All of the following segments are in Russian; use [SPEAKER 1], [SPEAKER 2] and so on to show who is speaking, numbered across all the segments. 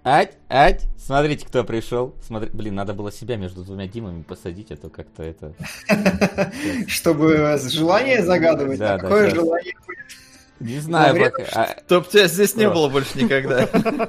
[SPEAKER 1] Ать, смотрите, кто пришел. Блин, надо было себя между двумя Димами посадить, а то как-то это...
[SPEAKER 2] Чтобы желание загадывать?
[SPEAKER 1] Да,
[SPEAKER 2] какое
[SPEAKER 1] да,
[SPEAKER 2] желание?
[SPEAKER 1] Не знаю пока.
[SPEAKER 3] Чтоб тебя здесь не было больше никогда.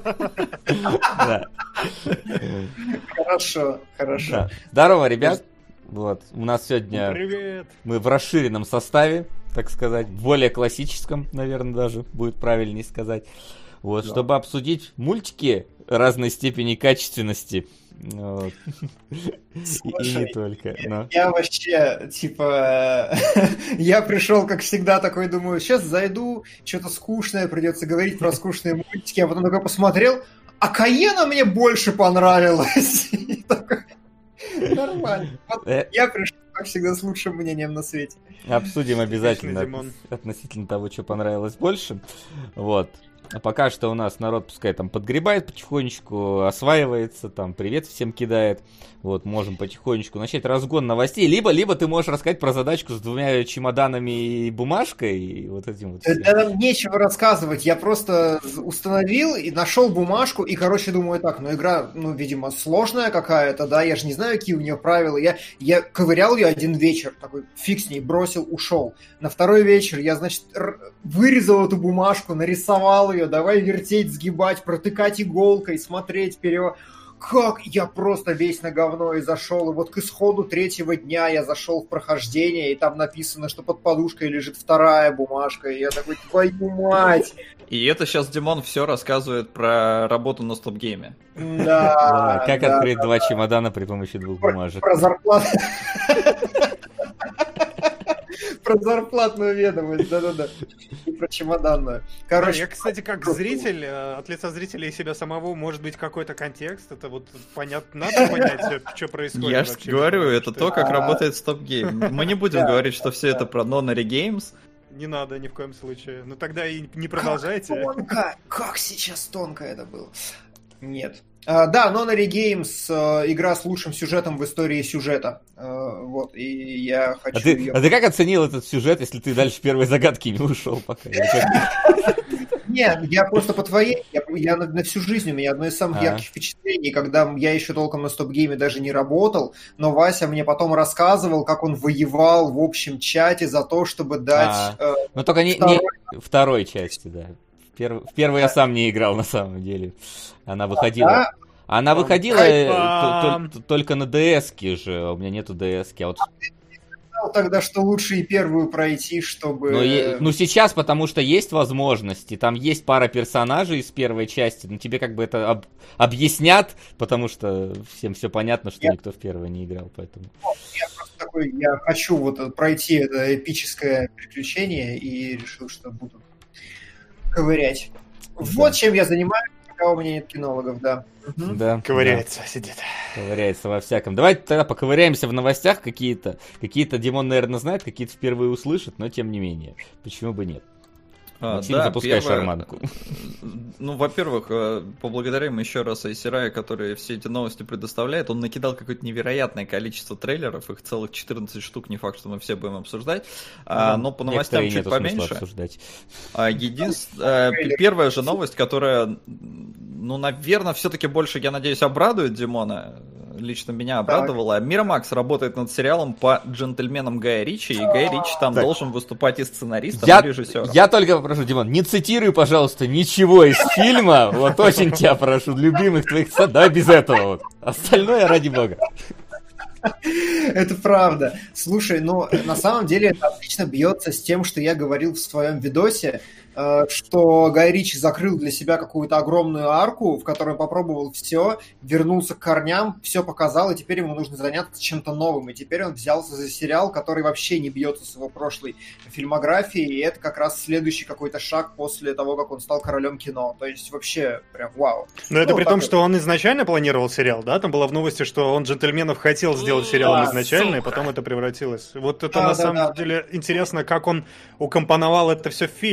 [SPEAKER 2] Хорошо.
[SPEAKER 1] Здорово, ребят. Вот, у нас сегодня...
[SPEAKER 4] Привет.
[SPEAKER 1] Мы в расширенном составе, так сказать, более классическом, наверное, даже будет правильнее сказать. Вот, чтобы обсудить мультики разной степени качественности. Вот.
[SPEAKER 2] Слушай,
[SPEAKER 1] и не только. Но.
[SPEAKER 2] Я вообще, типа, я пришел, как всегда, такой, думаю, сейчас зайду, что-то скучное, придется говорить про скучные мультики, а потом такой посмотрел, а Каена мне больше понравилась. Нормально. Я пришел, как всегда, с лучшим мнением на свете.
[SPEAKER 1] Обсудим обязательно относительно того, что понравилось больше. Вот. А пока что у нас народ пускай там подгребает потихонечку, осваивается, там привет всем кидает. Вот, можем потихонечку начать разгон новостей. Либо ты можешь рассказать про задачку с 2 чемоданами и бумажкой, и вот этим вот.
[SPEAKER 2] Да нам нечего рассказывать. Я просто установил и нашел бумажку, и, короче, думаю, так, игра, видимо, сложная какая-то, да, я же не знаю, какие у нее правила. Я ковырял ее один вечер, такой, фиг с ней, бросил, ушел. На второй вечер я, значит, вырезал эту бумажку, нарисовал ее, давай вертеть, сгибать, протыкать иголкой, смотреть вперед. Как я просто весь на говно и зашел. И вот к исходу 3-го дня я зашел в прохождение, и там написано, что под подушкой лежит 2-я бумажка. И я такой, твою мать!
[SPEAKER 3] И это сейчас Димон все рассказывает про работу на стоп-гейме.
[SPEAKER 2] Да.
[SPEAKER 1] Как открыть 2 чемодана при помощи 2 бумажек.
[SPEAKER 2] Про зарплату. Про зарплатную ведомость, да-да-да. И про чемоданную. Короче,
[SPEAKER 4] я, кстати, как зритель, от лица зрителя и себя самого, может быть, какой-то контекст. Это вот понятно, надо понять, что происходит.
[SPEAKER 3] Я же говорю, это то, как работает стоп-гейм. Мы не будем говорить, что все это про Nonary Games.
[SPEAKER 4] Не надо ни в коем случае. Ну тогда и не продолжайте.
[SPEAKER 2] Как сейчас тонко это было. Нет. Да, Nonary Games, игра с лучшим сюжетом в истории сюжета. Вот, и я хочу ее...
[SPEAKER 1] А ты как оценил этот сюжет, если ты дальше первой загадки не ушел пока?
[SPEAKER 2] Нет, я просто по твоей... Я на всю жизнь, у меня одно из самых ярких впечатлений, когда я еще толком на стоп-гейме даже не работал, но Вася мне потом рассказывал, как он воевал в общем чате за то, чтобы дать...
[SPEAKER 1] Ну только не второй части, да. В первой я сам не играл, на самом деле. Она выходила... Да? Она выходила только на DS-ке же, а у меня нету DS-ки. А вот...
[SPEAKER 2] Тогда что лучше и первую пройти, чтобы...
[SPEAKER 1] Ну, сейчас, потому что есть возможности. Там есть пара персонажей из первой части. Но тебе как бы это объяснят, потому что всем все понятно, что никто в первой не играл. Поэтому...
[SPEAKER 2] Я просто такой, я хочу вот пройти это эпическое приключение и решил, что буду ковырять. Да. Вот чем я занимаюсь, пока у меня нет кинологов, да.
[SPEAKER 1] Да.
[SPEAKER 4] Ковыряется, сидит.
[SPEAKER 1] Ковыряется во всяком. Давайте тогда поковыряемся в новостях какие-то. Какие-то Димон, наверное, знает, какие-то впервые услышит, но тем не менее. Почему бы нет? Максим,
[SPEAKER 3] да,
[SPEAKER 1] запускай шарманку.
[SPEAKER 3] Ну, во-первых, поблагодарим еще раз Айсерая, который все эти новости предоставляет. Он накидал какое-то невероятное количество трейлеров, их целых 14 штук, не факт, что мы все будем обсуждать. Но по новостям чуть поменьше. Первая же новость, которая, наверное, все-таки больше, я надеюсь, обрадует Димона. Лично меня обрадовало. Мирамакс работает над сериалом по джентльменам Гая Ричи, и Гай Ричи там должен выступать и сценаристом, и режиссером.
[SPEAKER 1] Я только попрошу, Димон, не цитируй, пожалуйста, ничего из фильма. Вот очень тебя прошу, любимых твоих да, без этого вот. Остальное ради бога.
[SPEAKER 2] Это правда. Слушай, на самом деле это отлично бьется с тем, что я говорил в своем видосе, что Гай Ричи закрыл для себя какую-то огромную арку, в которой попробовал все, вернулся к корням, все показал, и теперь ему нужно заняться чем-то новым. И теперь он взялся за сериал, который вообще не бьется с его прошлой фильмографией, и это как раз следующий какой-то шаг после того, как он стал королем кино. То есть вообще прям вау.
[SPEAKER 4] Но это при том, что он изначально планировал сериал, да? Там было в новости, что он «Джентльменов» хотел сделать сериалом изначально, и потом это превратилось. Вот это на самом деле интересно, как он укомпоновал это все в фильм. То есть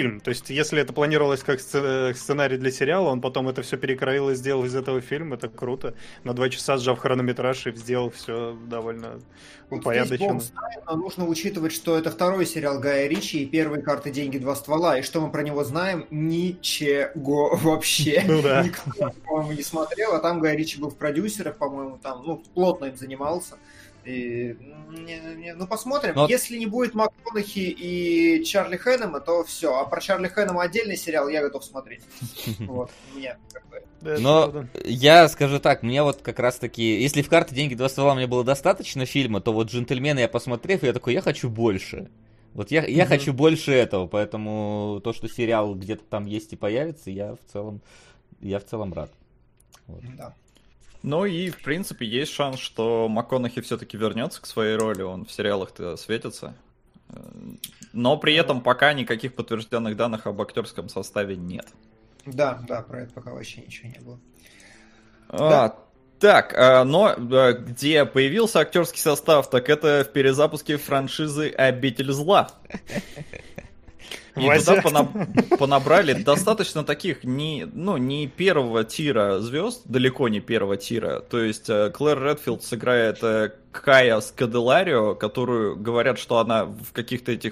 [SPEAKER 4] есть, если это планировалось как сценарий для сериала, он потом это все перекроил и сделал из этого фильм, это круто. На 2 часа сжав хронометраж и сделал все довольно упорядоченно.
[SPEAKER 2] Но нужно учитывать, что это второй сериал Гая Ричи и первые «Карты, деньги, два ствола». И что мы про него знаем? Ничего вообще. Никто, по-моему, не смотрел. А там Гай Ричи был в продюсерах, по-моему, там, плотно им занимался. И, посмотрим. Но... Если не будет МакКонахи и Чарли Хэннема, то все. А про Чарли Хэннема отдельный сериал я готов смотреть. Вот, мне как бы...
[SPEAKER 1] Но я скажу так, мне вот как раз таки, если в «Карты, деньги, два ствола» мне было достаточно фильма, то вот «Джентльмены» я посмотрев, я такой, я хочу больше. Вот я хочу больше этого, поэтому то, что сериал где-то там есть и появится, я в целом рад. Вот.
[SPEAKER 2] Да.
[SPEAKER 3] Ну и, в принципе, есть шанс, что МакКонахи все-таки вернется к своей роли, он в сериалах-то светится. Но при этом пока никаких подтвержденных данных об актерском составе нет.
[SPEAKER 2] Да, про это пока вообще ничего не было.
[SPEAKER 3] Но где появился актерский состав, так это в перезапуске франшизы «Обитель зла». И туда понабрали достаточно таких не первого тира звезд, далеко не первого тира. То есть Клэр Редфилд сыграет Кая Скаделарио, которую говорят, что она в каких-то этих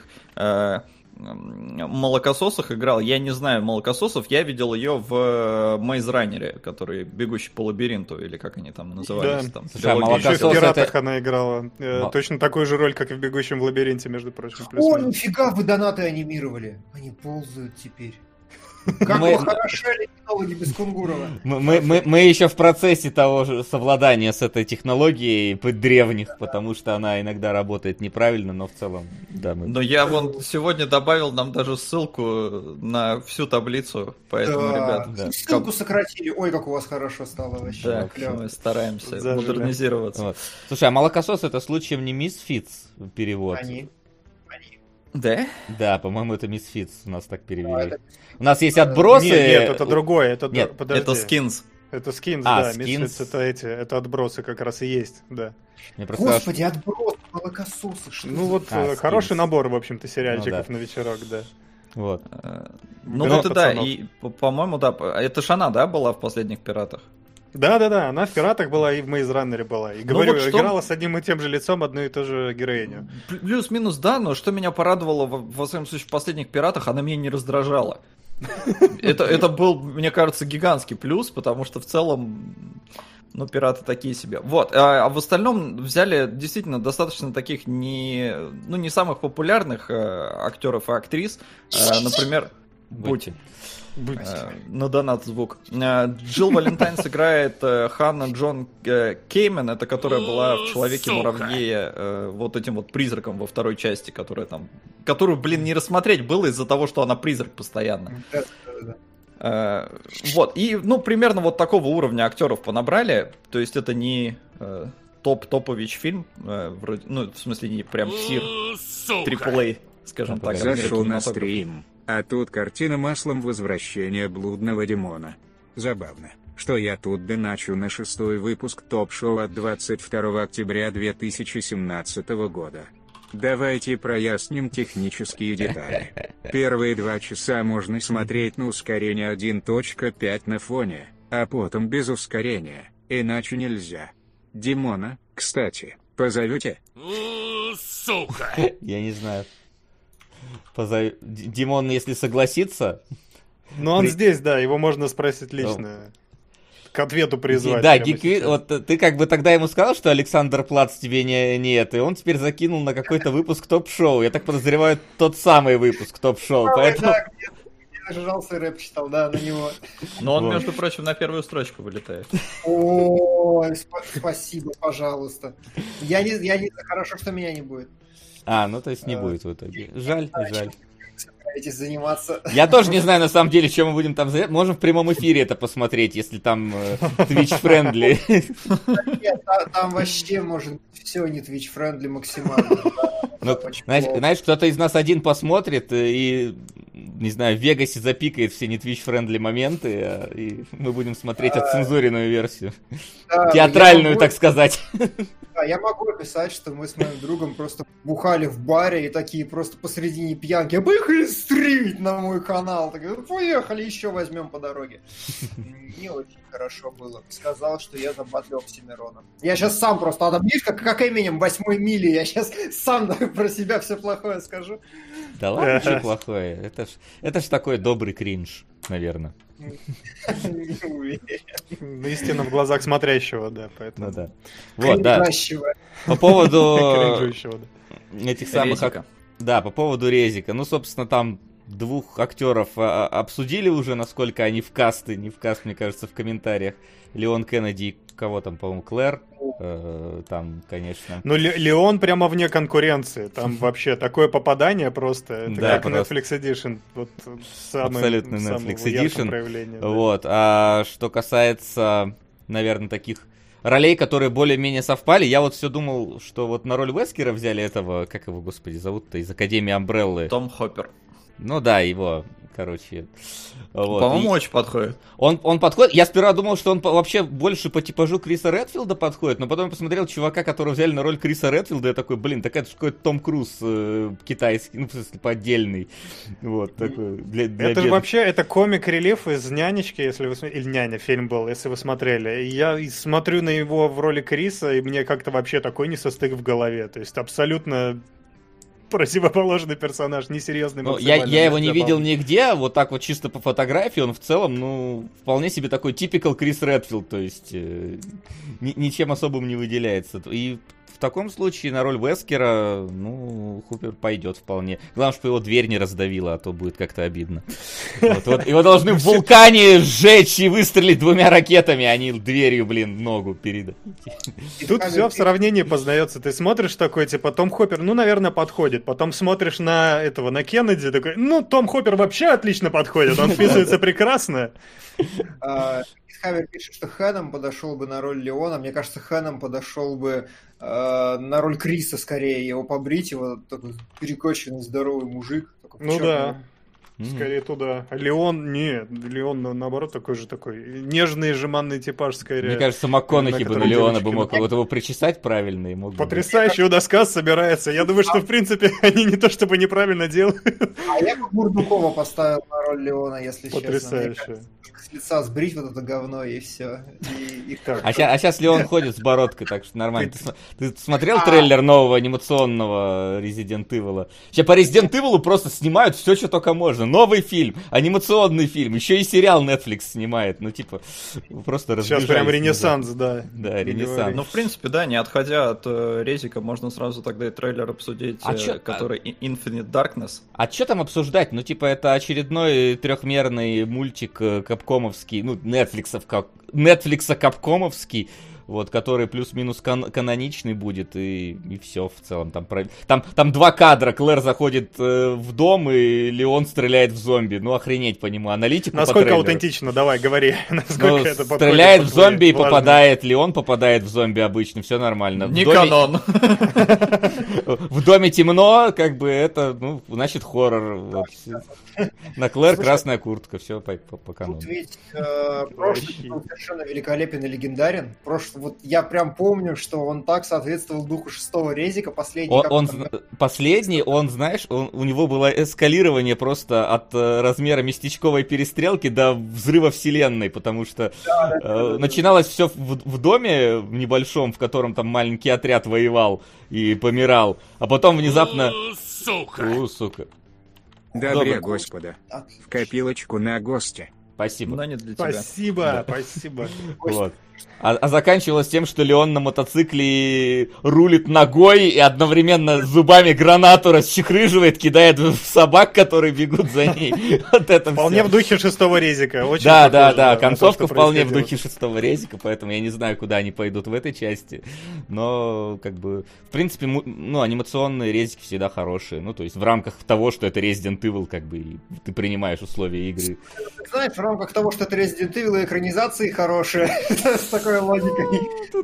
[SPEAKER 3] молокососах играла. Я не знаю молокососов, я видел ее в Мейз Раннере, который «Бегущий по лабиринту», или как они там назывались.
[SPEAKER 4] Да,
[SPEAKER 3] там,
[SPEAKER 4] еще в «Пиратах» она играла. Точно такую же роль, как и в «Бегущем в лабиринте», между прочим.
[SPEAKER 2] О, нифига, вы донаты анимировали. Они ползают теперь. Как вы хорошели технологии без Кунгурова.
[SPEAKER 1] Мы еще в процессе того же совладания с этой технологией древних, потому что она иногда работает неправильно, но в целом, да.
[SPEAKER 3] Но я вон сегодня добавил нам даже ссылку на всю таблицу, поэтому, ребят...
[SPEAKER 2] Да. Ссылку сократили, ой, как у вас хорошо стало вообще.
[SPEAKER 3] Да, мы стараемся модернизироваться.
[SPEAKER 1] Вот. Слушай, а молокосос это случаем не Misfits перевод?
[SPEAKER 2] Они.
[SPEAKER 3] Да?
[SPEAKER 1] Да, по-моему, это Misfits у нас так перевели. У нас есть отбросы...
[SPEAKER 4] Нет, это другое. Это
[SPEAKER 3] Skins.
[SPEAKER 4] Это Skins, да.
[SPEAKER 1] Skins.
[SPEAKER 4] Это отбросы как раз и есть, да.
[SPEAKER 2] Господи, отбросы, молокососы.
[SPEAKER 4] Ну вот, хороший набор, в общем-то, сериальчиков на вечерок, да.
[SPEAKER 1] Вот.
[SPEAKER 3] Ну вот и да, и, по-моему, да, это ж она, да, была в «Последних пиратах»?
[SPEAKER 4] Да, она в «Пиратах» была и в «Мейз Раннере» была. И говорю, вот играла с одним и тем же лицом одну и ту же героиню.
[SPEAKER 3] Плюс-минус, да, но что меня порадовало, во всяком случае, в «Последних пиратах», она меня не раздражала. Это был, мне кажется, гигантский плюс, потому что в целом, пираты такие себе. Вот, а в остальном взяли действительно достаточно таких не самых популярных актеров и актрис. Например,
[SPEAKER 1] Будьте.
[SPEAKER 3] На донат звук. Джилл Валентайн сыграет Ханна Джон Кеймен, это которая была в «Человеке-муравье» вот этим вот призраком во второй части, которую, не рассмотреть было из-за того, что она призрак постоянно. Вот, и, примерно вот такого уровня актеров понабрали, то есть это не топович фильм, вроде, в смысле не прям тир, AAA, скажем так.
[SPEAKER 5] Зашел на стрим. А тут картина маслом «Возвращение блудного Димона». Забавно, что я тут доначу на 6-й выпуск ТОП-шоу от 22 октября 2017 года. Давайте проясним технические детали. Первые 2 часа можно смотреть на ускорение 1.5 на фоне, а потом без ускорения, иначе нельзя. Димона, кстати, позовете?
[SPEAKER 1] Сука! Я не знаю. Димон, если согласится...
[SPEAKER 4] Ну, он здесь, да, его можно спросить лично. К ответу призвать.
[SPEAKER 1] Да, вот ты как бы тогда ему сказал, что Александр Плац тебе нет, и он теперь закинул на какой-то выпуск ТОП-шоу. Я так подозреваю, тот самый выпуск ТОП-шоу, поэтому...
[SPEAKER 2] Да, я нажрался и рэп читал, да, на него.
[SPEAKER 3] Но он, между прочим, на первую строчку вылетает.
[SPEAKER 2] Ой, спасибо, пожалуйста. Хорошо, что меня не будет.
[SPEAKER 1] То есть не будет в итоге. Жаль.
[SPEAKER 2] Собираетесь заниматься?
[SPEAKER 1] Я тоже не знаю, на самом деле, чем мы будем там заниматься. Можем в прямом эфире это посмотреть, если там Twitch-френдли.
[SPEAKER 2] Нет, там вообще может быть все не Twitch-френдли максимально.
[SPEAKER 1] Ну, знаешь, кто-то из нас один посмотрит и, не знаю, в Вегасе запикает все не Twitch-френдли моменты, и мы будем смотреть отцензуренную версию.
[SPEAKER 2] Да,
[SPEAKER 1] театральную, так сказать.
[SPEAKER 2] Да, я могу описать, что мы с моим другом просто бухали в баре и такие просто посредине пьянки. А поехали стримить на мой канал. Так, ну, поехали, еще возьмем по дороге. Не очень хорошо было. Сказал, что я забатлил Оксимирона. Я сейчас сам просто отобьюсь, как Эминем 8-й мили. Я сейчас сам про себя все плохое скажу.
[SPEAKER 1] Да ладно, что плохое. Это ж такой добрый кринж, наверное.
[SPEAKER 4] Истинно в глазах смотрящего, да, поэтому.
[SPEAKER 1] Ну да. Вот, да. По поводу этих самых... Да, по поводу Резика. Ну, собственно, там двух актеров обсудили уже, насколько они в каст, мне кажется, в комментариях. Леон Кеннеди и кого там, по-моему, Клэр. Там, конечно.
[SPEAKER 4] Ну, Леон прямо вне конкуренции. Там вообще такое попадание просто. Это
[SPEAKER 1] да,
[SPEAKER 4] как Netflix Edition. Вот
[SPEAKER 1] абсолютно Netflix Edition.
[SPEAKER 4] Проявление, да.
[SPEAKER 1] Вот. А что касается, наверное, таких ролей, которые более-менее совпали, я вот все думал, что вот на роль Вескера взяли этого, как его, господи, зовут-то, из Академии Амбреллы.
[SPEAKER 3] Том Хоппер.
[SPEAKER 1] Ну да, его, короче. Вот.
[SPEAKER 3] По-моему, очень подходит.
[SPEAKER 1] Он подходит. Я сперва думал, что он вообще больше по типажу Криса Редфилда подходит, но потом я посмотрел чувака, которого взяли на роль Криса Редфилда, я такой, блин, так это же какой-то Том Круз китайский, ну, в смысле, поддельный. Вот, такой.
[SPEAKER 4] Это же вообще, это комик-релиф из «Нянечки», если вы смотрели, или «Няня» фильм был, если вы смотрели. Я смотрю на его в роли Криса, и мне как-то вообще такой несостык в голове. То есть абсолютно противоположный персонаж, несерьезный.
[SPEAKER 1] Ну, я его не видел нигде, вот так вот чисто по фотографии, он в целом, ну, вполне себе такой типикал Крис Редфилд, то есть ничем особым не выделяется. И в таком случае на роль Вескера, ну, Хупер пойдет вполне. Главное, чтобы его дверь не раздавила, а то будет как-то обидно. Вот, его должны в вулкане сжечь и выстрелить 2 ракетами, а не дверью, блин, ногу передать.
[SPEAKER 4] Тут все в сравнении познается. Ты смотришь такой, типа, Том Хоппер, ну, наверное, подходит. Потом смотришь на этого, на Кеннеди, такой, ну, Том Хоппер вообще отлично подходит, он вписывается прекрасно.
[SPEAKER 2] Хавер пишет, что Хэном подошел бы на роль Леона. Мне кажется, Хэном подошел бы на роль Криса скорее. Его побрить, его такой перекоченный, здоровый мужик.
[SPEAKER 4] Ну да. Скорее туда. А Леон, нет, Леон, наоборот, такой нежный, жеманный типаж, скорее.
[SPEAKER 1] Мне кажется, МакКонахи бы на Леона бы мог вот его причесать правильно. И мог
[SPEAKER 4] потрясающий у досказ собирается. Я думаю, что, в принципе, они не то чтобы неправильно делают.
[SPEAKER 2] А я бы Бурдукова поставил на роль Леона, если честно.
[SPEAKER 4] Потрясающе.
[SPEAKER 2] С лица сбрить вот это говно, и все.
[SPEAKER 1] А сейчас Леон ходит с бородкой, так что нормально. Ты смотрел трейлер нового анимационного Resident Evil? Сейчас по Resident Evil просто снимают все, что только можно. Новый фильм, анимационный фильм, еще и сериал Netflix снимает. Ну, типа, просто разбежались.
[SPEAKER 4] Сейчас прям ренессанс, да.
[SPEAKER 1] Да, ренессанс.
[SPEAKER 3] Ну, в принципе, да, не отходя от Резика, можно сразу тогда и трейлер обсудить, который Infinite Darkness.
[SPEAKER 1] А что там обсуждать? Ну, типа, это очередной трехмерный мультик капкомовский, ну, Netflix капкомовский, вот, который плюс-минус каноничный будет, и все в целом. Там 2 кадра, Клэр заходит в дом, и Леон стреляет в зомби. Ну, охренеть по нему, аналитику
[SPEAKER 4] насколько аутентично, давай, говори. Насколько это
[SPEAKER 1] стреляет в зомби и попадает, Леон попадает в зомби обычно, все нормально.
[SPEAKER 3] Не канон.
[SPEAKER 1] В доме темно, как бы это, ну, значит, хоррор. На Клэр красная куртка, все по канону.
[SPEAKER 2] Тут ведь прошлый был совершенно великолепен и легендарен. Вот я прям помню, что он так соответствовал духу 6-го Резика.
[SPEAKER 1] Последний, он, знаешь, у него было эскалирование просто от размера местечковой перестрелки до взрыва вселенной, потому что начиналось все в доме небольшом, в котором там маленький отряд воевал и помирал, а потом внезапно... Сука.
[SPEAKER 5] Добре, Господа. В копилочку на гости.
[SPEAKER 1] Спасибо.
[SPEAKER 3] Но не для тебя.
[SPEAKER 4] Спасибо.
[SPEAKER 1] Вот. А заканчивалось тем, что Леон на мотоцикле рулит ногой и одновременно зубами гранату расчехрыживает, кидает в собак, которые бегут за ней. Вот это
[SPEAKER 4] вполне в духе 6-го Резика.
[SPEAKER 1] Да. Концовка вполне в духе 6-го Резика, поэтому я не знаю, куда они пойдут в этой части. Но, как бы, в принципе, ну, анимационные резики всегда хорошие. Ну, то есть в рамках того, что это Resident Evil, как бы, и ты принимаешь условия игры.
[SPEAKER 2] Знаешь, в рамках того, что это Resident Evil, и экранизации хорошие. с такой логикой.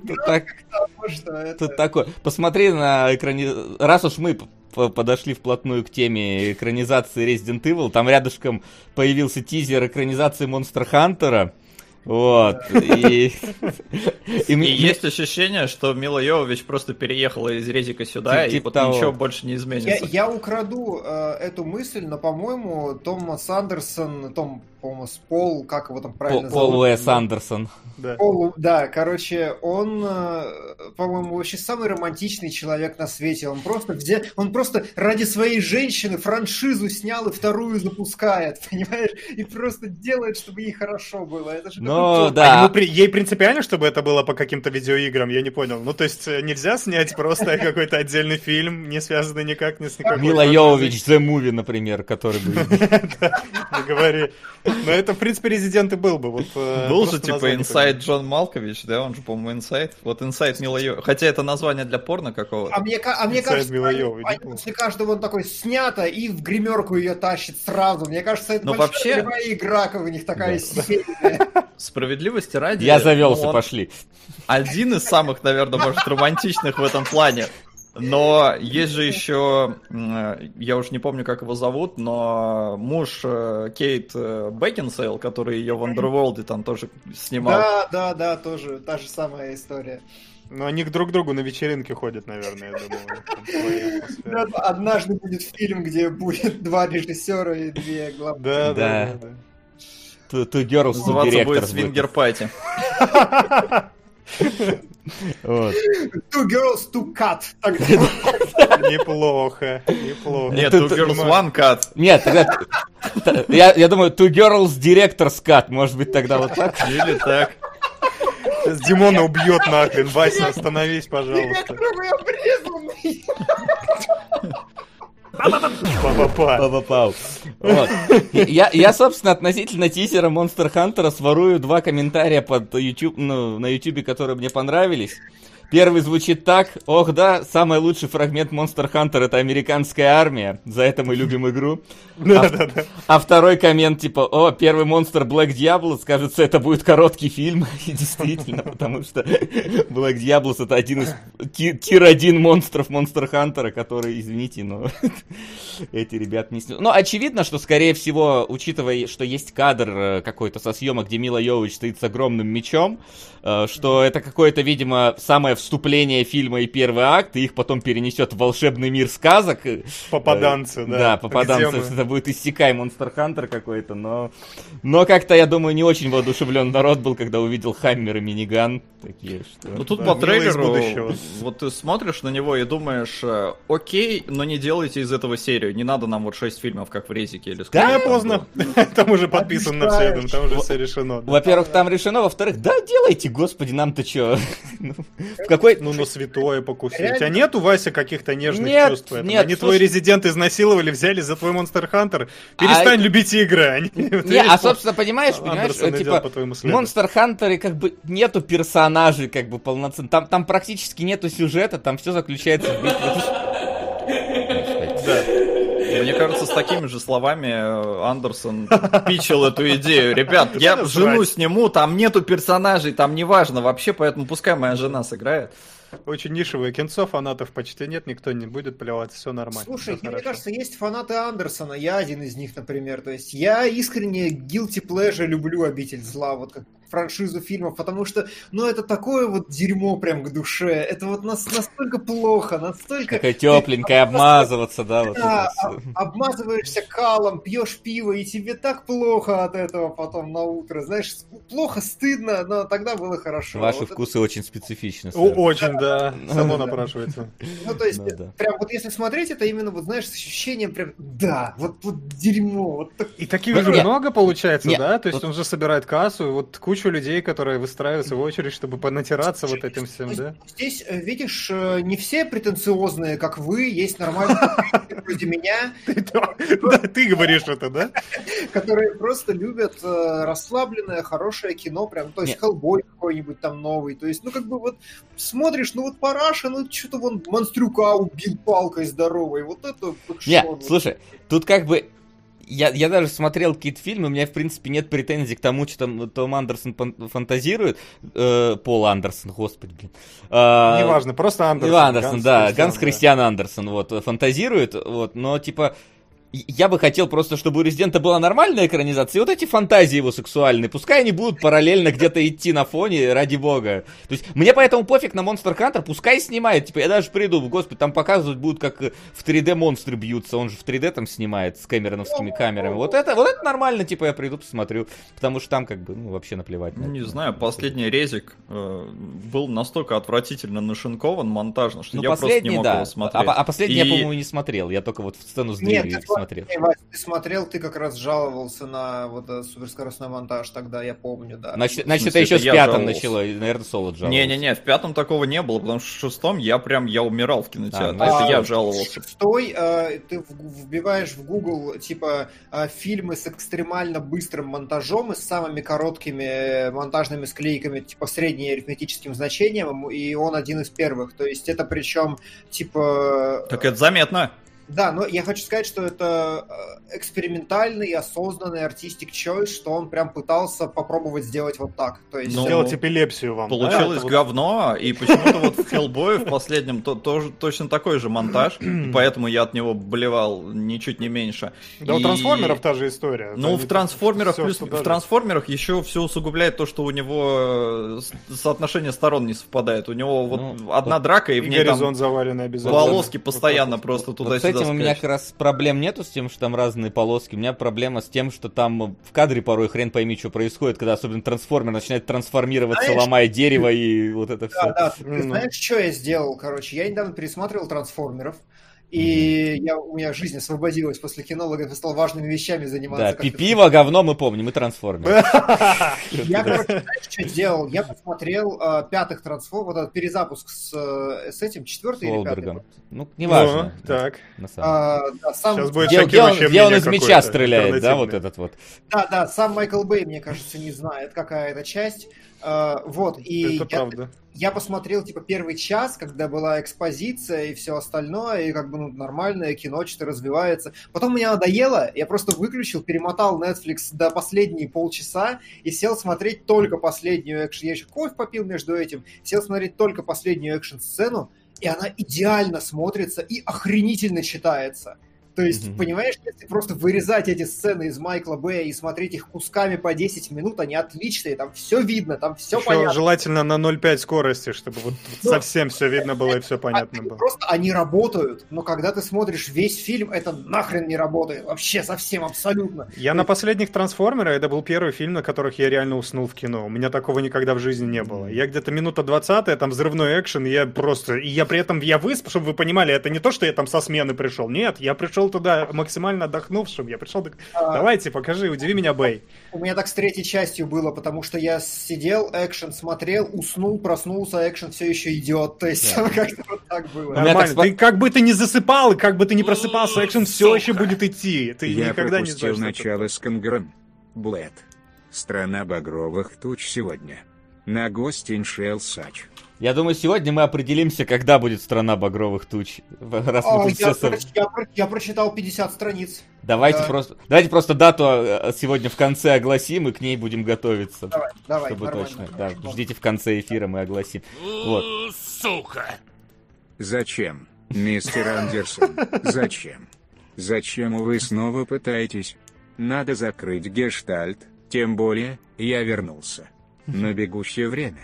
[SPEAKER 1] Тут такое. Посмотри на экране. Раз уж мы подошли вплотную к теме экранизации Resident Evil, там рядышком появился тизер экранизации Monster Hunter. Вот. И
[SPEAKER 3] есть ощущение, что Мила Йовович просто переехала из Резика сюда, и вот ничего больше не изменится.
[SPEAKER 2] Я украду эту мысль, но, по-моему, Томас Андерсон, по-моему, Пол, как его там правильно зовут?
[SPEAKER 1] Пол Уэс Андерсон.
[SPEAKER 2] Да, короче, он, по-моему, вообще самый романтичный человек на свете. Он просто ради своей женщины франшизу снял и вторую запускает, понимаешь? И просто делает, чтобы ей хорошо было. Это же
[SPEAKER 1] да.
[SPEAKER 4] Ей принципиально, чтобы это было по каким-то видеоиграм, я не понял. Ну, то есть нельзя снять просто какой-то отдельный фильм, не связанный никак ни с никакой...
[SPEAKER 1] Мила Йовович The Movie, например, который бы...
[SPEAKER 4] Не говори. Но это, в принципе, Резидент и был бы.
[SPEAKER 3] Был же, типа, Inside Джон Малкович, да? Он же, по-моему, Inside. Вот Inside Мила Йовович. Хотя это название для порно какого-то.
[SPEAKER 2] А мне кажется, после каждого он такой снято и в гримерку ее тащит сразу. Мне кажется, это большая игра, как у них такая семейная.
[SPEAKER 3] Справедливости ради...
[SPEAKER 1] Я завелся, пошли.
[SPEAKER 3] Один из самых, наверное, может, романтичных в этом плане. Но есть же еще, я уж не помню, как его зовут, но муж Кейт Бекинсейл, который ее в Underworld там тоже снимал.
[SPEAKER 2] Да, тоже та же самая история.
[SPEAKER 4] Ну, они друг к другу на вечеринке ходят, наверное, я думаю.
[SPEAKER 2] Однажды будет фильм, где будет два режиссера и две главные.
[SPEAKER 4] Да.
[SPEAKER 1] Two Girls,
[SPEAKER 3] называться будет Свингер-пати.
[SPEAKER 1] Вот.
[SPEAKER 2] Two Girls, Two Cut.
[SPEAKER 4] Неплохо.
[SPEAKER 3] Нет, Two Girls, One Cut.
[SPEAKER 1] Нет, я думаю, Two Girls, Director's Cut. Может быть, тогда вот так?
[SPEAKER 3] Или так.
[SPEAKER 4] Сейчас Димона убьет нахрен. Вася, остановись, пожалуйста.
[SPEAKER 1] Па-па-пау. Вот. Я, собственно, относительно тизера Monster Hunter сворую два комментария под YouTube, на YouTube, которые мне понравились. Первый звучит так: ох да, самый лучший фрагмент Monster Hunter — это американская армия, за это мы любим игру. А второй коммент типа: о, первый монстр Black Diablos, кажется, это будет короткий фильм. И действительно, потому что Black Diablos — это один из тир-1 монстров Monster Hunter, который, извините, но эти ребята не снимут. Но очевидно, что, скорее всего, учитывая, что есть кадр какой-то со съемок, где Мила Йовович стоит с огромным мечом, что это какое-то, видимо, самое вступление фильма и первый акт, и их потом перенесет в волшебный мир сказок.
[SPEAKER 4] Попаданцы, да.
[SPEAKER 1] Да, попаданцы. Это будет иссякай Monster Hunter какой-то, но как-то, я думаю, не очень воодушевлен народ был, когда увидел Хаммер и миниган. Такие, что...
[SPEAKER 3] Ну тут по трейлеру, вот ты смотришь на него и думаешь: окей, но не делайте из этого серию, не надо нам вот 6 фильмов, как в Резике или сколько.
[SPEAKER 4] Да, поздно. Там уже подписан на все, там уже все решено.
[SPEAKER 1] Во-первых, там решено, во-вторых, да, делайте, господи, нам-то чё? Какой...
[SPEAKER 4] Ну, на святое покусить. У тебя нет у Вася каких-то нежных чувств?
[SPEAKER 1] Нет,
[SPEAKER 4] они твой Резидент изнасиловали, взяли за твой Monster Hunter. Перестань любить игры.
[SPEAKER 1] Собственно, понимаешь, типа, Monster Hunter как бы нету персонажей, как бы, полноценно. Там практически нету сюжета, там все заключается в
[SPEAKER 3] Мне кажется, с такими же словами Андерсон питчил эту идею. Ребят, я жену сниму, там нету персонажей, там неважно вообще, поэтому пускай моя жена сыграет.
[SPEAKER 4] Очень нишевое кинцо, фанатов почти нет, никто не будет плеваться, все нормально.
[SPEAKER 2] Слушай, мне кажется, есть фанаты Андерсона, я один из них, например. То есть я искренне guilty pleasure люблю «Обитель зла», вот как франшизу фильмов, потому что, ну, это такое вот дерьмо прям к душе. Это вот настолько плохо, настолько...
[SPEAKER 1] Такая тепленькая, обмазываться, да? Вот
[SPEAKER 2] да, обмазываешься калом, пьешь пиво, и тебе так плохо от этого потом на утро. Знаешь, плохо, стыдно, но тогда было хорошо.
[SPEAKER 1] Ваши вот вкусы очень специфичны.
[SPEAKER 4] Очень, да. Само напрашивается.
[SPEAKER 2] Ну, то есть, прям вот если смотреть, это именно, вот знаешь, с ощущением прям, да, вот дерьмо.
[SPEAKER 4] И таких же много получается, да? То есть он же собирает кассу, и вот кучу людей, которые выстраиваются в очередь, чтобы понатираться вот этим всем, да?
[SPEAKER 2] Здесь, видишь, не все претенциозные, как вы, есть нормальные вроде меня.
[SPEAKER 4] Да, ты говоришь это, да?
[SPEAKER 2] Которые просто любят расслабленное, хорошее кино, прям, то есть Хеллбой какой-нибудь там новый, то есть, ну, как бы вот смотришь, ну, вот Параша, ну, что-то вон монстрюка убил палкой здоровой, вот это...
[SPEAKER 1] Нет, слушай, тут как бы я даже смотрел какие-то фильмы, у меня, в принципе, нет претензий к тому, что там Том Андерсон фантазирует. Пол Андерсон, господи, блин.
[SPEAKER 4] Неважно, просто Андерсон.
[SPEAKER 1] Андерсон, Ганс Христиан Андерсон, вот, фантазирует, вот, но, типа, я бы хотел просто, чтобы у Резидента была нормальная экранизация, и вот эти фантазии его сексуальные, пускай они будут параллельно где-то идти на фоне, ради бога. То есть, мне поэтому пофиг на Monster Hunter, пускай снимает, типа, я даже приду, господи, там показывать будут, как в 3D монстры бьются, он же в 3D там снимает с кэмероновскими камерами. Вот это нормально, типа, я приду, посмотрю, потому что там, как бы, ну, вообще наплевать.
[SPEAKER 3] Не знаю, последний резик был настолько отвратительно нашинкован монтажно, что я просто не мог его смотреть.
[SPEAKER 1] А последний я, по-моему, не смотрел, я только вот в сцену с дверью смотрел.
[SPEAKER 2] Вась, ты смотрел, ты как раз жаловался на вот суперскоростной монтаж тогда, я помню, да.
[SPEAKER 1] Значит, это еще с пятым начало, наверное, Солод жаловался.
[SPEAKER 3] Не-не-не, в пятом такого не было, потому что в шестом я умирал в кинотеатре, это я жаловался.
[SPEAKER 2] В шестой ты вбиваешь в Google, типа, фильмы с экстремально быстрым монтажом и с самыми короткими монтажными склейками, типа, среднеарифметическим значением, и он один из первых, то есть это причем, типа...
[SPEAKER 3] Так это заметно.
[SPEAKER 2] Да, но я хочу сказать, что это экспериментальный, осознанный артистик choice, что он прям пытался попробовать сделать вот так. То есть
[SPEAKER 4] сделать эпилепсию вам.
[SPEAKER 3] Получилось говно, и почему-то вот в Hellboy в последнем тоже точно такой же монтаж, и поэтому я от него болевал ничуть не меньше.
[SPEAKER 4] Да, у Трансформеров та же история.
[SPEAKER 3] Ну, в Трансформерах в Трансформерах еще все усугубляет то, что у него соотношение сторон не совпадает. У него вот одна драка, и в ней
[SPEAKER 4] горизонт заваленный обязательно.
[SPEAKER 3] Полоски постоянно просто туда-сюда.
[SPEAKER 1] С этим у меня как раз проблем нету, с тем, что там разные полоски. У меня проблема с тем, что там в кадре порой хрен пойми, что происходит, когда особенно трансформер начинает трансформироваться, ломая дерево и вот это все.
[SPEAKER 2] Да, ты знаешь, что я сделал, короче? Я недавно пересматривал трансформеров. И у меня жизнь освободилась после кинолога, я стал важными вещами заниматься.
[SPEAKER 1] Да, пиво, говно мы помним, и трансформеры.
[SPEAKER 2] Я, короче, знаешь, что сделал? Я посмотрел пятых трансформеров, вот этот перезапуск с этим, четвертый или пятый?
[SPEAKER 1] Ну, неважно.
[SPEAKER 4] Так.
[SPEAKER 2] Сейчас
[SPEAKER 4] будет
[SPEAKER 1] где он из меча стреляет, да, вот этот вот.
[SPEAKER 2] Да, сам Майкл Бэй, мне кажется, не знает, какая это часть. Вот, и
[SPEAKER 4] это правда.
[SPEAKER 2] Я посмотрел, типа, первый час, когда была экспозиция и все остальное, и как бы, ну, нормальное кино, что-то развивается. Потом мне надоело, я просто выключил, перемотал Netflix до последние полчаса и сел смотреть только последнюю экшен. Я еще кофе попил между этим, сел смотреть только последнюю экшн-сцену, и она идеально смотрится и охренительно читается. То есть, понимаешь, если просто вырезать эти сцены из Майкла Бэя и смотреть их кусками по 10 минут, они отличные, там все видно, там все понятно.
[SPEAKER 4] Желательно на 0,5 скорости, чтобы вот совсем все видно было и все понятно было.
[SPEAKER 2] Просто они работают, но когда ты смотришь весь фильм, это нахрен не работает. Вообще совсем, абсолютно.
[SPEAKER 4] Я на последних «Трансформерах», это был первый фильм, на которых я реально уснул в кино. У меня такого никогда в жизни не было. Я где-то минута 20-я, там взрывной экшен, я при этом высп, чтобы вы понимали, это не то, что я там со смены пришел. Нет, я пришел туда максимально отдохнувшим. Я пришел, давайте, покажи, удиви меня, Бэй.
[SPEAKER 2] У меня так с третьей частью было, потому что я сидел, экшен смотрел, уснул, проснулся, экшен все еще идет. То есть как-то вот так было.
[SPEAKER 4] Нормально. Ты как бы ты не засыпал, и как бы ты не просыпался, экшен все еще будет идти. Ты никогда не знаешь.
[SPEAKER 5] Я пропустил начало с Конгрен. Блэд. Страна багровых туч сегодня. На гостин Шел Сач.
[SPEAKER 1] Я думаю, сегодня мы определимся, когда будет страна багровых туч. Раз мы
[SPEAKER 2] я прочитал 50 страниц.
[SPEAKER 1] Давайте просто дату сегодня в конце огласим, и к ней будем готовиться.
[SPEAKER 2] Давай,
[SPEAKER 1] чтобы
[SPEAKER 2] нормально.
[SPEAKER 1] точно. Да, ждите в конце эфира, мы огласим. Вот.
[SPEAKER 6] Сука!
[SPEAKER 5] Зачем, мистер Андерсон? Зачем? Зачем вы снова пытаетесь? Надо закрыть гештальт, тем более, я вернулся. На бегущее время.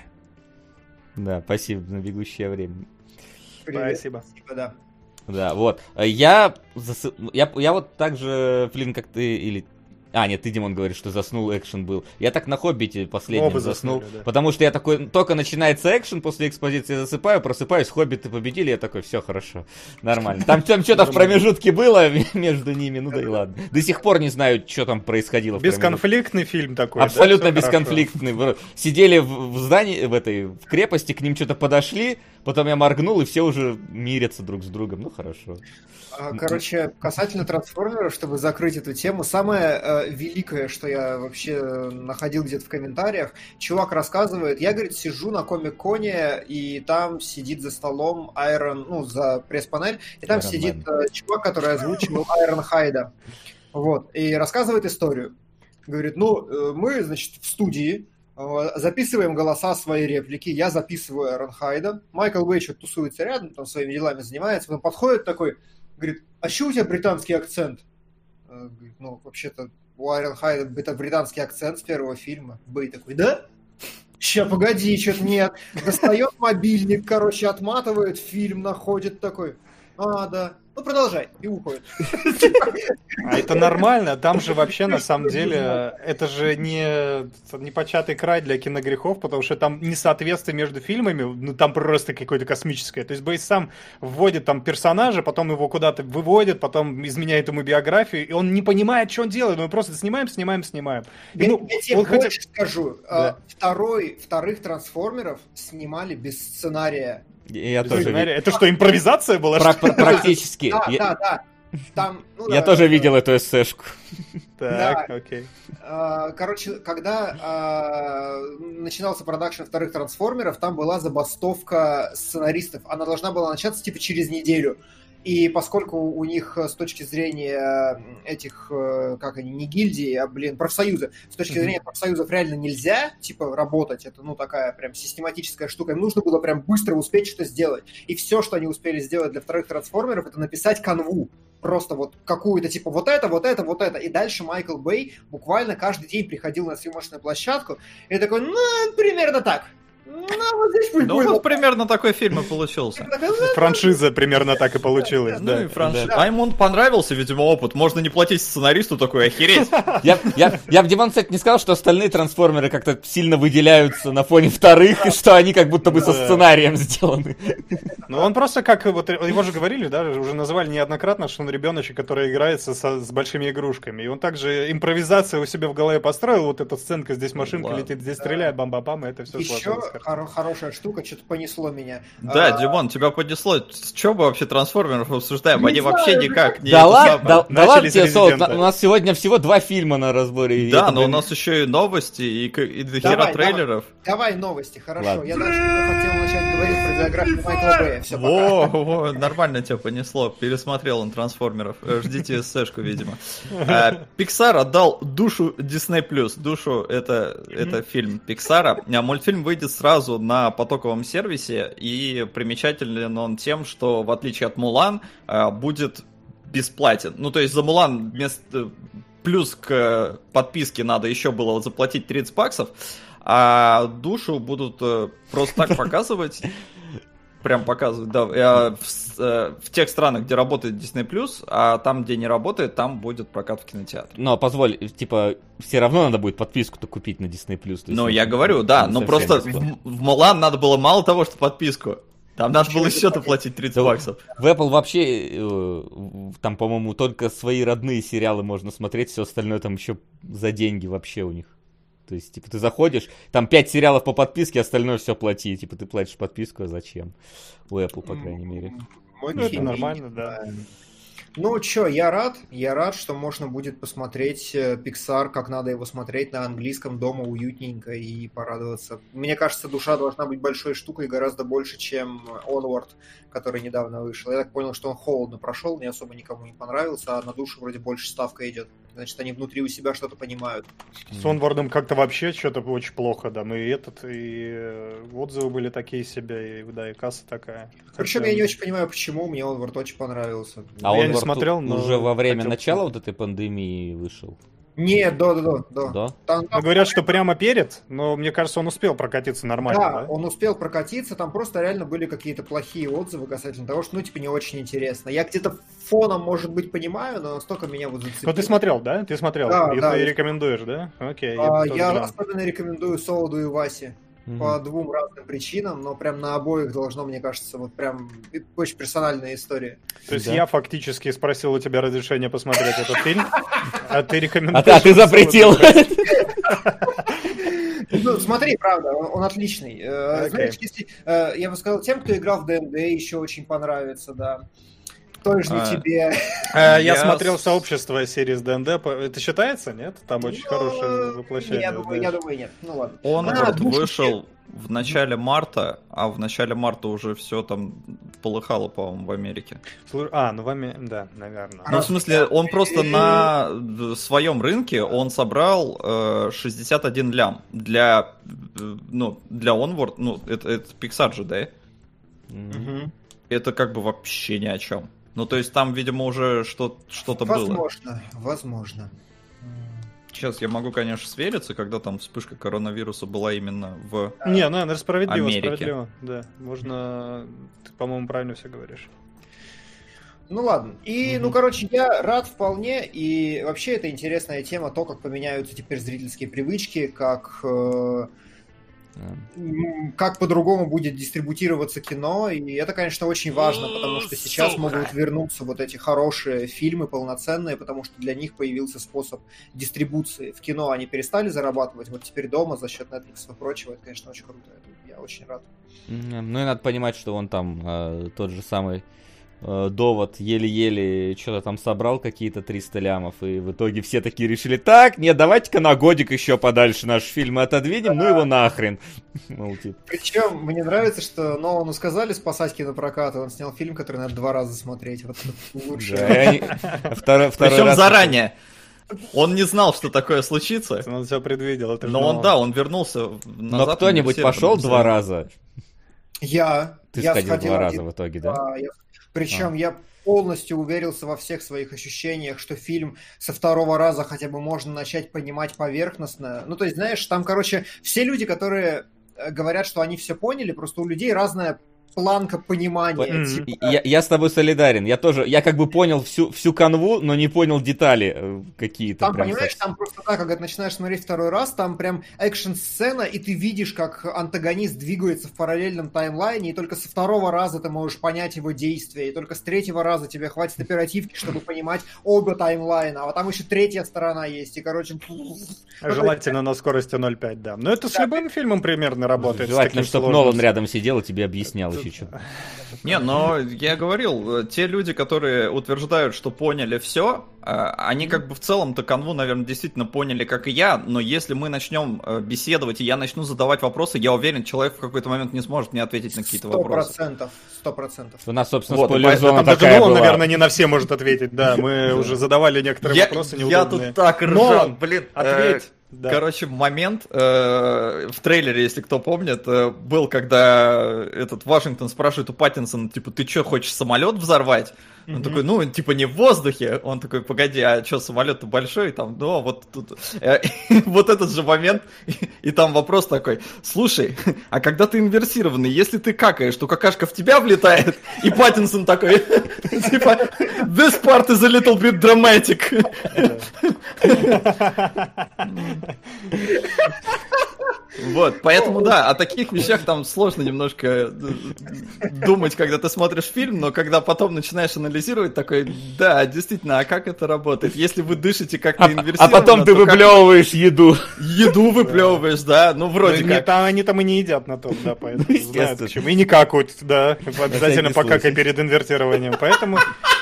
[SPEAKER 1] Да, спасибо, на бегущее время.
[SPEAKER 4] Спасибо.
[SPEAKER 2] Да.
[SPEAKER 1] Да, вот. Я вот так же, Флин, как ты, или... нет, ты, Димон, говоришь, что заснул, экшен был. Я так на «Хоббите» последнем заснул, да. Потому что я такой, только начинается экшен, после экспозиции я засыпаю, просыпаюсь, «Хоббиты» победили, я такой, все хорошо, нормально. Там что-то в промежутке было между ними, ну да и ладно. До сих пор не знаю, что там происходило.
[SPEAKER 4] Бесконфликтный фильм такой.
[SPEAKER 1] Абсолютно бесконфликтный. Сидели в здании, в крепости, к ним что-то подошли, потом я моргнул, и все уже мирятся друг с другом, ну хорошо.
[SPEAKER 2] Короче, касательно трансформеров, чтобы закрыть эту тему, самое великое, что я вообще находил где-то в комментариях, чувак рассказывает, я, говорит, сижу на комик-коне, и там сидит за столом Айрон, за пресс-панель, и там сидит чувак, который озвучивал Айрон Хайда. Вот, и рассказывает историю. Говорит, мы, значит, в студии записываем голоса, свои реплики, я записываю Айронхайда, Майкл Бэй что-то тусуется рядом, там своими делами занимается, потом подходит такой, говорит, а что у тебя британский акцент? Говорит, вообще-то у Айронхайда британский акцент с первого фильма. Бэй такой, да? Ща, погоди, что-то нет. Достает мобильник, отматывает, фильм находит такой. Да. Продолжай. И уходит.
[SPEAKER 4] А это нормально, там же вообще на самом деле это же не початый край для киногрехов, потому что там несоответствие между фильмами, там просто какое-то космическое. То есть Бэй сам вводит там персонажа, потом его куда-то выводит, потом изменяет ему биографию, и он не понимает, что он делает, мы просто снимаем.
[SPEAKER 2] Я тебе больше скажу. Да. Вторых трансформеров снимали без сценария.
[SPEAKER 1] Я тоже
[SPEAKER 4] это что, импровизация была?
[SPEAKER 1] Практически.
[SPEAKER 2] Да. Там,
[SPEAKER 1] я тоже видел эту эссешку.
[SPEAKER 4] Так, окей.
[SPEAKER 2] Когда начинался продакшн вторых трансформеров, там была забастовка сценаристов. Она должна была начаться через неделю. И поскольку у них с точки зрения этих, не гильдии, профсоюза, с точки зрения профсоюзов реально нельзя, работать, это, такая прям систематическая штука, им нужно было прям быстро успеть что-то сделать. И все, что они успели сделать для вторых трансформеров, это написать канву. Просто какую-то, вот это. И дальше Майкл Бэй буквально каждый день приходил на съемочную площадку и такой, примерно так. Здесь
[SPEAKER 3] вот примерно такой фильм и получился.
[SPEAKER 4] Франшиза примерно так и получилась, да.
[SPEAKER 3] И франшиза. А ему понравился, видимо, опыт. Можно не платить сценаристу, такой, охереть.
[SPEAKER 1] Я в Димон, кстати, не сказал, что остальные трансформеры как-то сильно выделяются на фоне вторых, и что они как будто бы со сценарием сделаны.
[SPEAKER 4] Он просто его же говорили, да, уже называли неоднократно, что он ребеночек, который играется с большими игрушками. И он также импровизация у себя в голове построил, вот эта сценка, здесь машинка летит, здесь стреляет, бам-бам-бам, и это все сложилось.
[SPEAKER 2] Хорошая штука, что-то понесло меня.
[SPEAKER 3] Да, Димон, тебя понесло. Чего мы вообще трансформеров обсуждаем? Они вообще никак не...
[SPEAKER 1] Да ладно тебе, у нас сегодня всего 2 фильма на разборе.
[SPEAKER 3] Да, но у нас еще и новости, и дохера трейлеров.
[SPEAKER 2] Давай новости, хорошо. Я дальше хотел начать говорить про биографию Майкла Бэя. Все, пока.
[SPEAKER 3] Нормально тебя понесло. Пересмотрел он трансформеров. Ждите эссешку, видимо. Pixar отдал душу Disney+. Душу — это фильм Pixar. Мультфильм выйдет сразу на потоковом сервисе, и примечателен он тем, что в отличие от Мулан будет бесплатен. То есть за Мулан плюс к подписке надо еще было заплатить $30, а душу будут просто так показывать. Прям показывают, да. В тех странах, где работает Disney+, а там, где не работает, там будет прокат в кинотеатре.
[SPEAKER 1] Но позволь, все равно надо будет подписку-то купить на Disney+.
[SPEAKER 3] Я говору, да, но просто в Мулан надо было мало того, что подписку. Там надо было еще-то платить $30.
[SPEAKER 1] В Apple вообще, там, по-моему, только свои родные сериалы можно смотреть, все остальное там еще за деньги вообще у них. То есть, ты заходишь, там 5 сериалов по подписке, остальное все плати. Ты платишь подписку, а зачем? У Apple, по крайней мере.
[SPEAKER 4] Это нормально, да.
[SPEAKER 2] Я рад, что можно будет посмотреть Pixar, как надо его смотреть на английском дома уютненько и порадоваться. Мне кажется, душа должна быть большой штукой, гораздо больше, чем Onward, который недавно вышел. Я так понял, что он холодно прошел, мне особо никому не понравился, а на душу вроде больше ставка идет. Значит, они внутри у себя что-то понимают.
[SPEAKER 4] С Onward'ом как-то вообще что-то очень плохо, да. И отзывы были такие себе, и касса такая.
[SPEAKER 2] Причем я не очень понимаю, почему. Мне Onward очень понравился.
[SPEAKER 1] А я не смотрел, но уже во время начала вот этой пандемии вышел.
[SPEAKER 2] Нет, да.
[SPEAKER 4] Говорят, что прямо перед, но мне кажется, он успел прокатиться нормально.
[SPEAKER 2] Да, он успел прокатиться, там просто реально были какие-то плохие отзывы касательно того, что, не очень интересно. Я где-то фоном, может быть, понимаю, но настолько меня зацепило.
[SPEAKER 4] Но ты смотрел, да? Ты смотрел,
[SPEAKER 2] да,
[SPEAKER 4] и
[SPEAKER 2] да,
[SPEAKER 4] ты рекомендуешь, да? Окей.
[SPEAKER 2] Я особенно рекомендую Солоду и Васе. По 2 разным причинам, но прям на обоих должно, мне кажется, прям очень персональная история.
[SPEAKER 4] То есть я фактически спросил у тебя разрешение посмотреть этот фильм, а ты рекомендуешь...
[SPEAKER 1] А ты запретил.
[SPEAKER 2] Смотри, правда, он отличный. Знаешь, я бы сказал, тем, кто играл в ДНД, еще очень понравится, да. Кто же не тебе?
[SPEAKER 4] Я смотрел «Сообщество» серии с ДНД. Это считается, нет? Там очень хорошее воплощение.
[SPEAKER 2] Я думаю, нет. Ну ладно.
[SPEAKER 3] Onward вышел в начале марта, а в начале марта уже все там полыхало, по-моему, в Америке.
[SPEAKER 4] Ну в Америке, да, наверное.
[SPEAKER 3] Ну, в смысле, он просто на своем рынке, он собрал 61 лям. Для Onward, ну, это Pixar же, да? Это как бы вообще ни о чем. Ну, то есть там, видимо, уже что-то было.
[SPEAKER 2] Возможно.
[SPEAKER 3] Сейчас я могу, конечно, свериться, когда там вспышка коронавируса была именно в
[SPEAKER 4] наверное, справедливо,
[SPEAKER 3] Америке.
[SPEAKER 4] Да, можно... Ты, по-моему, правильно все говоришь.
[SPEAKER 2] Ну ладно. И, короче, я рад вполне. И вообще это интересная тема, то, как поменяются теперь зрительские привычки, как по-другому будет дистрибутироваться кино, и это, конечно, очень важно, потому что сейчас могут вернуться вот эти хорошие фильмы, полноценные, потому что для них появился способ дистрибуции. В кино они перестали зарабатывать, вот теперь дома за счет Netflix и прочего, это, конечно, очень круто, я очень рад.
[SPEAKER 1] Ну и надо понимать, что он там тот же самый Довод еле-еле что-то там собрал, какие-то 300 лямов, и в итоге все такие решили: так, нет, давайте-ка на годик еще подальше наши фильмы отодвинем, ну его нахрен.
[SPEAKER 2] Причем мне нравится, что Нолану сказали спасать кинопрокат, и он снял фильм, который надо 2 раза смотреть. Вот лучше.
[SPEAKER 3] Причем заранее. Он не знал, что такое случится.
[SPEAKER 4] Он все предвидел.
[SPEAKER 3] Но он вернулся назад.
[SPEAKER 1] Но кто-нибудь пошел 2 раза? Ты сходил 2 раза в итоге, да?
[SPEAKER 2] Причем я полностью уверился во всех своих ощущениях, что фильм со 2-го раза хотя бы можно начать понимать поверхностно. Ну, то есть, знаешь, там, короче, все люди, которые говорят, что они все поняли, просто у людей разная планка понимания.
[SPEAKER 1] Я с тобой солидарен. Я как бы понял всю канву, но не понял детали какие-то.
[SPEAKER 2] Там, понимаешь, там просто так, когда ты начинаешь смотреть 2-й раз, там прям экшн-сцена, и ты видишь, как антагонист двигается в параллельном таймлайне, и только со 2-го раза ты можешь понять его действия, и только с 3-го раза тебе хватит оперативки, чтобы понимать оба таймлайна, а там еще 3-я сторона есть, и, короче...
[SPEAKER 4] Желательно на скорости 0.5, да. Но это с любым фильмом примерно работает.
[SPEAKER 1] Желательно, чтобы Нолан рядом сидел и тебе объяснял.
[SPEAKER 3] Не, но я говорил, те люди, которые утверждают, что поняли все, они как бы в целом-то канву, наверное, действительно поняли, как и я, но если мы начнем беседовать, и я начну задавать вопросы, я уверен, человек в какой-то момент не сможет мне ответить на какие-то вопросы.
[SPEAKER 2] 100%.
[SPEAKER 1] У нас, собственно,
[SPEAKER 3] вот,
[SPEAKER 1] спойлер-зона такая
[SPEAKER 4] даже Нолан,
[SPEAKER 1] была.
[SPEAKER 4] наверное, не на все может ответить, да, мы уже задавали некоторые вопросы неудобные.
[SPEAKER 3] Я тут так ржал, блин.
[SPEAKER 4] Ответь. Да.
[SPEAKER 3] Короче, момент в трейлере, если кто помнит, был, когда этот Вашингтон спрашивает у Паттинсона, типа, ты что, хочешь самолет взорвать? Он такой, ну, типа, не в воздухе. Он такой, погоди, а что, самолет-то большой? Там, ну, вот тут... Вот этот же момент, и там вопрос такой: слушай, а когда ты инверсированный, если ты какаешь, то какашка в тебя влетает? И Паттинсон такой, типа, this part is a little bit dramatic. Вот, поэтому да, о таких вещах там сложно немножко думать, когда ты смотришь фильм, но когда потом начинаешь анализировать, такой, да, действительно, а как это работает? Если вы дышите как-то инверсированно...
[SPEAKER 1] А потом ты выплевываешь еду.
[SPEAKER 3] Еду выплевываешь, да, ну вроде как.
[SPEAKER 4] Они там и не едят на том, да, поэтому знают почему. И не какают, да, обязательно покакай перед инвертированием, поэтому...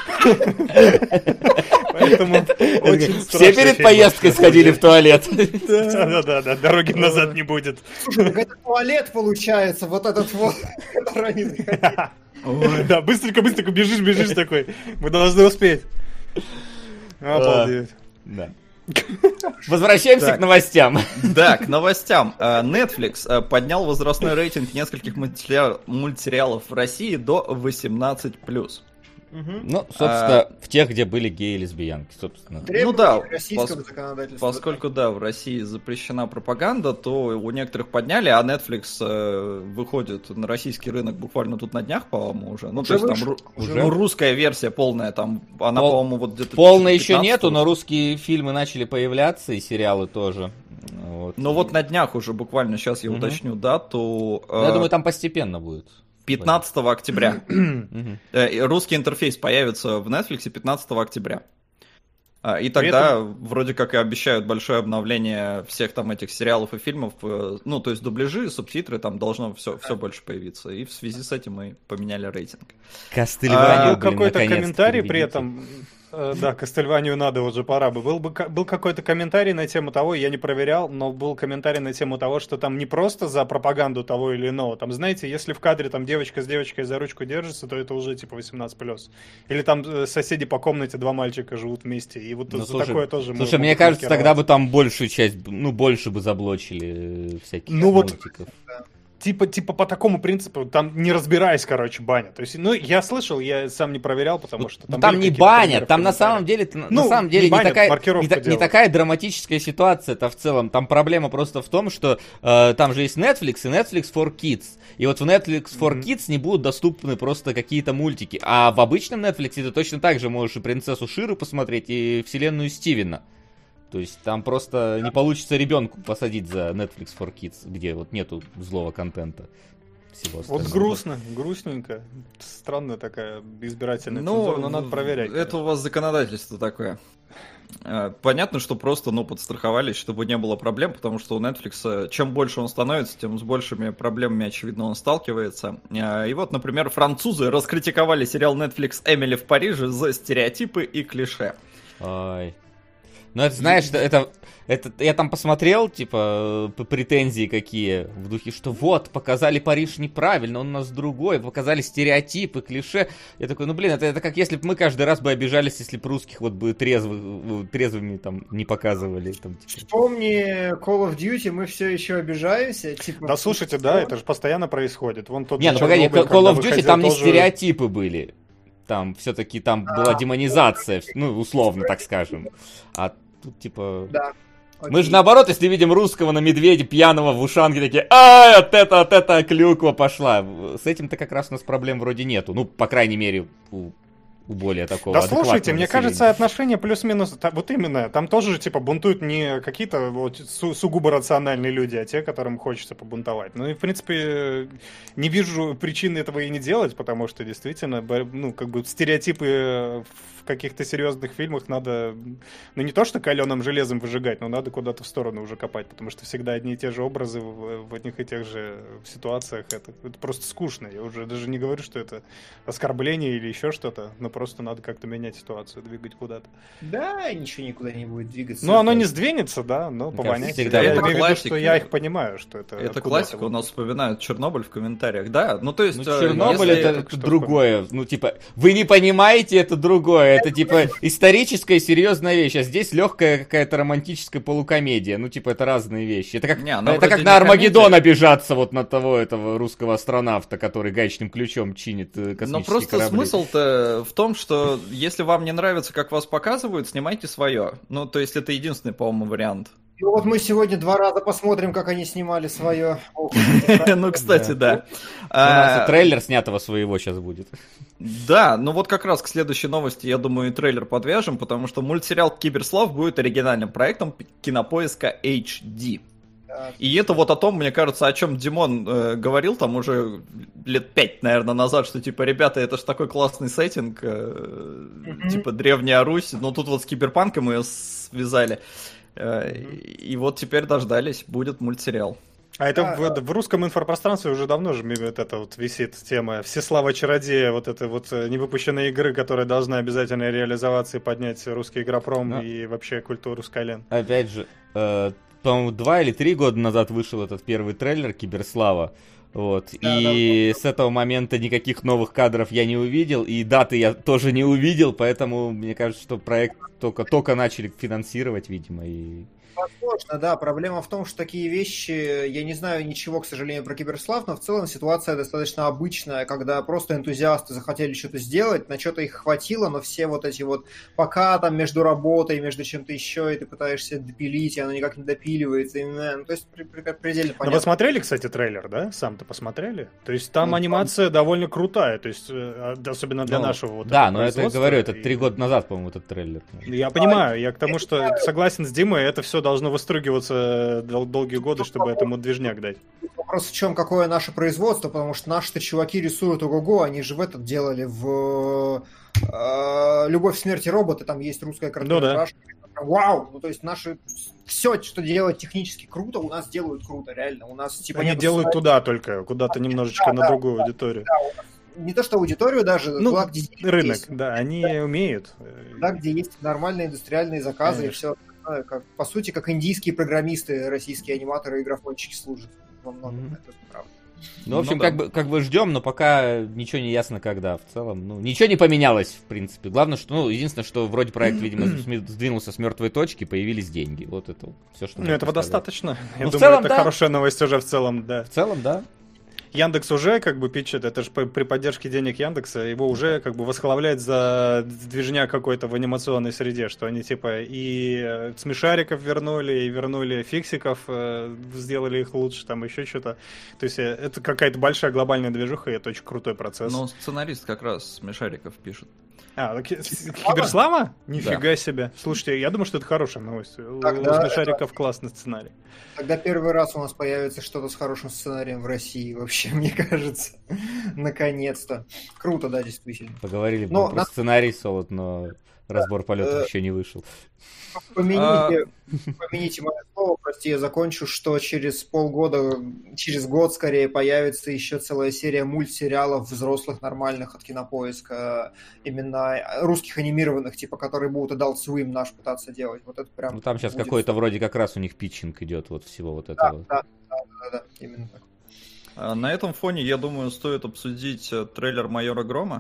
[SPEAKER 1] Все перед поездкой сходили в туалет.
[SPEAKER 4] Да, дороги назад не будет.
[SPEAKER 2] Слушай, это туалет получается, вот этот вот, который они заходили.
[SPEAKER 4] Да, быстренько бежишь такой. Мы должны успеть. Обалдеть.
[SPEAKER 1] Да. Возвращаемся к новостям.
[SPEAKER 3] Да, к новостям. Netflix поднял возрастной рейтинг нескольких мультсериалов в России до 18+.
[SPEAKER 1] Ну, собственно, в тех, где были геи и лесбиянки, собственно.
[SPEAKER 3] Ну да,
[SPEAKER 2] поскольку
[SPEAKER 3] да, в России запрещена пропаганда, то у некоторых подняли, а Netflix выходит на российский рынок буквально тут на днях, по-моему, уже. Ну, то есть там русская версия полная, там, она, по-моему, вот где-то...
[SPEAKER 1] Полной еще нету, но русские фильмы начали появляться, и сериалы тоже. Вот.
[SPEAKER 3] Ну вот на днях уже, буквально, сейчас я уточню дату.
[SPEAKER 1] Я думаю, там постепенно будет.
[SPEAKER 3] 15 октября. Русский интерфейс появится в Netflix 15 октября. И тогда вроде как и обещают большое обновление всех там этих сериалов и фильмов. Ну, то есть дубляжи, субтитры, там должно все больше появиться. И в связи с этим мы поменяли рейтинг.
[SPEAKER 1] Кастельванию,
[SPEAKER 4] был какой-то комментарий при этом. Да, Кастельванию надо, уже пора бы. Был какой-то комментарий на тему того, я не проверял, но был комментарий на тему того, что там не просто за пропаганду того или иного. Там, знаете, если в кадре там девочка с девочкой за ручку держится, то это уже типа 18+. Или там соседи по комнате, 2 мальчика живут вместе. И вот за такое тоже...
[SPEAKER 1] Слушай, мне кажется, тогда бы там большую часть, больше бы заблочили всяких мультиков.
[SPEAKER 4] Типа по такому принципу, там не разбираясь, короче, баня. То есть, я слышал, я сам не проверял, потому что...
[SPEAKER 1] Там не баня, там на самом деле не такая драматическая ситуация-то в целом. Там проблема просто в том, что там же есть Netflix и Netflix for Kids. И вот в Netflix for Kids не будут доступны просто какие-то мультики. А в обычном Netflix ты точно так же можешь и принцессу Ширу посмотреть, и вселенную Стивена. То есть там просто не получится ребенку посадить за Netflix for Kids, где вот нету злого контента. Всего остального.
[SPEAKER 4] Вот грустненько. Странная такая избирательная цензура, но надо проверять.
[SPEAKER 3] Это у вас законодательство такое. Понятно, что просто подстраховались, чтобы не было проблем, потому что у Netflix, чем больше он становится, тем с большими проблемами, очевидно, он сталкивается. И вот, например, французы раскритиковали сериал Netflix «Эмили в Париже» за стереотипы и клише.
[SPEAKER 1] Ой. Ну, это, знаешь, это я там посмотрел, типа, претензии какие, в духе, что вот, показали Париж неправильно, он у нас другой, показали стереотипы, клише. Я такой, это как если бы мы каждый раз бы обижались, если бы русских вот бы трезвыми там не показывали. Там, типа.
[SPEAKER 2] Вспомни Call of Duty, мы все еще обижаемся. Типа,
[SPEAKER 4] да, слушайте, да, это же постоянно происходит. Вон тот
[SPEAKER 1] погоди, Call of Duty там не стереотипы были. Там все-таки была демонизация, условно, так скажем. А тут типа...
[SPEAKER 2] Да.
[SPEAKER 1] Мы же наоборот, если видим русского на медведе пьяного в ушанке, такие, от это клюква пошла. С этим-то как раз у нас проблем вроде нету. По крайней мере, у более такого адекватного
[SPEAKER 4] слушайте, мне
[SPEAKER 1] населения.
[SPEAKER 4] кажется, отношения плюс-минус, вот именно, там тоже типа бунтуют не какие-то сугубо рациональные люди, а те, которым хочется побунтовать. И в принципе не вижу причины этого и не делать, потому что действительно, стереотипы в каких-то серьезных фильмах надо, не то что каленым железом выжигать, но надо куда-то в сторону уже копать, потому что всегда одни и те же образы в одних и тех же ситуациях, это просто скучно. Я уже даже не говорю, что это оскорбление или еще что-то, но просто надо как-то менять ситуацию, двигать куда-то.
[SPEAKER 2] Да, ничего никуда не будет двигаться.
[SPEAKER 4] Оно не сдвинется, да, но по понятию.
[SPEAKER 1] Я
[SPEAKER 4] имею в виду, что я их понимаю, что это...
[SPEAKER 3] Это классика, у нас вспоминают Чернобыль в комментариях, да? То есть...
[SPEAKER 1] Чернобыль это другое, вы не понимаете, это другое, это историческая серьезная вещь, а здесь легкая какая-то романтическая полукомедия, это разные вещи. Это как на Армагеддон обижаться на того этого русского астронавта, который гаечным ключом чинит космические
[SPEAKER 3] корабли. Но просто смысл-то в том, что если вам не нравится, как вас показывают, снимайте свое. То есть это единственный, по-моему, вариант.
[SPEAKER 2] И вот мы сегодня 2 раза посмотрим, как они снимали свое.
[SPEAKER 3] Кстати, да.
[SPEAKER 1] У нас трейлер снятого своего сейчас будет.
[SPEAKER 3] Да, как раз к следующей новости, я думаю, и трейлер подвяжем, потому что мультсериал «Киберслав» будет оригинальным проектом Кинопоиска HD. И это о том, мне кажется, о чем Димон говорил там уже лет 5, наверное, назад, что ребята, это ж такой классный сеттинг, типа Древняя Русь, но тут с киберпанком ее связали. И вот теперь дождались, будет мультсериал.
[SPEAKER 4] А это в русском инфопространстве уже давно же висит тема Всеслава Чародея, невыпущенной игры, которая должна обязательно реализоваться и поднять русский игропром и вообще культуру Skyline.
[SPEAKER 1] Опять же, по-моему, 2 или 3 года назад вышел этот первый трейлер Киберслава. С этого момента никаких новых кадров я не увидел, и даты я тоже не увидел, поэтому мне кажется, что проект только начали финансировать, видимо, и...
[SPEAKER 2] Возможно, да. Проблема в том, что такие вещи, я не знаю ничего, к сожалению, про Киберслав, но в целом ситуация достаточно обычная, когда просто энтузиасты захотели что-то сделать, на что-то их хватило, но все пока там между работой, между чем-то еще, и ты пытаешься допилить, и оно никак не допиливается. То есть предельно понятно.
[SPEAKER 4] Но вы смотрели, кстати, трейлер, да? Сам-то посмотрели? То есть там анимация довольно крутая, то есть особенно для нашего
[SPEAKER 1] Да, но это, говорю, это 3 года назад, по-моему, этот трейлер.
[SPEAKER 4] Я понимаю, я к тому, что согласен с Димой, это все должно выстругиваться долгие годы, чтобы этому движняк дать.
[SPEAKER 2] Вопрос в чем, какое наше производство, потому что наши-то чуваки рисуют ого-го, они же делали в «Любовь, смерть и роботы», там есть русская короткометражка. Вау! Ну, то есть наши... Все, что делать технически круто, у нас делают круто, реально. У нас типа
[SPEAKER 4] они делают туда только, куда-то немножечко на другую аудиторию.
[SPEAKER 2] Не то, что аудиторию даже,
[SPEAKER 4] туда,
[SPEAKER 2] где
[SPEAKER 4] рынок,
[SPEAKER 2] есть.
[SPEAKER 4] да, они умеют.
[SPEAKER 2] Да, где есть нормальные индустриальные заказы. Конечно. И все. Как, по сути, как индийские программисты, российские аниматоры и графончики служат во многом. Это правда.
[SPEAKER 1] Ну, в общем, как бы ждем, но пока ничего не ясно, когда. В целом, ну, ничего не поменялось, в принципе. Главное, что, ну, единственное, что вроде проект, видимо, сдвинулся с мертвой точки, появились деньги. Вот это все, что...
[SPEAKER 4] Ну, этого достаточно. Я думаю,
[SPEAKER 1] целом,
[SPEAKER 4] это хорошая новость уже в целом, да.
[SPEAKER 1] В целом, да.
[SPEAKER 4] Яндекс уже как бы питчит, это же при поддержке денег Яндекса, его уже как бы восхваляет за движняк какой-то в анимационной среде, что они типа и смешариков вернули, и вернули фиксиков, сделали их лучше, там еще что-то. То есть это какая-то большая глобальная движуха, и это очень крутой процесс.
[SPEAKER 3] Ну, сценарист как раз смешариков пишет.
[SPEAKER 4] Киберслава? Нифига себе. Слушайте, я думаю, что это хорошая новость.
[SPEAKER 2] Тогда
[SPEAKER 4] у смешариков классный сценарий.
[SPEAKER 2] Тогда первый раз у нас появится что-то с хорошим сценарием в России, вообще, мне кажется. Наконец-то. Круто, да, действительно.
[SPEAKER 1] Поговорили про сценарий, Солод, но разбор полетов еще не вышел.
[SPEAKER 2] Помяните мое слово, прости, я закончу, что через полгода, через год скорее появится еще целая серия мультсериалов взрослых, нормальных от Кинопоиска, именно русских анимированных, типа, которые будут Adult Swim наш пытаться делать. Вот это прям.
[SPEAKER 1] Ну там сейчас какой-то вроде как раз у них питчинг идет вот всего вот этого.
[SPEAKER 2] Да, именно так.
[SPEAKER 3] На этом фоне, я думаю, стоит обсудить трейлер «Майора Грома».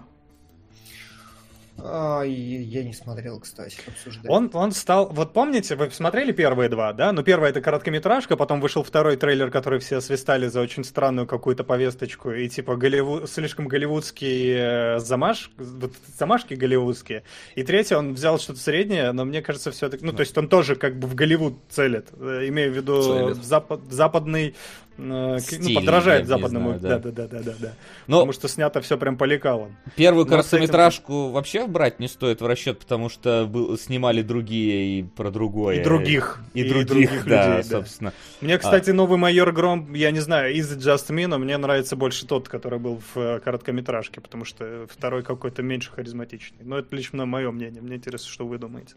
[SPEAKER 2] Я не смотрел, кстати, обсуждать.
[SPEAKER 4] Он стал... Вот помните, вы смотрели первые два, да? Ну, первая — это короткометражка, потом вышел второй трейлер, который все свистали за очень странную какую-то повесточку, и типа слишком голливудский замашки голливудские. И третий, он взял что-то среднее, но мне кажется, все-таки... Ну, то есть он тоже как бы в Голливуд целит, имею в виду западный...
[SPEAKER 1] Стиль,
[SPEAKER 4] подражает западному.
[SPEAKER 1] Знаю,
[SPEAKER 4] да. Потому что снято все прям по лекалам.
[SPEAKER 1] Первую короткометражку вообще брать не стоит в расчет, потому что снимали другие и про другое.
[SPEAKER 4] И других
[SPEAKER 1] людей, да,
[SPEAKER 4] да.
[SPEAKER 1] собственно.
[SPEAKER 4] Мне, кстати, новый «Майор Гром», я не знаю, Is It Just Me, но мне нравится больше тот, который был в короткометражке, потому что второй какой-то меньше харизматичный. Но это лично мое мнение. Мне интересно, что вы думаете.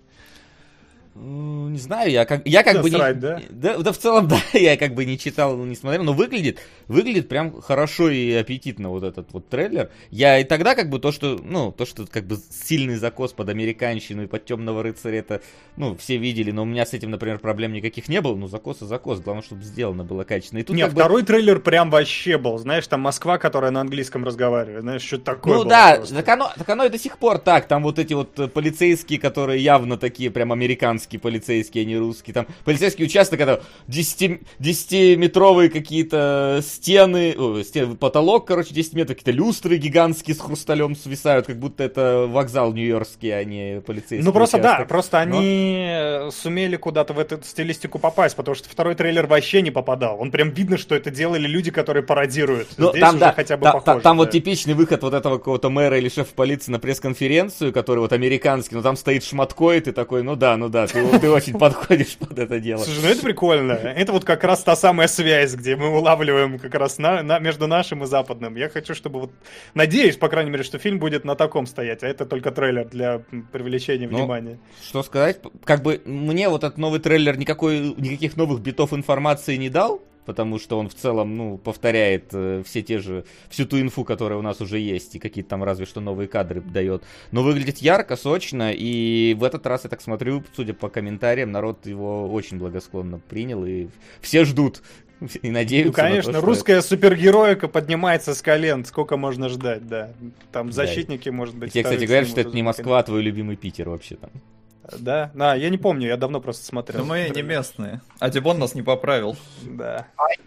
[SPEAKER 1] Не знаю, я как бы
[SPEAKER 4] срать,
[SPEAKER 1] не... Да, в целом, да, я как бы не читал, не смотрел, но выглядит прям хорошо и аппетитно вот этот вот трейлер. Я и тогда как бы то, что как бы сильный закос под американщину и под Темного рыцаря, это, все видели, но у меня с этим, например, проблем никаких не было, закос и закос, главное, чтобы сделано было качественно. И тут
[SPEAKER 4] второй трейлер прям вообще был, знаешь, там Москва, которая на английском разговаривает, знаешь, что-то такое было.
[SPEAKER 1] Ну да, так оно и до сих пор так, там вот эти вот полицейские, которые явно такие прям американские, полицейские, а не русские. Там полицейский участок, это 10-метровые какие-то стены, потолок, 10 метров, какие-то люстры гигантские с хрусталем свисают, как будто это вокзал нью-йоркский, а не полицейский участок.
[SPEAKER 4] Просто они сумели куда-то в эту стилистику попасть, потому что второй трейлер вообще не попадал. Он прям видно, что это делали люди, которые пародируют. Здесь
[SPEAKER 1] там,
[SPEAKER 4] уже хотя бы похоже.
[SPEAKER 1] Там вот типичный выход вот этого какого-то мэра или шефа полиции на пресс-конференцию, который вот американский, но там стоит шматко, и ты такой, ну да, ты очень подходишь под это дело.
[SPEAKER 4] Слушай, это прикольно. Это вот как раз та самая связь, где мы улавливаем как раз между нашим и западным. Я хочу, чтобы надеюсь, по крайней мере, что фильм будет на таком стоять, а это только трейлер для привлечения внимания.
[SPEAKER 1] Что сказать? Как бы мне вот этот новый трейлер никаких новых битов информации не дал, потому что он в целом, повторяет всю ту инфу, которая у нас уже есть, и какие-то там разве что новые кадры дает. Но выглядит ярко, сочно, и в этот раз, я так смотрю, судя по комментариям, народ его очень благосклонно принял, и все ждут. И надеются.
[SPEAKER 4] Конечно,
[SPEAKER 1] на то,
[SPEAKER 4] русская супергероика поднимается с колен. Сколько можно ждать, да. Там защитники, может быть.
[SPEAKER 1] Тебе, кстати, говорят, что это не Москва, а твой любимый Питер вообще там.
[SPEAKER 4] Да, я не помню, я давно просто смотрел.
[SPEAKER 3] Но мы не местные. А Димон нас не поправил.
[SPEAKER 4] Да.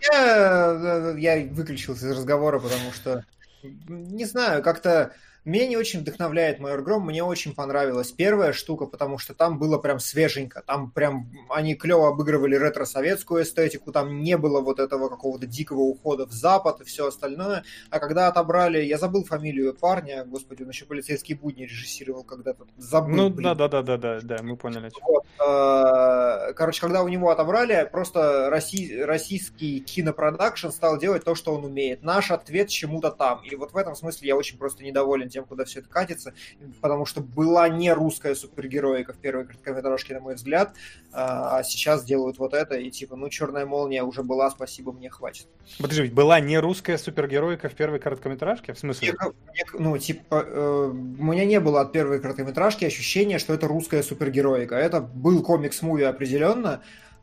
[SPEAKER 2] Я выключился из разговора, потому что, не знаю, как-то меня не очень вдохновляет «Майор Гром», мне очень понравилась первая штука, потому что там было прям свеженько, там прям они клево обыгрывали ретро-советскую эстетику, там не было вот этого какого-то дикого ухода в Запад и все остальное, а когда отобрали, я забыл фамилию парня, господи, он еще «Полицейские будни» режиссировал когда-то, забыл.
[SPEAKER 4] Да, мы поняли.
[SPEAKER 2] Вот. Короче, когда у него отобрали, просто российский кинопродакшн стал делать то, что он умеет. Наш ответ чему-то там, и вот в этом смысле я очень просто недоволен тем, куда все это катится, потому что была не русская супергероика в первой короткометражке, на мой взгляд, а сейчас делают вот это, и типа, ну, Черная молния уже была, спасибо, мне хватит.
[SPEAKER 4] Подожди, была не русская супергероика в первой короткометражке? В смысле?
[SPEAKER 2] Ну, типа, у меня не было от первой короткометражки ощущения, что это русская супергероика. Это был комикс-муви определенно.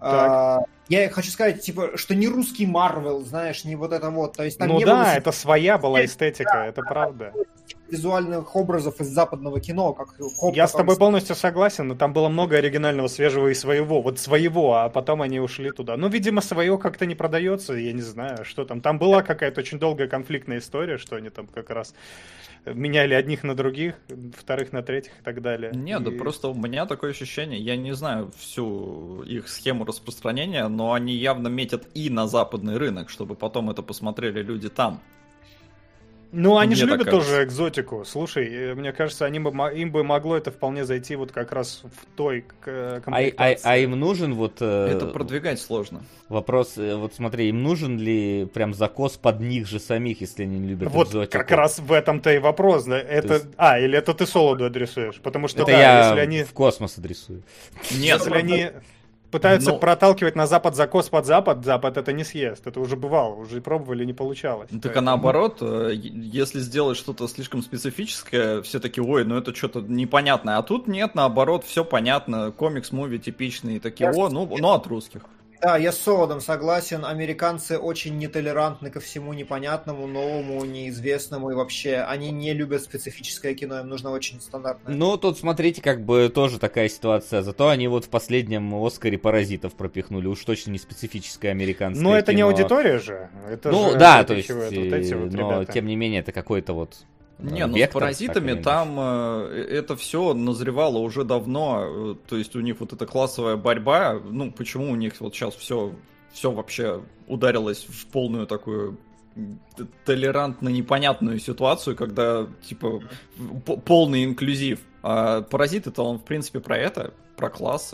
[SPEAKER 2] Я хочу сказать, типа, что не русский Марвел, знаешь, не вот это вот. То есть, там
[SPEAKER 4] ну
[SPEAKER 2] не
[SPEAKER 4] да,
[SPEAKER 2] было...
[SPEAKER 4] это своя была эстетика, да, это правда.
[SPEAKER 2] Визуальных образов из западного кино, как
[SPEAKER 4] я с тобой полностью согласен, но там было много оригинального, свежего и своего. Вот своего, а потом они ушли туда. Ну, видимо, свое как-то не продается, я не знаю, что там. Там была какая-то очень долгая конфликтная история, что они там как раз меняли одних на других, вторых на третьих и так далее.
[SPEAKER 3] Нет, да просто у меня такое ощущение, я не знаю всю их схему распространения, но они явно метят и на западный рынок, чтобы потом это посмотрели люди там.
[SPEAKER 4] Ну, они же любят тоже экзотику. Слушай, мне кажется, им бы могло это вполне зайти вот как раз в той комплектации.
[SPEAKER 1] А им нужен вот...
[SPEAKER 3] Это продвигать сложно.
[SPEAKER 1] Вопрос, вот смотри, им нужен ли прям закос под них же самих, если они не любят
[SPEAKER 4] вот
[SPEAKER 1] экзотику?
[SPEAKER 4] Вот как раз в этом-то и вопрос. Да? Это... Есть... или это ты Солоду адресуешь? Потому что,
[SPEAKER 1] это я если они... в космос адресую.
[SPEAKER 4] Нет, если они... пытаются проталкивать на Запад закос под Запад, Запад это не съест. Это уже бывало, уже пробовали, не получалось.
[SPEAKER 3] Так поэтому... а наоборот, если сделать что-то слишком специфическое, все таки ой, ну это что-то непонятное. А тут нет, наоборот, все понятно. Комикс-муви типичные, такие, ну от русских.
[SPEAKER 2] Да, я с Солодом согласен. Американцы очень нетолерантны ко всему непонятному, новому, неизвестному и вообще. Они не любят специфическое кино, им нужно очень стандартное.
[SPEAKER 1] Ну, тут, смотрите, как бы тоже такая ситуация. Зато они вот в последнем Оскаре «Паразитов» пропихнули. Уж точно не специфическое американское кино.
[SPEAKER 4] Ну, это не аудитория же. Это
[SPEAKER 1] ну,
[SPEAKER 4] же
[SPEAKER 1] да, то есть,
[SPEAKER 4] вот эти вот
[SPEAKER 1] но
[SPEAKER 4] ребята.
[SPEAKER 1] Тем не менее, это какой-то вот...
[SPEAKER 3] Не, ну с «Паразитами» там это все назревало уже давно, то есть у них вот эта классовая борьба, ну почему у них вот сейчас все вообще ударилось в полную такую толерантно непонятную ситуацию, когда типа полный инклюзив, а «Паразиты»-то он в принципе про это, про классы.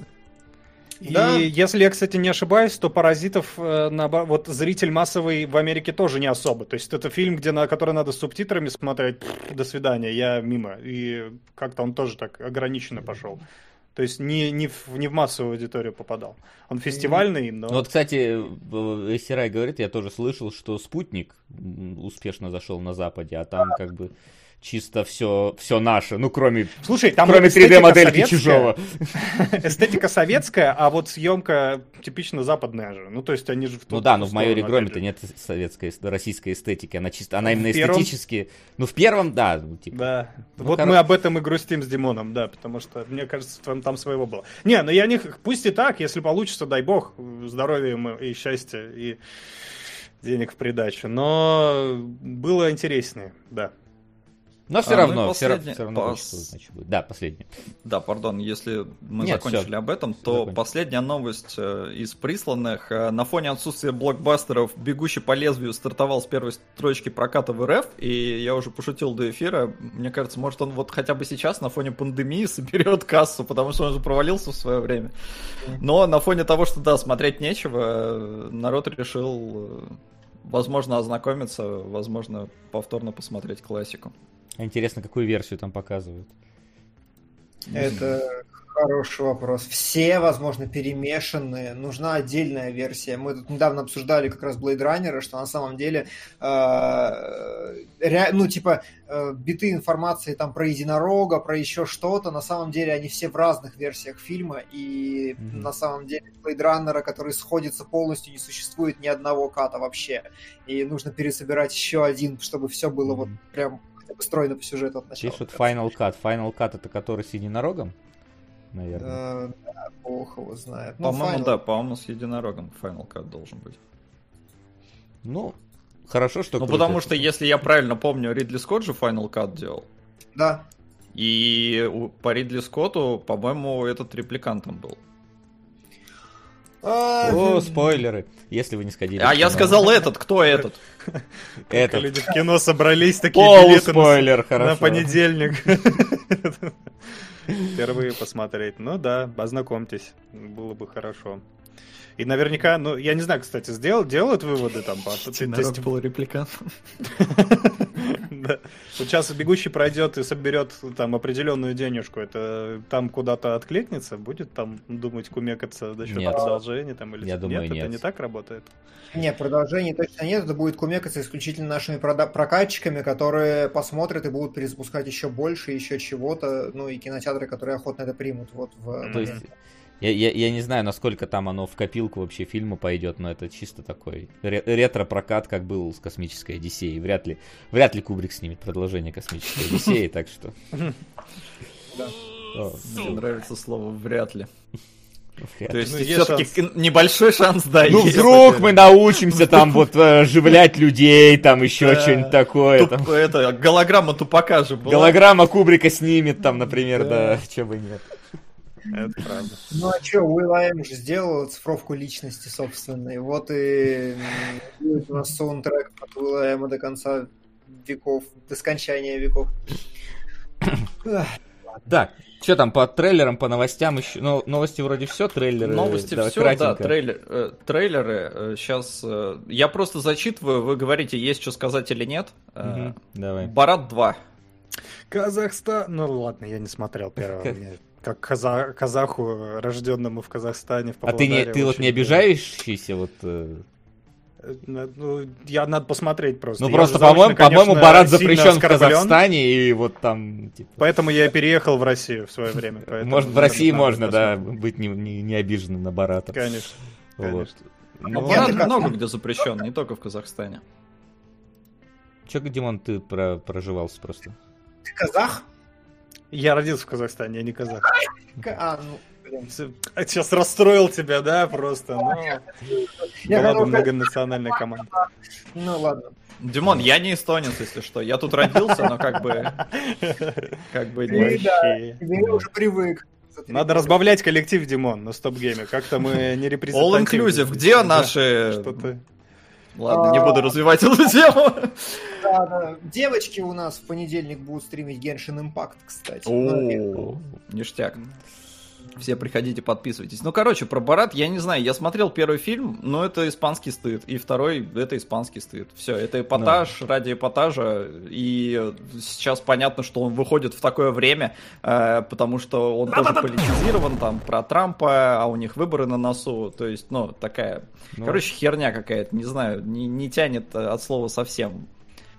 [SPEAKER 4] И если я, кстати, не ошибаюсь, то «Паразитов» вот зритель массовый в Америке тоже не особо. То есть это фильм, на который надо с субтитрами смотреть. До свидания, я мимо. И как-то он тоже так ограниченно пошел. То есть не в массовую аудиторию попадал. Он фестивальный, но...
[SPEAKER 1] Вот, кстати, Эссерай говорит, я тоже слышал, что «Спутник» успешно зашел на Западе, а там как бы... чисто все наше, ну кроме,
[SPEAKER 4] слушай, там
[SPEAKER 1] кроме 3D-модельки «Чужого».
[SPEAKER 4] Эстетика советская, а вот съемка типично западная же. Ну, то есть они же...
[SPEAKER 1] Ну да, но в «Майоре Громе»-то нет советской, российской эстетики, она чисто, она именно эстетически... Ну, в первом, да. Типа.
[SPEAKER 4] Да, ну, вот мы об этом и грустим с Димоном, да, потому что, мне кажется, там своего было. Не, ну я не... Пусть и так, если получится, дай бог, здоровья ему и счастья, и денег в придачу. Но было интереснее, да.
[SPEAKER 1] Но все равно, все равно значит, будет. Да, последний.
[SPEAKER 3] Да, пардон, если мы закончили об этом, то последняя новость из присланных. На фоне отсутствия блокбастеров «Бегущий по лезвию» стартовал с первой строчки проката в РФ, и я уже пошутил до эфира, мне кажется, может он вот хотя бы сейчас на фоне пандемии соберет кассу, потому что он же провалился в свое время. Но на фоне того, что да, смотреть нечего, народ решил, возможно, ознакомиться, возможно, повторно посмотреть классику.
[SPEAKER 1] Интересно, какую версию там показывают?
[SPEAKER 2] Это хороший вопрос. Все, возможно, перемешанные. Нужна отдельная версия. Мы тут недавно обсуждали как раз Blade Runner, что на самом деле биты информации там про единорога, про еще что-то, на самом деле они все в разных версиях фильма, и на самом деле Blade Runner, который сходится полностью, не существует ни одного ката вообще. И нужно пересобирать еще один, чтобы все было вот прям устроено по сюжету от начала.
[SPEAKER 1] Пишут Final Cut. Final Cut это который с единорогом? Наверное.
[SPEAKER 2] Да, бог его знает.
[SPEAKER 3] По-моему, да, по-моему, с единорогом Final Cut должен быть.
[SPEAKER 1] Ну, хорошо, что...
[SPEAKER 3] Ну, потому что, если я правильно помню, Ридли Скотт же Final Cut делал.
[SPEAKER 2] Да.
[SPEAKER 3] И по Ридли Скотту, по-моему, этот репликантом был.
[SPEAKER 1] О, спойлеры, если вы не сходили.
[SPEAKER 3] А я сказал этот, кто этот?
[SPEAKER 4] Этот. Люди в кино собрались, такие билеты на понедельник. Впервые посмотреть. Ну да, ознакомьтесь, было бы хорошо. И наверняка, ну, я не знаю, кстати, делают выводы там.
[SPEAKER 3] Народ был репликантом.
[SPEAKER 4] Да. Вот сейчас «Бегущий» пройдет и соберет там определенную денежку. Это там куда-то откликнется? Будет там думать, кумекаться насчет продолжения? Там, или
[SPEAKER 1] Я думаю, нет.
[SPEAKER 4] Это не так работает?
[SPEAKER 2] Нет, продолжений точно нет. Это будет кумекаться исключительно нашими прокатчиками, которые посмотрят и будут перезапускать еще больше, еще чего-то. Ну и кинотеатры, которые охотно это примут. Вот
[SPEAKER 1] То есть... Я не знаю, насколько там оно в копилку вообще фильма пойдет, но это чисто такой ретро-прокат, как был с «Космической Одиссеей». Вряд ли Кубрик снимет продолжение «Космической Одиссеи», так что...
[SPEAKER 3] Мне нравится слово «вряд ли». То есть
[SPEAKER 4] есть
[SPEAKER 3] все-таки небольшой шанс, да.
[SPEAKER 1] Ну вдруг мы научимся там вот оживлять людей, там еще что-нибудь такое.
[SPEAKER 3] Это голограмма тупака же была.
[SPEAKER 1] Голограмма Кубрика снимет там, например, да, чего бы нет.
[SPEAKER 4] Это правда.
[SPEAKER 2] Ну а что, Will.i.am же сделал цифровку личности собственной. Вот и будет у нас саундтрек от Will.i.am до конца веков, до скончания веков.
[SPEAKER 1] Так, что там по трейлерам, по новостям еще? Ну, новости вроде все, трейлеры.
[SPEAKER 3] Новости
[SPEAKER 1] давай,
[SPEAKER 3] все,
[SPEAKER 1] кратенько.
[SPEAKER 3] да, трейлеры. Сейчас я просто зачитываю, вы говорите, есть что сказать или нет.
[SPEAKER 1] Давай.
[SPEAKER 3] Борат 2.
[SPEAKER 4] Казахстан. Ну ладно, я не смотрел первого. Как казаху, рожденному в Казахстане, в Павлодаре.
[SPEAKER 1] А ты вот не обижаешься вот...
[SPEAKER 4] Ну, надо посмотреть просто.
[SPEAKER 1] Ну, просто, по-моему, Борат запрещен в Казахстане, и вот там... Типа...
[SPEAKER 4] Поэтому я переехал в Россию в свое время.
[SPEAKER 1] Может, в России можно, да, быть не обиженным на Бората.
[SPEAKER 4] Конечно.
[SPEAKER 1] Вот.
[SPEAKER 3] Борат много где запрещен, не только в Казахстане.
[SPEAKER 1] Че, Димон, ты проживался просто?
[SPEAKER 2] Ты казах?
[SPEAKER 4] Я родился в Казахстане, я не казах.
[SPEAKER 2] Ну,
[SPEAKER 4] сейчас расстроил тебя, да, просто. Была бы многонациональная команда.
[SPEAKER 2] Ну ладно.
[SPEAKER 3] Димон, я не эстонец, если что. Я тут родился, но как бы
[SPEAKER 2] Ты, да, тебе уже привык.
[SPEAKER 4] Надо разбавлять коллектив, Димон, на стоп-гейме. Как-то мы не репрезентативны.
[SPEAKER 3] All inclusive, где наши...
[SPEAKER 4] Что-то...
[SPEAKER 3] Ладно, не буду развивать эту тему.
[SPEAKER 2] Да. Девочки у нас в понедельник будут стримить Genshin Impact, кстати.
[SPEAKER 3] О, ништяк. Все приходите, подписывайтесь. Ну, короче, про Борат, я не знаю, я смотрел первый фильм, но это испанский стыд, и второй, это испанский стыд. Все, это эпатаж ради эпатажа, и сейчас понятно, что он выходит в такое время, потому что он тоже политизирован, там, про Трампа, а у них выборы на носу, то есть, ну, такая, короче, херня какая-то, не знаю, не тянет от слова совсем.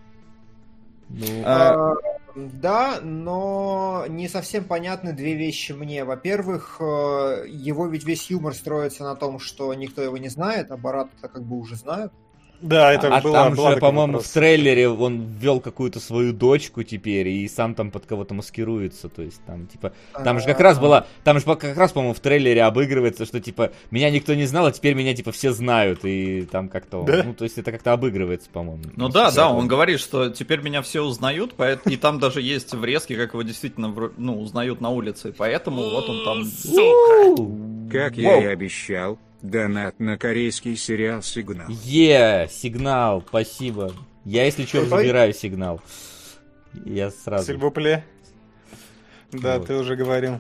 [SPEAKER 2] Да, но не совсем понятны две вещи мне. Во-первых, его ведь весь юмор строится на том, что никто его не знает, а Бората как бы уже знают.
[SPEAKER 4] Да, это
[SPEAKER 1] там же, по-моему, в трейлере он ввел какую-то свою дочку теперь и сам там под кого-то маскируется, то есть там типа там же как раз по-моему, в трейлере обыгрывается, что типа меня никто не знал, а теперь меня типа все знают, и там как-то, ну то есть это как-то обыгрывается, по-моему.
[SPEAKER 3] Ну да, он говорит, что теперь меня все узнают, и там даже есть врезки, как его действительно, ну, узнают на улице, поэтому вот он там.
[SPEAKER 5] Как я и обещал. Донат на корейский сериал «Сигнал».
[SPEAKER 1] Сигнал, спасибо. Я, если что, забираю сигнал. Я сразу.
[SPEAKER 4] Сильвупле. Да, вот. Ты уже говорил.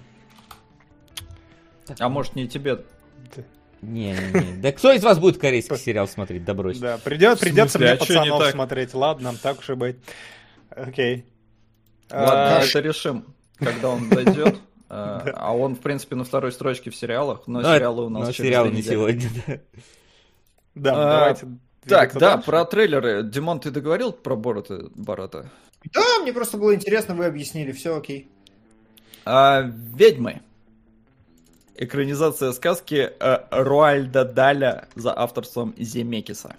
[SPEAKER 3] А может, не тебе?
[SPEAKER 1] Не. Да кто из вас будет корейский сериал смотреть? Да брось.
[SPEAKER 4] Да, придется мне пацанов смотреть. Ладно, так уж и быть. Окей.
[SPEAKER 3] Ладно, это решим, когда он дойдет. А он, в принципе, на второй строчке в сериалах, но сериалы у нас через
[SPEAKER 1] сериалы не сегодня.
[SPEAKER 4] Да, давайте.
[SPEAKER 3] Так, да, про трейлеры. Димон, ты договорил про Бората?
[SPEAKER 2] Да, мне просто было интересно, вы объяснили, все окей.
[SPEAKER 3] Ведьмы. Экранизация сказки Руальда Даля за авторством Земекиса.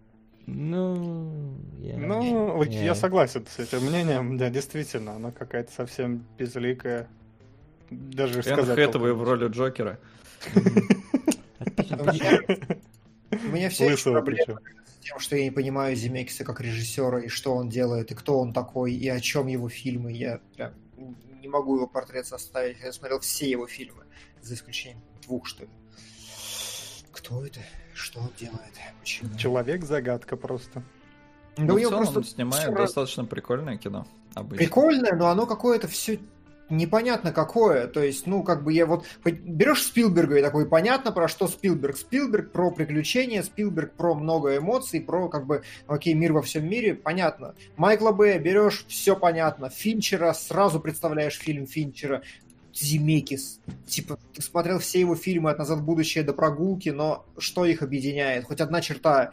[SPEAKER 4] Я согласен с этим мнением, да, действительно, она какая-то совсем безликая. Даже
[SPEAKER 3] Энн Хэтэуэй в роли Джокера.
[SPEAKER 2] У меня все еще проблемы с тем, что я не понимаю Земекиса как режиссера, и что он делает, и кто он такой, и о чем его фильмы. Я прям не могу его портрет составить. Я смотрел все его фильмы, за исключением 2, что ли. Кто это? Что он делает? Почему?
[SPEAKER 4] Человек-загадка просто.
[SPEAKER 3] Ну, в целом он снимает достаточно прикольное кино. Обычно.
[SPEAKER 2] Прикольное, но оно какое-то все непонятно какое. То есть, ну, как бы я вот... Берешь Спилберга и такой, понятно, про что Спилберг. Спилберг про приключения, Спилберг про много эмоций, про, как бы, окей, мир во всем мире, понятно. Майкла Бэя берешь, все понятно. Финчера, сразу представляешь фильм Финчера. Земекис. Типа, ты смотрел все его фильмы от «Назад в будущее» до «Прогулки», но что их объединяет? Хоть одна черта.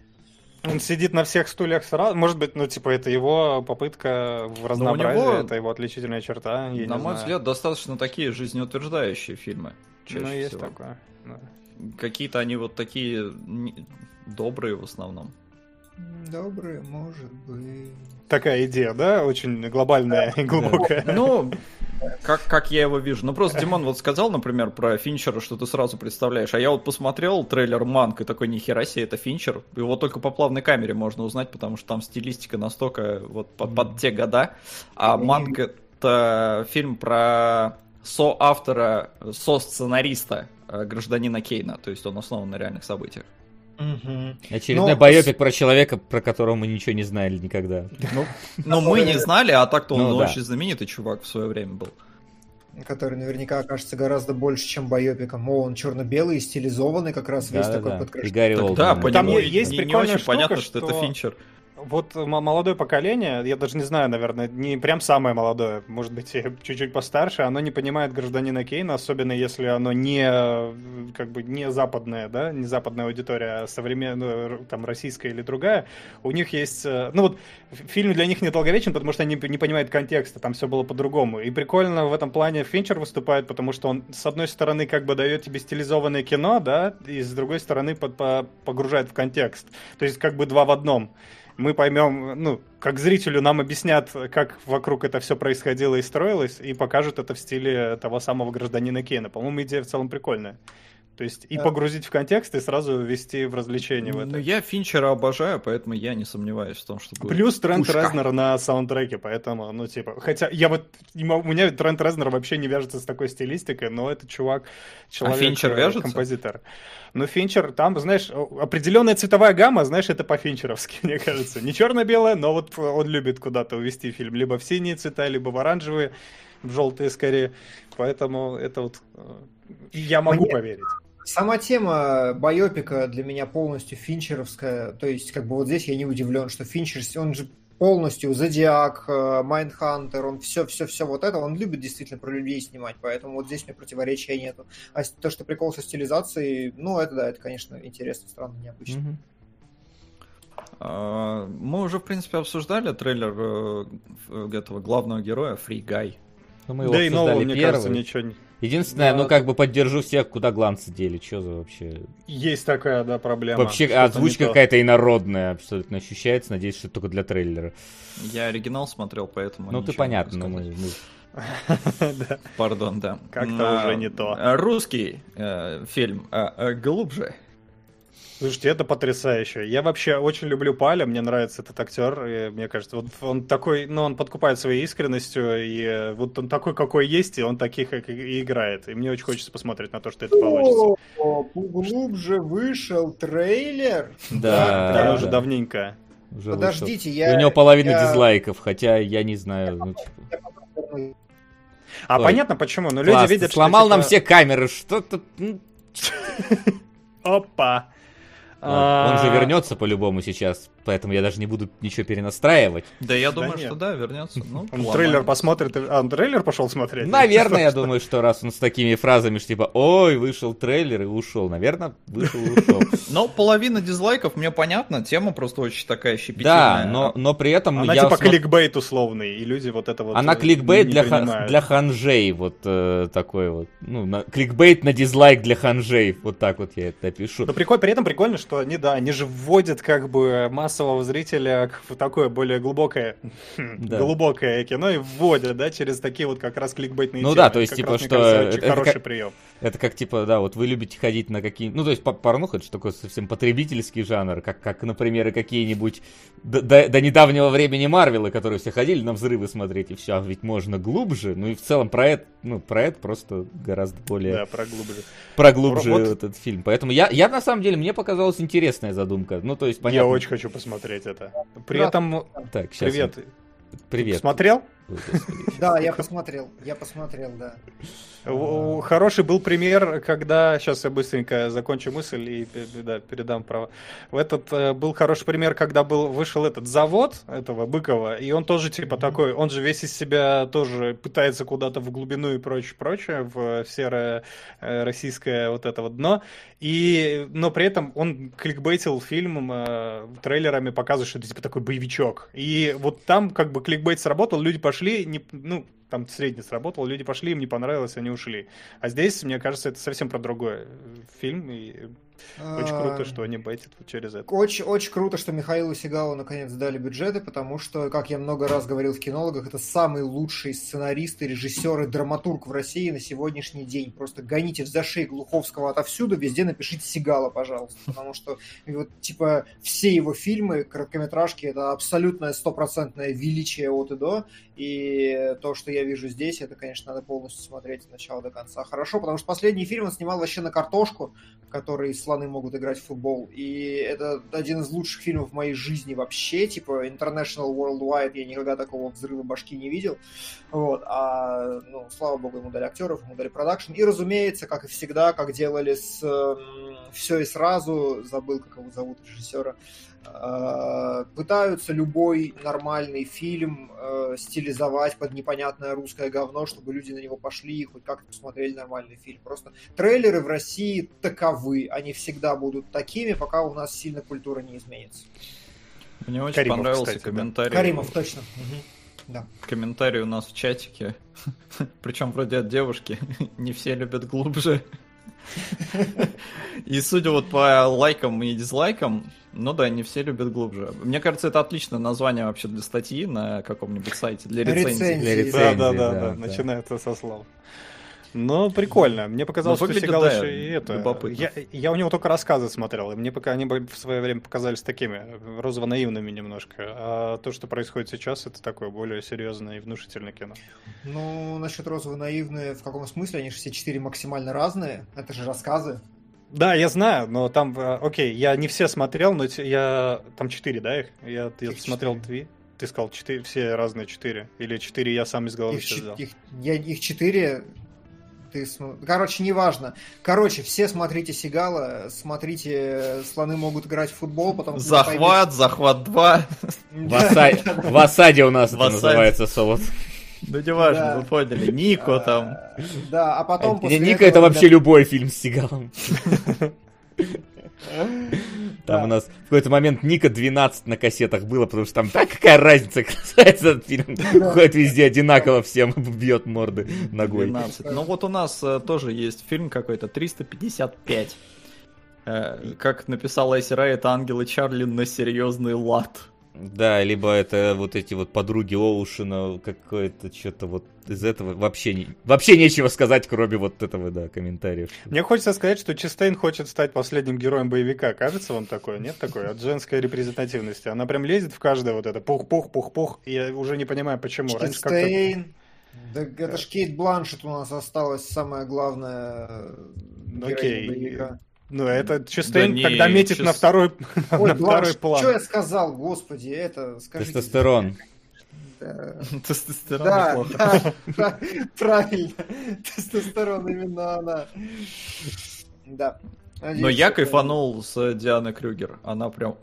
[SPEAKER 4] Он сидит на всех стульях сразу. Может быть, ну, типа, это его попытка в разнообразии,
[SPEAKER 3] него,
[SPEAKER 4] это его отличительная черта.
[SPEAKER 3] На мой взгляд, достаточно такие жизнеутверждающие фильмы.
[SPEAKER 4] Ну, есть
[SPEAKER 3] всего.
[SPEAKER 4] такое. Да.
[SPEAKER 3] Какие-то они вот такие добрые в основном.
[SPEAKER 2] Добрые, может быть.
[SPEAKER 4] Такая идея, да? Очень глобальная и глубокая.
[SPEAKER 3] Ну, как я его вижу. Ну, просто Димон вот сказал, например, про Финчера, что ты сразу представляешь. А я вот посмотрел трейлер «Манк» и такой, нихера себе, это Финчер. Его только по плавной камере можно узнать, потому что там стилистика настолько вот под те года. А «Манк» — это фильм про соавтора, сценариста гражданина Кейна. То есть он основан на реальных событиях.
[SPEAKER 1] Очередной байопик про человека, про которого мы ничего не знали никогда.
[SPEAKER 3] Ну, мы не знали, а так-то он
[SPEAKER 1] да.
[SPEAKER 3] очень знаменитый чувак в свое время был.
[SPEAKER 2] Который наверняка окажется гораздо больше, чем байопиком. О, он черно-белый, стилизованный, как раз весь такой подкрашенный.
[SPEAKER 1] И Гарри Олдман.
[SPEAKER 3] Да, по
[SPEAKER 4] Там
[SPEAKER 3] нему
[SPEAKER 4] есть
[SPEAKER 3] не
[SPEAKER 4] прикольная
[SPEAKER 3] очень
[SPEAKER 4] штука,
[SPEAKER 3] понятно, что это
[SPEAKER 4] что-
[SPEAKER 3] Финчер.
[SPEAKER 4] Вот молодое поколение, я даже не знаю, наверное, не прям самое молодое, может быть, и чуть-чуть постарше, оно не понимает гражданина Кейна, особенно если оно не, как бы, не западная, да, не западная аудитория, а современная, там, российская или другая. У них есть, ну вот, фильм для них недолговечен, потому что они не понимают контекста, там все было по-другому. И прикольно в этом плане Финчер выступает, потому что он, с одной стороны, как бы дает тебе стилизованное кино, да, и с другой стороны погружает в контекст. То есть, как бы два в одном. Мы поймем, ну, как зрителю нам объяснят, как вокруг это все происходило и строилось, и покажут это в стиле того самого гражданина Кейна. По-моему, идея в целом прикольная. То есть и погрузить в контекст, и сразу ввести в развлечение в это.
[SPEAKER 3] Ну, я Финчера обожаю, поэтому я не сомневаюсь в том, что будет
[SPEAKER 4] Плюс Трент
[SPEAKER 3] пушка.
[SPEAKER 4] Резнор на саундтреке, поэтому, ну, типа... Хотя я вот... У меня Трент Резнор вообще не вяжется с такой стилистикой, но это человек,
[SPEAKER 3] Финчер вяжется?
[SPEAKER 4] композитор. Но Финчер, там, знаешь, определенная цветовая гамма, знаешь, это по-финчеровски, мне кажется. Не черно-белая, но вот он любит куда-то увести фильм. Либо в синие цвета, либо в оранжевые, в желтые скорее. Поэтому это вот... Я могу поверить.
[SPEAKER 2] Сама тема байопика для меня полностью финчеровская. То есть, как бы вот здесь я не удивлен, что Финчер, он же полностью Зодиак, Майндхантер, он все вот это, он любит действительно про людей снимать, поэтому вот здесь у меня противоречия нету. А то, что прикол со стилизацией, ну, это да, это, конечно, интересно, странно, необычно.
[SPEAKER 3] Мы уже, в принципе, обсуждали трейлер этого главного героя, Free Guy.
[SPEAKER 1] Мы его
[SPEAKER 4] Да и нового,
[SPEAKER 1] обсуждали
[SPEAKER 4] мне
[SPEAKER 1] первый.
[SPEAKER 4] кажется, ничего не...
[SPEAKER 1] Единственное,
[SPEAKER 4] Да.
[SPEAKER 1] ну как бы поддержу всех, куда гланцы дели. Что за вообще?
[SPEAKER 4] Есть такая, да, проблема.
[SPEAKER 1] Вообще
[SPEAKER 4] Что-то
[SPEAKER 1] озвучка
[SPEAKER 4] не то.
[SPEAKER 1] какая-то инородная абсолютно ощущается. Надеюсь, что это только для трейлера.
[SPEAKER 3] Я оригинал смотрел, поэтому...
[SPEAKER 1] Ну ты
[SPEAKER 3] ничего не
[SPEAKER 1] понятно.
[SPEAKER 3] могу
[SPEAKER 1] мы-
[SPEAKER 3] сказать.
[SPEAKER 4] Да.
[SPEAKER 3] Пардон, да.
[SPEAKER 4] Как-то уже не то.
[SPEAKER 3] Русский фильм «Глубже».
[SPEAKER 4] Слушайте, это потрясающе. Я вообще очень люблю Паля, мне нравится этот актер. И мне кажется, вот он такой, ну, он подкупает своей искренностью, и вот он такой, какой есть, и он таких и играет. И мне очень хочется посмотреть на то, что это получится.
[SPEAKER 2] Глубже вышел трейлер.
[SPEAKER 1] Да,
[SPEAKER 4] Да,
[SPEAKER 1] да,
[SPEAKER 4] уже
[SPEAKER 1] да.
[SPEAKER 4] давненько.
[SPEAKER 1] Уже
[SPEAKER 2] Подождите,
[SPEAKER 1] вышел.
[SPEAKER 2] я...
[SPEAKER 1] И у него половина
[SPEAKER 2] я-
[SPEAKER 1] дизлайков, хотя я не знаю. Ну, типа,
[SPEAKER 4] А
[SPEAKER 1] Ой.
[SPEAKER 4] понятно почему, но люди
[SPEAKER 1] класс,
[SPEAKER 4] видят,
[SPEAKER 1] ты сломал
[SPEAKER 4] что...
[SPEAKER 1] нам
[SPEAKER 4] типа,
[SPEAKER 1] все камеры, что-то...
[SPEAKER 4] Опа!
[SPEAKER 1] Ладно, он же вернется по-любому сейчас, поэтому я даже не буду ничего перенастраивать.
[SPEAKER 3] Да я думаю,
[SPEAKER 4] нет.
[SPEAKER 3] что да, вернется. Ну,
[SPEAKER 4] Он
[SPEAKER 3] поломает.
[SPEAKER 4] трейлер посмотрит. Он трейлер пошел смотреть?
[SPEAKER 1] Наверное, я думаю, что раз он с такими фразами, что типа, ой, вышел трейлер и ушел. Наверное, вышел и ушел.
[SPEAKER 3] Но половина дизлайков, мне понятно, тема просто очень такая щепетильная.
[SPEAKER 1] Да, но при этом
[SPEAKER 4] Она
[SPEAKER 1] я
[SPEAKER 4] типа
[SPEAKER 1] смо-
[SPEAKER 4] кликбейт условный, и люди вот это вот...
[SPEAKER 1] Она кликбейт
[SPEAKER 4] не
[SPEAKER 1] для
[SPEAKER 4] принимают.
[SPEAKER 1] ханжей, вот такой вот. Ну, кликбейт на дизлайк для ханжей, вот так вот я это опишу.
[SPEAKER 4] Но при этом прикольно, что они же вводят как бы массового зрителя в такое более глубокое,
[SPEAKER 1] Да.
[SPEAKER 4] глубокое кино и вводят, да, через такие вот как раз кликбейтные
[SPEAKER 1] Ну
[SPEAKER 4] темы.
[SPEAKER 1] да, то есть,
[SPEAKER 4] Как
[SPEAKER 1] типа,
[SPEAKER 4] раз, мне
[SPEAKER 1] что
[SPEAKER 4] кажется, очень
[SPEAKER 1] это
[SPEAKER 4] хороший
[SPEAKER 1] как-
[SPEAKER 4] прием.
[SPEAKER 1] Это как, типа, да, вот вы любите ходить на какие... Ну, то есть, порнуха, это же такой совсем потребительский жанр, как, например, и какие-нибудь до недавнего времени Марвелы, которые все ходили на взрывы смотреть, и все, а ведь можно глубже. Ну, и в целом про это просто гораздо более...
[SPEAKER 4] Да, проглублю.
[SPEAKER 1] проглубже
[SPEAKER 4] Вот.
[SPEAKER 1] этот фильм. Поэтому я на самом деле, мне показалась интересная задумка. Ну, то есть, понятно...
[SPEAKER 4] Я очень хочу посмотреть это. При
[SPEAKER 2] Да.
[SPEAKER 4] этом...
[SPEAKER 1] Так, сейчас.
[SPEAKER 4] Привет.
[SPEAKER 1] Привет.
[SPEAKER 4] Смотрел?
[SPEAKER 2] Да, я посмотрел, да.
[SPEAKER 4] Хороший был пример, когда... Сейчас я быстренько закончу мысль и передам право. Был хороший пример, когда вышел этот завод этого Быкова, и он тоже типа такой, он же весь из себя тоже пытается куда-то в глубину и прочее, в серое российское вот это вот дно, но при этом он кликбейтил фильм трейлерами, показывая, что это типа такой боевичок. И вот там как бы кликбейт сработал, люди пошли, там средний сработал, люди пошли, им не понравилось, они ушли. А здесь, мне кажется, это совсем про другой фильм, и очень круто, что они бейтят через это.
[SPEAKER 2] Очень круто, что Михаилу Сигалу наконец дали бюджеты, потому что, как я много раз говорил в кинологах, это самый лучший сценарист и режиссер и драматург в России на сегодняшний день. Просто гоните в зашей Глуховского отовсюду, везде напишите Сигала, пожалуйста, потому что вот, типа, все его фильмы, короткометражки, это абсолютное 100% величие от и до, и то, что я вижу здесь, это, конечно, надо полностью смотреть от начала до конца. Хорошо, потому что последний фильм он снимал вообще на картошку, который слоны могут играть в футбол, и это один из лучших фильмов в моей жизни вообще, типа International Worldwide, я никогда такого взрыва башки не видел, вот, слава богу, ему дали актеров, ему дали продакшн, и, разумеется, как и всегда, как делали с «Все и сразу», забыл, как его зовут, режиссера, пытаются любой нормальный фильм стилизовать под непонятное русское говно, чтобы люди на него пошли и хоть как-то посмотрели нормальный фильм. Просто трейлеры в России таковы. Они всегда будут такими, пока у нас сильно культура не изменится.
[SPEAKER 3] Мне очень понравился комментарий.
[SPEAKER 2] Каримов, точно. Да.
[SPEAKER 3] Комментарий у нас в чатике. Причем вроде от девушки. Не все любят глубже. И судя вот по лайкам и дизлайкам, ну да, не все любят глубже. Мне кажется, это отличное название вообще для статьи на каком-нибудь сайте, для рецензии.
[SPEAKER 4] Да, начинается со слов. Ну, прикольно. Мне показалось, что Сигал еще и это... Я у него только рассказы смотрел, и мне пока они в свое время показались такими розово-наивными немножко. А то, что происходит сейчас, это такое более серьезное и внушительное кино.
[SPEAKER 2] Ну, насчет розово-наивные, в каком смысле? Они же все 4 максимально разные. Это же рассказы.
[SPEAKER 4] Да, я знаю, но там, окей, я не все смотрел, но там 4, да, их? Я смотрел 2. Ты сказал 4, все разные 4. Или 4 я сам из головы все взял.
[SPEAKER 2] Их 4... Короче, неважно. Короче, все смотрите Сигала, смотрите «Слоны могут играть в футбол», потому что...
[SPEAKER 3] Захват 2.
[SPEAKER 1] В осаде у нас это называется солод.
[SPEAKER 3] Да не важно, вы поняли. Нико там.
[SPEAKER 2] Да, а потом...
[SPEAKER 1] Ника это вообще любой фильм с Сигалом. Там у нас в какой-то момент Ника 12 на кассетах было, потому что там какая разница, касается этот фильм. Ходит везде одинаково, всем бьет морды ногой.
[SPEAKER 3] 12. Ну вот у нас тоже есть фильм какой-то 355. Как написал Эйси Рай, это «Ангелы Чарли» на серьезный лад.
[SPEAKER 1] Да, либо это вот эти вот подруги Оушена, какое-то что-то вот из этого вообще нечего сказать, кроме вот этого, да, комментариев.
[SPEAKER 4] Мне хочется сказать, что Честейн хочет стать последним героем боевика. Кажется, он такой? Нет такой? От женской репрезентативности. Она прям лезет в каждое вот это пух-пух-пух-пух. И я уже не понимаю, почему.
[SPEAKER 2] Честейн. Да это ж Кейт Бланшетт у нас осталась самая главная героиня боевика.
[SPEAKER 4] Ну, это Честейн, да когда метит на второй план.
[SPEAKER 2] Что я сказал, господи, это... Скажите,
[SPEAKER 1] тестостерон.
[SPEAKER 3] Тестостерон
[SPEAKER 2] неплохо. Да, правильно. Тестостерон, именно она. Да.
[SPEAKER 3] Но я кайфанул с Дианой Крюгер. Она прям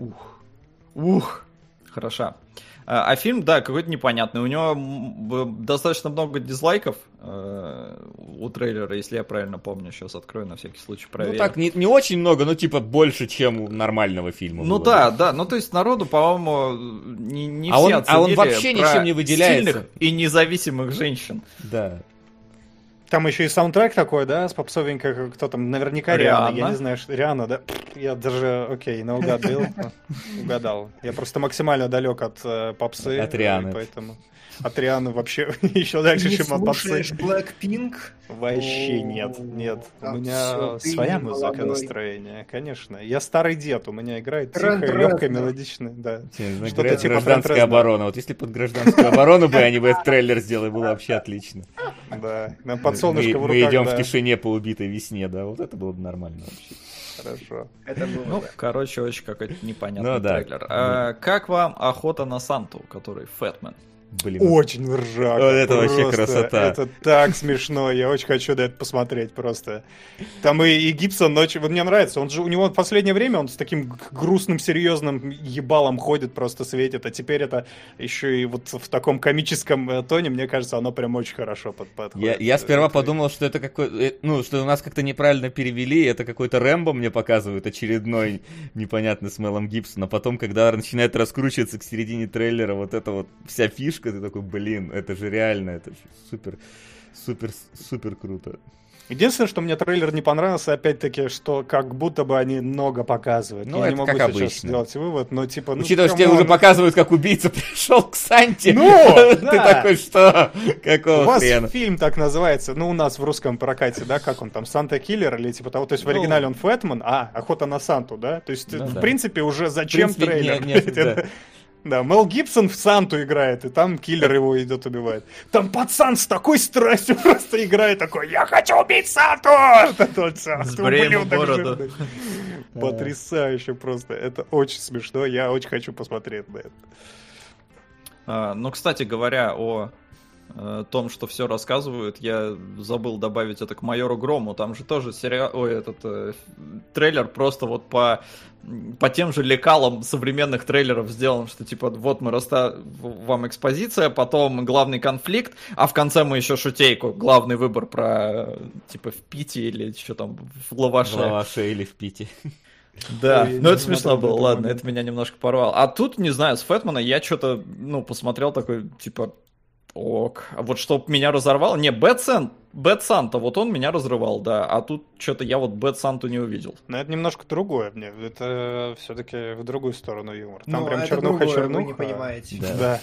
[SPEAKER 3] хороша. А фильм, да, какой-то непонятный. У него достаточно много дизлайков у трейлера, если я правильно помню. Сейчас открою, на всякий случай проверю.
[SPEAKER 1] Ну так, не очень много, но типа больше, чем у нормального фильма.
[SPEAKER 3] Ну было. Да. Ну то есть народу, по-моему, не все оценили.
[SPEAKER 1] А он вообще ничем не выделяется.
[SPEAKER 3] Сильных и независимых женщин.
[SPEAKER 1] Да.
[SPEAKER 4] Там еще и саундтрек такой, да, с попсовенькой, кто там, наверняка Риhanna. Я не знаю, что Риhanna, да? Я даже, наугад бил, угадал. Я просто максимально далек от попсы.
[SPEAKER 1] От Риhanны.
[SPEAKER 4] Поэтому... От Риhanны вообще еще дальше, чем от попсы.
[SPEAKER 2] Не слушаешь Blackpink?
[SPEAKER 4] Вообще нет. У меня своя музыка, настроение, конечно. Я старый дед, у меня играет тихая, легкая, мелодичная, да.
[SPEAKER 1] Что-то типа гражданская оборона. Вот если под гражданскую оборону бы они бы этот трейлер сделали, было вообще отлично.
[SPEAKER 4] Да, нам под солнышко в руках.
[SPEAKER 1] Мы идем в тишине по убитой весне, да, вот это было бы нормально вообще.
[SPEAKER 4] Хорошо.
[SPEAKER 2] Это было,
[SPEAKER 3] ну,
[SPEAKER 2] да.
[SPEAKER 3] Короче, очень какой-то непонятный трейлер. Как вам «Охота на Санту», который Фэтмен?
[SPEAKER 1] Блин.
[SPEAKER 4] Очень ржако.
[SPEAKER 1] Вот это вообще красота.
[SPEAKER 4] Это так смешно, я очень хочу на это посмотреть просто. Там и Гибсон ночью, вот мне нравится, он же, у него в последнее время он с таким грустным, серьезным ебалом ходит, просто светит, а теперь это еще и вот в таком комическом тоне, мне кажется, оно прям очень хорошо подходит.
[SPEAKER 1] Я сперва подумал, что это какой, ну, что у нас как-то неправильно перевели, это какой-то Рэмбо мне показывают, очередной, непонятный с Мелом Гибсоном, а потом, когда начинает раскручиваться к середине трейлера, вот эта вот вся фишка, ты такой, блин, это же реально, это же супер круто.
[SPEAKER 4] Единственное, что мне трейлер не понравился, опять-таки, что как будто бы они много показывают.
[SPEAKER 1] Ну,
[SPEAKER 4] я
[SPEAKER 1] это
[SPEAKER 4] не могу
[SPEAKER 1] как
[SPEAKER 4] сейчас
[SPEAKER 1] обычно.
[SPEAKER 4] сделать вывод, но типа...
[SPEAKER 1] Учитывая, что тебе уже показывают, как убийца пришел к Санте,
[SPEAKER 4] Ну,
[SPEAKER 1] ты такой, что? Какого
[SPEAKER 4] у вас
[SPEAKER 1] хрена?
[SPEAKER 4] фильм так называется, ну, у нас в русском прокате, да, как он там, Санта-киллер или типа того, то есть в оригинале он Фэтман, Охота на Санту, да? То есть, в принципе, уже зачем
[SPEAKER 1] В принципе,
[SPEAKER 4] трейлер?
[SPEAKER 1] нет, да.
[SPEAKER 4] Да, Мел Гибсон в Санту играет, и там киллер его идет убивает. Там пацан с такой страстью просто играет такой, я хочу убить Санту! Вот это вот всё.
[SPEAKER 3] Сбреем
[SPEAKER 4] Ублюдок
[SPEAKER 3] бороду.
[SPEAKER 4] жирный. Потрясающе просто, это очень смешно, я очень хочу посмотреть на это.
[SPEAKER 3] Ну, кстати говоря, о том, что все рассказывают, я забыл добавить это к Майору Грому. Там же тоже трейлер просто вот по тем же лекалам современных трейлеров сделан, что типа вот мы вам экспозиция, потом главный конфликт, а в конце мы еще шутейку, главный выбор про типа в Пите или что там, в Лаваше.
[SPEAKER 1] В Лаваше или в Пите.
[SPEAKER 3] Да,
[SPEAKER 4] Ой,
[SPEAKER 3] ну
[SPEAKER 4] я
[SPEAKER 3] это
[SPEAKER 4] не
[SPEAKER 3] смешно
[SPEAKER 4] смотрел
[SPEAKER 3] было,
[SPEAKER 4] этот
[SPEAKER 3] ладно,
[SPEAKER 4] момент.
[SPEAKER 3] это меня немножко порвало. А тут, не знаю, с Фэтмана я что-то, посмотрел такой, типа, ок. А вот чтоб меня разорвало, не, Бэд Санта, вот он меня разрывал, да, а тут что-то я вот Бэд Санту не увидел.
[SPEAKER 4] Но это немножко другое мне, это все-таки в другую сторону юмор. Там
[SPEAKER 2] Ну,
[SPEAKER 4] прям
[SPEAKER 2] это
[SPEAKER 4] чернуха.
[SPEAKER 2] другое, вы не понимаете.
[SPEAKER 4] Да.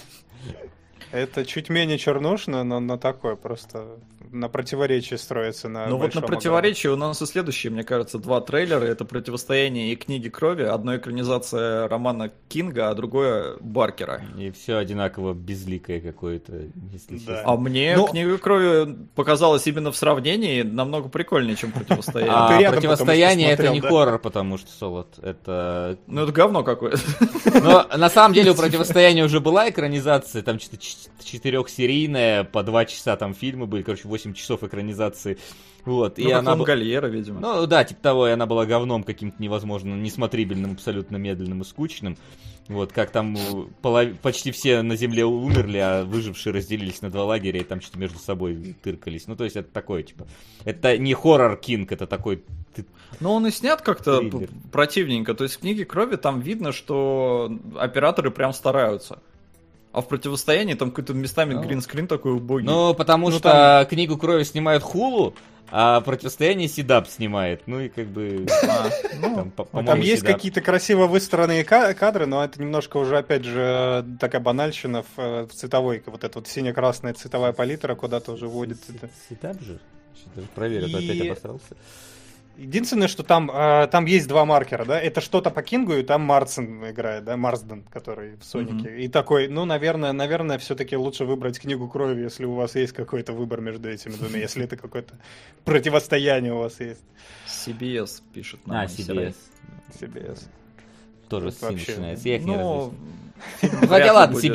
[SPEAKER 4] Это чуть менее чернушно, но такое просто на противоречии строится на
[SPEAKER 3] Ну вот на
[SPEAKER 4] большом
[SPEAKER 3] противоречии у нас и следующие, мне кажется, два трейлера. Это «Противостояние» и «Книги крови». Одно экранизация романа Кинга, а другое Баркера.
[SPEAKER 1] И все одинаково безликое какое-то, если
[SPEAKER 4] Да.
[SPEAKER 1] честно.
[SPEAKER 3] А мне
[SPEAKER 4] Но-
[SPEAKER 3] «Книга крови» показалась именно в сравнении намного прикольнее, чем «Противостояние».
[SPEAKER 4] ты рядом,
[SPEAKER 1] Противостояние
[SPEAKER 4] потому что
[SPEAKER 1] это не
[SPEAKER 4] смотрел, да?
[SPEAKER 1] хоррор, потому что, Солод, это...
[SPEAKER 3] Ну это говно какое-то.
[SPEAKER 1] Но на самом деле у «Противостояния» уже была экранизация, там что-то 4-серийная, по 2 часа там фильмы были, короче, 8 часов экранизации. Вот,
[SPEAKER 3] Ну, как Лонгольера, видимо.
[SPEAKER 1] Ну да, типа того, и она была говном каким-то невозможно несмотрибельным, абсолютно медленным и скучным. Вот, как там почти все на земле умерли, а выжившие разделились на 2 лагеря и там что-то между собой тыркались. Ну, то есть это такое, типа, это не хоррор Кинг, это такой...
[SPEAKER 3] Но он и снят как-то
[SPEAKER 1] Триллер.
[SPEAKER 3] противненько. То есть в «Книге крови» там видно, что операторы прям стараются. А в «Противостоянии» там какой-то местами
[SPEAKER 1] Ну.
[SPEAKER 3] гринскрин такой убогий.
[SPEAKER 1] Ну, потому
[SPEAKER 4] Ну,
[SPEAKER 1] что
[SPEAKER 4] там-
[SPEAKER 1] «Книгу крови» снимают Хулу, а «Противостояние» Сидап снимает. Ну и как бы... Там, по-моему,
[SPEAKER 4] Там есть
[SPEAKER 1] Сидап.
[SPEAKER 4] какие-то красиво выстроенные кадры, но это немножко уже, опять же, такая банальщина в цветовой, вот эта вот сине-красная цветовая палитра куда-то уже вводит.
[SPEAKER 1] Сидап же? Сейчас проверю, а то
[SPEAKER 4] И-
[SPEAKER 1] опять обосрался.
[SPEAKER 4] Единственное, что там есть 2 маркера, да, это что-то по Кингу, и там Марсен играет, да, Марсден, который в Сонике. И такой, ну, наверное, все-таки лучше выбрать «Книгу крови», если у вас есть какой-то выбор между этими двумя, если это какое-то противостояние у вас есть.
[SPEAKER 3] CBS пишет нам.
[SPEAKER 1] CBS.
[SPEAKER 4] CBS.
[SPEAKER 1] Тоже
[SPEAKER 4] Это
[SPEAKER 1] с «Си»
[SPEAKER 4] вообще-
[SPEAKER 1] начинается. Я их не
[SPEAKER 3] Ну,
[SPEAKER 1] различаю. Хотя ладно,
[SPEAKER 3] будет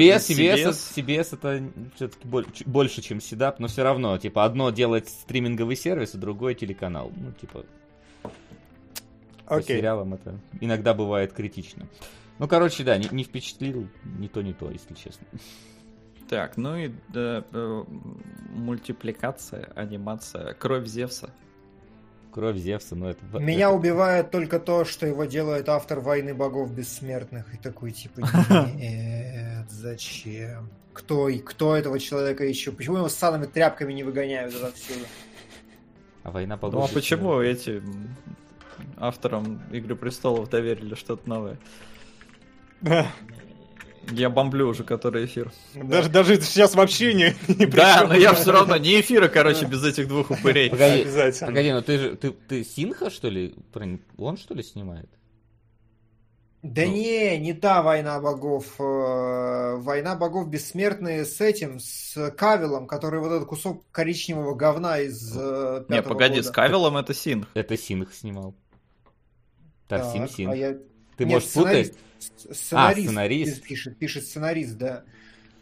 [SPEAKER 1] CBS это все-таки больше, чем Сидап, но все равно, типа, одно делает стриминговый сервис, а другое телеканал. Ну, типа, по
[SPEAKER 4] Окей.
[SPEAKER 1] сериалам это иногда бывает критично. Ну, короче, да, не впечатлил ни то, если честно.
[SPEAKER 3] Так, ну и мультипликация, анимация, «Кровь Зевса».
[SPEAKER 1] Кровь Зевса, ну это...
[SPEAKER 2] Меня убивает только то, что его делает автор «Войны богов бессмертных». И такой типа, нет, зачем? Кто этого человека еще? Почему его с ссаными тряпками не выгоняют отсюда?
[SPEAKER 1] А «Война
[SPEAKER 3] Ну а
[SPEAKER 1] богов».
[SPEAKER 3] почему этим авторам «Игры престолов» доверили что-то новое? Я бомблю уже который эфир.
[SPEAKER 4] Даже сейчас вообще не
[SPEAKER 3] Да,
[SPEAKER 4] причём.
[SPEAKER 3] но я все равно не эфира, короче, без этих двух упырей.
[SPEAKER 4] Обязательно.
[SPEAKER 1] Погоди, ну ты Синха, что ли? Он, что ли, снимает?
[SPEAKER 2] Да не та «Война богов». «Война богов бессмертные» с этим, с Кавиллом, который вот этот кусок коричневого говна из
[SPEAKER 3] Не,
[SPEAKER 2] пятого
[SPEAKER 3] погоди,
[SPEAKER 2] года.
[SPEAKER 3] с Кавиллом это Синх.
[SPEAKER 1] Это Синх снимал. Тарсим
[SPEAKER 2] Так,
[SPEAKER 1] Синх.
[SPEAKER 2] а я-
[SPEAKER 1] Ты
[SPEAKER 2] Нет,
[SPEAKER 1] можешь путать?
[SPEAKER 2] сценарист
[SPEAKER 1] сценарист.
[SPEAKER 2] пишет сценарист, да.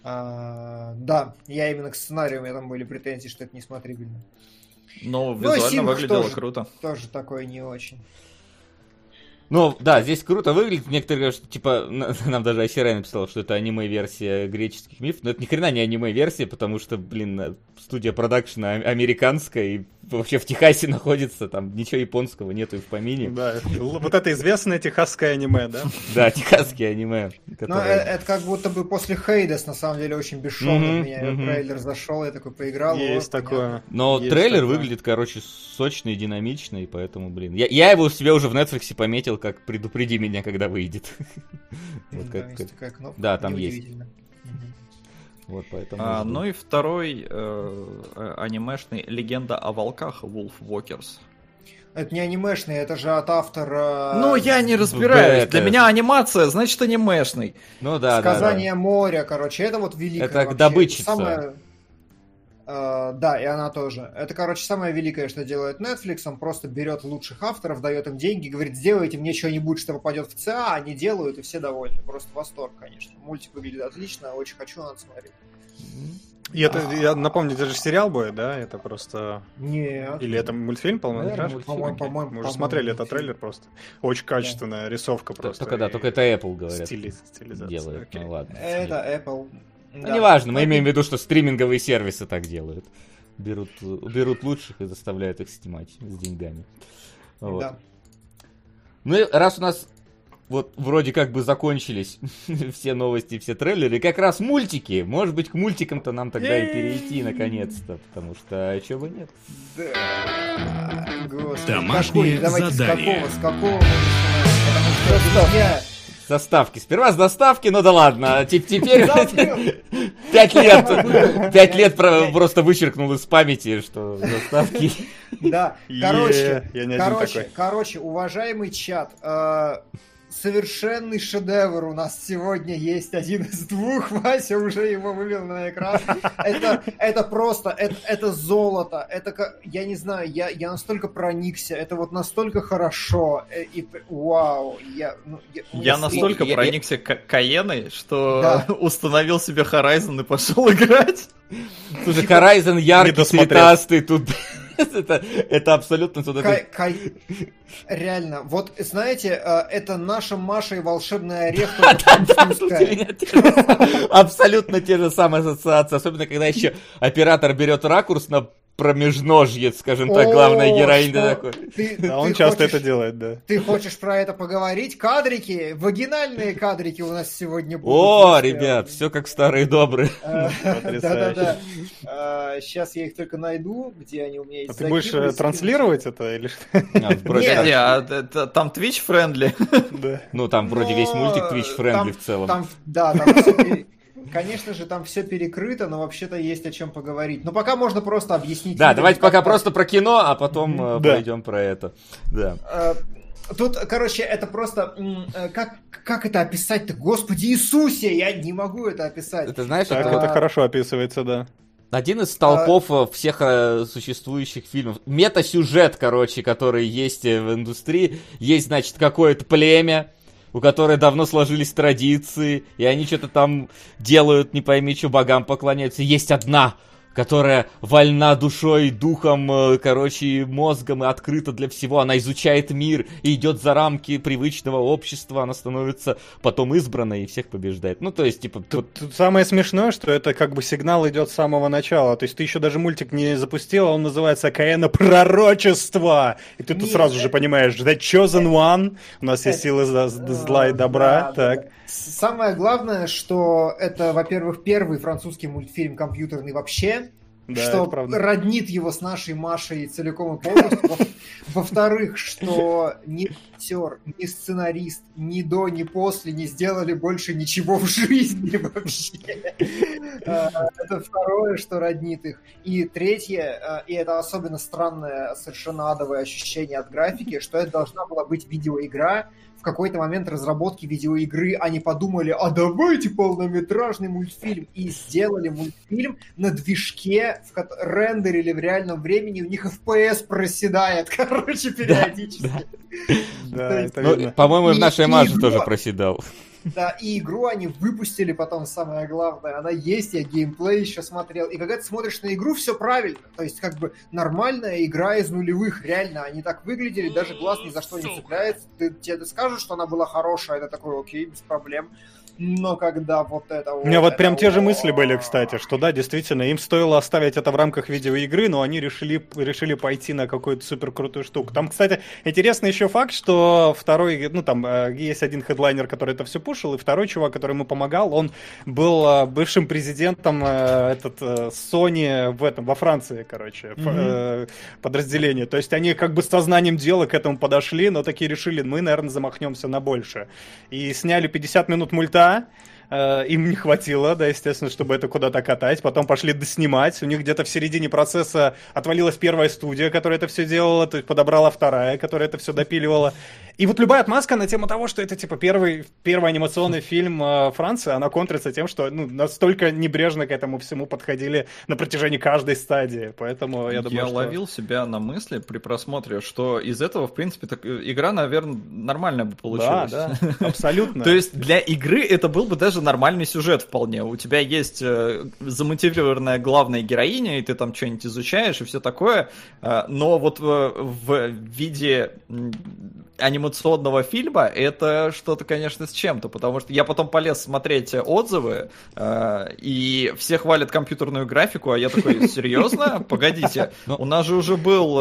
[SPEAKER 2] Да, я именно к сценарию, у меня там были претензии, что это несмотрибельно.
[SPEAKER 3] Но визуально
[SPEAKER 2] Синг
[SPEAKER 3] выглядело
[SPEAKER 2] тоже,
[SPEAKER 3] круто.
[SPEAKER 2] Тоже такое не очень.
[SPEAKER 1] Ну, да, здесь круто выглядит. Некоторые говорят, что, типа, нам даже Асирай написал, что это аниме-версия греческих мифов. Но это ни хрена не аниме-версия, потому что, блин, студия продакшена американская и вообще в Техасе находится, там ничего японского нету и в помине.
[SPEAKER 4] Да, вот это известное техасское аниме, да?
[SPEAKER 1] Да, техасское аниме.
[SPEAKER 2] Но это как будто бы после Хейдес, на самом деле, очень бесшовно меня трейлер зашел, я такой поиграл.
[SPEAKER 4] Есть такое.
[SPEAKER 1] Но трейлер выглядит, короче, сочно и динамично, и поэтому, блин. Я его себе уже в Netflix пометил, как «Предупреди меня, когда выйдет».
[SPEAKER 2] Там есть такая кнопка.
[SPEAKER 1] Да, там есть. Вот поэтому.
[SPEAKER 3] Ну и второй анимешный «Легенда о волках» Wolf Walkers.
[SPEAKER 2] Это не анимешный, это же от автора...
[SPEAKER 3] Ну, я не разбираюсь. Для меня анимация, значит, анимешный.
[SPEAKER 1] Ну да,
[SPEAKER 2] «Сказание моря», короче, это вот великое.
[SPEAKER 1] Это добытчица.
[SPEAKER 2] Да, и она тоже. Это, короче, самое великое, что делает Netflix. Он просто берет лучших авторов, дает им деньги, говорит, сделайте мне что-нибудь, что попадет в ЦА, они делают, и все довольны. Просто восторг, конечно. Мультик выглядит отлично, очень хочу, надо смотреть.
[SPEAKER 4] И это, я напомню, это же сериал будет, да? Это просто...
[SPEAKER 2] Нет.
[SPEAKER 4] Или это мультфильм, полнометражный?
[SPEAKER 2] По-моему,
[SPEAKER 4] мы уже смотрели этот трейлер просто. Очень качественная рисовка просто.
[SPEAKER 1] Только это Apple, говорят.
[SPEAKER 4] Стилизация.
[SPEAKER 1] Делает, ну ладно.
[SPEAKER 2] Это Apple.
[SPEAKER 1] Ну, неважно, мы имеем в виду, что стриминговые сервисы так делают. Берут лучших и заставляют их снимать с деньгами. Вот.
[SPEAKER 2] Да.
[SPEAKER 1] Ну и раз у нас вот вроде как бы закончились все новости, все трейлеры, как раз мультики. Может быть, к мультикам-то нам тогда и перейти наконец-то, потому что а чего бы нет.
[SPEAKER 2] Да. Господи,
[SPEAKER 6] домашнее задание.
[SPEAKER 2] С какого мы начинаем?
[SPEAKER 1] Заставки. Сперва с доставки, ну да ладно. Теперь 5 лет просто вычеркнул из памяти, что заставки.
[SPEAKER 2] Да, короче, уважаемый чат, совершенный шедевр у нас сегодня есть, один из двух, Вася уже его вывел на экран. Это просто, это золото, это, я не знаю, я настолько проникся, это вот настолько хорошо, и вау.
[SPEAKER 3] Я настолько проникся Каеной, что установил себе Horizon и пошел играть.
[SPEAKER 1] Слушай, Horizon яркий, цветастый, тут... Это абсолютно туда...
[SPEAKER 2] Реально, вот знаете, это наша Маша и волшебный орех.
[SPEAKER 1] Абсолютно те же самые ассоциации, особенно когда еще оператор берет ракурс на промежножье, скажем так, главная героиня такой.
[SPEAKER 4] Да, он часто это делает, да.
[SPEAKER 2] Ты хочешь про это поговорить? Кадрики, вагинальные кадрики у нас сегодня будут.
[SPEAKER 1] О, ребят, все как старые добрые.
[SPEAKER 2] Да-да-да. Сейчас я их только найду, где они у меня есть.
[SPEAKER 4] А ты будешь транслировать это или что?
[SPEAKER 3] Нет, там Twitch-френдли.
[SPEAKER 1] Ну, там вроде весь мультик Twitch-френдли в целом.
[SPEAKER 2] Да, там все... Конечно же, там все перекрыто, но вообще-то есть о чем поговорить. Но пока можно просто объяснить.
[SPEAKER 1] Да, давайте пока просто про кино, а потом пойдем про это. Да.
[SPEAKER 2] Тут, короче, это просто... Как это описать-то? Господи Иисусе! Я не могу это описать.
[SPEAKER 1] Это знаешь,
[SPEAKER 4] это хорошо описывается, да.
[SPEAKER 1] Один из столпов всех существующих фильмов. Мета-сюжет, короче, который есть в индустрии. Есть, значит, какое-то племя, у которой давно сложились традиции, и они что-то там делают, не пойми, что богам поклоняются. Есть одна, которая вольна душой, духом, короче, мозгом и открыта для всего. Она изучает мир и идет за рамки привычного общества. Она становится потом избранной и всех побеждает. Ну, то есть, типа...
[SPEAKER 4] Тут самое смешное, что это как бы сигнал идет с самого начала. То есть ты еще даже мультик не запустил, а он называется «Каена Пророчество». И ты тут сразу же понимаешь, The Chosen One. У нас есть силы зла и добра. Так.
[SPEAKER 2] Самое главное, что это, во-первых, первый французский мультфильм компьютерный вообще,
[SPEAKER 4] да,
[SPEAKER 2] что роднит его с нашей Машей целиком и полностью. Во-вторых, что ни актер, ни сценарист, ни до, ни после не сделали больше ничего в жизни вообще. Это второе, что роднит их. И третье, и это особенно странное, совершенно адовое ощущение от графики, что это должна была быть видеоигра. В какой-то момент разработки видеоигры они подумали, а давайте полнометражный мультфильм. И сделали мультфильм на движке, рендерили в реальном времени, у них FPS проседает, короче, периодически.
[SPEAKER 1] По-моему, в нашей Маше тоже проседал.
[SPEAKER 2] Да, и игру они выпустили потом, самое главное. Она есть, я геймплей еще смотрел. И когда ты смотришь на игру, все правильно. То есть, как бы, нормальная игра из нулевых. Реально, они так выглядели, даже глаз ни за что не цепляется. Тебе скажут, что она была хорошая, это такой, окей, без проблем. Но когда вот это...
[SPEAKER 4] У меня вот прям те же мысли были, кстати, что да, действительно, им стоило оставить это в рамках видеоигры, но они решили пойти на какую-то супер крутую штуку. Там, кстати, интересный еще факт, что второй, ну там есть один хедлайнер, который это все пушил, и второй чувак, который ему помогал, он был бывшим президентом Sony во Франции, короче, подразделение. То есть они как бы с сознанием дела к этому подошли, но такие решили, мы, наверное, замахнемся на больше. И сняли 50 минут мульта, им не хватило, да, естественно, чтобы это куда-то катать. Потом пошли доснимать. У них где-то в середине процесса отвалилась первая студия, которая это все делала, то есть подобрала вторая, которая это все допиливала. И вот любая отмазка на тему того, что это типа первый анимационный фильм Франции, она контрится тем, что настолько небрежно к этому всему подходили на протяжении каждой стадии. Поэтому я думаю,
[SPEAKER 3] ловил себя на мысли при просмотре, что из этого, в принципе, игра, наверное, нормальная бы получилась.
[SPEAKER 4] Да, абсолютно.
[SPEAKER 3] То есть для игры это был бы даже нормальный сюжет вполне. У тебя есть замотивированная главная героиня, и ты там что-нибудь изучаешь и все такое, но вот в виде анимационного фильма это что-то, конечно, с чем-то, потому что я потом полез смотреть отзывы, и все хвалят компьютерную графику, а я такой, серьезно? Погодите, у нас же уже был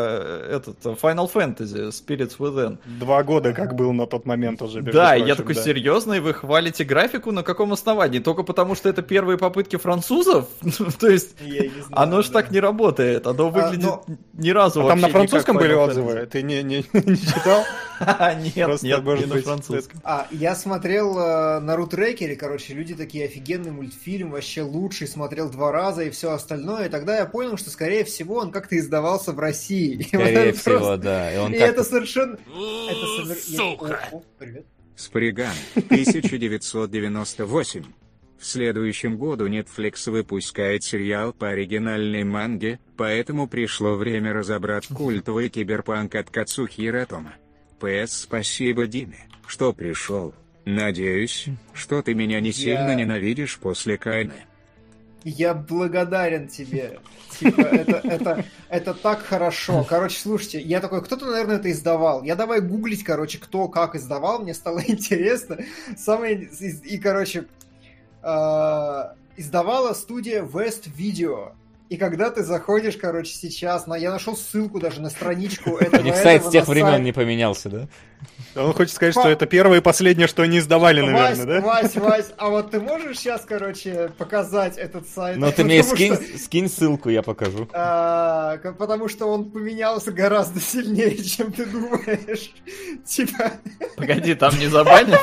[SPEAKER 3] Final Fantasy Spirits Within.
[SPEAKER 4] 2 года как был на тот момент уже.
[SPEAKER 3] Да, я такой, серьезно, и вы хвалите графику на каком основании? Только потому, что это первые попытки французов? То есть, оно ж так не работает, оно выглядит ни разу вообще.
[SPEAKER 4] Там на французском были отзывы? Ты не читал?
[SPEAKER 3] Нет, не на французском.
[SPEAKER 2] Я смотрел на Рутрекере, короче, люди такие, офигенный мультфильм, вообще лучший, смотрел 2 раза и все остальное, и тогда я понял, что, скорее всего, он как-то издавался в России.
[SPEAKER 1] Скорее всего, да.
[SPEAKER 2] И это совершенно...
[SPEAKER 6] Сука!
[SPEAKER 2] Привет.
[SPEAKER 5] Сприган, 1998. В следующем году Netflix выпускает сериал по оригинальной манге, поэтому пришло время разобрать культовый киберпанк от Кацухиро Тома. П.С. Спасибо Диме, что пришел. Надеюсь, что ты меня не сильно ненавидишь после Кайны.
[SPEAKER 2] Я благодарен тебе. Типа, это так хорошо. Короче, слушайте, я такой, кто-то, наверное, это издавал. Я давай гуглить, короче, кто как издавал, мне стало интересно. И, короче, издавала студия West Video. И когда ты заходишь, короче, сейчас, я нашел ссылку даже на страничку этого.
[SPEAKER 1] У них сайт с тех времен не поменялся, да?
[SPEAKER 4] Он хочет сказать, что это первое и последнее, что они издавали, наверное, да?
[SPEAKER 2] Вась, а вот ты можешь сейчас, короче, показать этот сайт?
[SPEAKER 1] Ну, ты мне скинь ссылку, я покажу.
[SPEAKER 2] Потому что он поменялся гораздо сильнее, чем ты думаешь. Типа...
[SPEAKER 3] Погоди, там не забанят?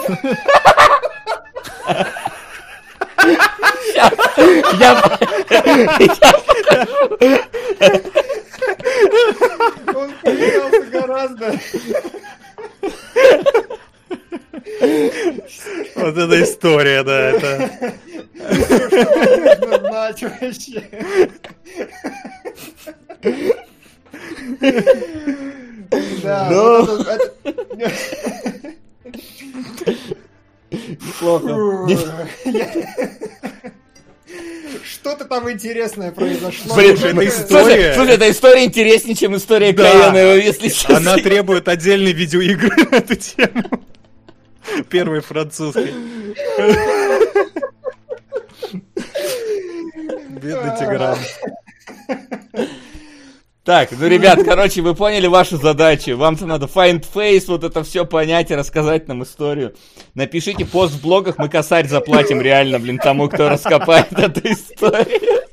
[SPEAKER 2] Он поменялся гораздо.
[SPEAKER 4] Вот это история, да, это...
[SPEAKER 2] Что нужно знать вообще? Да,
[SPEAKER 1] Плохо.
[SPEAKER 2] Что-то там интересное произошло.
[SPEAKER 1] Блин, это история. Слушай, эта история интереснее, чем история Каена, если честно.
[SPEAKER 4] Она требует отдельной видеоигры на эту тему. Первый французский. Бедный Тигран.
[SPEAKER 1] Так, ну, ребят, короче, вы поняли вашу задачу. Вам-то надо find face, вот это все понять и рассказать нам историю. Напишите пост в блогах, мы косарь заплатим реально, блин, тому, кто раскопает эту историю.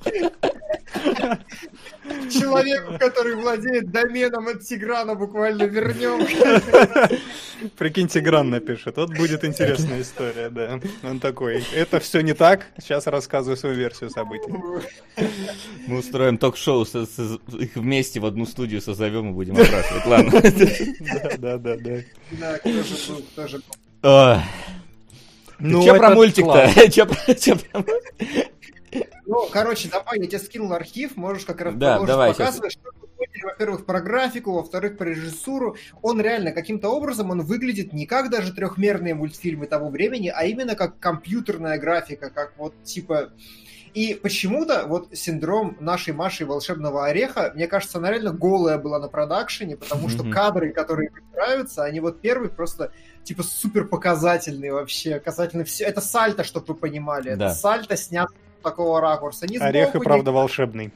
[SPEAKER 2] Человеку, который владеет доменом от Тиграна, буквально вернем.
[SPEAKER 4] Прикинь, Тигран напишет. Вот будет интересная история, да. Он такой, это все не так, сейчас рассказываю свою версию событий.
[SPEAKER 1] Мы устроим ток-шоу, их вместе в одну студию созовем и будем опрашивать. Ладно.
[SPEAKER 4] Да.
[SPEAKER 2] Да, кто же был.
[SPEAKER 1] Ну, что про мультик-то?
[SPEAKER 2] Ну, короче, давай, я тебе скинул архив, можешь как раз
[SPEAKER 1] продолжить
[SPEAKER 2] показывать, что во-первых, про графику, во-вторых, про режиссуру. Он реально каким-то образом, он выглядит не как даже трехмерные мультфильмы того времени, а именно как компьютерная графика, как вот типа... И почему-то вот синдром нашей Маши и Волшебного Ореха, мне кажется, она реально голая была на продакшене, потому что кадры, которые выбираются, они вот первый просто типа супер показательные вообще, касательно все. Это сальто, чтобы вы понимали.
[SPEAKER 1] Да.
[SPEAKER 2] Это сальто снят с такого ракурса. Ни
[SPEAKER 4] Орех и
[SPEAKER 2] сбоку,
[SPEAKER 4] правда волшебный.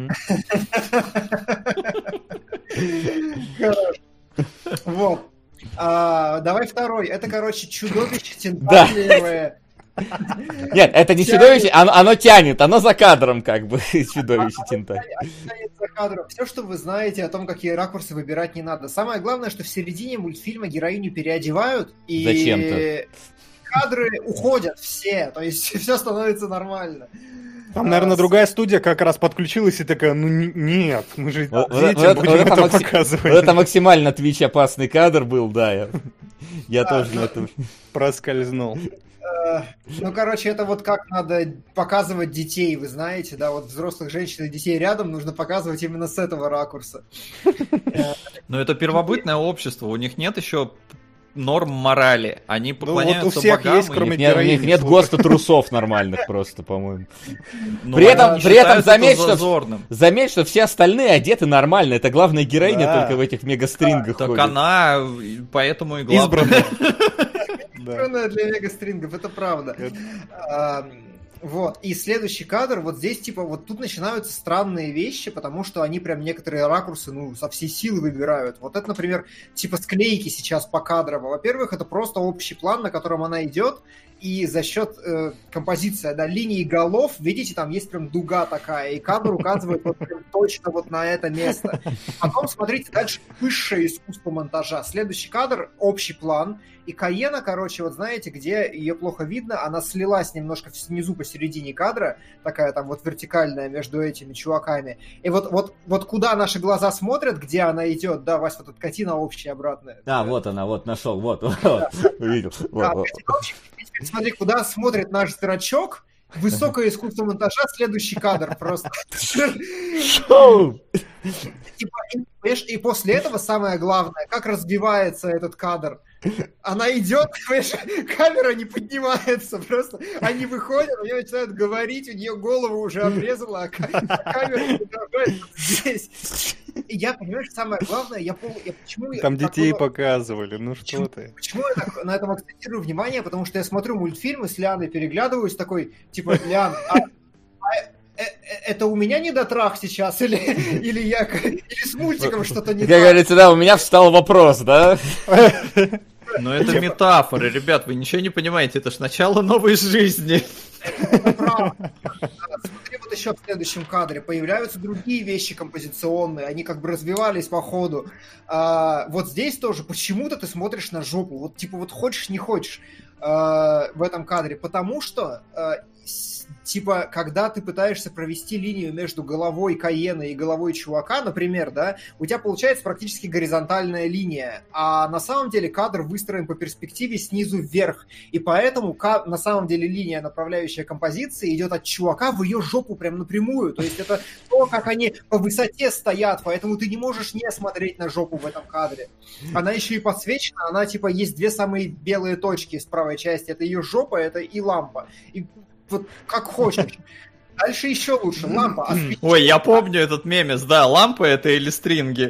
[SPEAKER 2] Вот. Давай второй. Это, короче, чудовище тентаклевое.
[SPEAKER 1] Нет, это не чудовище, оно тянет, оно за кадром как бы, чудовище тентакль.
[SPEAKER 2] Все, что вы знаете о том, какие ракурсы выбирать, не надо. Самое главное, что в середине мультфильма героиню переодевают, и
[SPEAKER 1] зачем-то
[SPEAKER 2] кадры уходят все, то есть все становится нормально.
[SPEAKER 4] Там, наверное, другая студия как раз подключилась и такая, ну нет, мы же детям будем это показывать.
[SPEAKER 1] Это максимально Twitch опасный кадр был, да. Я тоже на этом
[SPEAKER 4] проскользнул.
[SPEAKER 2] Ну, короче, это вот как надо показывать детей, вы знаете, да, вот взрослых женщин и детей рядом нужно показывать именно с этого ракурса.
[SPEAKER 3] Но это первобытное общество, у них нет еще норм морали, они поклоняются
[SPEAKER 4] вот у всех
[SPEAKER 3] богам.
[SPEAKER 4] Есть, кроме
[SPEAKER 1] у них нет ГОСТа трусов нормальных просто, по-моему. При этом заметь, что все остальные одеты нормально, это главная героиня только в этих мегастрингах ходит.
[SPEAKER 3] Так она, поэтому и главная.
[SPEAKER 2] Избранная для мегастрингов, это правда. Вот, и следующий кадр, вот здесь, типа, вот тут начинаются странные вещи, потому что они прям некоторые ракурсы, ну, со всей силы выбирают. Вот это, например, типа склейки сейчас покадрово. Во-первых, это просто общий план, на котором она идет, и за счет композиции, да, линии голов, видите, там есть прям дуга такая, и кадр указывает вот прям точно вот на это место. Потом, смотрите, дальше высшее искусство монтажа. Следующий кадр, общий план, и Каена, короче, вот знаете, где ее плохо видно, она слилась немножко снизу посередине кадра, такая там вот вертикальная между этими чуваками. И вот куда наши глаза смотрят, где она идет, да, Вась, вот эта картина общая обратная.
[SPEAKER 1] Да, вот она, вот нашел, вот, увидел.
[SPEAKER 2] Смотри, куда смотрит наш зрачок, высокое искусство монтажа, следующий кадр просто. И после этого самое главное, как разбивается этот кадр. Она идет, камера не поднимается, просто они выходят, у нее начинают говорить, у нее голову уже обрезала, а камера продолжается здесь. И я, понимаешь, самое главное, почему...
[SPEAKER 4] Там детей показывали, ну что ты.
[SPEAKER 2] Почему я на этом акцентирую внимание? Потому что я смотрю мультфильмы с Лианой, переглядываюсь, такой, типа, Лиан, это у меня недотрах сейчас, или с мультиком что-то не так?
[SPEAKER 1] Как говорится, да, у меня встал вопрос, да?
[SPEAKER 3] Но это метафоры, ребят, вы ничего не понимаете, это ж начало новой жизни.
[SPEAKER 2] Смотри, вот еще в следующем кадре появляются другие вещи композиционные, они как бы развивались по ходу. Вот здесь тоже почему-то ты смотришь на жопу, вот типа вот хочешь, не хочешь в этом кадре, потому что типа, когда ты пытаешься провести линию между головой Каена и головой чувака, например, да, у тебя получается практически горизонтальная линия, а на самом деле кадр выстроен по перспективе снизу вверх, и поэтому на самом деле линия, направляющая композиции, идет от чувака в ее жопу прям напрямую, то есть это то, как они по высоте стоят, поэтому ты не можешь не смотреть на жопу в этом кадре. Она еще и подсвечена, она типа есть две самые белые точки с правой части, это ее жопа, это и лампа, и вот как хочешь. Дальше еще лучше. Лампа. Освещение.
[SPEAKER 3] Ой, я помню этот мемес, да, лампа это или стринги.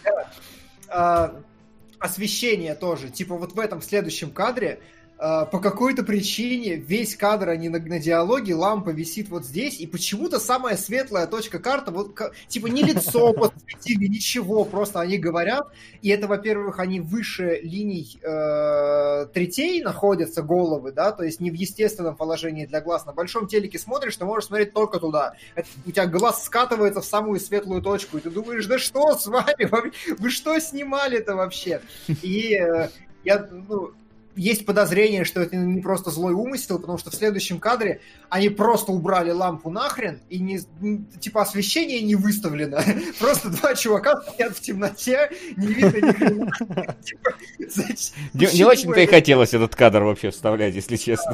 [SPEAKER 2] Освещение тоже. Типа вот в этом следующем кадре по какой-то причине весь кадр, а не на диалоге, лампа висит вот здесь, и почему-то самая светлая точка карты, вот типа не лицо подсветили, ничего, просто они говорят, и это, во-первых, они выше линий третей находятся, головы, да, то есть не в естественном положении для глаз. На большом телеке смотришь, ты можешь смотреть только туда. У тебя глаз скатывается в самую светлую точку, и ты думаешь, да что с вами? Вы что снимали-то вообще? И есть подозрение, что это не просто злой умысел, потому что в следующем кадре они просто убрали лампу нахрен, и типа освещение не выставлено. Просто два чувака стоят в темноте, не видно ни хрена.
[SPEAKER 1] Не очень-то и хотелось этот кадр вообще вставлять, если честно.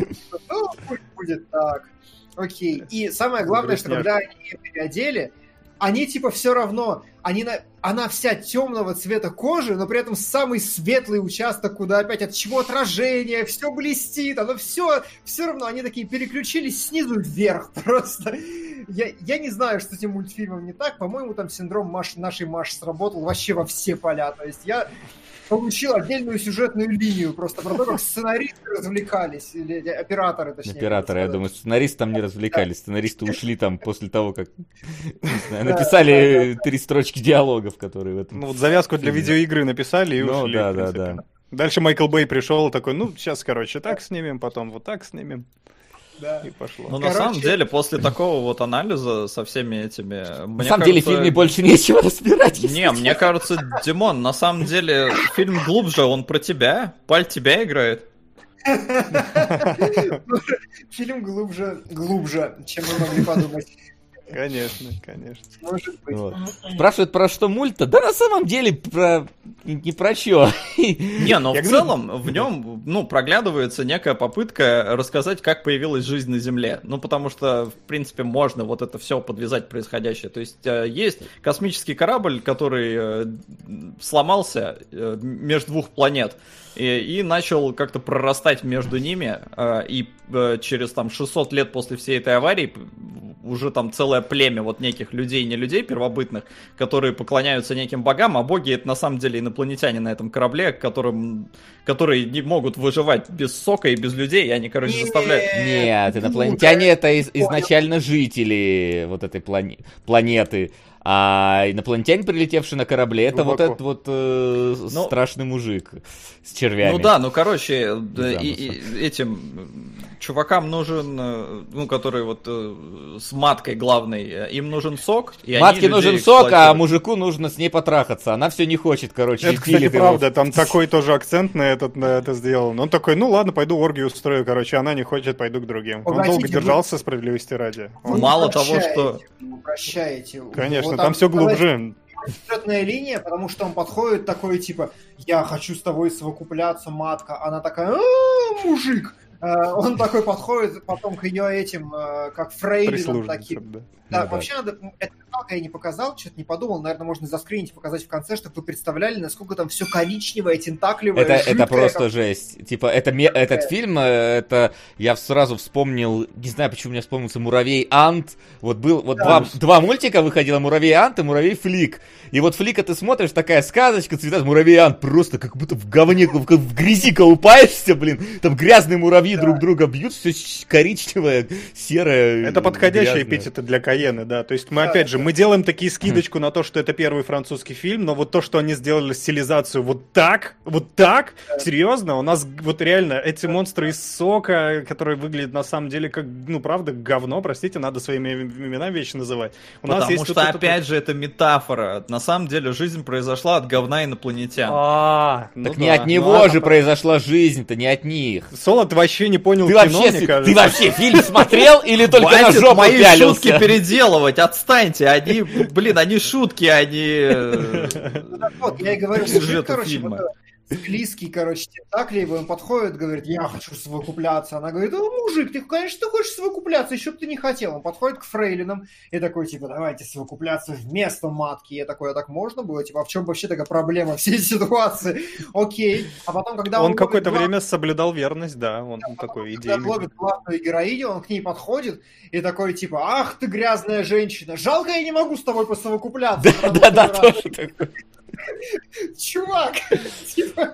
[SPEAKER 2] Ну, пусть будет так. Окей. И самое главное, что когда они ее переодели, они типа все равно, она вся темного цвета кожи, но при этом самый светлый участок, куда опять от чего отражение, все блестит, оно все равно, они такие переключились снизу вверх просто. Я не знаю, что с этим мультфильмом не так, по-моему, там синдром нашей Маши сработал вообще во все поля, то есть я получил отдельную сюжетную линию просто про то, как сценаристы развлекались, или операторы, точнее.
[SPEAKER 1] Операторы, я думаю, сценаристы там не развлекались, сценаристы ушли там после того, как написали 3 строчки диалогов, которые в этом...
[SPEAKER 4] Ну вот завязку для видеоигры написали и ушли.
[SPEAKER 1] Да.
[SPEAKER 4] Дальше Майкл Бэй пришел такой, сейчас, короче, так снимем, потом вот так снимем. Да. И пошло.
[SPEAKER 3] Ну, на самом деле, после такого вот анализа со всеми этими...
[SPEAKER 1] На самом деле, в фильме больше нечего разбирать.
[SPEAKER 3] Не, мне кажется, Димон, на самом деле, фильм глубже, он про тебя. Паль тебя играет.
[SPEAKER 2] Фильм глубже, чем мы могли подумать.
[SPEAKER 4] Конечно.
[SPEAKER 2] Может быть.
[SPEAKER 1] Вот. Спрашивают, про что мульт-то? Да на самом деле не про чё.
[SPEAKER 3] Не, но в целом в нем проглядывается некая попытка рассказать, как появилась жизнь на Земле. Ну, потому что, в принципе, можно вот это все подвязать происходящее. То есть есть космический корабль, который сломался между 2 планет. И начал как-то прорастать между ними, и через там 600 лет после всей этой аварии уже там целое племя вот неких людей, не людей первобытных, которые поклоняются неким богам, а боги это на самом деле инопланетяне на этом корабле, которые не могут выживать без сока и без людей, и они, короче, заставляют...
[SPEAKER 1] Нет, инопланетяне это изначально жители вот этой планеты. А инопланетяне, прилетевшие на корабле, это вот этот вот страшный мужик с червями.
[SPEAKER 3] Ну да, короче, этим чувакам нужен, которые вот с маткой главной, им нужен сок. И
[SPEAKER 1] матке нужен сок, а мужику нужно с ней потрахаться. Она все не хочет, короче.
[SPEAKER 4] Это, кстати, правда, там такой тоже акцент на это сделан. Он такой, ладно, пойду оргию устрою, короче, она не хочет, пойду к другим. Он долго держался, справедливости ради.
[SPEAKER 3] Мало того, что...
[SPEAKER 2] Прощаете.
[SPEAKER 4] Конечно, там все глубже.
[SPEAKER 2] Сюжетная линия, потому что он подходит такой, типа, я хочу с тобой совокупляться, матка. Она такая, мужик. Он такой подходит потом к ее этим, как фрейлинам таким. Да, вообще надо... Это я не показал, что-то не подумал. Наверное, можно заскринить и показать в конце, чтобы вы представляли, насколько там все коричневое, тентакливое,
[SPEAKER 1] это просто жесть. Типа, этот фильм, это я сразу вспомнил, не знаю, почему мне вспомнился «Муравей Ант». Вот был два мультика выходило, «Муравей Ант» и «Муравей Флик». И вот Флика ты смотришь, такая сказочка, цвета, «Муравей Ант» просто как будто в говне, в грязи колупаешься, блин. Там грязные муравьи друг друга бьют, все коричневое, серое.
[SPEAKER 4] Это подходящие эпитеты для Каены, да. То есть мы, опять же, мы делаем такие скидочку на то, что это первый французский фильм, но вот то, что они сделали стилизацию вот так, серьезно, у нас вот реально эти монстры из сока, которые выглядят на самом деле как, правда, говно, простите, надо своими именами вещи называть.
[SPEAKER 3] Потому что, опять же, это метафора. На самом деле, жизнь произошла от говна инопланетян.
[SPEAKER 1] Так не от него же произошла жизнь-то, не от них.
[SPEAKER 4] Соло, ты вообще не понял кино, мне кажется.
[SPEAKER 1] Ты вообще фильм смотрел или только на жопу
[SPEAKER 3] пялился? Мои шутки переделывать, отстаньте. Они шутки, они...
[SPEAKER 2] Вот, я и говорю, мужик, короче, склизкий, тентакли, он подходит, говорит, я хочу совокупляться. Она говорит, мужик, ты, конечно, ты хочешь совокупляться, еще бы ты не хотел. Он подходит к фрейлинам и такой, типа, давайте совокупляться вместо матки. Я такой, а так можно было? Типа, а в чем вообще такая проблема всей ситуации? Окей. А потом, когда
[SPEAKER 4] он какое-то время соблюдал верность, да, он такой идейный.
[SPEAKER 2] Когда ловит главную героиню, он к ней подходит и такой, типа, ах ты грязная женщина, жалко, я не могу с тобой посовокупляться.
[SPEAKER 1] Да, тоже такой.
[SPEAKER 2] Чувак, типа,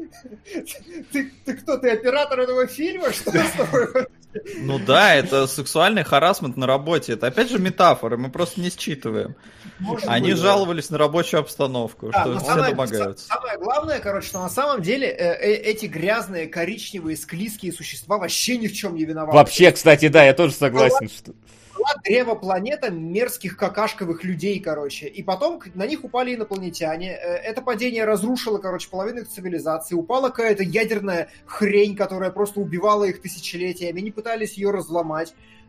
[SPEAKER 2] ты кто, ты оператор этого фильма? Что с тобой?
[SPEAKER 3] Ну да, это сексуальный харассмент на работе. Это опять же метафора, мы просто не считываем. Они жаловались на рабочую обстановку, что все домогаются.
[SPEAKER 2] Самое главное, что на самом деле эти грязные, коричневые, склизкие существа вообще ни в чем не виноваты.
[SPEAKER 1] Вообще, кстати, да, я тоже согласен, что...
[SPEAKER 2] Была древо-планета мерзких какашковых людей, и потом на них упали инопланетяне. Это падение разрушило, половину их цивилизации. Упала какая-то ядерная хрень, которая просто убивала их тысячелетиями. Они пытались ее разломать.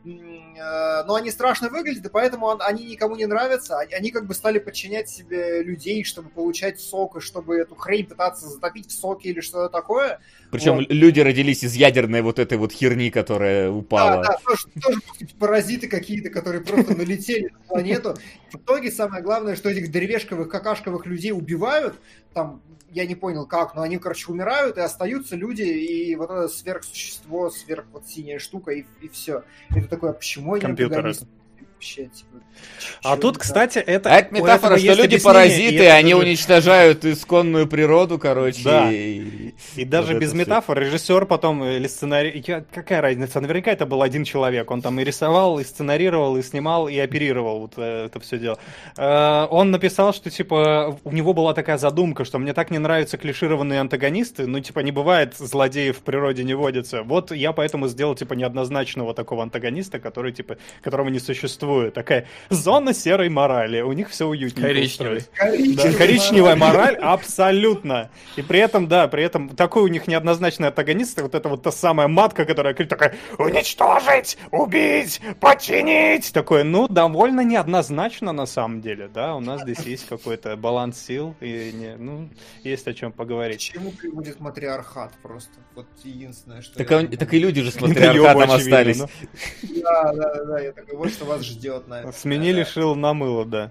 [SPEAKER 2] но они страшно выглядят, и поэтому они никому не нравятся. Они как бы стали подчинять себе людей, чтобы получать сок, и чтобы эту хрень пытаться затопить в соке или что-то такое.
[SPEAKER 1] Причем вот. Люди родились из ядерной вот этой вот херни, которая упала.
[SPEAKER 2] Да, тоже паразиты какие-то, которые просто налетели на планету. В итоге самое главное, что этих древешковых, какашковых людей убивают, там, я не понял как, но они, короче, умирают, и остаются люди, и вот это сверхсущество, вот синяя штука, и все. Это такое, почему они антагонисты? Вообще, типа,
[SPEAKER 4] а тут, кстати, это...
[SPEAKER 1] А это метафора, что люди паразиты, они уничтожают исконную природу, короче.
[SPEAKER 4] Да. И даже вот без метафор режиссер потом, или сценарий... Какая разница? Наверняка это был один человек. Он там и рисовал, и сценарировал, и снимал, и оперировал вот это все дело. Он написал, что, типа, у него была такая задумка, что мне так не нравятся клишированные антагонисты, ну, типа, не бывает злодеев в природе не водится. Вот я поэтому сделал, типа, неоднозначного такого антагониста, который, типа, которого не существует. Такая зона серой морали. У них все уютнее. Коричневая мораль, абсолютно. И при этом, да, такой у них неоднозначный антагонист. Вот это вот та самая матка, которая говорит такая: уничтожить, убить, подчинить. Такое, ну, довольно неоднозначно на самом деле, да. У нас здесь есть какой-то баланс сил. И есть о чем поговорить.
[SPEAKER 2] К чему приводит матриархат просто? Вот единственное, что...
[SPEAKER 1] Так и люди же с матриархатом остались.
[SPEAKER 2] Да, я такой, вот что вас ждет, наверное.
[SPEAKER 4] Сменили шило на мыло, да.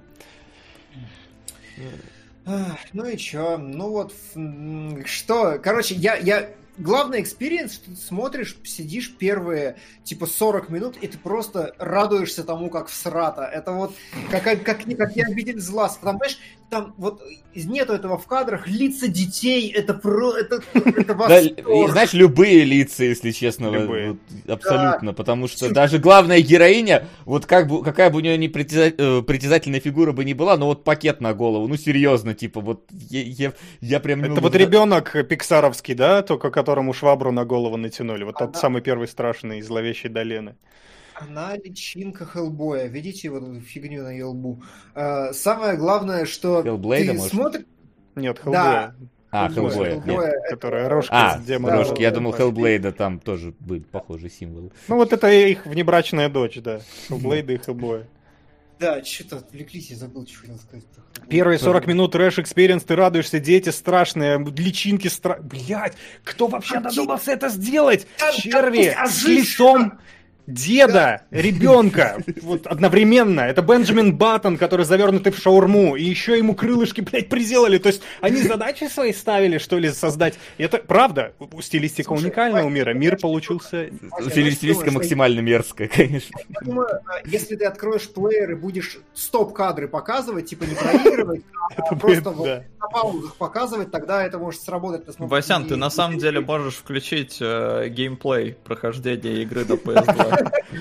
[SPEAKER 2] Ну и чё? Ну вот, что? Короче, я... Главный экспириенс, что ты смотришь, сидишь первые, типа, 40 минут, и ты просто радуешься тому, как всрато. Это вот, как я обитель зла. Там, понимаешь, там вот нету этого в кадрах, лица детей, это восторг.
[SPEAKER 1] Знаешь, любые лица, если честно, вот, абсолютно, потому что даже главная героиня, вот какая бы у нее ни притязательная фигура бы ни была, но вот пакет на голову, ну серьезно, типа, вот я прям...
[SPEAKER 4] Это вот ребенок пиксаровский, да, только которому швабру на голову натянули, вот тот самый первый страшный из «Зловещей долины».
[SPEAKER 2] Она личинка Хеллбоя. Видите вот эту фигню на ее лбу? Самое главное, что
[SPEAKER 1] Хеллблейда,
[SPEAKER 2] ты смотришь...
[SPEAKER 4] Нет, Хеллбоя.
[SPEAKER 1] Да. Хеллбоя.
[SPEAKER 4] Которая рожка с демоном.
[SPEAKER 1] Рожки. Я думал, Хеллблейда там тоже были похожие символы.
[SPEAKER 4] Ну вот это их внебрачная дочь, да. Хеллблейда и Хеллбоя.
[SPEAKER 2] Да, что-то отвлеклись, я забыл, что хотел сказать.
[SPEAKER 4] Первые 40 минут трэш-экспириенс, ты радуешься, дети страшные, личинки страшные. Блядь, кто вообще додумался это сделать? Черви с лицом деда, ребенка, вот одновременно. Это Бенджамин Баттон, который завернутый в шаурму, и еще ему крылышки, блядь, приделали. То есть они задачи свои ставили, что ли, создать. И это правда, стилистика уникальная у мира. Мир получился...
[SPEAKER 1] Стилистика максимально мерзкая, конечно.
[SPEAKER 2] Я думаю, если ты откроешь плеер и будешь стоп-кадры показывать, типа не проигрывать, а просто на паузах показывать, тогда это может сработать.
[SPEAKER 3] Васян, ты на самом деле можешь включить геймплей прохождения игры до PS2.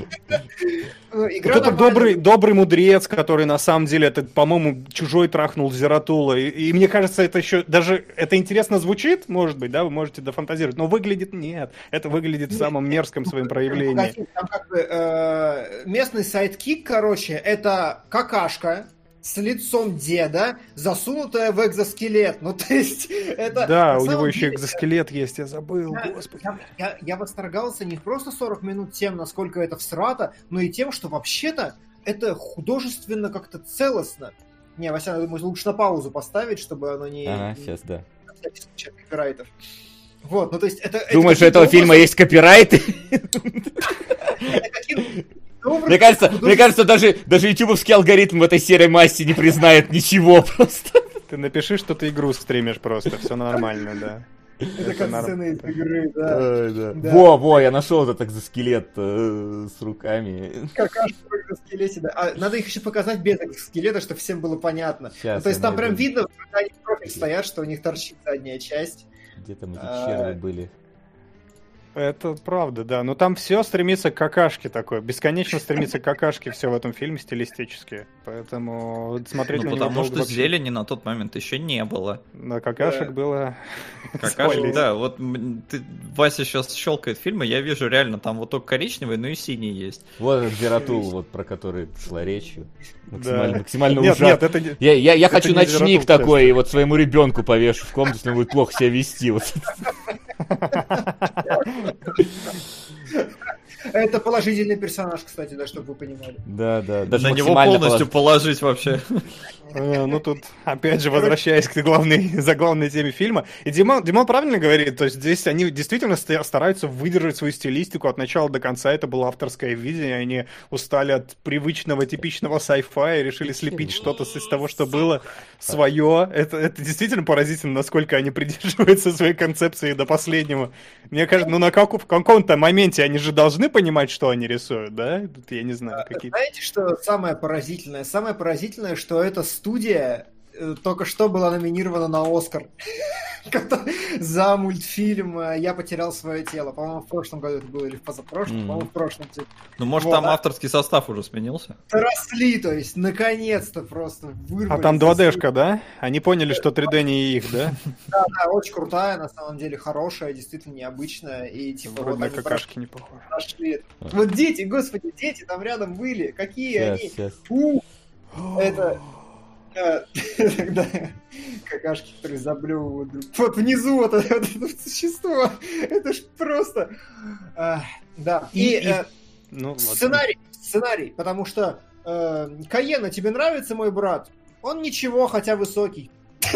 [SPEAKER 4] Вот это добрый мудрец, который на самом деле, это, по-моему, чужой трахнул Зератула. И мне кажется, это еще даже это интересно звучит, может быть, да, вы можете дофантазировать, но выглядит нет. Это выглядит в самом мерзком своем проявлении.
[SPEAKER 2] Там как бы местный сайдкик, короче, это какашка с лицом деда, засунутая в экзоскелет. Ну, то есть, это...
[SPEAKER 4] Да, у него еще экзоскелет есть, я забыл, господи.
[SPEAKER 2] Я восторгался не просто 40 минут тем, насколько это всрато, но и тем, что вообще-то это художественно как-то целостно. Не, Вася, я думаю, лучше на паузу поставить, чтобы оно не...
[SPEAKER 1] сейчас, да.
[SPEAKER 2] Копирайтов. Вот, ну то есть это...
[SPEAKER 1] Думаешь, у этого фильма есть копирайты? Мне кажется, даже ютубовский алгоритм в этой серой массе не признает ничего просто.
[SPEAKER 4] Ты напиши, что ты игру стримишь просто, все нормально, да.
[SPEAKER 2] Это как сцена из игры, да.
[SPEAKER 1] Во, я нашел этот экзоскелет с руками.
[SPEAKER 2] Какашка в экзоскелете, да. Надо их еще показать без экзоскелета, чтобы всем было понятно. То есть там прям видно, когда они в профиль стоят, что у них торчит задняя часть.
[SPEAKER 1] Где там эти черви были?
[SPEAKER 4] Это правда, да. Но там все стремится к какашке такой. Бесконечно стремится к какашке все в этом фильме стилистически. Поэтому смотреть на него...
[SPEAKER 3] потому что зелени на тот момент еще не было.
[SPEAKER 4] На какашек было...
[SPEAKER 3] Какашек, да. Вот Вася сейчас щелкает фильмы, я вижу реально там вот только коричневый, но и синий есть.
[SPEAKER 1] Вот этот Зератул, вот про который шла речь. Максимально ужасно. Я хочу ночник такой, и вот своему ребенку повешу в комнату, если он будет плохо себя вести.
[SPEAKER 2] Это положительный персонаж, кстати, да, чтобы вы понимали.
[SPEAKER 1] Да.
[SPEAKER 3] Даже на него полностью положить вообще.
[SPEAKER 4] Ну тут, опять же, возвращаясь к заглавной теме фильма. И Димон правильно говорит, то есть здесь они действительно стараются выдержать свою стилистику от начала до конца. Это было авторское видение, они устали от привычного, типичного sci-fi и решили слепить что-то из того, что было свое. Это действительно поразительно, насколько они придерживаются своей концепции до последнего. Мне кажется, ну в каком-то моменте они же должны понимать, что они рисуют, да? Тут я не знаю, какие...
[SPEAKER 2] Знаете, что самое поразительное? Самое поразительное, что эта студия только что была номинирована на Оскар за мультфильм «Я потерял свое тело». По-моему, в прошлом году это было или в позапрошлом. По-моему, в прошлом.
[SPEAKER 3] Ну, может, там авторский состав уже сменился?
[SPEAKER 2] Росли, то есть, наконец-то просто вырвали.
[SPEAKER 4] А там 2D-шка, да? Они поняли, что 3D не их, да?
[SPEAKER 2] Да, очень крутая, на самом деле, хорошая, действительно необычная. И типа
[SPEAKER 4] вроде на какашки не похоже.
[SPEAKER 2] Вот дети, господи, дети там рядом были. Какие они? Это... Тогда какашки, которые заблевывают. Вот внизу вот это существо. Это ж просто... Да. Сценарий, потому что Каена, тебе нравится мой брат? Он ничего, хотя высокий.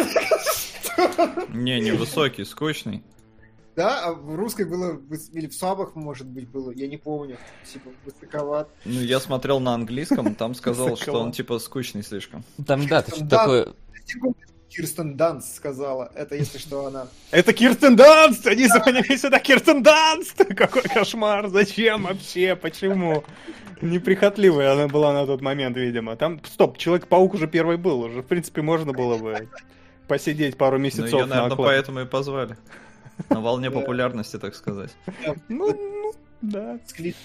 [SPEAKER 3] Не высокий, скучный.
[SPEAKER 2] Да, а в русской было, или в сабах, может быть, было, я не помню, типа, высоковат.
[SPEAKER 3] Ну, я смотрел на английском, там сказал, что он, типа, скучный слишком.
[SPEAKER 1] Там, да, что такое...
[SPEAKER 2] Кирстен Данст сказала, это, если что, она...
[SPEAKER 4] Это Кирстен Данст! Они звонили сюда, Кирстен Данст! Какой кошмар, зачем вообще, почему? Неприхотливая она была на тот момент, видимо. Там, стоп, Человек-паук уже первый был, уже, в принципе, можно было бы посидеть пару месяцев.
[SPEAKER 3] Ну, ее, наверное, поэтому и позвали. На волне популярности, так сказать.
[SPEAKER 4] Ну, да.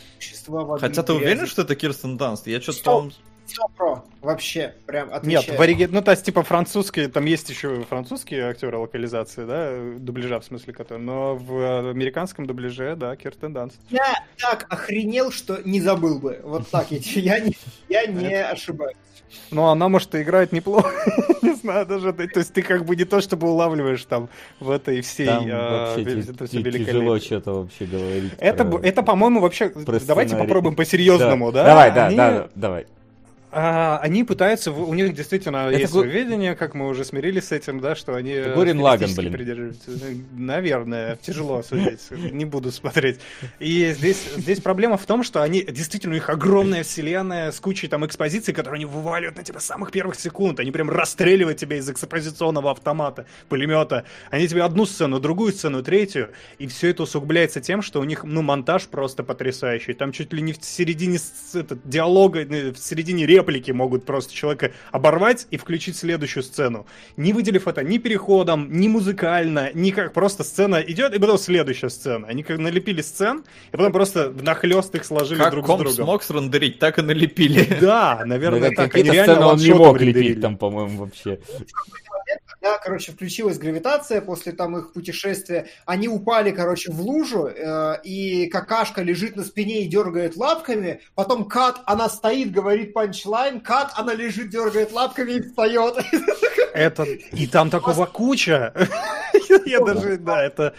[SPEAKER 3] Хотя ты уверен, что это Кирстен Данст? Я что-то там...
[SPEAKER 2] Все про, вообще, прям отвечаю.
[SPEAKER 4] Нет, в оригинале, ну, то есть, типа, французские, там есть еще французские актеры локализации, да, дубляжа, в смысле, которые, но в американском дубляже, да, Кирстен Данст.
[SPEAKER 2] Я так охренел, что не забыл бы. Вот так, я не ошибаюсь.
[SPEAKER 4] Ну, она, может, и играет неплохо. Не знаю, даже. То есть ты как бы не то, чтобы улавливаешь там в этой всей...
[SPEAKER 1] Там вообще тяжело что-то вообще говорить.
[SPEAKER 4] Это, по-моему, вообще... Давайте попробуем по-серьезному, да?
[SPEAKER 1] Давай.
[SPEAKER 4] Они пытаются, у них действительно есть свое видение, как мы уже смирились с этим, да, что они
[SPEAKER 1] Гуррен Лаганн, блин.
[SPEAKER 4] придерживаются. Наверное, тяжело судить, не буду смотреть. И здесь проблема в том, что они, действительно, у них огромная вселенная с кучей там экспозиций, которые они вываливают на тебя с самых первых секунд. Они прям расстреливают тебя из экспозиционного автомата, пулемета. Они тебе одну сцену, другую сцену, третью. И все это усугубляется тем, что у них, ну, монтаж просто потрясающий. Там чуть ли не в середине диалога, в середине реплики могут просто человека оборвать и включить следующую сцену. Не выделив это ни переходом, ни музыкально, ни как. Просто сцена идет, и потом следующая сцена. Они как налепили сцен, и потом просто внахлёст их сложили
[SPEAKER 3] как
[SPEAKER 4] друг с другом.
[SPEAKER 3] Как комп смог срендерить, так и налепили.
[SPEAKER 4] Да, наверное, так.
[SPEAKER 1] Они реально он не мог лепить там, по-моему, вообще.
[SPEAKER 2] Да, короче, включилась гравитация после там их путешествия. Они упали, короче, в лужу, и какашка лежит на спине и дергает лапками. Потом кат, она стоит, говорит панчлайн. Кат, она лежит, дергает лапками и встает.
[SPEAKER 4] Это... И там такого куча. Я даже... Да, это...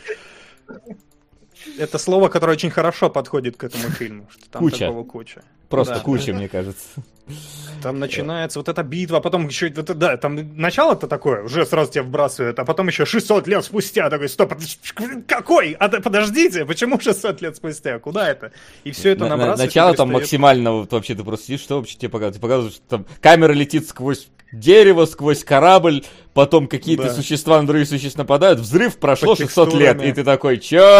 [SPEAKER 4] Это слово, которое очень хорошо подходит к этому фильму. Что там
[SPEAKER 1] куча.
[SPEAKER 4] Такого куча.
[SPEAKER 1] Просто куча, мне кажется.
[SPEAKER 4] Там начинается вот эта битва, а потом еще... Да, там начало-то такое, уже сразу тебя вбрасывают, а потом еще 600 лет спустя такой, стоп, какой? Подождите, почему 600 лет спустя? Куда это? И все это набрасывается.
[SPEAKER 1] Начало там максимально, вот вообще ты просто сидишь, что вообще тебе показывают? Тебе показывают, что там камера летит сквозь дерево, сквозь корабль, потом какие-то существа на другие существа нападают, взрыв, прошло 600 лет, и ты такой, чё?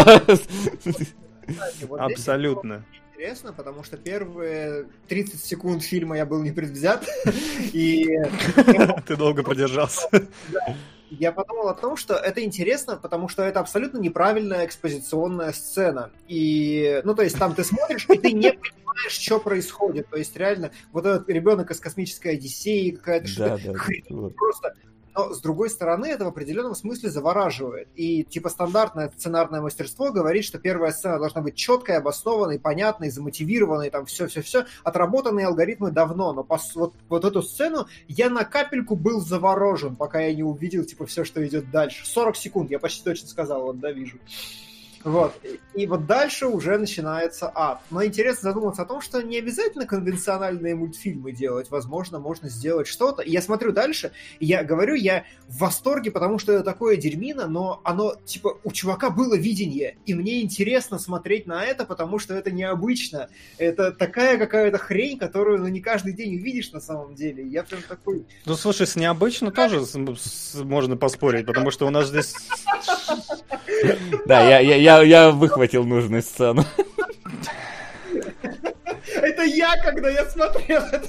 [SPEAKER 4] Абсолютно.
[SPEAKER 2] Интересно, потому что первые 30 секунд фильма я был непредвзят, и...
[SPEAKER 4] Ты долго продержался.
[SPEAKER 2] Я подумал о том, что это интересно, потому что это абсолютно неправильная экспозиционная сцена. И, ну, то есть там ты смотришь, и ты не понимаешь, что происходит. То есть реально вот этот ребенок из космической Одиссеи, какая-то что-то хрень, просто... Но, с другой стороны, это в определенном смысле завораживает. И, типа, стандартное сценарное мастерство говорит, что первая сцена должна быть четкой, обоснованной, понятной, замотивированной, там, все-все-все. Отработанные алгоритмы давно, но вот эту сцену я на капельку был заворожен, пока я не увидел, типа, все, что идет дальше. 40 секунд, я почти точно сказал, вот, да, вижу. Вот. И вот дальше уже начинается ад. Но интересно задуматься о том, что не обязательно конвенциональные мультфильмы делать. Возможно, можно сделать что-то. И я смотрю дальше, и я говорю, я в восторге, потому что это такое дерьмино, но оно, типа, у чувака было видение. И мне интересно смотреть на это, потому что это необычно. Это такая какая-то хрень, которую, ну, не каждый день увидишь на самом деле. Я прям такой...
[SPEAKER 4] Ну, слушай, с необычно тоже можно поспорить, потому что у нас здесь...
[SPEAKER 1] Да, я выхватил нужную сцену.
[SPEAKER 2] Это я, когда я смотрел это.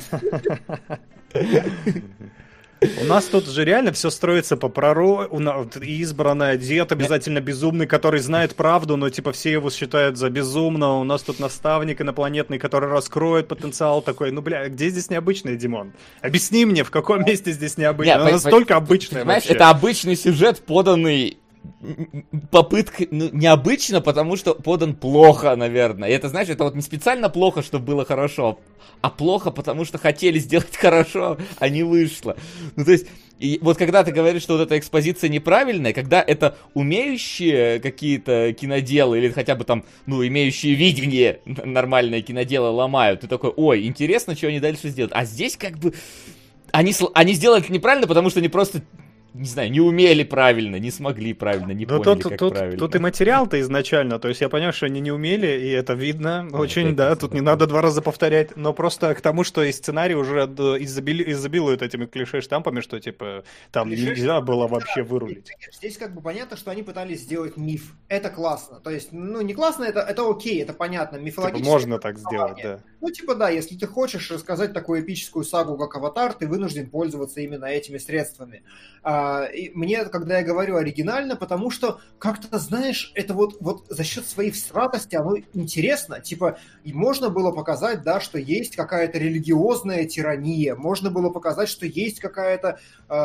[SPEAKER 4] У нас тут же реально все строится по избранное, дед обязательно безумный, который знает правду, но типа все его считают за безумного. У нас тут наставник инопланетный, который раскроет потенциал такой. Ну, бля, где здесь необычный, Димон? Объясни мне, в каком месте здесь необычный? Она настолько обычная вообще.
[SPEAKER 1] Это обычный сюжет, поданный попытка, ну, необычно, потому что подан плохо, наверное. И это, знаешь, это вот не специально плохо, чтобы было хорошо, а плохо, потому что хотели сделать хорошо, а не вышло. Ну, то есть, и вот когда ты говоришь, что вот эта экспозиция неправильная, когда это умеющие какие-то киноделы или хотя бы там, ну, имеющие видение нормальное киноделы ломают, ты такой, ой, интересно, что они дальше сделают. А здесь как бы они сделали это неправильно, потому что они просто... не знаю, не умели правильно, не смогли правильно, не поняли, как правильно.
[SPEAKER 4] Тут и материал-то изначально, то есть я понял, что они не умели, и это видно очень, да, тут не надо 2 раза повторять, но просто к тому, что и сценарий уже изобилует этими клише-штампами, что, типа, там нельзя было вообще вырулить.
[SPEAKER 2] Здесь как бы понятно, что они пытались сделать миф. Это классно. То есть, ну, не классно, это окей, это понятно, мифологически.
[SPEAKER 4] Типа, можно так сделать, да.
[SPEAKER 2] Ну, типа, да, если ты хочешь рассказать такую эпическую сагу, как «Аватар», ты вынужден пользоваться именно этими средствами. И мне, когда я говорю оригинально, потому что, как-то, знаешь, это вот за счет своей всратости оно интересно. Типа, и можно было показать, да, что есть какая-то религиозная тирания, можно было показать, что есть какая-то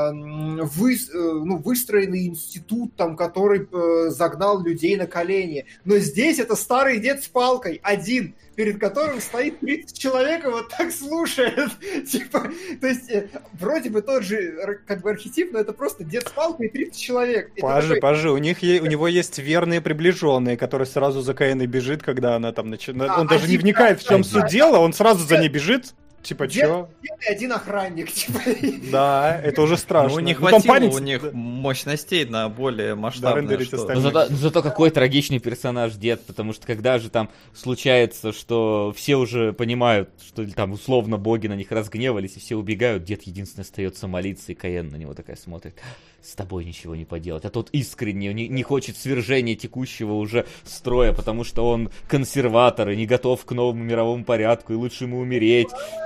[SPEAKER 2] выстроенный институт, там, который загнал людей на колени. Но здесь это старый дед с палкой, один, перед которым стоит 30 человек и вот так слушает. Типа, то есть, вроде бы тот же, как бы, архетип, но это просто дед с палкой и 30 человек.
[SPEAKER 4] Пажи, у него есть верные приближенные, которые сразу за Каэной бежит, когда она там начинает... Он даже не вникает, в чем суть дела, он сразу за ней бежит. Типа, чё?
[SPEAKER 2] Один охранник, типа.
[SPEAKER 4] Да, это уже страшно.
[SPEAKER 3] Ну, не хватило у них мощностей на более масштабное что-то.
[SPEAKER 1] Зато какой трагичный персонаж дед, потому что когда же там случается, что все уже понимают, что там условно боги на них разгневались, и все убегают, дед единственный остается молиться, и Каен на него такая смотрит. С тобой ничего не поделать. А тот искренне не хочет свержения текущего уже строя, потому что он консерватор и не готов к новому мировому порядку, и лучше ему умереть.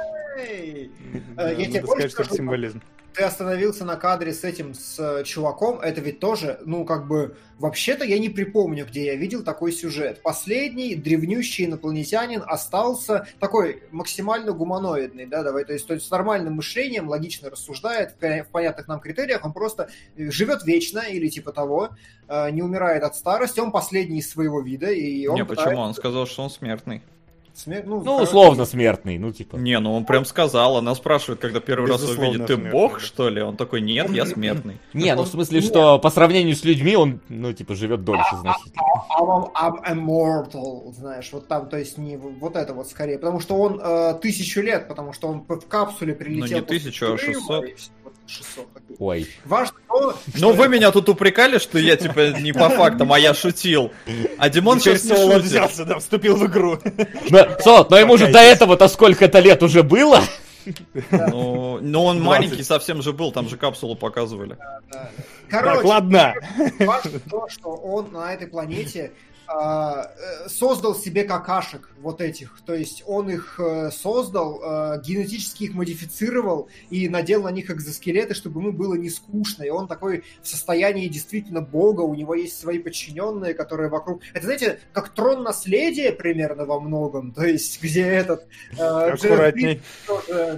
[SPEAKER 2] Я тебе больше скажу,
[SPEAKER 4] символизм.
[SPEAKER 2] Ты остановился на кадре с чуваком, это ведь тоже, ну, как бы, вообще-то я не припомню, где я видел такой сюжет. Последний древнющий инопланетянин остался такой максимально гуманоидный, да, давай, то есть с нормальным мышлением, логично рассуждает, в понятных нам критериях, он просто живет вечно или типа того, не умирает от старости, он последний из своего вида, и он...
[SPEAKER 3] Почему? Он сказал, что он смертный.
[SPEAKER 1] Ну, условно смертный, ну, типа.
[SPEAKER 3] Не, ну он прям сказал, она спрашивает, когда первый раз увидит, ты бог, что ли? Он такой, нет, я смертный.
[SPEAKER 1] Не, ну в смысле, что по сравнению с людьми он, ну, типа, живет дольше значительно.
[SPEAKER 2] I'm immortal, знаешь, вот там, то есть не вот это вот скорее, потому что он 1000 лет, потому что он в капсуле прилетел.
[SPEAKER 3] Ну, не 1000, а 600.
[SPEAKER 2] 600.
[SPEAKER 1] Ой.
[SPEAKER 2] Важно то,
[SPEAKER 3] ну, вы меня тут упрекали, что я, типа, не по фактам, а я шутил. А Димон сейчас не шутит.
[SPEAKER 4] Взялся, да, вступил в игру.
[SPEAKER 1] Но ему же до этого-то сколько-то лет уже было.
[SPEAKER 3] Ну, он маленький совсем же был, там же капсулу показывали.
[SPEAKER 2] Короче,
[SPEAKER 4] так, ладно.
[SPEAKER 2] Важно то, что он на этой планете создал себе какашек вот этих, то есть он их создал, генетически их модифицировал и надел на них экзоскелеты, чтобы ему было не скучно, и он такой в состоянии действительно бога, у него есть свои подчиненные, которые вокруг... Это, знаете, как трон наследия примерно во многом, то есть где этот...
[SPEAKER 4] Аккуратней.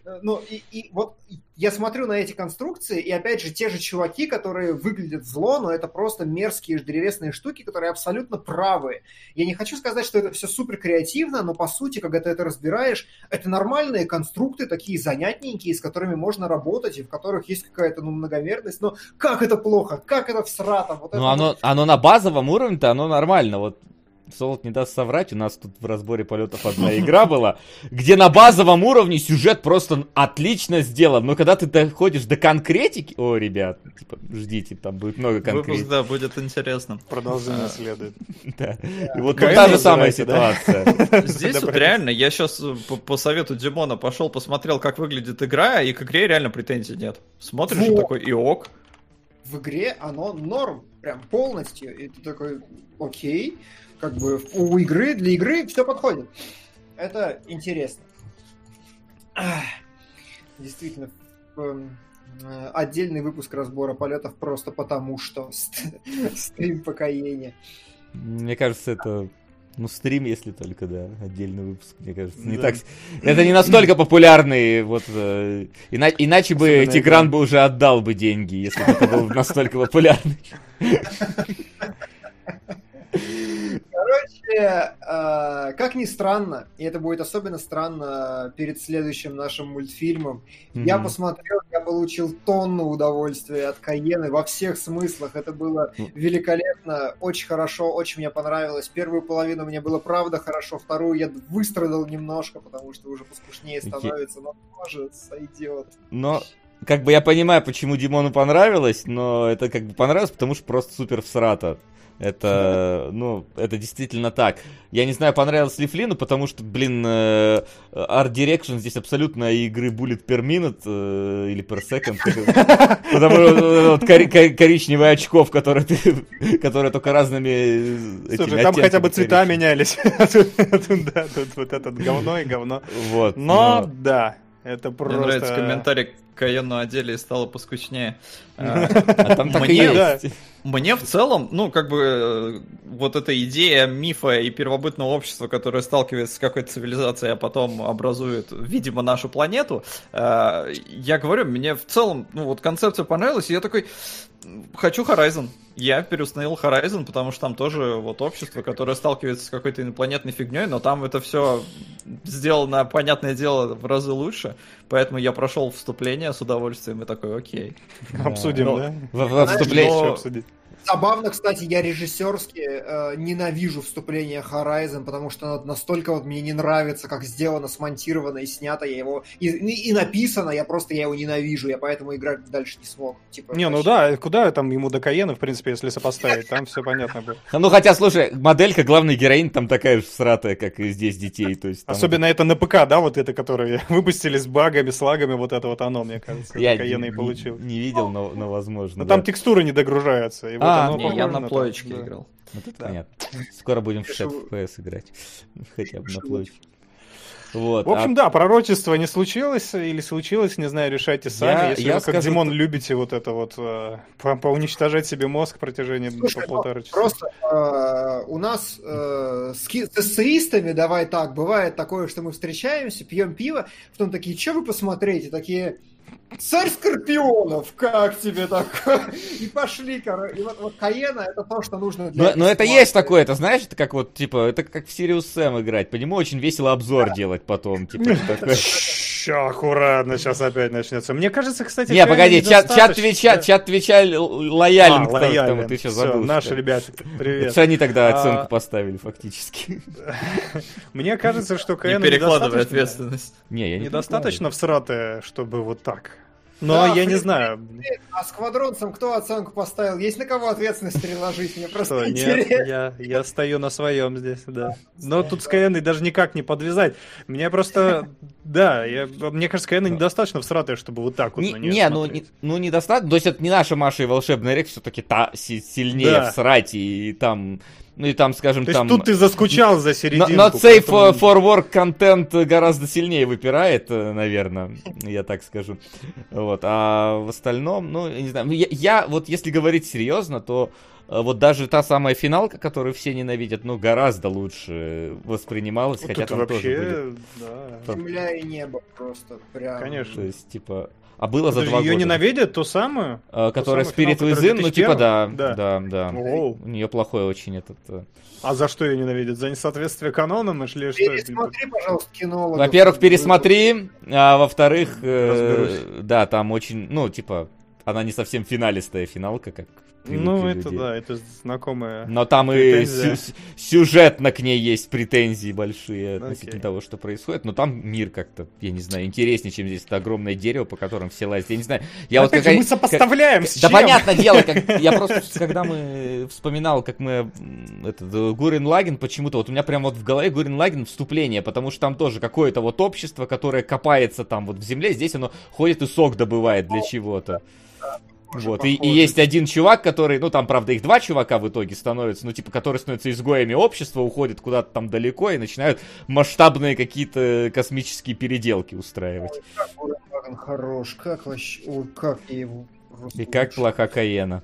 [SPEAKER 2] Ну, и вот я смотрю на эти конструкции, и опять же, те же чуваки, которые выглядят зло, но это просто мерзкие древесные штуки, которые абсолютно правы. Я не хочу сказать, что это все супер креативно, но по сути, когда ты это разбираешь, это нормальные конструкты, такие занятненькие, с которыми можно работать, и в которых есть какая-то, многомерность. Но как это плохо, как это всрато. Вот
[SPEAKER 1] оно на базовом уровне-то, оно нормально, вот. Солод не даст соврать, у нас тут в разборе полетов одна игра была, где на базовом уровне сюжет просто отлично сделан, но когда ты доходишь до конкретики, о, ребят, типа, ждите, там будет много конкретики.
[SPEAKER 3] Выпуск, да, будет интересно.
[SPEAKER 4] Продолжение следует.
[SPEAKER 1] Да, и вот та же самая ситуация.
[SPEAKER 3] Здесь вот реально, я сейчас по совету Димона пошел, посмотрел, как выглядит игра, и к игре реально претензий нет. Смотришь, и такой, и ок.
[SPEAKER 2] В игре оно норм, прям полностью, и ты такой, окей. Как бы для игры все подходит. Это интересно. Действительно, отдельный выпуск разбора полетов просто потому, что стрим по Каене.
[SPEAKER 1] Мне кажется, это... стрим, если только, да, отдельный выпуск, мне кажется. Не так... Это не настолько популярный, вот... Иначе бы Тигран бы уже отдал бы деньги, если бы это был настолько популярный.
[SPEAKER 2] Короче, как ни странно, и это будет особенно странно перед следующим нашим мультфильмом, я посмотрел, я получил тонну удовольствия от Каены во всех смыслах. Это было великолепно, очень хорошо, очень мне понравилось. Первую половину мне было правда хорошо, вторую я выстрадал немножко, потому что уже поскучнее становится, но тоже сойдет.
[SPEAKER 1] Но... Как бы я понимаю, почему Димону понравилось, но это как бы понравилось, потому что просто супер всрато. Это, это действительно так. Я не знаю, понравилось ли Флину, потому что, Art Direction здесь абсолютно игры bullet per minute или per second. Потому что коричневые очков, которые только разными...
[SPEAKER 4] Слушай, там хотя бы цвета менялись. Да, тут вот этот говно и говно. Но, да, это просто...
[SPEAKER 3] Мне нравится комментарий к Каену одели и стало поскучнее.
[SPEAKER 1] А там так и есть.
[SPEAKER 3] Мне в целом, вот эта идея мифа и первобытного общества, которое сталкивается с какой-то цивилизацией, а потом образует, видимо, нашу планету, я говорю, мне в целом, концепция понравилась, и я такой, хочу Horizon. Я переустановил Horizon, потому что там тоже общество, которое сталкивается с какой-то инопланетной фигней, но там это все сделано, понятное дело, в разы лучше, поэтому я прошел вступление с удовольствием и такой, окей.
[SPEAKER 4] Обсудим, да?
[SPEAKER 1] Во вступлении
[SPEAKER 4] обсудить.
[SPEAKER 2] Забавно, кстати, я режиссерски ненавижу вступление Horizon, потому что настолько мне не нравится, как сделано, смонтировано и снято, я его и написано, я его ненавижу, я поэтому играть дальше не смог.
[SPEAKER 4] Куда там ему до Каена, в принципе, если сопоставить, там все понятно будет.
[SPEAKER 1] Хотя, слушай, моделька главной героини там такая же всратая, как и здесь детей, то есть...
[SPEAKER 4] Особенно это на ПК, да, вот это, которые выпустили с багами, с лагами, вот это вот оно, мне кажется, Каена и получил.
[SPEAKER 1] Не видел, но возможно.
[SPEAKER 4] Но там текстуры не догружаются, и
[SPEAKER 3] я на плоечке играл.
[SPEAKER 1] Вот это понятно. Скоро будем в 60 FPS играть. Хотя бы на плоечке. Вот.
[SPEAKER 4] В общем, да, пророчество не случилось, или случилось, не знаю, решайте сами. Если вы, как Димон, любите вот это вот, поуничтожать себе мозг в протяжении полтора часа.
[SPEAKER 2] Просто у нас с эссеистами, давай так, бывает такое, что мы встречаемся, пьем пиво, потом такие, что вы посмотрите? Такие... Царь Скорпионов, как тебе такое? И пошли, И вот Каена это то, что нужно для...
[SPEAKER 1] Но это есть такое, это знаешь, это как вот, типа, это как в Sirius Sam играть, по нему очень весело обзор делать потом, типа, такой...
[SPEAKER 4] Аккуратно, сейчас опять начнется. Мне кажется, кстати...
[SPEAKER 1] Не, погоди, чат Твича лоялен к тому, ты сейчас забыл.
[SPEAKER 4] Наши ребята, привет.
[SPEAKER 1] Это они тогда оценку поставили, фактически.
[SPEAKER 4] Мне кажется, что Каена
[SPEAKER 3] не перекладывай ответственность.
[SPEAKER 4] Недостаточно всратая, чтобы вот так. Но я не знаю.
[SPEAKER 2] А сквадронцам кто оценку поставил? Есть на кого ответственность переложить? Мне просто
[SPEAKER 4] интересно. Я стою на своем здесь, да. Но тут с Каеной даже никак не подвязать. Мне просто... Да, мне кажется, Каена недостаточно всратая, чтобы вот так вот на нее смотреть.
[SPEAKER 1] Недостаточно. То есть это не наша Маша и волшебная река, все-таки та сильнее всрать, и там... Ну и там, скажем,
[SPEAKER 4] То есть
[SPEAKER 1] там...
[SPEAKER 4] тут ты заскучал за серединку.
[SPEAKER 1] Not safe for work контент гораздо сильнее выпирает, наверное, я так скажу. Вот. А в остальном, ну, я не знаю. Я вот, если говорить серьезно, то вот даже та самая финалка, которую все ненавидят, ну, гораздо лучше воспринималась,
[SPEAKER 4] Вот
[SPEAKER 1] хотя
[SPEAKER 4] тут
[SPEAKER 1] там
[SPEAKER 4] вообще,
[SPEAKER 1] тоже будет.
[SPEAKER 4] да.
[SPEAKER 2] Земля и небо просто прям.
[SPEAKER 4] Конечно.
[SPEAKER 1] То есть, типа... А было за
[SPEAKER 4] Подожди,
[SPEAKER 1] 2 года.
[SPEAKER 4] ее ненавидят, ту самую?
[SPEAKER 1] Которая
[SPEAKER 4] самую
[SPEAKER 1] Spirit
[SPEAKER 4] финалку,
[SPEAKER 1] Within,
[SPEAKER 4] которая
[SPEAKER 1] ну, типа,
[SPEAKER 4] 2001?
[SPEAKER 1] да.
[SPEAKER 4] Оу.
[SPEAKER 1] У нее плохой очень этот...
[SPEAKER 4] А за что ее ненавидят? За несоответствие канонам или что?
[SPEAKER 2] Пересмотри, пожалуйста, кинологов.
[SPEAKER 1] Во-первых, пересмотри, а во-вторых,
[SPEAKER 4] Разберусь.
[SPEAKER 1] да, там очень, ну, типа, она не совсем финалистая финалка, как
[SPEAKER 4] Ну,
[SPEAKER 1] привыкли
[SPEAKER 4] это
[SPEAKER 1] люди.
[SPEAKER 4] да, это знакомая.
[SPEAKER 1] Но там
[SPEAKER 4] претензия.
[SPEAKER 1] и сюжетно к ней есть претензии большие относительно
[SPEAKER 4] Окей.
[SPEAKER 1] того, что происходит. Но там мир как-то, я не знаю, интереснее, чем здесь это огромное дерево, по которым все лазят. Я не знаю. Я вот
[SPEAKER 4] Опять же, мы сопоставляем с
[SPEAKER 1] Да
[SPEAKER 4] чем?
[SPEAKER 1] понятное дело, я просто, когда мы вспоминал, как мы Гуррен Лаганн, почему-то вот у меня прям вот в голове Гуррен Лаганн вступление, потому что там тоже какое-то вот общество, которое копается там вот в земле, здесь оно ходит и сок добывает для чего-то. Вот, и есть один чувак, который, ну там, правда, их 2 чувака в итоге становятся, ну типа, которые становятся изгоями общества, уходят куда-то там далеко и начинают масштабные какие-то космические переделки устраивать.
[SPEAKER 2] Как Гуррен Лаганн хорош, как вообще... Ой, как я его... просто
[SPEAKER 1] И как
[SPEAKER 2] лучше.
[SPEAKER 1] плоха Каена.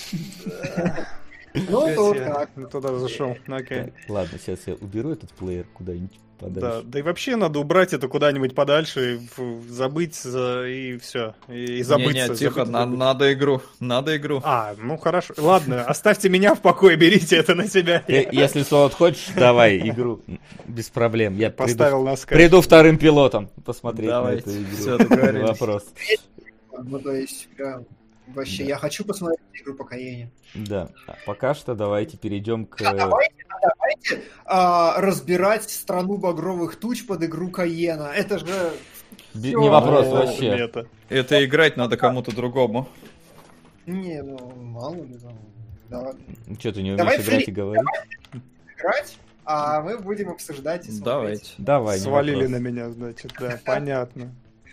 [SPEAKER 2] Ну, то вот так.
[SPEAKER 4] Туда зашел, окей.
[SPEAKER 1] Так, ладно, сейчас я уберу этот плеер куда-нибудь
[SPEAKER 4] Да,
[SPEAKER 1] подальше.
[SPEAKER 4] да и вообще надо убрать это куда-нибудь подальше, забыть и все, и забыться.
[SPEAKER 3] Не, тихо,
[SPEAKER 4] забыть.
[SPEAKER 3] надо игру, надо игру.
[SPEAKER 4] А, ну хорошо, ладно, оставьте меня в покое, берите это на себя.
[SPEAKER 1] Если, Солод, хочешь, давай игру, без проблем. Я
[SPEAKER 4] Поставил на скайп.
[SPEAKER 1] приду вторым пилотом посмотреть
[SPEAKER 3] Давайте,
[SPEAKER 1] на эту игру.
[SPEAKER 3] всё, договорились.
[SPEAKER 1] Не вопрос.
[SPEAKER 2] Ну, то есть, прям... Вообще, я хочу посмотреть игру по Каене.
[SPEAKER 1] Да, пока что давайте перейдем к...
[SPEAKER 2] Давайте разбирать страну багровых туч под игру Каена. Это же... всё.
[SPEAKER 1] Не вопрос
[SPEAKER 4] О,
[SPEAKER 1] вообще.
[SPEAKER 4] мета.
[SPEAKER 3] Это играть надо кому-то другому.
[SPEAKER 2] Не, ну, мало ли там. Да,
[SPEAKER 1] Что, ты не
[SPEAKER 2] Давай
[SPEAKER 1] умеешь играть
[SPEAKER 2] фри-
[SPEAKER 1] и говорить?
[SPEAKER 2] играть, а мы будем обсуждать и смотреть.
[SPEAKER 3] Давайте.
[SPEAKER 1] Давай, не
[SPEAKER 4] Свалили
[SPEAKER 1] вопрос.
[SPEAKER 4] на меня, значит, да, понятно.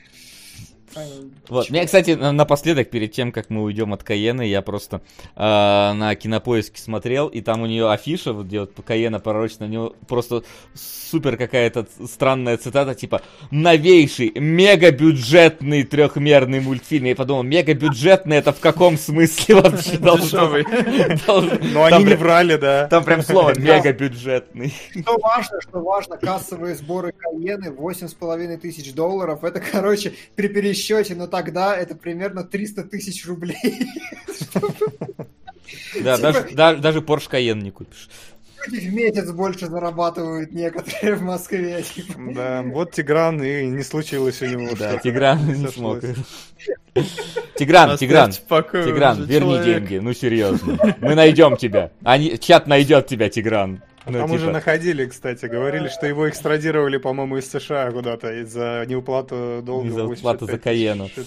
[SPEAKER 1] Вот, мне, кстати, напоследок, перед тем, как мы уйдем от Каены, я просто на Кинопоиске смотрел, и там у нее афиша, вот где вот Каена пророчена, у него просто супер какая-то странная цитата, типа «новейший, мегабюджетный трехмерный мультфильм». Я подумал, мегабюджетный это в каком смысле вообще должно быть?
[SPEAKER 4] Но они не врали, да.
[SPEAKER 1] Там прям слово «мегабюджетный».
[SPEAKER 2] Что важно, кассовые сборы Каены $8,5 тысяч. Это, короче, при пересчете, но тогда это примерно 300 тысяч рублей.
[SPEAKER 1] Да, даже Porsche Cayenne не купишь.
[SPEAKER 2] Люди в месяц больше зарабатывают некоторые в Москве. Типа.
[SPEAKER 4] Да, вот Тигран, и не случилось у него.
[SPEAKER 1] Да,
[SPEAKER 4] что-то.
[SPEAKER 1] Тигран не
[SPEAKER 4] Сошлось.
[SPEAKER 1] смог. Тигран,
[SPEAKER 3] Оставьте в покое
[SPEAKER 1] Тигран,
[SPEAKER 3] уже
[SPEAKER 1] верни
[SPEAKER 3] человека.
[SPEAKER 1] деньги, ну серьезно. Мы найдем тебя. Чат найдет тебя, Тигран. Ну,
[SPEAKER 4] Там
[SPEAKER 1] типа,
[SPEAKER 4] уже находили, кстати, говорили, что его экстрадировали, по-моему, из США куда-то из-за неуплаты долга.
[SPEAKER 1] Из-за
[SPEAKER 4] 85
[SPEAKER 1] уплаты за Каену.
[SPEAKER 4] тысяч.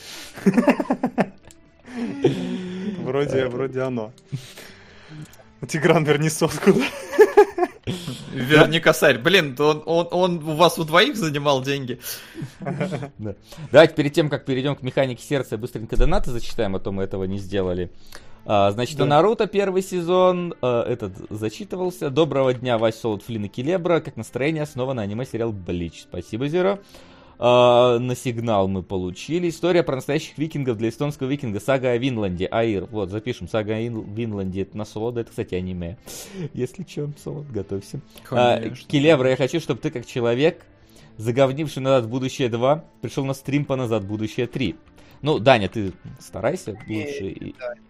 [SPEAKER 4] Вроде оно. Тигран, верни сотку, да?
[SPEAKER 3] Верни косарь. Блин, он у вас у двоих занимал деньги.
[SPEAKER 1] да. Давайте перед тем, как перейдем к механике сердца, быстренько донаты зачитаем, а то мы этого не сделали. Значит,
[SPEAKER 4] Да.
[SPEAKER 1] Наруто первый сезон, этот зачитывался. Доброго дня, Вась, Солод, Флин и Келебра. Как настроение? Снова на аниме-сериал Блич. Спасибо, Зеро. На сигнал мы получили. История про настоящих викингов для эстонского викинга. Сага о Винланде. Аир. Вот, запишем. Сага о Винланде. Это на Солода. Это, кстати, аниме. Если что, Солод, готовься.
[SPEAKER 3] Конечно.
[SPEAKER 1] Келебра, я хочу, чтобы ты, как человек, заговнивший «Назад в будущее 2», пришел на стрим по «Назад в будущее 3». Ну, Даня, ты старайся лучше.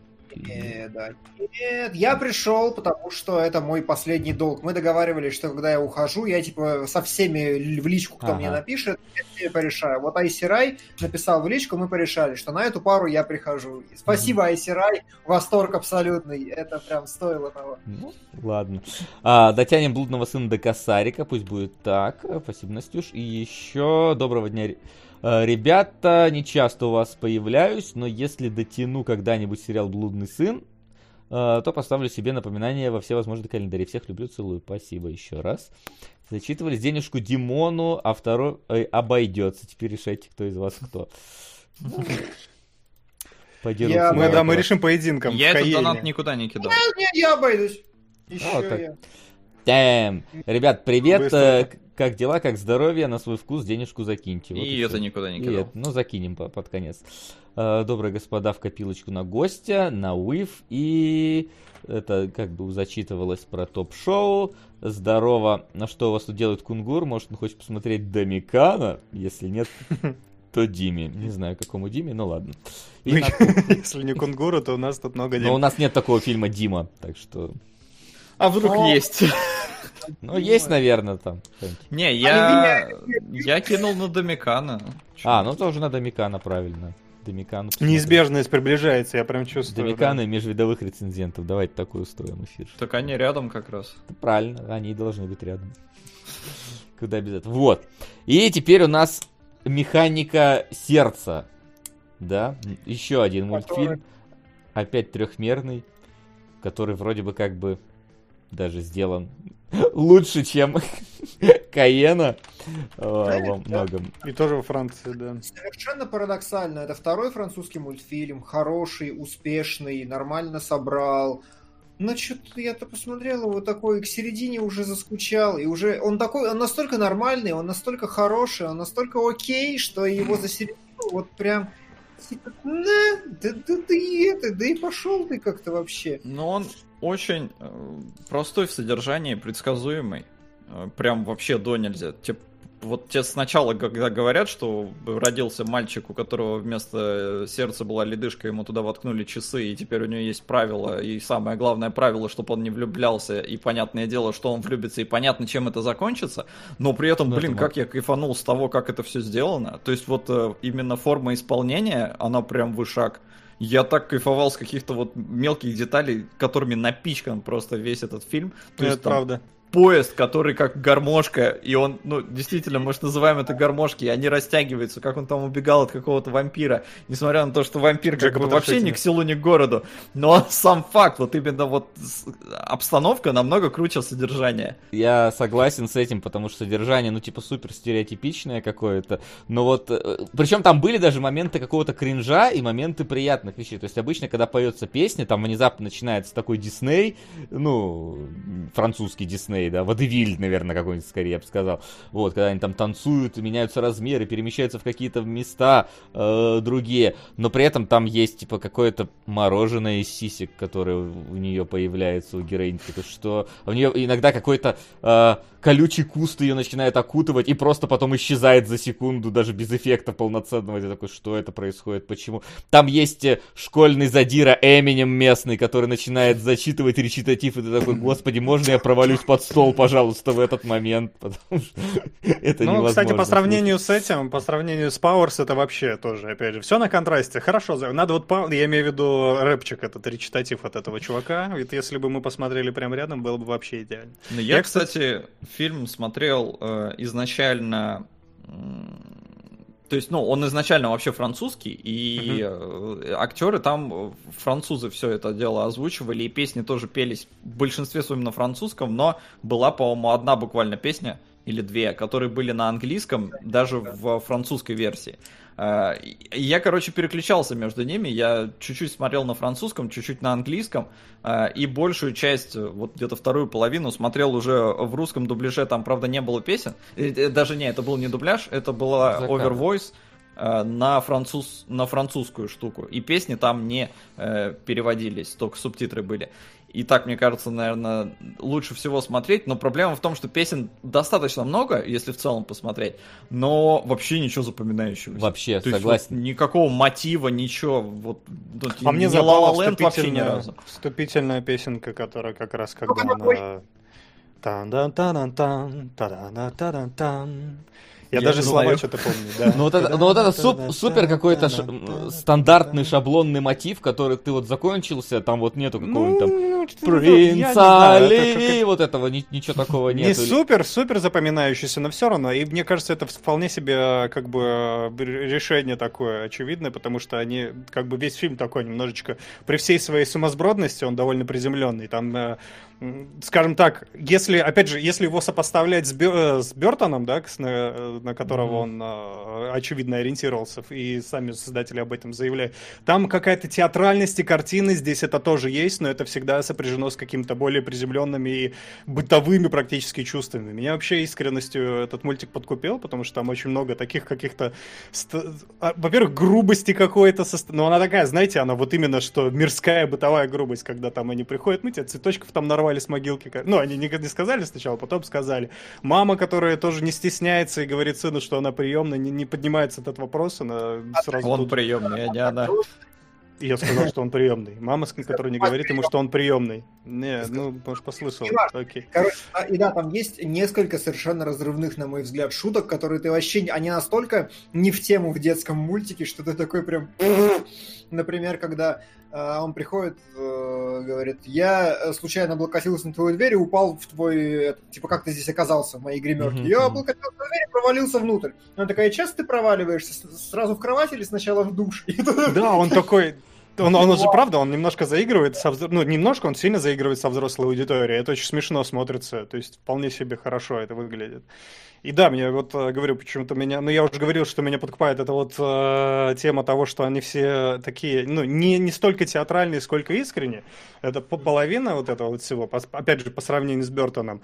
[SPEAKER 2] Нет, я пришел, потому что это мой последний долг. Мы договаривались, что когда я ухожу, я типа со всеми в личку, кто мне напишет, я с ними порешаю. Вот Айсирай написал в личку, мы порешали, что на эту пару я прихожу. И спасибо, Айсирай, восторг абсолютный. Это прям стоило того.
[SPEAKER 1] Ну, ладно. Дотянем блудного сына до косарика, пусть будет так. Спасибо, Настюш. И еще доброго дня, ребята. Не часто у вас появляюсь, но если дотяну когда-нибудь сериал «Блудный сын», то поставлю себе напоминание во все возможные календари. Всех люблю, целую. Спасибо еще раз. Зачитывались денежку Димону, а второй обойдется. Теперь решайте, кто из вас кто.
[SPEAKER 2] Мы
[SPEAKER 4] Мы решим поединком.
[SPEAKER 3] Я
[SPEAKER 4] в
[SPEAKER 3] этот
[SPEAKER 4] Каене.
[SPEAKER 3] донат никуда не кидал.
[SPEAKER 2] Нет, я обойдусь. Еще
[SPEAKER 1] Вот так.
[SPEAKER 2] я.
[SPEAKER 1] Ребят, привет.
[SPEAKER 4] Быстро.
[SPEAKER 1] Как дела, как здоровье? На свой вкус денежку закиньте. Вот
[SPEAKER 3] И
[SPEAKER 1] всё.
[SPEAKER 3] это никуда не
[SPEAKER 1] И
[SPEAKER 3] кидал.
[SPEAKER 1] это, ну, закинем под конец. Добрые господа, в копилочку на гостя, на УИФ. И это как бы зачитывалось про топ-шоу. Здорово. На что у вас тут делает Кунгур? Может, он хочет посмотреть Домикана? Если нет, то Диме. Не знаю, какому Диме, но ладно. И
[SPEAKER 4] Ну,
[SPEAKER 1] на-
[SPEAKER 4] если не Кунгуру, то у нас тут много
[SPEAKER 1] Но у
[SPEAKER 4] дел.
[SPEAKER 1] нас нет такого фильма Дима, так что...
[SPEAKER 3] А вдруг
[SPEAKER 2] О.
[SPEAKER 3] есть?
[SPEAKER 1] Ну, есть, наверное, там. что-нибудь.
[SPEAKER 3] Не, я кинул на Домикана.
[SPEAKER 1] Ну тоже на Домикана, правильно. Домикану посмотрим.
[SPEAKER 4] Неизбежность приближается, я прям чувствую.
[SPEAKER 1] Домиканы межвидовых рецензентов. Давайте такой устроим эфир.
[SPEAKER 3] Так они рядом как раз.
[SPEAKER 1] Правильно, они и должны быть рядом. Куда без этого. Вот. И теперь у нас механика сердца. Да, еще один мультфильм. Опять трехмерный, который вроде бы как бы даже сделан лучше, чем Каена во многом.
[SPEAKER 4] И тоже во Франции, да.
[SPEAKER 2] Совершенно парадоксально. Это второй французский мультфильм. Хороший, успешный, нормально собрал. Но что-то я-то посмотрел его такой, к середине уже заскучал. И уже он такой, он настолько нормальный, он настолько хороший, он настолько окей, что его за середину вот прям... типа, да и пошел ты как-то вообще.
[SPEAKER 3] Но он очень простой в содержании, предсказуемый. Прям вообще до нельзя. Вот тебе сначала, когда говорят, что родился мальчик, у которого вместо сердца была ледышка, ему туда воткнули часы, и теперь у него есть правило, и самое главное правило, чтобы он не влюблялся, и понятное дело, что он влюбится, и понятно, чем это закончится, но при этом,
[SPEAKER 1] Ну,
[SPEAKER 3] блин,
[SPEAKER 1] это
[SPEAKER 3] как я кайфанул с того, как это все сделано. То есть вот именно форма исполнения, она прям вышаг. Я так кайфовал с каких-то вот мелких деталей, которыми напичкан просто весь этот фильм. То
[SPEAKER 4] Это
[SPEAKER 3] есть там
[SPEAKER 4] правда.
[SPEAKER 3] поезд, который как гармошка, и он, ну, действительно, мы же называем это гармошки, и они растягиваются, как он там убегал от какого-то вампира, несмотря на то, что вампир как
[SPEAKER 4] Джека
[SPEAKER 3] бы вообще
[SPEAKER 4] Потрошителя.
[SPEAKER 3] ни к селу, ни к городу, но сам факт, вот именно вот обстановка намного круче содержания.
[SPEAKER 1] Я согласен с этим, потому что содержание, ну, типа, супер стереотипичное какое-то. Но вот, причем там были даже моменты какого-то кринжа и моменты приятных вещей. То есть обычно, когда поется песня, там внезапно начинается такой Дисней, ну, французский Дисней, да, Водевиль, наверное, какой-нибудь скорее, я бы сказал. Вот, когда они там танцуют, меняются размеры, перемещаются в какие-то места другие. Но при этом там есть, типа, какое-то мороженое из сисек, которое у нее появляется, у героиньки. То что у нее иногда какой-то колючий куст ее начинает окутывать и просто потом исчезает за секунду, даже без эффекта полноценного. Я такой, что это происходит, почему? Там есть школьный задира Эминем местный, который начинает зачитывать речитатив, и ты такой, господи, можно я провалюсь под стол, пожалуйста, в этот момент? Потому что это
[SPEAKER 4] Ну,
[SPEAKER 1] невозможно.
[SPEAKER 4] кстати, по
[SPEAKER 1] слушать.
[SPEAKER 4] сравнению с этим, по сравнению с Powers, это вообще тоже, опять же, все на контрасте. Хорошо, надо вот, я имею в виду рэпчик, этот речитатив от этого чувака. Ведь если бы мы посмотрели прямо рядом, было бы вообще идеально.
[SPEAKER 3] Но я, кстати, фильм смотрел изначально... То есть, ну, он изначально вообще французский, и актеры там, французы, все это дело озвучивали, и песни тоже пелись в большинстве своем на французском, но была, по-моему, одна буквально песня, или две, которые были на английском, даже в французской версии. Я, короче, переключался между ними, я чуть-чуть смотрел на французском, чуть-чуть на английском, и большую часть, вот где-то вторую половину, смотрел уже в русском дубляже, там, правда, не было песен, даже не, это был не дубляж, это была овервойс на французскую штуку, и песни там не переводились, только субтитры были. И так, мне кажется, наверное, лучше всего смотреть. Но проблема в том, что песен достаточно много, если в целом посмотреть, но вообще ничего запоминающегося.
[SPEAKER 1] Вообще,
[SPEAKER 3] То есть,
[SPEAKER 1] согласен.
[SPEAKER 3] вот, никакого мотива, ничего. Вот,
[SPEAKER 4] А мне
[SPEAKER 3] не
[SPEAKER 4] запала
[SPEAKER 3] La La Land вообще ни разу.
[SPEAKER 4] вступительная песенка, которая как раз когда она... Тан-дан-тан-тан, та-да-да-та-дан-тан. Я даже
[SPEAKER 3] не
[SPEAKER 4] слова
[SPEAKER 3] знаю.
[SPEAKER 4] что-то помню, да.
[SPEAKER 1] Ну вот это супер какой-то стандартный шаблонный мотив, который ты вот закончился, там вот нету какого-нибудь там «Принц Али», вот этого, ничего такого
[SPEAKER 4] Не
[SPEAKER 1] нету.
[SPEAKER 4] супер запоминающийся, но все равно. И мне кажется, это вполне себе как бы решение такое очевидное, потому что они, как бы весь фильм такой немножечко, при всей своей сумасбродности, он довольно приземленный. Там скажем так, если, опять же, если его сопоставлять с Бёртоном, да, на которого он, очевидно, ориентировался, и сами создатели об этом заявляют, там какая-то театральность и картины, здесь это тоже есть, но это всегда сопряжено с какими-то более приземленными и бытовыми практически чувствами. Меня вообще искренностью этот мультик подкупил, потому что там очень много таких каких-то, во-первых, грубости какой-то, но она такая, знаете, она вот именно, что мирская бытовая грубость, когда там они приходят, мы тебе цветочков там нарвали с могилки. Ну, они не сказали сначала, потом сказали. Мама, которая тоже не стесняется и говорит сыну, что она приемная, не поднимается этот вопрос, она сразу...
[SPEAKER 3] Он приемный, а не она.
[SPEAKER 4] Я сказал, что он приемный. Мама, которая не говорит ему, что он приемный. Не, ну, может, послышал. Окей.
[SPEAKER 2] Короче, и да, там есть несколько совершенно разрывных, на мой взгляд, шуток, которые ты вообще... Они настолько не в тему в детском мультике, что ты такой прям... Например, когда он приходит, говорит, я случайно облокотился на твою дверь и упал в твой... Типа, как ты здесь оказался в моей гримерке? Я облокотился на дверь и провалился внутрь. Она такая, часто ты проваливаешься? Сразу в кровать или сначала в душ?
[SPEAKER 4] Да, он такой... Он же, правда, он немножко заигрывает ну, немножко, он сильно заигрывает со взрослой аудиторией. Это очень смешно смотрится. То есть, вполне себе хорошо это выглядит. И да, мне вот, говорю, почему-то меня... Ну, я уже говорил, что меня подкупает эта вот тема того, что они все такие, ну, не столько театральные, сколько искренние. Это половина вот этого вот всего, опять же, по сравнению с Бёртоном.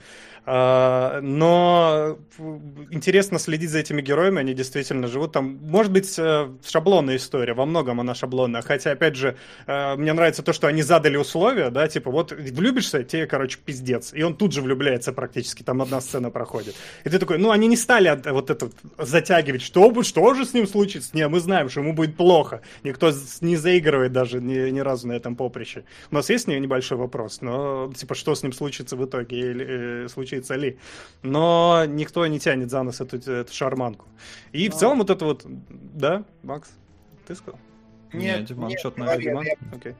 [SPEAKER 4] Но интересно следить за этими героями, они действительно живут там. Может быть, шаблонная история, во многом она шаблонная. Хотя, опять же, мне нравится то, что они задали условия, да, типа, вот влюбишься, тебе, короче, пиздец. И он тут же влюбляется практически, там одна сцена проходит. И ты такой, ну, они не стали вот это затягивать, что же с ним случится? Не, мы знаем, что ему будет плохо. Никто не заигрывает даже ни разу на этом поприще. У нас есть небольшой вопрос, но, типа, что с ним случится в итоге, или случится ли. Но никто не тянет за нос эту шарманку. И в целом вот это вот... Да, Макс, ты сказал?
[SPEAKER 3] Нет, Диман, что-то на Диман.
[SPEAKER 4] Окей.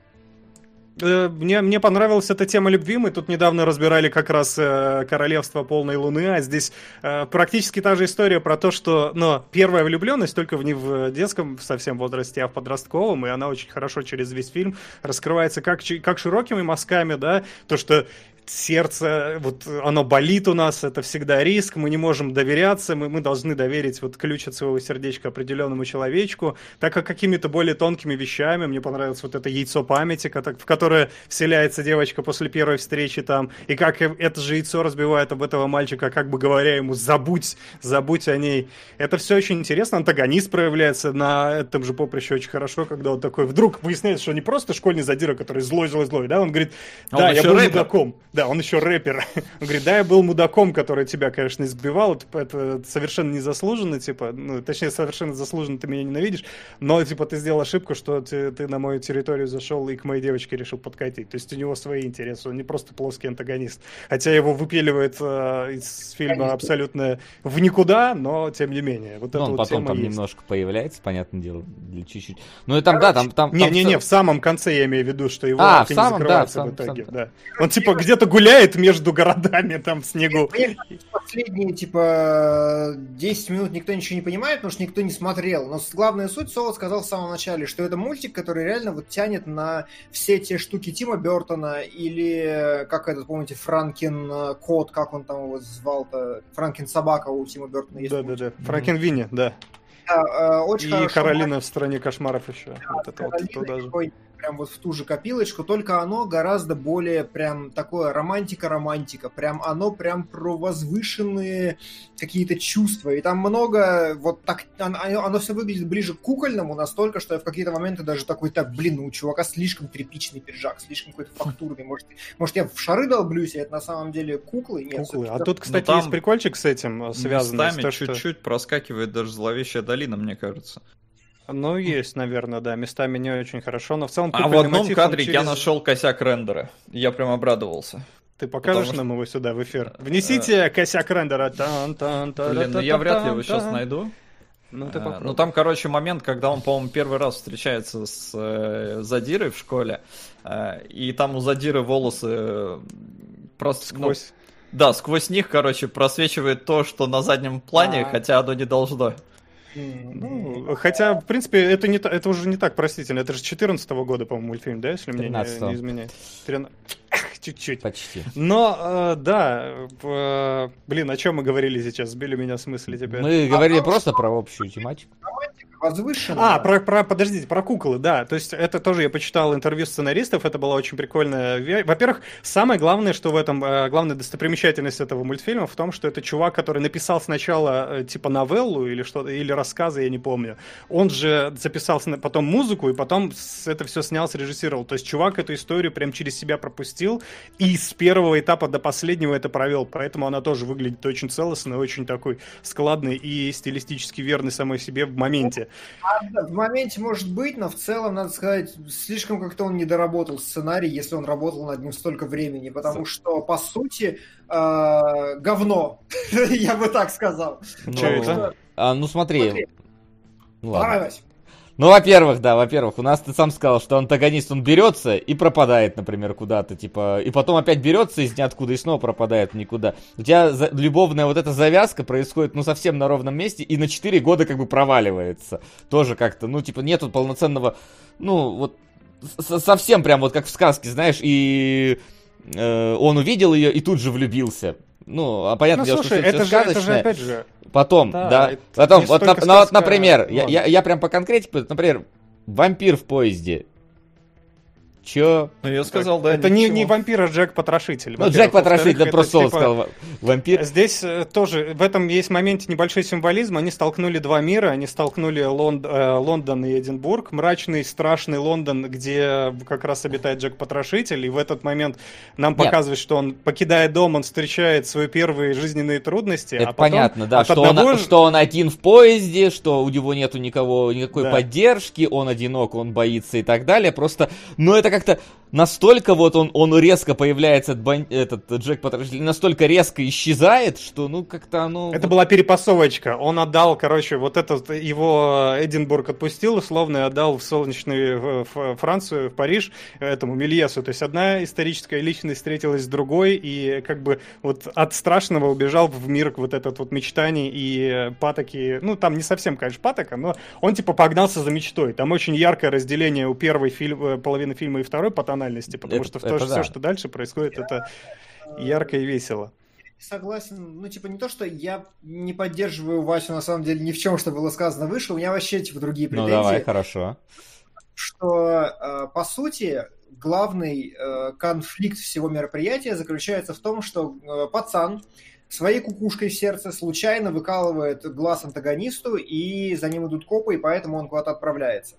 [SPEAKER 4] Мне понравилась эта тема любви. Мы тут недавно разбирали как раз «Королевство полной луны», а здесь практически та же история про то, что, но первая влюбленность только не в детском совсем возрасте, а в подростковом, и она очень хорошо через весь фильм раскрывается как широкими мазками, да, то, что сердце, вот оно болит у нас, это всегда риск, мы не можем доверяться, мы должны доверить вот ключ от своего сердечка определенному человечку, так как какими-то более тонкими вещами, мне понравилось вот это яйцо памяти, в которое вселяется девочка после первой встречи там, и как это же яйцо разбивает об этого мальчика, как бы говоря ему, забудь о ней. Это все очень интересно, антагонист проявляется на этом же поприще очень хорошо, когда он такой, вдруг выясняется, что не просто школьный задира, который злой, да, он говорит, да, я был мудаком. Да, он еще рэпер. Он говорит, да, я был мудаком, который тебя, конечно, избивал, это совершенно незаслуженно, типа, ну, точнее, совершенно заслуженно ты меня ненавидишь, но, типа, ты сделал ошибку, что ты на мою территорию зашел и к моей девочке решил подкатить. То есть у него свои интересы, он не просто плоский антагонист. Хотя его выпиливает из фильма абсолютно в никуда, но тем не менее. Вот
[SPEAKER 1] он
[SPEAKER 4] вот
[SPEAKER 1] потом там есть. Немножко появляется, понятное дело, для чуть-чуть. Ну и там, да, там...
[SPEAKER 4] Не, в самом конце я имею в виду, что его
[SPEAKER 1] в самом,
[SPEAKER 4] закрывается в итоге. Да. Он, типа, где-то гуляет между городами там в снегу.
[SPEAKER 2] Последние, типа, 10 минут никто ничего не понимает, потому что никто не смотрел. Но главная суть, Соло сказал в самом начале, что это мультик, который реально вот тянет на все те штуки Тима Бёртона или, как этот, помните, Франкен кот, как он там его звал-то, Франкен собака у Тима Бёртона есть.
[SPEAKER 4] Да. Франкен Винни, да.
[SPEAKER 2] Очень
[SPEAKER 4] и
[SPEAKER 2] хорошо.
[SPEAKER 4] Каролина в стране кошмаров еще.
[SPEAKER 2] Да,
[SPEAKER 4] вот это вот туда же.
[SPEAKER 2] Прям вот в ту же копилочку, только оно гораздо более прям такое романтика, прям оно прям про возвышенные какие-то чувства, и там много вот так, оно все выглядит ближе к кукольному настолько, что я в какие-то моменты даже такой, у чувака слишком тряпичный пиджак, слишком какой-то фактурный, может я в шары долблюсь, и это на самом деле куклы? Нет,
[SPEAKER 4] куклы. А тут, кстати, есть прикольчик с этим связанный.
[SPEAKER 3] Местами чуть-чуть проскакивает даже зловещая долина, мне кажется.
[SPEAKER 4] Ну, есть, наверное, да. Местами не очень хорошо, но в целом...
[SPEAKER 3] А в одном кадре я нашел косяк рендера. Я прям обрадовался.
[SPEAKER 4] Ты покажешь нам его сюда в эфир? Внесите косяк рендера.
[SPEAKER 3] Блин, ну я вряд ли его сейчас найду.
[SPEAKER 4] Ну, ты попробуй.
[SPEAKER 3] Ну, там, короче, момент, когда он, по-моему, первый раз встречается с Задирой в школе, и там у Задиры волосы просто...
[SPEAKER 4] Сквозь.
[SPEAKER 3] Да, сквозь них, короче, просвечивает то, что на заднем плане, хотя оно не должно.
[SPEAKER 4] Ну, хотя, в принципе, это уже не так простительно. Это же 14-го года, по-моему, мультфильм, да, если мне не изменяет. чуть-чуть.
[SPEAKER 1] Почти.
[SPEAKER 4] Но, блин, о чем мы говорили сейчас? Сбили меня с мысли теперь.
[SPEAKER 1] Мы говорили просто про общую тематику.
[SPEAKER 2] Возвышенно.
[SPEAKER 4] Подождите, про куклы, да. То есть это тоже я почитал интервью сценаристов, это была очень прикольная. Во-первых, самое главное, что в этом, главная достопримечательность этого мультфильма в том, что это чувак, который написал сначала типа новеллу или что-то, или рассказы, я не помню. Он же записал потом музыку, и потом это все снял, срежиссировал. То есть чувак эту историю прям через себя пропустил, и с первого этапа до последнего это провел. Поэтому она тоже выглядит очень целостной, очень такой складной и стилистически верной самой себе в моменте.
[SPEAKER 2] В моменте может быть, но в целом, надо сказать, слишком как-то он не доработал сценарий, если он работал над ним столько времени, потому что, по сути, говно, я бы так сказал.
[SPEAKER 4] Что это?
[SPEAKER 1] Ну смотри.
[SPEAKER 2] Ладно.
[SPEAKER 1] Ну, во-первых, у нас ты сам сказал, что антагонист, он берется и пропадает, например, куда-то, типа, и потом опять берется из ниоткуда и снова пропадает никуда. У тебя любовная вот эта завязка происходит, ну, совсем на ровном месте и на 4 года как бы проваливается. Тоже как-то, ну, типа, нету полноценного, ну, вот, совсем прям вот как в сказке, знаешь, и он увидел ее и тут же влюбился. Ну, а понятно,
[SPEAKER 4] ну, слушай,
[SPEAKER 1] что это
[SPEAKER 4] же опять же...
[SPEAKER 1] Потом, да. Потом, вот, например, я прям по конкретике, например, вампир в поезде. Чё?
[SPEAKER 3] Ну, я сказал, да.
[SPEAKER 4] Это не вампир, а Джек-потрошитель.
[SPEAKER 1] Ну, Джек-потрошитель, это просто он сказал. Вампир.
[SPEAKER 4] Здесь тоже, в этом есть моменте небольшой символизм. Они столкнули два мира, они столкнули Лондон и Эдинбург. Мрачный, страшный Лондон, где как раз обитает Джек-потрошитель. И в этот момент нам показывают, что он, покидая дом, он встречает свои первые жизненные трудности.
[SPEAKER 1] Это
[SPEAKER 4] а потом
[SPEAKER 1] понятно, да, что он один в поезде, что у него нету никакой поддержки, он одинок, он боится и так далее. Просто, ну, это как-то настолько вот он резко появляется, этот Джек-потрошитель, настолько резко исчезает, что, ну, как-то оно...
[SPEAKER 4] Это была перепасовочка. Он отдал, короче, вот этот, его Эдинбург отпустил, условно, и отдал в солнечную Францию, в Париж, этому Мельесу. То есть одна историческая личность встретилась с другой, и как бы вот от страшного убежал в мир вот этот вот мечтаний и патоки. Ну, там не совсем, конечно, патока, но он типа погнался за мечтой. Там очень яркое разделение у первой половины фильма и второй по тональности, потому что все, что дальше происходит, это ярко и весело.
[SPEAKER 2] Согласен, ну, типа, не то, что я не поддерживаю Васю, на самом деле, ни в чем, что было сказано выше, у меня вообще, типа, другие претензии.
[SPEAKER 1] Ну, давай, хорошо.
[SPEAKER 2] Что, по сути, главный конфликт всего мероприятия заключается в том, что пацан своей кукушкой в сердце случайно выкалывает глаз антагонисту, и за ним идут копы, и поэтому он куда-то отправляется.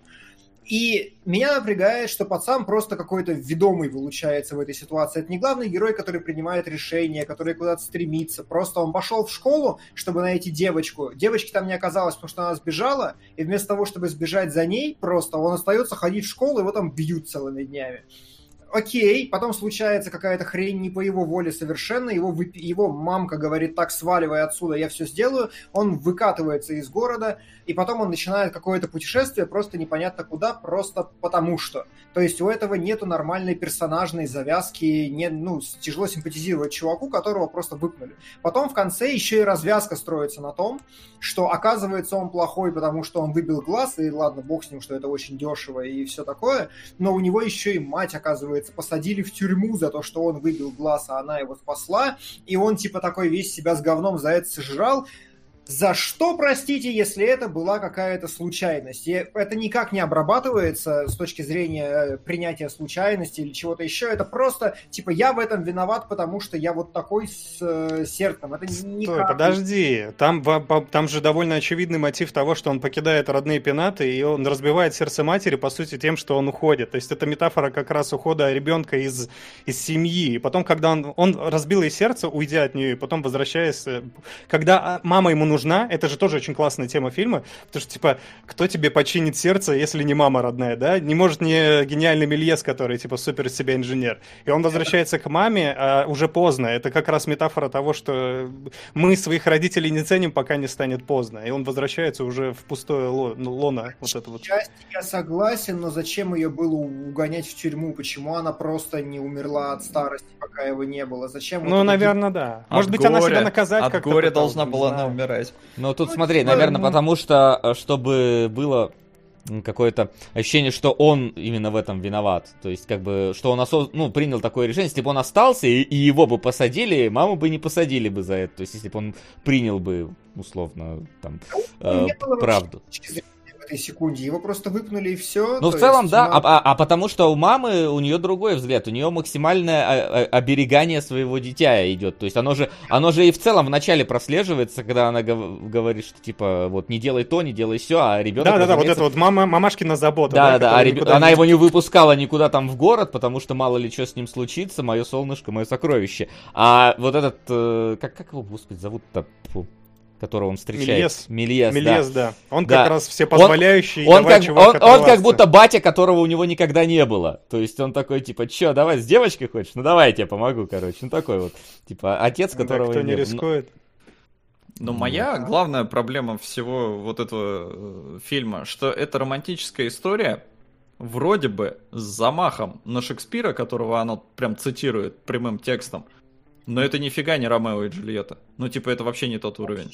[SPEAKER 2] И меня напрягает, что пацан просто какой-то ведомый получается в этой ситуации. Это не главный герой, который принимает решения, который куда-то стремится. Просто он пошел в школу, чтобы найти девочку. Девочки там не оказалось, потому что она сбежала. И вместо того, чтобы сбежать за ней, просто он остается ходить в школу, его там бьют целыми днями. Окей, потом случается какая-то хрень не по его воле совершенно, его мамка говорит: так, сваливай отсюда, я все сделаю, он выкатывается из города, и потом он начинает какое-то путешествие, просто непонятно куда, просто потому что. То есть у этого нету нормальной персонажной завязки, тяжело симпатизировать чуваку, которого просто выпнули. Потом в конце еще и развязка строится на том, что оказывается он плохой, потому что он выбил глаз, и ладно, бог с ним, что это очень дешево и все такое, но у него еще и мать, оказывается, посадили в тюрьму за то, что он выбил глаз, а она его спасла, и он типа такой весь себя с говном за это сожрал. За что, простите, если это была какая-то случайность? И это никак не обрабатывается с точки зрения принятия случайности или чего-то еще. Это просто, типа, я в этом виноват, потому что я вот такой с сердцем. Это никак...
[SPEAKER 4] Стой, подожди. Там же довольно очевидный мотив того, что он покидает родные пенаты, и он разбивает сердце матери, по сути, тем, что он уходит. То есть это метафора как раз ухода ребенка из семьи. И потом, когда он разбил ей сердце, уйдя от нее, и потом возвращаясь... Когда мама ему нужна, это же тоже очень классная тема фильма, потому что, типа, кто тебе починит сердце, если не мама родная, да? Не может не гениальный Мельес, который, типа, супер из себя инженер. И он возвращается к маме, а уже поздно. Это как раз метафора того, что мы своих родителей не ценим, пока не станет поздно. И он возвращается уже в пустое лоно. Вот это вот.
[SPEAKER 2] Часть я согласен, но зачем ее было угонять в тюрьму? Почему она просто не умерла от старости, пока его не было? Зачем?
[SPEAKER 4] Ну, наверное, да. Может быть, она себя наказать как-то.
[SPEAKER 3] От горя должна была она умирать.
[SPEAKER 1] Ну, тут смотри, наверное, потому что, чтобы было какое-то ощущение, что он именно в этом виноват. То есть, как бы, что он принял такое решение. Если бы он остался и его бы посадили, маму бы не посадили бы за это. То есть, если бы он принял бы, условно, там, правду.
[SPEAKER 2] Этой секунде. Его просто выпнули и все.
[SPEAKER 1] Ну, в целом, да, а потому что у мамы, у нее другой взгляд, у нее максимальное оберегание своего дитя идет. То есть оно же и в целом вначале прослеживается, когда она говорит, что типа вот не делай то, не делай все, а ребенок...
[SPEAKER 4] Да, вот это вот мамашкина забота.
[SPEAKER 1] Да, она его не выпускала никуда там в город, потому что мало ли что с ним случится, мое солнышко, мое сокровище. А вот этот, как его, господи, зовут-то? Которого он встречает.
[SPEAKER 4] Мельес, да. Он как раз всепозволяющий.
[SPEAKER 1] Он как будто батя, которого у него никогда не было. То есть он такой, типа, чё, давай с девочкой хочешь? Ну давай я тебе помогу, короче. Ну такой вот, типа, отец, которого
[SPEAKER 4] кто не рискует.
[SPEAKER 3] Но моя главная проблема всего вот этого фильма, что это романтическая история, вроде бы с замахом на Шекспира, которого оно прям цитирует прямым текстом. Но это нифига не Ромео и Джульетта. Ну, типа, это вообще не тот уровень.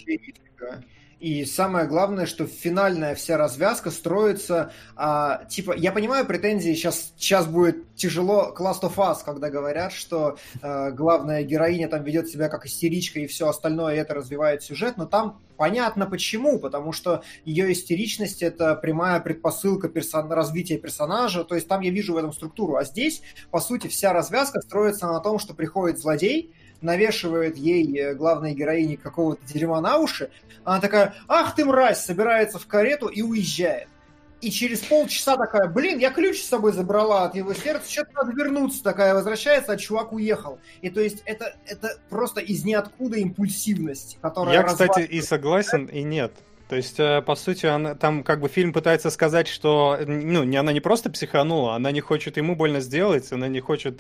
[SPEAKER 2] И самое главное, что финальная вся развязка строится... я понимаю претензии, сейчас будет тяжело к Last of Us, когда говорят, что главная героиня там ведет себя как истеричка и все остальное, и это развивает сюжет, но там понятно почему, потому что ее истеричность — это прямая предпосылка развития персонажа, то есть там я вижу в этом структуру, а здесь, по сути, вся развязка строится на том, что приходит злодей, навешивает ей, главной героине, какого-то дерьма на уши, она такая: ах ты мразь, собирается в карету и уезжает. И через полчаса такая: блин, я ключ с собой забрала от его сердца, что-то надо вернуться, такая возвращается, а чувак уехал. И то есть это просто из ниоткуда импульсивность, которая...
[SPEAKER 4] Я, кстати, и согласен, и нет. То есть, по сути, там как бы фильм пытается сказать, что она не просто психанула, она не хочет ему больно сделать, она не хочет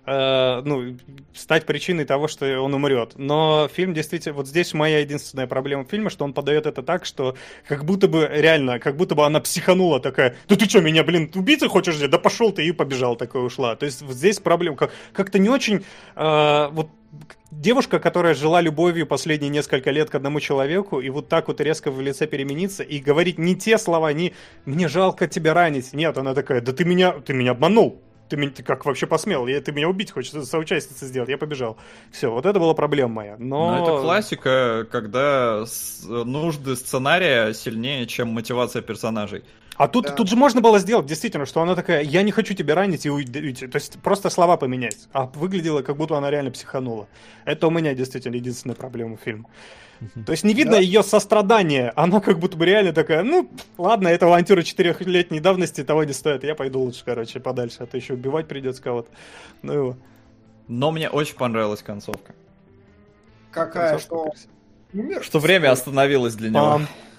[SPEAKER 4] стать причиной того, что он умрет. Но фильм действительно... Вот здесь моя единственная проблема фильма, что он подает это так, что как будто бы она психанула такая: да ты что, меня, убийцей хочешь взять? Да пошел ты, и побежал, такой ушла. То есть вот здесь проблема. Как-то не очень... Девушка, которая жила любовью последние несколько лет к одному человеку, и вот так вот резко в лице перемениться и говорить не те слова, не «мне жалко тебя ранить». Нет, она такая: да ты меня обманул. Ты как вообще посмел? Ты меня убить хочешь, соучастница сделать. Я побежал. Все, вот это была проблема моя. Но
[SPEAKER 3] это классика, когда нужды сценария сильнее, чем мотивация персонажей.
[SPEAKER 4] А тут же можно было сделать, действительно, что она такая: я не хочу тебя ранить и уйти. То есть просто слова поменять. А выглядело, как будто она реально психанула. Это у меня действительно единственная проблема фильма. То есть не видно ее сострадания. Она как будто бы реально такая: ладно, это авантюра 4-летней давности, того не стоит. Я пойду лучше, подальше, а то еще убивать придется кого-то. Ну его.
[SPEAKER 3] Но мне очень понравилась концовка.
[SPEAKER 2] Какая?
[SPEAKER 3] Что время остановилось для него.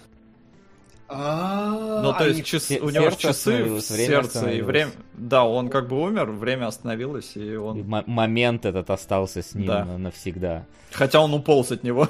[SPEAKER 3] То есть у него часы в сердце и время... Да, он как бы умер, время остановилось, и он...
[SPEAKER 1] Момент этот остался с ним навсегда.
[SPEAKER 3] Хотя он уполз от него.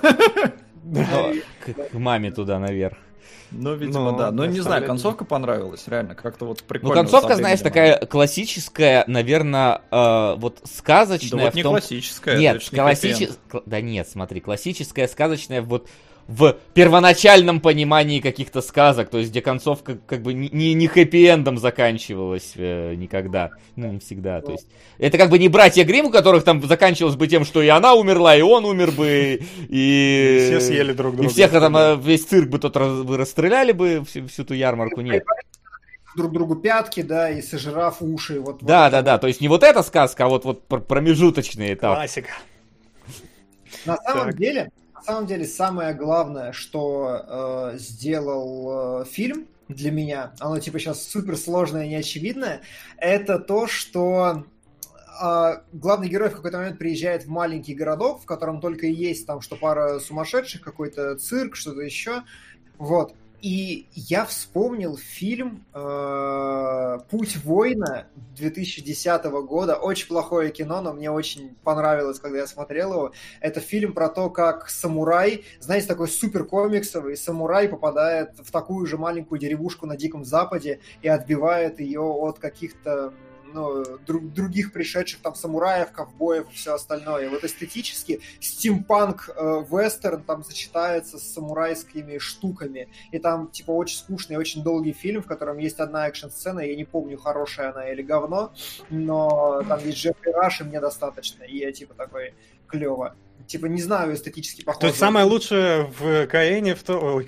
[SPEAKER 1] К маме туда наверх.
[SPEAKER 3] Видимо, да. Не знаю, концовка понравилась, реально, как-то вот прикольно.
[SPEAKER 1] Концовка, знаешь, такая классическая, наверное, вот сказочная.
[SPEAKER 3] Да вот не классическая.
[SPEAKER 1] Нет, классическая... Да нет, смотри, классическая, сказочная, вот в первоначальном понимании каких-то сказок, то есть где концовка как бы не хэппи-эндом заканчивалась никогда, не всегда, то есть это как бы не братья Гримм, у которых там заканчивалось бы тем, что и она умерла, и он умер бы, и
[SPEAKER 4] все съели друг друга,
[SPEAKER 1] и всех там весь цирк бы тот расстреляли бы, всю ту ярмарку, нет.
[SPEAKER 2] Друг другу пятки, да, и сожрав уши.
[SPEAKER 1] Да, то есть не вот эта сказка, а вот промежуточный этап.
[SPEAKER 4] Классика.
[SPEAKER 2] На самом деле, самое главное, что сделал фильм для меня, оно типа сейчас суперсложное и неочевидное, это то, что главный герой в какой-то момент приезжает в маленький городок, в котором только и есть там что пара сумасшедших, какой-то цирк, что-то еще. Вот. И я вспомнил фильм «Путь воина» 2010 года. Очень плохое кино, но мне очень понравилось, когда я смотрел его. Это фильм про то, как самурай, знаете, такой суперкомиксовый, самурай попадает в такую же маленькую деревушку на Диком Западе и отбивает ее от каких-то других пришедших там самураев, ковбоев и все остальное. Вот эстетически стимпанк-вестерн там сочетается с самурайскими штуками. И там типа очень скучный, очень долгий фильм, в котором есть одна экшн-сцена, я не помню, хорошая она или говно, но там есть Джеффри Раш, и мне достаточно. И я типа такой, клево. Типа не знаю, эстетически похоже.
[SPEAKER 4] То есть самое лучшее в Каэне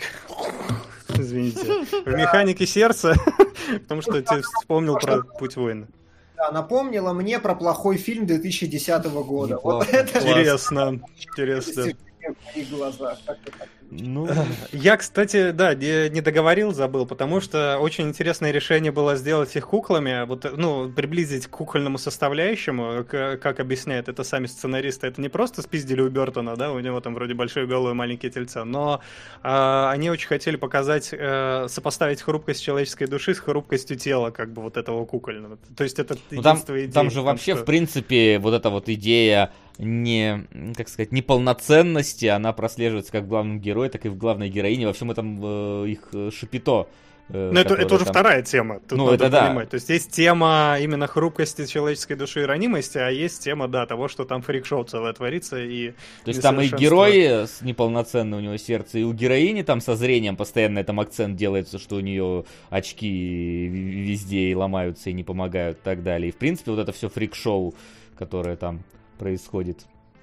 [SPEAKER 4] извините, в «Механике сердца», потому что ты вспомнил про «Путь воина».
[SPEAKER 2] Да, напомнила мне про плохой фильм 2010 года.
[SPEAKER 1] Неплохо.
[SPEAKER 2] Вот это
[SPEAKER 4] Интересно.
[SPEAKER 2] в моих глазах.
[SPEAKER 1] Ну,
[SPEAKER 4] Я, кстати, да, не договорил, забыл, потому что очень интересное решение было сделать их куклами, вот, ну, приблизить к кукольному составляющему, как объясняют это сами сценаристы. Это не просто спиздили у Бёртона, да, у него там вроде большое голову и маленькие тельца, но они очень хотели показать, сопоставить хрупкость человеческой души с хрупкостью тела, как бы вот этого кукольного. То есть это единство идей.
[SPEAKER 1] Там же вообще, в принципе, вот эта вот идея неполноценности, она прослеживается как в главном герое, так и в главной героине, во всем этом их шипито.
[SPEAKER 4] Но это уже вторая тема, тут надо
[SPEAKER 1] это да.
[SPEAKER 4] понимать. То есть есть тема именно хрупкости человеческой души и ранимости, а есть тема, да, того, что там фрик-шоу целое творится. И
[SPEAKER 1] то есть там и герой неполноценный, у него сердце, и у героини там со зрением постоянно там акцент делается, что у нее очки везде и ломаются, и не помогают, и так далее. И в принципе вот это все фрик-шоу, которое там происходит.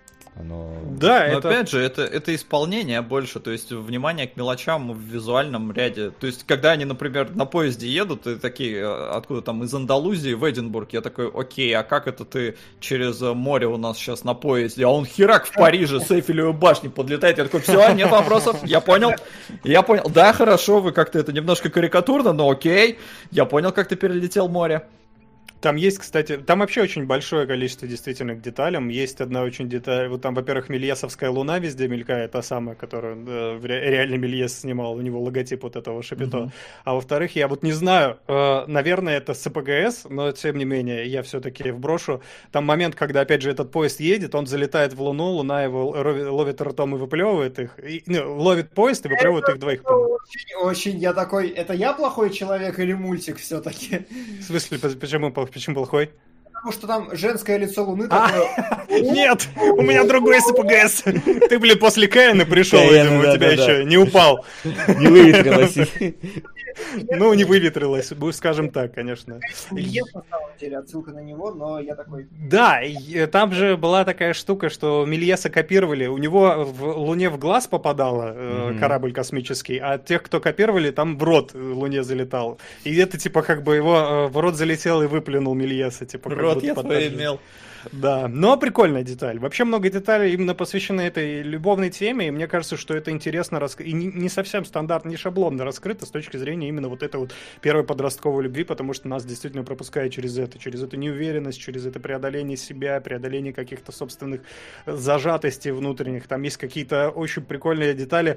[SPEAKER 3] Да, но это... опять же, это исполнение больше, то есть внимание к мелочам в визуальном ряде. То есть, когда они, например, на поезде едут, и такие, откуда там, из Андалузии в Эдинбург, я такой, окей, а как это ты через море у нас сейчас на поезде, а он херак в Париже с Эйфелевой башни подлетает, я такой, все, нет вопросов, я понял, да, хорошо, вы как-то это немножко карикатурно, но окей, я понял, как ты перелетел море.
[SPEAKER 4] Там есть, кстати, там вообще очень большое количество действительно к деталям. Есть одна очень деталь, вот там, во-первых, Мельесовская луна везде мелькает, та самая, которую реально Мельес снимал, у него логотип вот этого шапито. А во-вторых, я вот не знаю, наверное, это СПГС, но тем не менее, я все-таки вброшу. Там момент, когда, опять же, этот поезд едет, он залетает в луну, луна его ловит ртом и выплевывает их, ловит поезд и выплевывает их двоих.
[SPEAKER 2] Очень, я такой, это я плохой человек или мультик все-таки?
[SPEAKER 4] В смысле, почему плохой?
[SPEAKER 2] Потому что там женское лицо Луны такое...
[SPEAKER 4] Нет, у меня другой СПГС. Ты, блин, после Каэна пришел, видимо, у тебя еще не упал.
[SPEAKER 1] Не выветрилось.
[SPEAKER 4] Ну, не выветрилось, скажем так, конечно.
[SPEAKER 2] Мельес, на самом деле, отсылка на него, но я такой...
[SPEAKER 4] Да, там же была такая штука, что Мельеса копировали, у него в Луне в глаз попадало корабль космический, а тех, кто копировали, там в рот Луне залетал. И это, типа, как бы его в рот залетел и выплюнул Мельеса, типа,
[SPEAKER 3] рот я твой имел.
[SPEAKER 4] Да, но прикольная деталь. Вообще много деталей именно посвящены этой любовной теме, и мне кажется, что это интересно и не совсем стандартно, не шаблонно раскрыто с точки зрения именно вот этой вот первой подростковой любви, потому что нас действительно пропускает через эту неуверенность, через это преодоление себя, преодоление каких-то собственных зажатостей внутренних. Там есть какие-то очень прикольные детали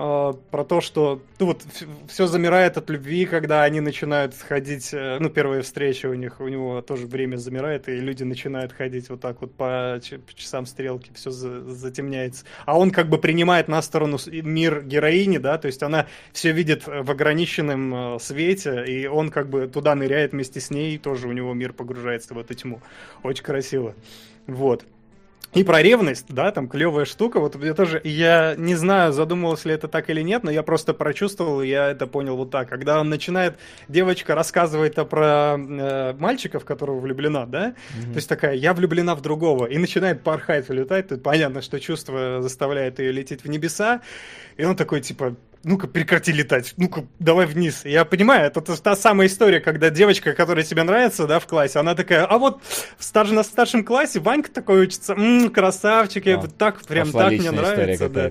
[SPEAKER 4] про то, что вот все замирает от любви, когда они начинают ходить, первая встреча у него тоже время замирает, и люди начинают ходить вот так вот по часам стрелки, все затемняется. А он как бы принимает на сторону мир героини, да, то есть она все видит в ограниченном свете, и он как бы туда ныряет вместе с ней, и тоже у него мир погружается в эту тьму. Очень красиво. Вот. И про ревность, да, там клевая штука, вот я тоже, я не знаю, задумывалось ли это так или нет, но я просто прочувствовал, я это понял вот так, когда он начинает, девочка рассказывает про мальчика, в которого влюблена, да, то есть такая, я влюблена в другого, и начинает порхать, улетать, тут понятно, что чувство заставляет ее лететь в небеса, и он такой, типа, ну-ка, прекрати летать, ну-ка, давай вниз. Я понимаю, это та самая история, когда девочка, которая тебе нравится, да, в классе, она такая, а вот на старшем классе Ванька такой учится, красавчик, я вот так, прям так мне нравится, да.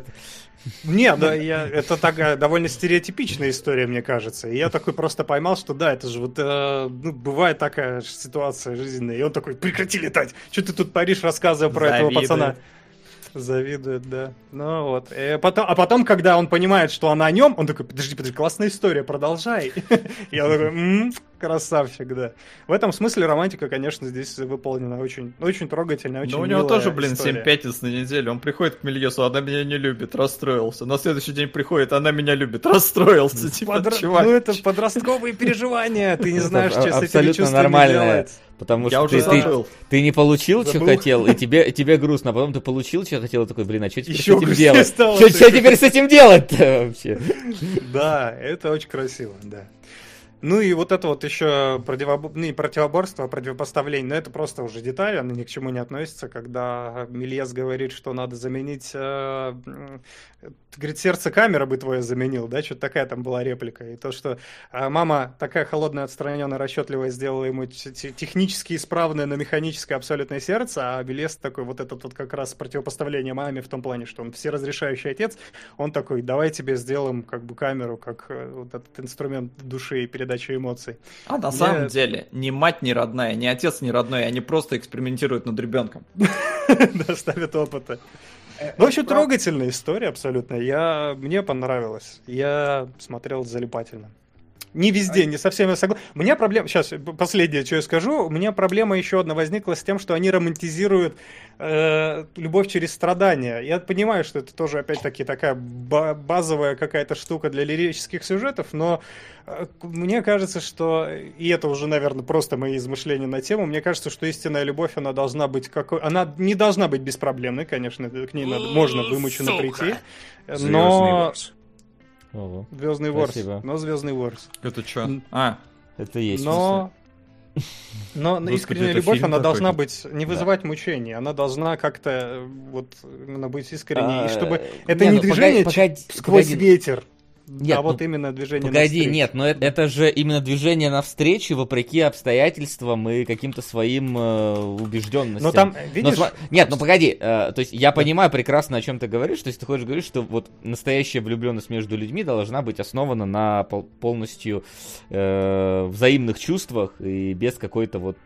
[SPEAKER 4] Не, да, это такая довольно стереотипичная история, мне кажется. И я такой просто поймал, что да, это же вот, бывает такая ситуация жизненная, и он такой, прекрати летать, что ты тут паришь, рассказывая про этого пацана. Завидует, да. Ну вот. А потом, когда он понимает, что она о нем, он такой, подожди, классная история, продолжай. Я такой, красавчик, да. В этом смысле романтика, конечно, здесь выполнена очень, очень трогательно, очень милая.
[SPEAKER 3] Но у него тоже, блин,
[SPEAKER 4] история.
[SPEAKER 3] 7 пятниц на неделю. Он приходит к Мельесу, она меня не любит, расстроился. На следующий день приходит, она меня любит, расстроился. Типа, чувак.
[SPEAKER 4] Ну это подростковые переживания, ты не знаешь, что с этими
[SPEAKER 1] абсолютно
[SPEAKER 4] чувствами
[SPEAKER 1] нормальная
[SPEAKER 4] делать.
[SPEAKER 1] Потому
[SPEAKER 3] Я
[SPEAKER 1] что
[SPEAKER 3] уже забыл.
[SPEAKER 1] ты не получил, что
[SPEAKER 4] Забыл.
[SPEAKER 1] хотел, и тебе грустно, а потом ты получил, что хотел, и такой, блин, а что теперь
[SPEAKER 4] Ещё
[SPEAKER 1] с этим
[SPEAKER 4] грустнее
[SPEAKER 1] делать?
[SPEAKER 4] стало,
[SPEAKER 1] Что
[SPEAKER 4] ты-
[SPEAKER 1] теперь с этим делать-то вообще?
[SPEAKER 4] Да, это очень красиво, да. Ну и вот это вот еще противоборство, противопоставление, но это просто уже деталь, она ни к чему не относится, когда Мельес говорит, что надо заменить, говорит, сердце камера бы твое заменил, да, что-то такая там была реплика, и то, что мама такая холодная, отстраненная, расчетливая сделала ему технически исправное, но механическое абсолютное сердце, а Мельес такой вот этот вот как раз противопоставление маме в том плане, что он всеразрешающий отец, он такой, давай тебе сделаем как бы камеру, как вот этот инструмент души и передачи эмоций.
[SPEAKER 3] А на самом деле, ни мать не родная, ни отец не родной, они просто экспериментируют над ребенком.
[SPEAKER 4] Да, ставят опыты. Ну, очень трогательная история абсолютно. Мне понравилось. Я смотрел залипательно. Не везде, не совсем я согласен. У меня проблема, сейчас, последнее, что я скажу, у меня проблема еще одна возникла с тем, что они романтизируют любовь через страдания. Я понимаю, что это тоже, опять-таки, такая базовая какая-то штука для лирических сюжетов, но мне кажется, что, и это уже, наверное, просто мои измышления на тему, мне кажется, что истинная любовь, она должна быть она не должна быть беспроблемной, конечно, к ней можно вымученно прийти,
[SPEAKER 5] Звездный
[SPEAKER 4] но...
[SPEAKER 5] ворс.
[SPEAKER 1] Ого,
[SPEAKER 4] Звездный Ворс.
[SPEAKER 1] Спасибо.
[SPEAKER 4] Но Звездный Ворс.
[SPEAKER 3] Это что?
[SPEAKER 1] это есть.
[SPEAKER 4] Но
[SPEAKER 3] Господи,
[SPEAKER 4] искренняя
[SPEAKER 3] это
[SPEAKER 4] любовь,
[SPEAKER 3] фильм
[SPEAKER 4] она должна
[SPEAKER 3] какой-то.
[SPEAKER 4] быть, не вызывать мучений, она должна как-то вот именно быть искренней, и чтобы
[SPEAKER 1] А,
[SPEAKER 4] это
[SPEAKER 1] не,
[SPEAKER 4] не
[SPEAKER 1] ну,
[SPEAKER 4] движение
[SPEAKER 1] погоди,
[SPEAKER 4] сквозь
[SPEAKER 1] погоди.
[SPEAKER 4] ветер,
[SPEAKER 1] Нет,
[SPEAKER 4] а вот
[SPEAKER 1] ну,
[SPEAKER 4] именно движение
[SPEAKER 1] Погоди,
[SPEAKER 4] навстречу.
[SPEAKER 1] нет, но это же именно движение навстречу, вопреки обстоятельствам и каким-то своим убежденностям.
[SPEAKER 4] Но там, видишь...
[SPEAKER 1] Нет, ну погоди, то есть я понимаю прекрасно, о чем ты говоришь, то есть ты хочешь говорить, что вот настоящая влюбленность между людьми должна быть основана на полностью взаимных чувствах и без какой-то вот...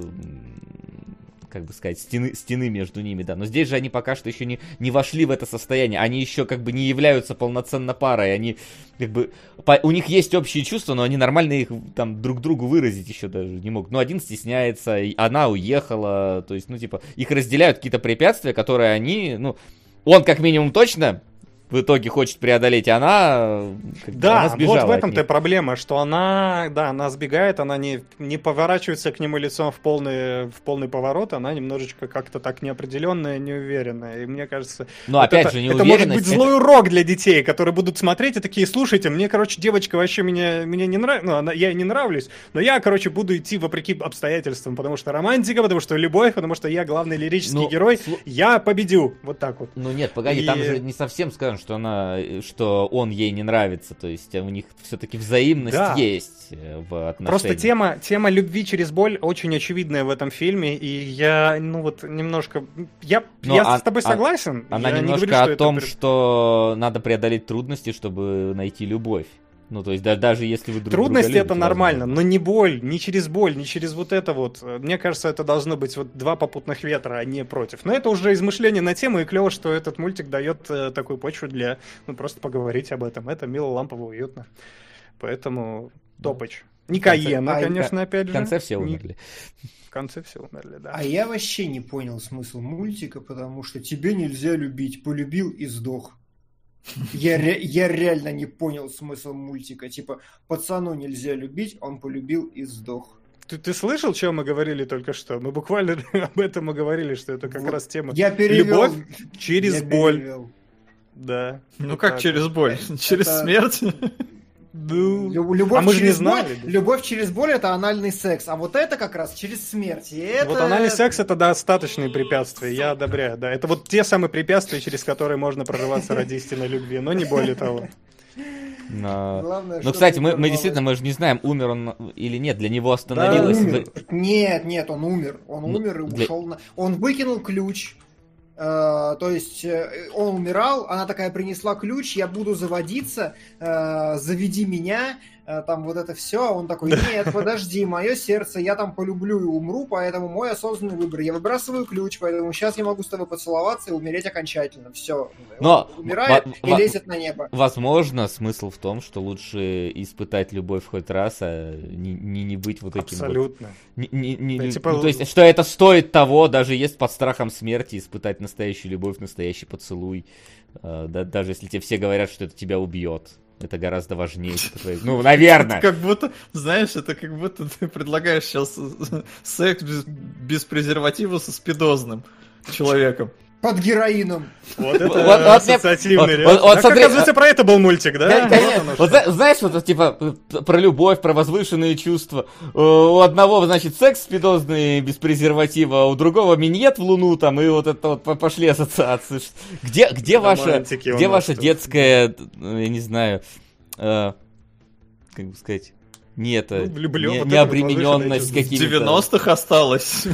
[SPEAKER 1] как бы сказать, стены между ними, да. Но здесь же они пока что еще не вошли в это состояние. Они еще как бы не являются полноценно парой. Они как бы... у них есть общие чувства, но они нормально их там друг другу выразить еще даже не могут. Ну, один стесняется, она уехала. То есть, ну, типа, их разделяют какие-то препятствия, которые они, ну... Он как минимум точно в итоге хочет преодолеть, а она,
[SPEAKER 4] Да,
[SPEAKER 1] она сбежала
[SPEAKER 4] вот в
[SPEAKER 1] от
[SPEAKER 4] этом-то и
[SPEAKER 1] них.
[SPEAKER 4] проблема, что она сбегает, она не поворачивается к нему лицом в полный поворот, она немножечко как-то так неопределенная, неуверенная. И мне кажется,
[SPEAKER 1] Но
[SPEAKER 4] вот
[SPEAKER 1] опять
[SPEAKER 4] это,
[SPEAKER 1] же,
[SPEAKER 4] это может быть
[SPEAKER 1] неуверенность...
[SPEAKER 4] злой урок для детей, которые будут смотреть и такие, слушайте, мне, короче, девочка вообще мне не нравится, ну, я ей не нравлюсь, но я, короче, буду идти вопреки обстоятельствам, потому что романтика, потому что любовь, потому что я главный лирический герой, я победю. Вот так вот.
[SPEAKER 1] Ну нет, погоди, там же не совсем скажем, что он ей не нравится, то есть у них все-таки взаимность есть в отношениях.
[SPEAKER 4] Просто тема любви через боль очень очевидная в этом фильме, и я, ну вот, немножко... Я с тобой согласен.
[SPEAKER 1] Она
[SPEAKER 4] я
[SPEAKER 1] немножко
[SPEAKER 4] не говорю,
[SPEAKER 1] о том, что надо преодолеть трудности, чтобы найти любовь. Ну, то есть даже если вы друг друга
[SPEAKER 4] трудности
[SPEAKER 1] любите,
[SPEAKER 4] это нормально,
[SPEAKER 1] возможно.
[SPEAKER 4] но не боль, не через вот это вот. Мне кажется, это должно быть вот два попутных ветра, а не против. Но это уже измышление на тему, и клево, что этот мультик дает такую почву для, просто поговорить об этом. Это мило, лампово, уютно. Поэтому топыч. Не Каена, конечно, опять же.
[SPEAKER 1] В конце все умерли.
[SPEAKER 4] В конце все умерли, да.
[SPEAKER 2] А я вообще не понял смысл мультика, потому что тебе нельзя любить, полюбил и сдох. Я реально не понял смысл мультика. Типа, пацану нельзя любить, он полюбил и сдох.
[SPEAKER 4] Ты слышал, что мы говорили только что? Мы буквально об этом и говорили, что это как раз тема.
[SPEAKER 2] Я перевел.
[SPEAKER 4] Любовь через боль.
[SPEAKER 2] Перевел.
[SPEAKER 4] Да.
[SPEAKER 3] Ну
[SPEAKER 4] вот
[SPEAKER 3] как
[SPEAKER 4] так
[SPEAKER 3] через
[SPEAKER 4] вот.
[SPEAKER 3] боль? Через смерть?
[SPEAKER 2] Любовь
[SPEAKER 4] А мы же не
[SPEAKER 2] через
[SPEAKER 4] знали.
[SPEAKER 2] боль, любовь через боль это анальный секс, а вот это как раз через смерть. И это...
[SPEAKER 4] Вот анальный секс — это достаточные препятствия, я одобряю, да. Это вот те самые препятствия, через которые можно прорываться ради истинной любви, но не более того.
[SPEAKER 2] Главное,
[SPEAKER 1] Ну,
[SPEAKER 2] чтобы
[SPEAKER 1] кстати,
[SPEAKER 2] не
[SPEAKER 1] мы
[SPEAKER 2] порвалось.
[SPEAKER 1] действительно, мы же не знаем, умер он или нет, для него
[SPEAKER 2] Да,
[SPEAKER 1] остановилось...
[SPEAKER 2] умер. Нет, он умер. Он
[SPEAKER 1] Ну,
[SPEAKER 2] умер и
[SPEAKER 1] для-
[SPEAKER 2] ушел. Он выкинул ключ. То есть он умирал, она такая принесла ключ, я буду заводиться, заведи меня, там вот это все. Он такой, нет, подожди, мое сердце, я там полюблю и умру, поэтому мой осознанный выбор. Я выбрасываю ключ, поэтому сейчас я могу с тобой поцеловаться и умереть окончательно. Все.
[SPEAKER 1] Но
[SPEAKER 2] Умирает и лезет на небо.
[SPEAKER 1] Возможно, смысл в том, что лучше испытать любовь хоть раз, а не быть вот этим вот...
[SPEAKER 4] Абсолютно. Да, типа-
[SPEAKER 1] Ну, то есть, что это стоит того, даже если под страхом смерти испытать настоящую любовь, настоящий поцелуй, даже если тебе все говорят, что это тебя убьет. Это гораздо важнее. Ну, наверное.
[SPEAKER 3] Как будто, знаешь, это как будто ты предлагаешь сейчас секс без презерватива со спидозным человеком.
[SPEAKER 2] Под героином.
[SPEAKER 4] Вот это ассоциативный ряд. Оказывается, про это был мультик, да?
[SPEAKER 1] Вот знаешь, вот типа про любовь, про возвышенные чувства. У одного, значит, секс спидозный без презерватива, а у другого миньет в луну там, и вот это вот пошли ассоциации. Где ваша детская, я не знаю, как бы сказать, необремененность какими-то...
[SPEAKER 3] В 90-х осталось.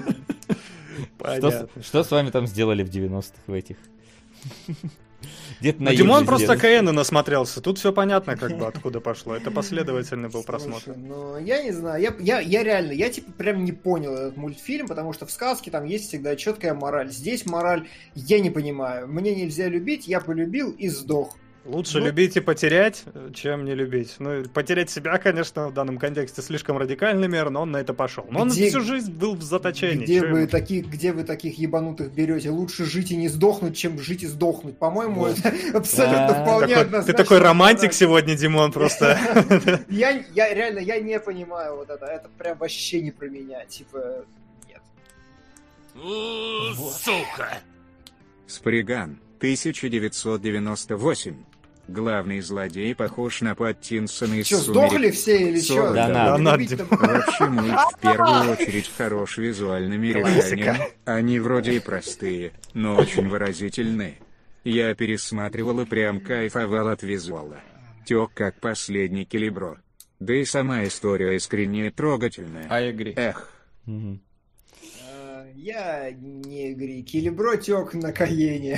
[SPEAKER 1] Что с вами там сделали в 90-х в этих?
[SPEAKER 4] Димон просто КН насмотрелся. Тут все понятно, как бы откуда пошло. Это последовательный был просмотр.
[SPEAKER 2] Ну, я не знаю. Я реально, я типа прям не понял этот мультфильм, потому что в сказке там есть всегда четкая мораль. Здесь мораль я не понимаю. Мне нельзя любить, я полюбил и сдох.
[SPEAKER 4] Лучше любить и потерять, чем не любить. Ну, потерять себя, конечно, в данном контексте слишком радикальный мер, но он на это пошел. Но он всю жизнь был в заточении.
[SPEAKER 2] Где вы таких ебанутых берете? Лучше жить и не сдохнуть, чем жить и сдохнуть. По-моему, это абсолютно вполне однозначно.
[SPEAKER 4] Ты такой романтик сегодня, Димон, просто.
[SPEAKER 2] Я реально, я не понимаю вот это. Это прям вообще не про меня. Типа, нет.
[SPEAKER 6] Сука!
[SPEAKER 5] Сприган, 1998. Главный злодей похож на Паттинсона из
[SPEAKER 2] «Сумерек». Что, сдохли все или что?
[SPEAKER 1] Да,
[SPEAKER 5] вообще мульт в первую очередь хорош визуальными решениями. Они вроде и простые, но очень выразительные. Я пересматривал и прям кайфовал от визуала. Тёк как последний Келебро. Да и сама история искренне трогательная. Эх.
[SPEAKER 2] Я не игри. Келебро тёк на Каене.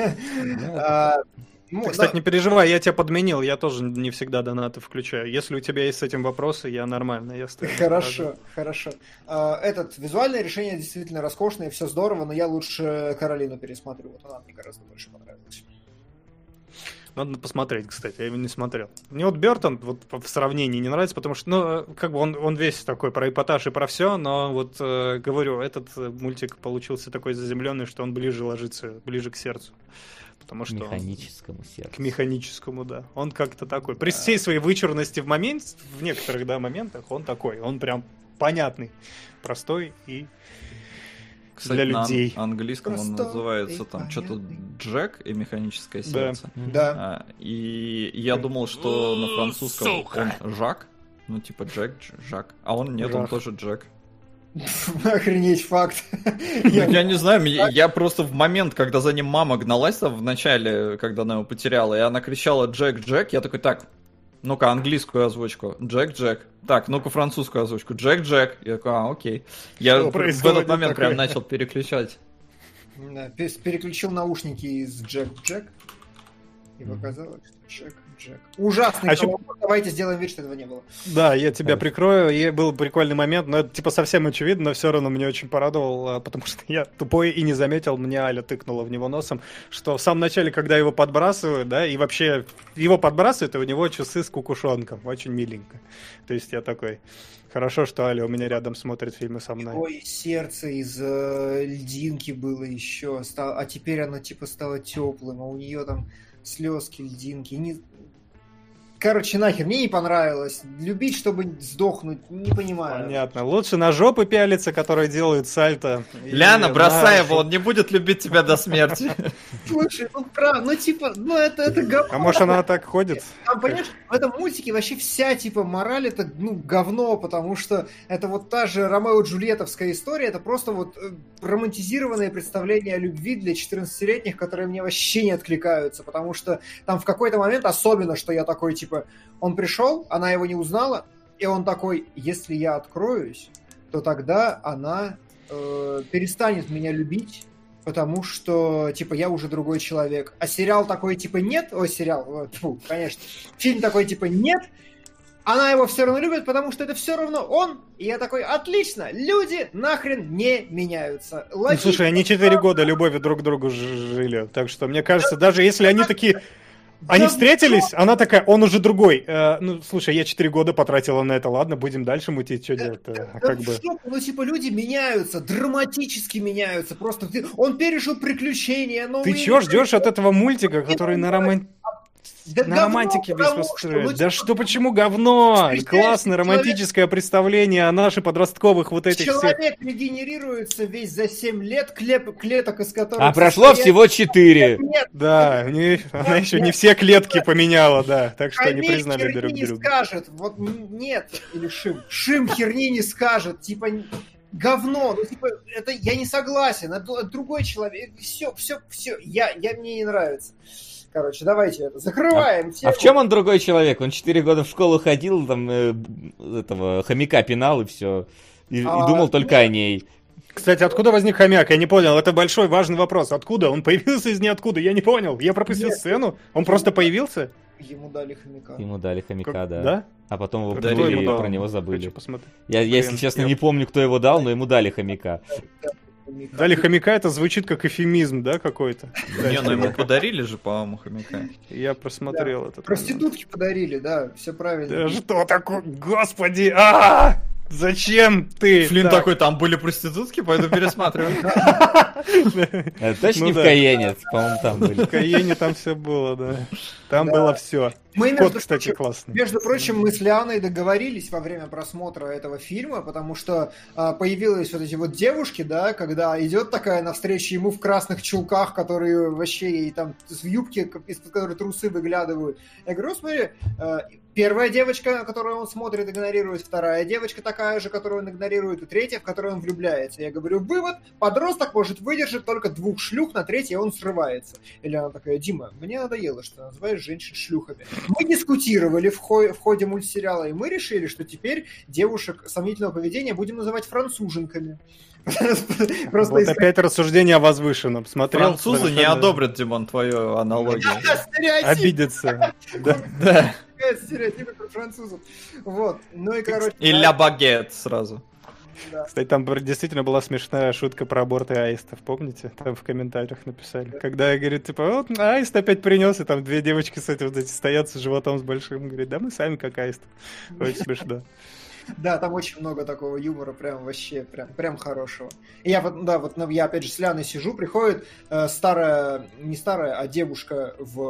[SPEAKER 4] Ты, кстати, не переживай, я тебя подменил, я тоже не всегда донаты включаю. Если у тебя есть с этим вопросы, я нормально, я стою.
[SPEAKER 2] Хорошо. Этот визуальное решение действительно роскошное, все здорово, но я лучше Каролину пересмотрю. Вот она мне гораздо больше понравилась.
[SPEAKER 4] Надо посмотреть, кстати, я его не смотрел. Мне вот Бёртон вот в сравнении не нравится, потому что, ну, как бы он весь такой про эпатаж и про все, но вот, говорю, этот мультик получился такой заземленный, что он ближе ложится, ближе к сердцу. Потому что
[SPEAKER 1] механическому сердцу.
[SPEAKER 4] К механическому, да. Он как-то такой. При всей своей вычурности в некоторых, да, моментах, он такой. Он прям понятный, простой и
[SPEAKER 3] кстати,
[SPEAKER 4] для людей.
[SPEAKER 3] На английском он называется там что-то Джек и механическое сердце.
[SPEAKER 2] Да.
[SPEAKER 3] И я думал, что на французском он Жак. Ну, типа Джек, Жак. А он нет, он тоже Джек.
[SPEAKER 2] Охренеть, факт.
[SPEAKER 3] Я не знаю, я просто в момент, когда за ним мама гналась там в начале, когда она его потеряла, и она кричала «Джек, Джек», я такой, так, ну-ка, английскую озвучку, «Джек, Джек», так, ну-ка, французскую озвучку, «Джек, Джек», я такой, окей. Я в этот момент прям начал переключать.
[SPEAKER 2] Переключил наушники из «Джек, Джек», и показалось, что «Джек». Ужасный колобок, давайте сделаем вид, что этого не было.
[SPEAKER 4] Да, я тебя прикрою, и был прикольный момент, но это типа совсем очевидно, но все равно меня очень порадовал, потому что я тупой и не заметил, мне Аля тыкнула в него носом, что в самом начале, когда его подбрасывают, да, и вообще его подбрасывают, и у него часы с кукушонком, очень миленько. То есть я такой, хорошо, что Аля у меня рядом смотрит фильмы со мной.
[SPEAKER 2] Ой, сердце из льдинки было еще, а теперь оно типа стало теплым, а у нее там слезки, льдинки. Короче, нахер, мне не понравилось. Любить, чтобы сдохнуть, не понимаю.
[SPEAKER 4] Понятно. Лучше на жопы пялиться, которые делают сальто.
[SPEAKER 3] Ляна, бросай его, он не будет любить тебя до смерти.
[SPEAKER 2] Слушай, ну правда, ну типа, ну это говно.
[SPEAKER 4] А может она так ходит?
[SPEAKER 2] Там, понимаешь, в этом мультике вообще вся типа мораль это, ну, говно, потому что это вот та же Ромео-Джульеттовская история, это просто вот романтизированное представление о любви для 14-летних, которые мне вообще не откликаются, потому что там в какой-то момент, особенно, что я такой, типа, он пришел, она его не узнала, и он такой, если я откроюсь, то тогда она перестанет меня любить, потому что, типа, я уже другой человек. А сериал такой, типа, нет, конечно, фильм такой, типа, нет, она его все равно любит, потому что это все равно он, и я такой, отлично, люди нахрен не меняются.
[SPEAKER 4] Ну, слушай, они 4 года любовью друг к другу жили, так что, мне кажется, даже если они такие... Они встретились, она такая, он уже другой. Ну, слушай, я 4 года потратила на это, ладно, будем дальше мутить, что делать-то?
[SPEAKER 2] Ну, типа, люди меняются, драматически меняются, просто он пережил приключения, новые...
[SPEAKER 4] Ты чего ждешь от этого мультика, который на
[SPEAKER 2] Да
[SPEAKER 4] на
[SPEAKER 2] говно,
[SPEAKER 4] романтике весь
[SPEAKER 2] потому что,
[SPEAKER 4] построен.
[SPEAKER 2] ну,
[SPEAKER 4] Да
[SPEAKER 2] типа,
[SPEAKER 4] что, почему говно?
[SPEAKER 2] встречаешься
[SPEAKER 4] Классное
[SPEAKER 2] с
[SPEAKER 4] романтическое представление о наших подростковых вот этих всех...
[SPEAKER 2] человек регенерируется весь за 7 лет, клеток из которых...
[SPEAKER 1] А прошло всего 4.
[SPEAKER 2] Нет,
[SPEAKER 4] Да, она еще не все клетки поменяла, да, так что не
[SPEAKER 2] Камиль
[SPEAKER 4] признали
[SPEAKER 2] херни
[SPEAKER 4] друг
[SPEAKER 2] не
[SPEAKER 4] друга.
[SPEAKER 2] скажет, вот нет, или Шим. Шим херни не скажет, типа говно, ну типа это я не согласен, это другой человек, все, мне не нравится. Короче, давайте это закрываем тему.
[SPEAKER 1] А в чем он другой человек? Он 4 года в школу ходил, там этого хомяка пинал и все. И думал только о ней.
[SPEAKER 4] Кстати, откуда возник хомяк? Я не понял. Это большой важный вопрос. Откуда? Он появился из ниоткуда? Я не понял. Я пропустил сцену. Он просто появился?
[SPEAKER 2] Ему дали хомяка.
[SPEAKER 1] Ему дали хомяка, да.
[SPEAKER 4] Да?
[SPEAKER 1] А потом его
[SPEAKER 3] Кто
[SPEAKER 1] пнули
[SPEAKER 3] ему
[SPEAKER 1] и
[SPEAKER 3] дал?
[SPEAKER 1] про него забыли.
[SPEAKER 4] Хочу посмотреть.
[SPEAKER 1] Я, если честно, не помню, кто его дал, но ему дали хомяка.
[SPEAKER 4] Дали хомяка, это звучит как эфемизм, да, какой-то?
[SPEAKER 3] Не, ну ему подарили же, по-моему, хомяка.
[SPEAKER 4] Я просмотрел этот момент.
[SPEAKER 2] Проститутки подарили, да, все правильно.
[SPEAKER 4] Да что такое? Господи! Зачем ты?
[SPEAKER 3] Флинн
[SPEAKER 4] так?
[SPEAKER 3] такой, там были проститутки, пойду пересматривать.
[SPEAKER 1] Точно
[SPEAKER 4] Ну
[SPEAKER 1] не в
[SPEAKER 4] да.
[SPEAKER 1] Каене, по-моему, там были.
[SPEAKER 4] В Каене там все было, да. Там
[SPEAKER 2] Да.
[SPEAKER 4] было все.
[SPEAKER 2] Мы,
[SPEAKER 4] Кот, кстати, классный.
[SPEAKER 2] Между прочим, мы с Лианой договорились во время просмотра этого фильма, потому что появились вот эти вот девушки, да, когда идет такая навстречу ему в красных чулках, которые вообще ей там в юбке, из-под которой трусы выглядывают. Я говорю, ну, смотри, первая девочка, которую он смотрит, игнорирует, вторая девочка такая же, которую он игнорирует, и третья, в которую он влюбляется. Я говорю, вывод, подросток может выдержать только 2 шлюх, на третьей он срывается. Или она такая, Дима, мне надоело, что ты называешь женщин шлюхами. Мы дискутировали в ходе мультсериала, и мы решили, что теперь девушек сомнительного поведения будем называть француженками. Просто
[SPEAKER 4] Вот опять рассуждение о возвышенном. Смотрел?
[SPEAKER 3] Французы не
[SPEAKER 4] совершенно
[SPEAKER 3] одобрят, Димон, твою аналогию.
[SPEAKER 2] стереотип.
[SPEAKER 4] Обидятся.
[SPEAKER 3] Да.
[SPEAKER 2] Стереотипы про французов. Вот. Ну и, короче...
[SPEAKER 3] И ля багет сразу.
[SPEAKER 2] да.
[SPEAKER 4] Кстати, там действительно была смешная шутка про аборты аистов, помните? Там в комментариях написали. Когда я говорю, типа, вот аист опять принес, и там 2 девочки с этим вот эти стоят с животом с большим. Говорит, да мы сами как аист. Очень смешно.
[SPEAKER 2] Да, там очень много такого юмора, прям вообще, прям хорошего. И я вот, да, вот я опять же с Ляной сижу, приходит старая, не старая, а девушка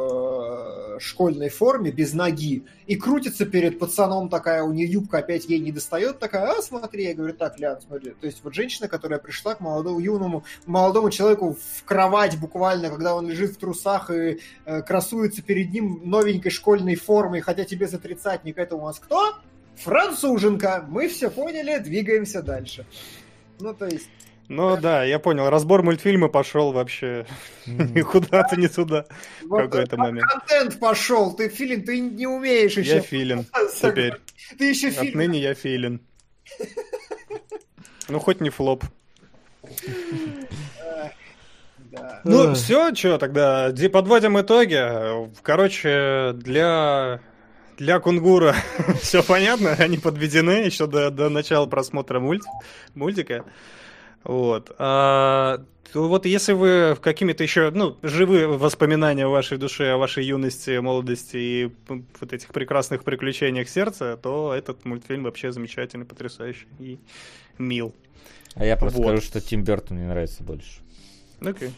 [SPEAKER 2] в школьной форме, без ноги, и крутится перед пацаном такая, у нее юбка опять ей не достает, такая, смотри, я говорю, так, Лян, смотри. То есть вот женщина, которая пришла к молодому человеку в кровать буквально, когда он лежит в трусах и красуется перед ним новенькой школьной формой, хотя тебе за 30-ник, это у нас кто? Француженка. Мы все поняли, двигаемся дальше. Ну, то есть...
[SPEAKER 4] Ну да, я понял. Разбор мультфильма пошел вообще куда-то не туда в
[SPEAKER 2] вот
[SPEAKER 4] какой-то момент.
[SPEAKER 2] контент пошел. Ты, Филин, ты не умеешь еще.
[SPEAKER 4] Я филин теперь.
[SPEAKER 2] Ты еще Филин.
[SPEAKER 4] Отныне я филин. Ну, хоть не флоп.
[SPEAKER 2] Да.
[SPEAKER 4] Ну, все, что тогда? Подводим итоги. Короче, для Кунгура все понятно, они подведены еще до начала просмотра мультика. Вот. Вот если вы какими-то еще, живые воспоминания в вашей душе, о вашей юности, молодости и вот этих прекрасных приключениях сердца, то этот мультфильм вообще замечательный, потрясающий и мил.
[SPEAKER 1] А я просто
[SPEAKER 4] Вот.
[SPEAKER 1] скажу, что Тим Бёртон мне нравится больше.
[SPEAKER 4] Окей.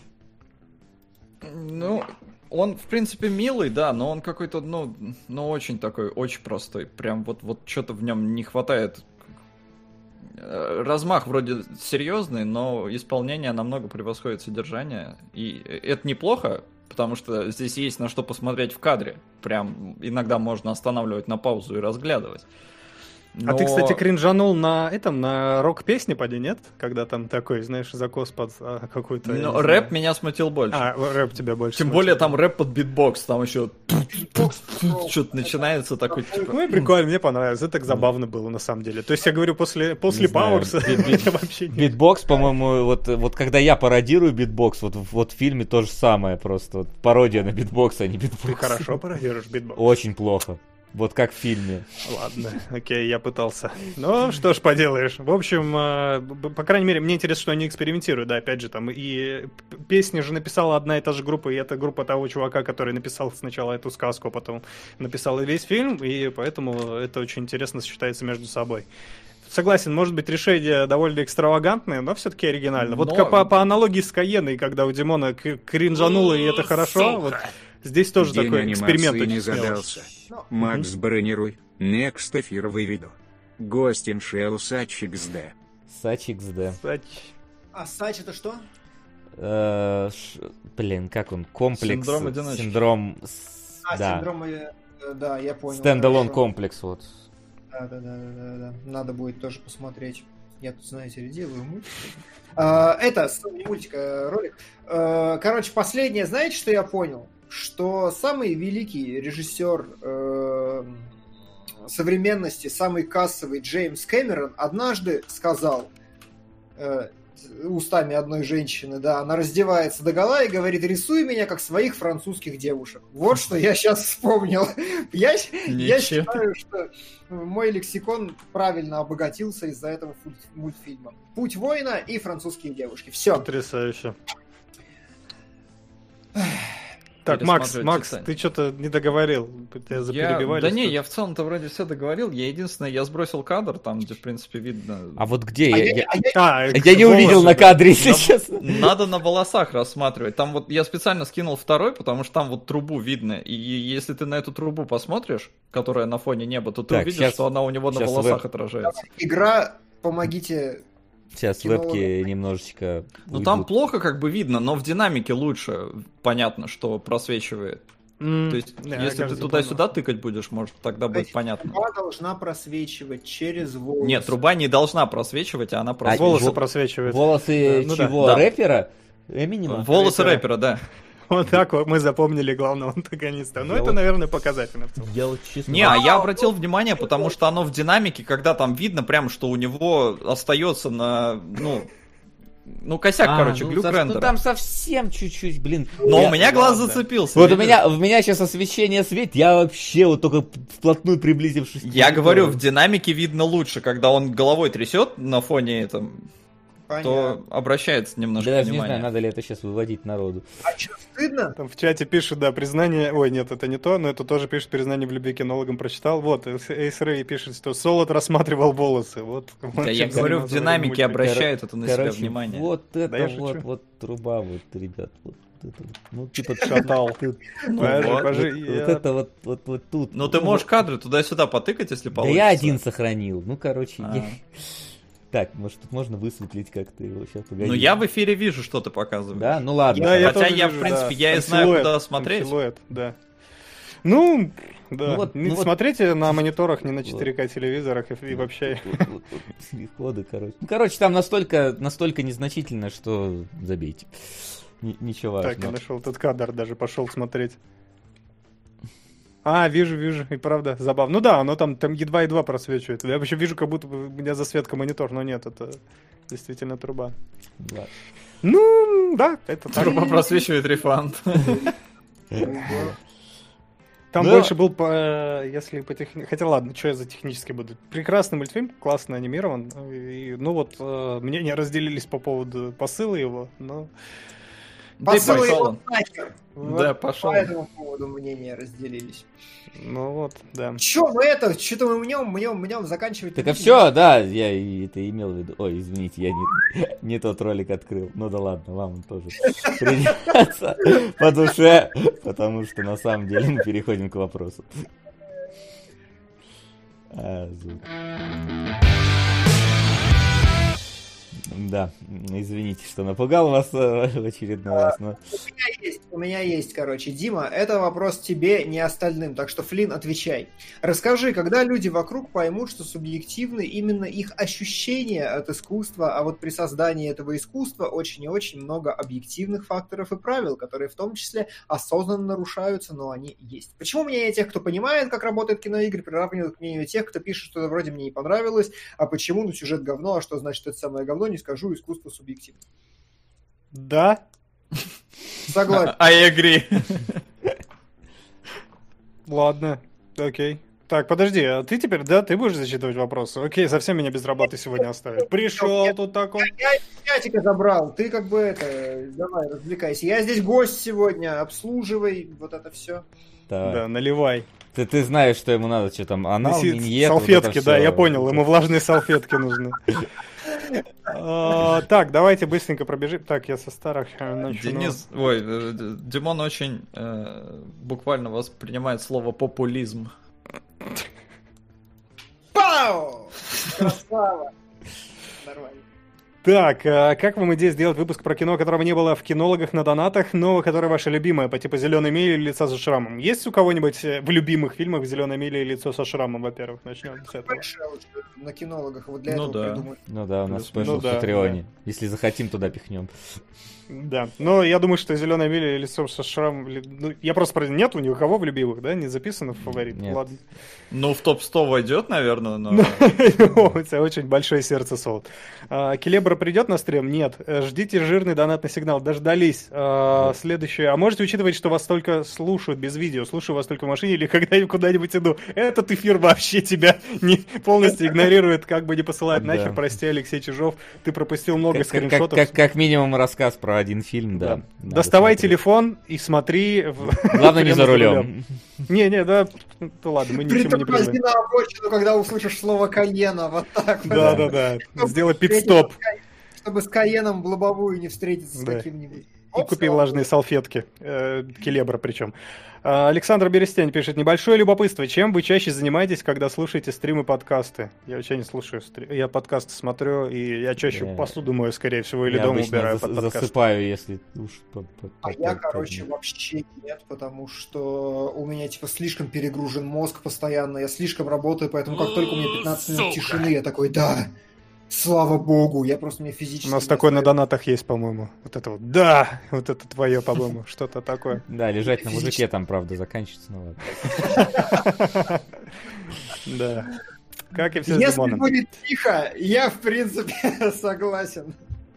[SPEAKER 3] Ну, он, в принципе, милый, да, но он какой-то, очень такой, очень простой. Прям вот что-то в нем не хватает. Размах вроде серьезный, но исполнение намного превосходит содержание. И это неплохо, потому что здесь есть на что посмотреть в кадре. Прям иногда можно останавливать на паузу и разглядывать.
[SPEAKER 4] А ты,
[SPEAKER 3] Но-
[SPEAKER 4] кстати, кринжанул на рок-песне, поди, нет? Когда там такой, знаешь, закос под какой-то... я
[SPEAKER 3] Но
[SPEAKER 4] не
[SPEAKER 3] рэп
[SPEAKER 4] знаю.
[SPEAKER 3] меня смутил больше.
[SPEAKER 4] Рэп тебя больше
[SPEAKER 3] Тем
[SPEAKER 4] смутил.
[SPEAKER 3] более там рэп под битбокс, там еще что-то начинается такой, типа...
[SPEAKER 4] Ну и прикольно, мне понравилось. Это так забавно было, на самом деле. То есть я говорю, после
[SPEAKER 1] знаю,
[SPEAKER 4] Пауэрса
[SPEAKER 1] бит-
[SPEAKER 4] я вообще не...
[SPEAKER 1] Битбокс, по-моему, вот когда я пародирую битбокс, вот в фильме то же самое просто. Вот пародия на битбокс, а не битбокс.
[SPEAKER 4] Ты хорошо пародируешь битбокс.
[SPEAKER 1] Очень плохо. Вот как в фильме.
[SPEAKER 4] Ладно, окей, я пытался. Ну, что ж поделаешь. В общем, по крайней мере, мне интересно, что они экспериментируют, да, опять же, там, и песни же написала одна и та же группа, и это группа того чувака, который написал сначала эту сказку, а потом написал и весь фильм, и поэтому это очень интересно сочетается между собой. согласен, может быть, решение довольно экстравагантное, но все-таки оригинально. Вот
[SPEAKER 3] Но-
[SPEAKER 4] по аналогии с Каеной, когда у Димона кринжануло, и это хорошо, вот здесь тоже
[SPEAKER 5] День
[SPEAKER 4] такой эксперимент
[SPEAKER 5] анимации не
[SPEAKER 4] очень смелый.
[SPEAKER 5] задался. Макс, бронируй. Next эфир выведу. Гость иншел Сач XD.
[SPEAKER 1] Сач XD.
[SPEAKER 2] А Сач это что?
[SPEAKER 1] Блин, как он? Комплекс.
[SPEAKER 3] Синдром одиночки.
[SPEAKER 1] Да.
[SPEAKER 2] Синдром... Да, я понял.
[SPEAKER 1] Стендалон
[SPEAKER 2] хорошо.
[SPEAKER 1] комплекс, вот.
[SPEAKER 2] Да. Надо будет тоже посмотреть. Я тут, знаете ли, делаю мультик. Это, не мультик, а ролик. Короче, последнее, знаете, что я понял? Что самый великий режиссер современности, самый кассовый Джеймс Кэмерон однажды сказал устами одной женщины, да, она раздевается догола и говорит: рисуй меня как своих французских девушек. Вот что я сейчас вспомнил. Я считаю, что мой лексикон правильно обогатился из-за этого мультфильма. «Путь воина» и «Французские девушки». Все.
[SPEAKER 4] Потрясающе. Так, Макс, ты что-то не договорил. Тебя заперебивали.
[SPEAKER 3] Да не, я в целом-то вроде все договорил. Я сбросил кадр, там, где, в принципе, видно...
[SPEAKER 1] А вот где? Я не
[SPEAKER 4] волосы,
[SPEAKER 1] увидел на
[SPEAKER 4] да.
[SPEAKER 1] кадре, если честно.
[SPEAKER 3] Надо на волосах рассматривать. Там вот я специально скинул второй, потому что там вот трубу видно. И если ты на эту трубу посмотришь, которая на фоне неба, то ты
[SPEAKER 1] Так,
[SPEAKER 3] увидишь,
[SPEAKER 1] щас-
[SPEAKER 3] что она у него на
[SPEAKER 1] щас
[SPEAKER 3] волосах отражается.
[SPEAKER 2] Игра, помогите.
[SPEAKER 1] Сейчас
[SPEAKER 2] Кинологу.
[SPEAKER 1] вебки немножечко
[SPEAKER 3] Ну там
[SPEAKER 1] уйдут.
[SPEAKER 3] плохо как бы видно, но в динамике лучше понятно, что просвечивает. То есть, если ты туда-сюда тыкать будешь, может, тогда будет понятно.
[SPEAKER 2] Труба должна просвечивать через волосы.
[SPEAKER 3] Нет, труба не должна просвечивать, а она просвечивает.
[SPEAKER 4] Волосы просвечивают.
[SPEAKER 1] Волосы
[SPEAKER 4] Ну да.
[SPEAKER 1] чего?
[SPEAKER 3] Да.
[SPEAKER 1] Рэпера? Эминема?
[SPEAKER 3] Волосы рэпера, да.
[SPEAKER 4] Вот так вот мы запомнили главного антагониста. Ну,
[SPEAKER 1] Я
[SPEAKER 4] это,
[SPEAKER 1] вот-
[SPEAKER 4] наверное, показательно в целом.
[SPEAKER 1] Я вот честно...
[SPEAKER 3] Не, а я обратил внимание, потому что оно в динамике, когда там видно прям, что у него остается на, ну косяк, короче, глюк
[SPEAKER 1] Ну
[SPEAKER 3] рендера.
[SPEAKER 1] там совсем чуть-чуть, блин.
[SPEAKER 3] Но
[SPEAKER 1] Я-
[SPEAKER 3] у меня глаз зацепился.
[SPEAKER 1] Вот у
[SPEAKER 3] видишь?
[SPEAKER 1] меня сейчас освещение светит, я вообще вот только вплотную приблизившись. к
[SPEAKER 3] Я
[SPEAKER 1] монитору.
[SPEAKER 3] говорю, в динамике видно лучше, когда он головой трясет на фоне этом, то обращается немножко
[SPEAKER 1] Да даже не
[SPEAKER 3] внимание.
[SPEAKER 1] знаю, надо ли это сейчас выводить народу.
[SPEAKER 2] А что, стыдно?
[SPEAKER 4] Там в чате пишет, да, признание... Ой, нет, это не то, но это тоже пишет признание в любви кинологам, прочитал. Вот, Эйс Рэй пишет, что Солод рассматривал волосы. Вот.
[SPEAKER 3] Да, я
[SPEAKER 4] чем
[SPEAKER 3] говорю, в
[SPEAKER 4] занимался
[SPEAKER 3] динамике
[SPEAKER 4] мультик.
[SPEAKER 3] обращает это на себя
[SPEAKER 1] Короче,
[SPEAKER 3] внимание.
[SPEAKER 1] вот это
[SPEAKER 4] Да я шучу.
[SPEAKER 1] вот труба, вот, ребят, вот это вот. Ну, типа
[SPEAKER 4] Шатал.
[SPEAKER 1] тут,
[SPEAKER 4] Подожди,
[SPEAKER 3] вот,
[SPEAKER 4] подожди,
[SPEAKER 1] вот
[SPEAKER 4] я-
[SPEAKER 1] это вот тут.
[SPEAKER 3] Ну ты можешь кадры туда-сюда потыкать, если
[SPEAKER 1] Да
[SPEAKER 3] получится.
[SPEAKER 1] я один сохранил. Ну, короче,
[SPEAKER 3] А.
[SPEAKER 1] Так, может, тут можно высветлить как-то его сейчас, погоди.
[SPEAKER 3] Ну я в эфире вижу, что ты показываешь.
[SPEAKER 1] Да? Ну ладно.
[SPEAKER 4] Да, я
[SPEAKER 3] Хотя
[SPEAKER 4] тоже
[SPEAKER 3] я,
[SPEAKER 4] вижу,
[SPEAKER 3] в принципе,
[SPEAKER 4] да.
[SPEAKER 3] я и
[SPEAKER 4] Там
[SPEAKER 3] знаю,
[SPEAKER 4] силуэт,
[SPEAKER 3] куда
[SPEAKER 4] там
[SPEAKER 3] смотреть.
[SPEAKER 4] силуэт, да. Ну, да.
[SPEAKER 1] Ну вот,
[SPEAKER 4] Не
[SPEAKER 1] ну вот-
[SPEAKER 4] смотрите на мониторах, не на 4К телевизорах и вообще.
[SPEAKER 1] Вот и ходы, короче. Ну, короче, там настолько незначительно, что забейте. Ничего
[SPEAKER 4] Так, я
[SPEAKER 1] важного.
[SPEAKER 4] нашел этот кадр, даже пошел смотреть. А, вижу, и правда, забавно. Ну да, оно там едва-едва просвечивает. Я вообще вижу, как будто бы у меня засветка монитор, но нет, это действительно труба.
[SPEAKER 1] Да.
[SPEAKER 4] Ну, да, это так.
[SPEAKER 3] Труба просвечивает рефанд.
[SPEAKER 4] Там
[SPEAKER 1] Да.
[SPEAKER 4] больше был если по технически... Хотя ладно, что я за технически буду. Прекрасный мультфильм, классно анимирован. И, ну вот, мнения разделились по поводу посыла его, но...
[SPEAKER 3] Да и
[SPEAKER 2] Посылы
[SPEAKER 3] пошел
[SPEAKER 2] его
[SPEAKER 3] он.
[SPEAKER 2] нахер.
[SPEAKER 3] Да, пошел.
[SPEAKER 2] По этому поводу мнения разделились.
[SPEAKER 4] Ну вот, да.
[SPEAKER 2] Что мы мнем заканчивать?
[SPEAKER 1] Так а все, да, я и это имел в виду. Ой, извините, я не тот ролик открыл. Ну да ладно, вам тоже придется по душе, потому что на самом деле мы переходим к вопросу. Звук. Да, извините, что напугал вас в очередной раз, но...
[SPEAKER 2] У меня есть, короче. Дима, это вопрос тебе, не остальным, так что, Флинн, отвечай. Расскажи, когда люди вокруг поймут, что субъективны именно их ощущения от искусства, а вот при создании этого искусства очень и очень много объективных факторов и правил, которые в том числе осознанно нарушаются, но они есть. Почему мнение тех, кто понимает, как работает киноигры, приравнивают к мнению тех, кто пишет, что вроде мне не понравилось, а почему, ну, сюжет говно, а что значит это самое говно, не скажу, искусство субъективно.
[SPEAKER 4] Да?
[SPEAKER 2] Согласен.
[SPEAKER 3] I agree.
[SPEAKER 4] Ладно, окей. Так, подожди, а ты теперь, да, ты будешь зачитывать вопросы? Окей, совсем меня без работы сегодня оставили. Пришел тут такой.
[SPEAKER 2] Я из чатика забрал, ты как бы давай, развлекайся. Я здесь гость сегодня, обслуживай, вот это все.
[SPEAKER 4] Да, наливай.
[SPEAKER 1] Ты знаешь, что ему надо, что там, анал,
[SPEAKER 4] Неси
[SPEAKER 1] миньет,
[SPEAKER 4] салфетки,
[SPEAKER 1] вот
[SPEAKER 4] да,
[SPEAKER 1] всё.
[SPEAKER 4] я понял, ему влажные салфетки нужны. Так, давайте быстренько пробежим. Так, я со старых начну.
[SPEAKER 3] Димон очень буквально воспринимает слово популизм.
[SPEAKER 2] Пау! Красава! Нормально.
[SPEAKER 4] Так, как вам идея сделать выпуск про кино, которого не было в кинологах на донатах, но которое ваше любимое, по типу «Зеленой мили» или «Лица со шрамом»? Есть у кого-нибудь в любимых фильмах «Зеленой мили» и «Лицо со шрамом», во-первых? Начнем с этого.
[SPEAKER 2] На кинологах вот для
[SPEAKER 3] Ну
[SPEAKER 2] этого
[SPEAKER 3] да.
[SPEAKER 2] придумали.
[SPEAKER 1] Ну да, у нас
[SPEAKER 3] Плюс-минус.
[SPEAKER 1] спешл
[SPEAKER 4] Ну
[SPEAKER 1] в
[SPEAKER 4] да,
[SPEAKER 1] Патреоне. Если захотим, туда пихнем.
[SPEAKER 4] Да, но я думаю, что «Зеленая миля» и «Лицо со шрамом». Ну, я просто нет у кого в любимых, да? Не записано в фаворит?
[SPEAKER 1] Нет.
[SPEAKER 4] Ладно.
[SPEAKER 3] Ну, в топ-100 войдет, наверное, но...
[SPEAKER 4] У тебя очень большое сердце, Сол. Келебра придет на стрим? Нет. Ждите жирный донатный сигнал. Дождались. Следующее. А можете учитывать, что вас только слушают без видео? Слушаю вас только в машине или когда я куда-нибудь иду. Этот эфир вообще тебя не полностью игнорирует, как бы не посылает
[SPEAKER 1] Да.
[SPEAKER 4] нахер. Прости, Алексей Чижов. Ты пропустил много скриншотов.
[SPEAKER 1] Как минимум рассказ про один фильм, да.
[SPEAKER 4] Да.
[SPEAKER 1] Надо
[SPEAKER 4] Доставай
[SPEAKER 1] смотреть.
[SPEAKER 4] телефон и смотри.
[SPEAKER 1] Главное, не
[SPEAKER 4] прямо
[SPEAKER 1] за рулем.
[SPEAKER 4] Не, да, ну ладно, мы ни к чему не
[SPEAKER 2] Притормози
[SPEAKER 4] призываем.
[SPEAKER 2] на обочину, когда услышишь слово «Каена», вот так. вот.
[SPEAKER 4] Да.
[SPEAKER 2] Чтобы
[SPEAKER 4] Сделай
[SPEAKER 2] встретиться
[SPEAKER 4] пит-стоп.
[SPEAKER 2] Чтобы с Каеном в лобовую не встретиться с
[SPEAKER 4] Да.
[SPEAKER 2] каким-нибудь.
[SPEAKER 4] И купи влажные салфетки. Келебра причем. Александр Берестян пишет. Небольшое любопытство. Чем вы чаще занимаетесь, когда слушаете стримы, подкасты? Я вообще не слушаю стримы. Я подкасты смотрю, и я чаще посуду мою, скорее всего, или
[SPEAKER 1] Я
[SPEAKER 4] дома
[SPEAKER 1] обычно
[SPEAKER 4] убираю под подкасты.
[SPEAKER 1] засыпаю, если уж...
[SPEAKER 2] А я, короче, вообще нет, потому что у меня, типа, слишком перегружен мозг постоянно, я слишком работаю, поэтому как только у меня 15 минут тишины, я такой, да, слава богу, я просто мне физически...
[SPEAKER 4] У нас
[SPEAKER 2] не
[SPEAKER 4] такой на
[SPEAKER 2] оставил.
[SPEAKER 4] донатах есть, по-моему. Вот это вот. Да! Вот это твое, по-моему. Что-то такое.
[SPEAKER 1] Да, лежать на мужике там, правда, заканчивается, ну ладно.
[SPEAKER 4] Да. Как и все с
[SPEAKER 2] Если
[SPEAKER 4] Димоном.
[SPEAKER 2] будет тихо, я, в принципе, согласен.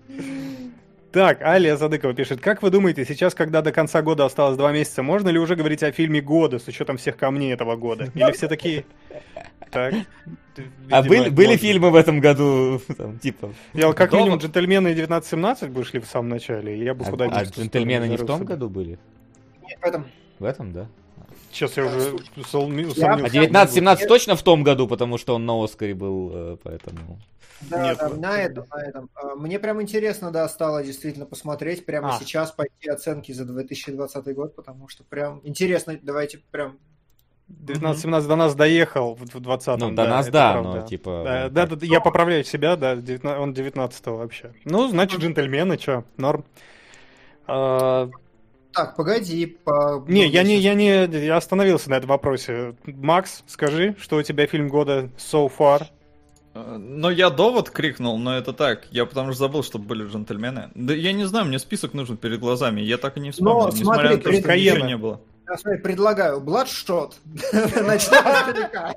[SPEAKER 4] Так, Алия Задыкова пишет. Как вы думаете, сейчас, когда до конца года осталось 2 месяца, можно ли уже говорить о фильме года с учетом всех камней этого года? Или все такие... Так.
[SPEAKER 1] А
[SPEAKER 4] видимо,
[SPEAKER 1] были
[SPEAKER 4] можно.
[SPEAKER 1] фильмы в этом году, там, типа...
[SPEAKER 4] Я как
[SPEAKER 3] Дома?
[SPEAKER 4] минимум «Джентльмены» и 1917 вышли в самом начале, и я бы куда-нибудь...
[SPEAKER 1] А «Джентльмены» не в том году были?
[SPEAKER 2] Нет, в этом...
[SPEAKER 1] В этом, да?
[SPEAKER 4] Сейчас я уже усомнился.
[SPEAKER 1] А 1917 точно в том году, потому что он на Оскаре был, поэтому...
[SPEAKER 2] Да,
[SPEAKER 4] Нет,
[SPEAKER 2] да,
[SPEAKER 4] вот.
[SPEAKER 2] на этом. Мне прям интересно, да, стало действительно посмотреть прямо сейчас, пойти оценки за 2020 год, потому что прям интересно, давайте прям...
[SPEAKER 4] 1917 до нас доехал в 20-м.
[SPEAKER 1] Ну, до нас,
[SPEAKER 4] это
[SPEAKER 1] да,
[SPEAKER 4] правда.
[SPEAKER 1] но типа...
[SPEAKER 4] Да,
[SPEAKER 1] вот
[SPEAKER 4] да,
[SPEAKER 1] так.
[SPEAKER 4] да, я поправляю себя, да, он 19-го вообще. Ну, значит, «Джентльмены», чё, норм.
[SPEAKER 2] Так, погоди.
[SPEAKER 4] Не, я остановился на этом вопросе. Макс, скажи, что у тебя фильм года so far?
[SPEAKER 3] Ну, я довод крикнул, но это так. Я потому что забыл, что были «Джентльмены». Да я не знаю, мне список нужен перед глазами. Я так и не вспомнил,
[SPEAKER 2] смотри,
[SPEAKER 3] несмотря на то, что
[SPEAKER 4] Каена.
[SPEAKER 3] ничего не было.
[SPEAKER 2] Я, смотри, предлагаю Bloodshot. Начнем издалека.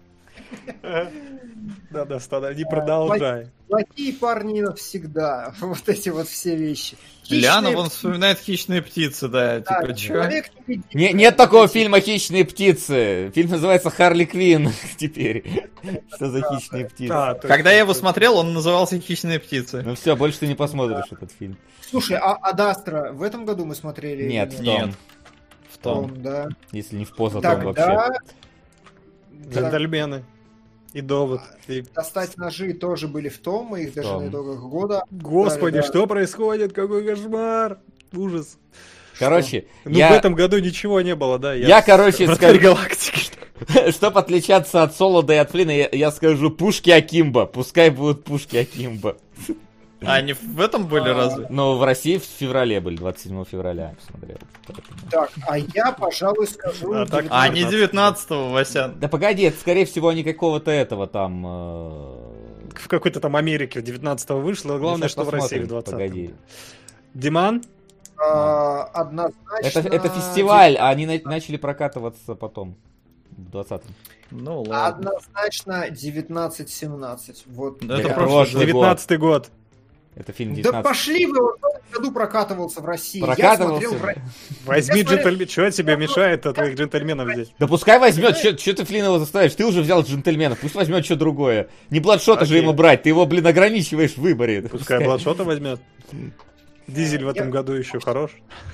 [SPEAKER 4] Да, не продолжай.
[SPEAKER 2] Плохие парни навсегда. Вот эти вот все вещи.
[SPEAKER 3] Ляна
[SPEAKER 2] Хищные
[SPEAKER 3] вон вспоминает «Хищные птицы», да,
[SPEAKER 2] Да,
[SPEAKER 3] типа, чё?
[SPEAKER 2] человек-невидимка.
[SPEAKER 1] Нет такого фильма «Хищные птицы». Фильм называется «Харли Квинн» теперь. Что за «Хищные птицы»?
[SPEAKER 3] Когда я его смотрел, он назывался «Хищные птицы».
[SPEAKER 1] Ну все, больше ты не посмотришь этот фильм.
[SPEAKER 2] Слушай, а «Адастра» в этом году мы смотрели? или
[SPEAKER 1] Нет, в
[SPEAKER 3] Нет.
[SPEAKER 1] том.
[SPEAKER 3] В том.
[SPEAKER 2] Да.
[SPEAKER 1] Если не в поза, то
[SPEAKER 2] Тогда
[SPEAKER 1] вообще.
[SPEAKER 4] «Джентльмены». И «Довод». И...
[SPEAKER 2] достать ножи тоже были в том, мы их даже
[SPEAKER 1] том.
[SPEAKER 2] на итогах года.
[SPEAKER 4] Господи,
[SPEAKER 2] Да.
[SPEAKER 4] что происходит? Какой кошмар! Ужас.
[SPEAKER 1] Короче,
[SPEAKER 4] Ну, в
[SPEAKER 1] я...
[SPEAKER 4] этом году ничего не было, да?
[SPEAKER 1] Я, короче,
[SPEAKER 4] Вратарь
[SPEAKER 1] скажу...
[SPEAKER 4] галактики.
[SPEAKER 1] Чтобы отличаться от Солода и от Флина, я скажу пушки Акимба. Пускай будут пушки Акимба.
[SPEAKER 3] А они в этом были разве?
[SPEAKER 1] Но в России в феврале были, 27 февраля я посмотрел. Поэтому...
[SPEAKER 2] Так, а я, пожалуй, скажу...
[SPEAKER 4] А так-
[SPEAKER 3] А, не 19-го, Васян.
[SPEAKER 1] Да погоди, это, скорее всего, не какого-то этого там...
[SPEAKER 4] В какой-то там Америке в 19-го вышло, главное,
[SPEAKER 1] сейчас
[SPEAKER 4] что в России в
[SPEAKER 1] посмотрим,
[SPEAKER 4] 20-м.
[SPEAKER 1] Погоди.
[SPEAKER 4] Диман?
[SPEAKER 2] Однозначно...
[SPEAKER 1] Это фестиваль, а они начали прокатываться потом, в 20-м.
[SPEAKER 3] Ну ладно.
[SPEAKER 2] Однозначно 19-17. Вот.
[SPEAKER 3] Да, это
[SPEAKER 1] Так,
[SPEAKER 3] прошлый
[SPEAKER 1] прошлый
[SPEAKER 3] год.
[SPEAKER 4] 19-й год.
[SPEAKER 1] Это фильм
[SPEAKER 2] Да
[SPEAKER 1] 19...
[SPEAKER 2] пошли вы, он в этом году прокатывался в России.
[SPEAKER 1] Прокатывался,
[SPEAKER 2] Я смотрел
[SPEAKER 1] да.
[SPEAKER 4] Возьми
[SPEAKER 2] Я смотрел-
[SPEAKER 4] джентльмен. Чего тебе мешает от твоих джентльменов здесь?
[SPEAKER 1] Да пускай возьмет, что ты Флина его заставишь? Ты уже взял джентльмена, пусть возьмет что другое. Не Бладшота же
[SPEAKER 4] Окей.
[SPEAKER 1] ему брать, ты его, блин, ограничиваешь в выборе.
[SPEAKER 4] Пускай Бладшота возьмет. Дизель в этом году еще хорош.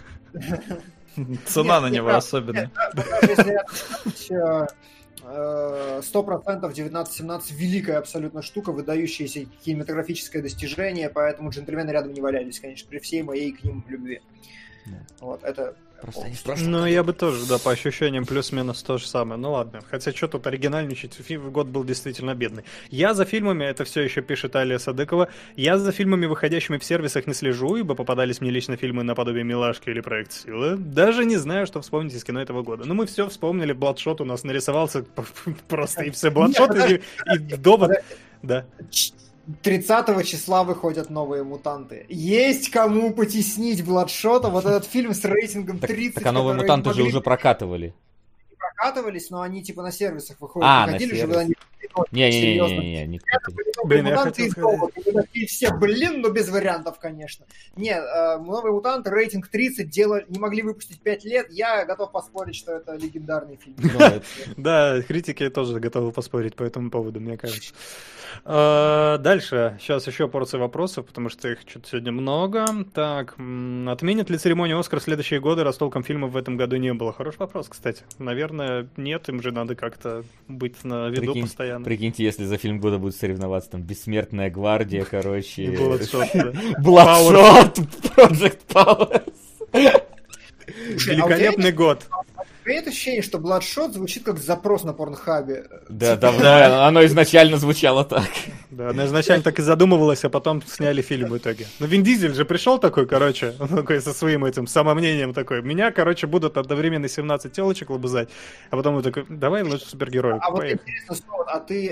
[SPEAKER 3] Цена
[SPEAKER 2] Нет,
[SPEAKER 3] на
[SPEAKER 2] не
[SPEAKER 3] него
[SPEAKER 2] прав.
[SPEAKER 3] особенная.
[SPEAKER 2] Даже если отсчитать, 100% 1917 великая абсолютно штука, выдающееся кинематографическое достижение, поэтому джентльмены рядом не валялись, конечно, при всей моей к ним любви.
[SPEAKER 1] Да.
[SPEAKER 2] Вот, это...
[SPEAKER 1] Просто они страшно.
[SPEAKER 4] Ну, я бы тоже, да, по ощущениям плюс-минус то же самое. Ну ладно. Хотя что тут оригинальничать, год был действительно бедный. Я за фильмами, это все еще пишет Алия Садыкова, я за фильмами, выходящими в сервисах, не слежу, ибо попадались мне лично фильмы наподобие «Милашки» или «Проект Сила». Даже не знаю, что вспомнить из кино этого года. Ну, мы все вспомнили, Бладшот у нас нарисовался просто, и все. Бладшот и довод. Да.
[SPEAKER 2] 30 числа выходят новые мутанты. Есть кому потеснить Бладшота. Вот этот фильм с рейтингом 30.
[SPEAKER 1] Так а новые
[SPEAKER 2] который
[SPEAKER 1] мутанты же
[SPEAKER 2] могли
[SPEAKER 1] уже прокатывали.
[SPEAKER 2] прокатывались, но они типа на сервисах выходят.
[SPEAKER 1] А,
[SPEAKER 2] Выходили
[SPEAKER 1] на
[SPEAKER 2] же
[SPEAKER 1] сервис.
[SPEAKER 2] они.
[SPEAKER 1] Не-не-не, не
[SPEAKER 4] Блин, я
[SPEAKER 2] Мутанты
[SPEAKER 4] хотел
[SPEAKER 2] и Новые. И такие все, блин, ну без вариантов, конечно. Нет, новые мутанты, рейтинг 30, не могли выпустить 5 лет. Я готов поспорить, что это легендарный фильм.
[SPEAKER 4] Да, критики тоже готовы поспорить по этому поводу, мне кажется. Дальше. Сейчас еще порция вопросов, потому что их что-то сегодня много. Так, отменят ли церемонию «Оскар» в следующие годы, раз толком фильмов в этом году не было? Хороший вопрос, кстати. Наверное, нет, им же надо как-то быть на виду постоянно.
[SPEAKER 1] Прикиньте, если за фильм года будет соревноваться там «Бессмертная гвардия», короче...
[SPEAKER 4] Бладшот,
[SPEAKER 1] Project Powers.
[SPEAKER 4] великолепный год.
[SPEAKER 2] Нет ощущение, что Bloodshot звучит как запрос на Порнхабе.
[SPEAKER 1] Да, давно оно изначально звучало так.
[SPEAKER 4] Да, она изначально так и задумывалась, а потом сняли фильм в итоге. Ну, Вин Дизель же пришел такой, короче, он такой со своим этим самомнением такой. Меня, короче, будут одновременно 17 телочек лобызать, а потом он такой, давай лучше супергероев.
[SPEAKER 2] А вот интересно, а ты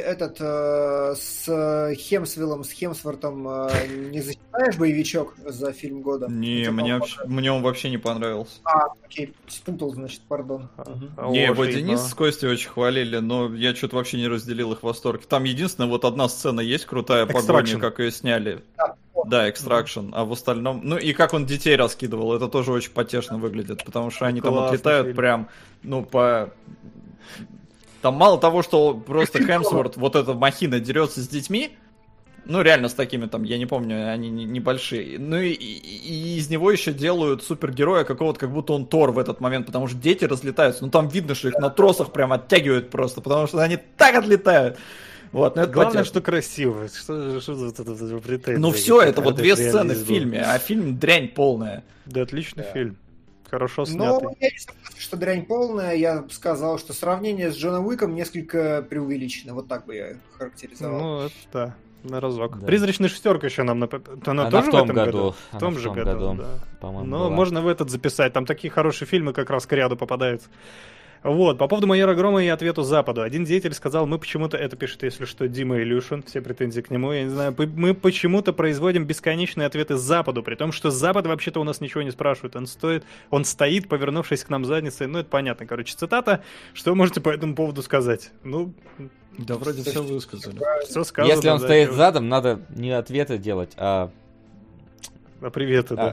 [SPEAKER 2] с Хемсвортом не засчитаешь боевичок за фильм года?
[SPEAKER 3] Не, мне он вообще не понравился.
[SPEAKER 2] Окей, спутал, значит, пардон.
[SPEAKER 3] Не, его Денис с Костей очень хвалили, но я что-то вообще не разделил их восторг. Там единственная вот одна сцена есть крутая, погоня, как ее сняли. Да, Extraction, а в остальном... Ну и как он детей раскидывал, это тоже очень потешно выглядит, потому что они там отлетают прям, ну, по... Там мало того, что просто Хемсворт, вот эта махина, дерется с детьми, ну, реально с такими там, я не помню, они небольшие. Ну и из него еще делают супергероя какого-то, как будто он Тор в этот момент, потому что дети разлетаются. Ну там видно, что их на тросах прям оттягивают просто, потому что они так отлетают. Вот, ну, это
[SPEAKER 4] главное,
[SPEAKER 3] потешно.
[SPEAKER 4] что красиво. Что за претензии?
[SPEAKER 3] Ну все, это вот две сцены в фильме, а фильм дрянь полная.
[SPEAKER 4] Да, отличный фильм. Хорошо снятый.
[SPEAKER 2] Ну, я не согласен, что дрянь полная. Я бы сказал, что сравнение с Джоном Уиком несколько преувеличено. Вот так бы я характеризовал.
[SPEAKER 4] Ну, это да. На разок.
[SPEAKER 1] Да.
[SPEAKER 4] «Призрачная шестерка» еще нам
[SPEAKER 1] Она
[SPEAKER 4] тоже
[SPEAKER 1] в том
[SPEAKER 4] этом
[SPEAKER 1] году.
[SPEAKER 4] В том же году, да.
[SPEAKER 1] По-моему,
[SPEAKER 4] Но
[SPEAKER 1] была.
[SPEAKER 4] можно в этот записать. Там такие хорошие фильмы как раз к ряду попадаются. Вот, по поводу «Майора Грома» и ответу Западу. Один деятель сказал, мы почему-то, это пишет, если что, Дима Илюшин, все претензии к нему, я не знаю, мы почему-то производим бесконечные ответы Западу, при том, что Запад вообще-то у нас ничего не спрашивает, он стоит, повернувшись к нам задницей, ну это понятно, короче, цитата, что вы можете по этому поводу сказать? Ну,
[SPEAKER 3] да, вроде все высказали.
[SPEAKER 4] все сказано.
[SPEAKER 1] Если он
[SPEAKER 4] да,
[SPEAKER 1] стоит
[SPEAKER 4] чё-
[SPEAKER 1] задом, надо не ответы делать, а
[SPEAKER 4] приветы, да.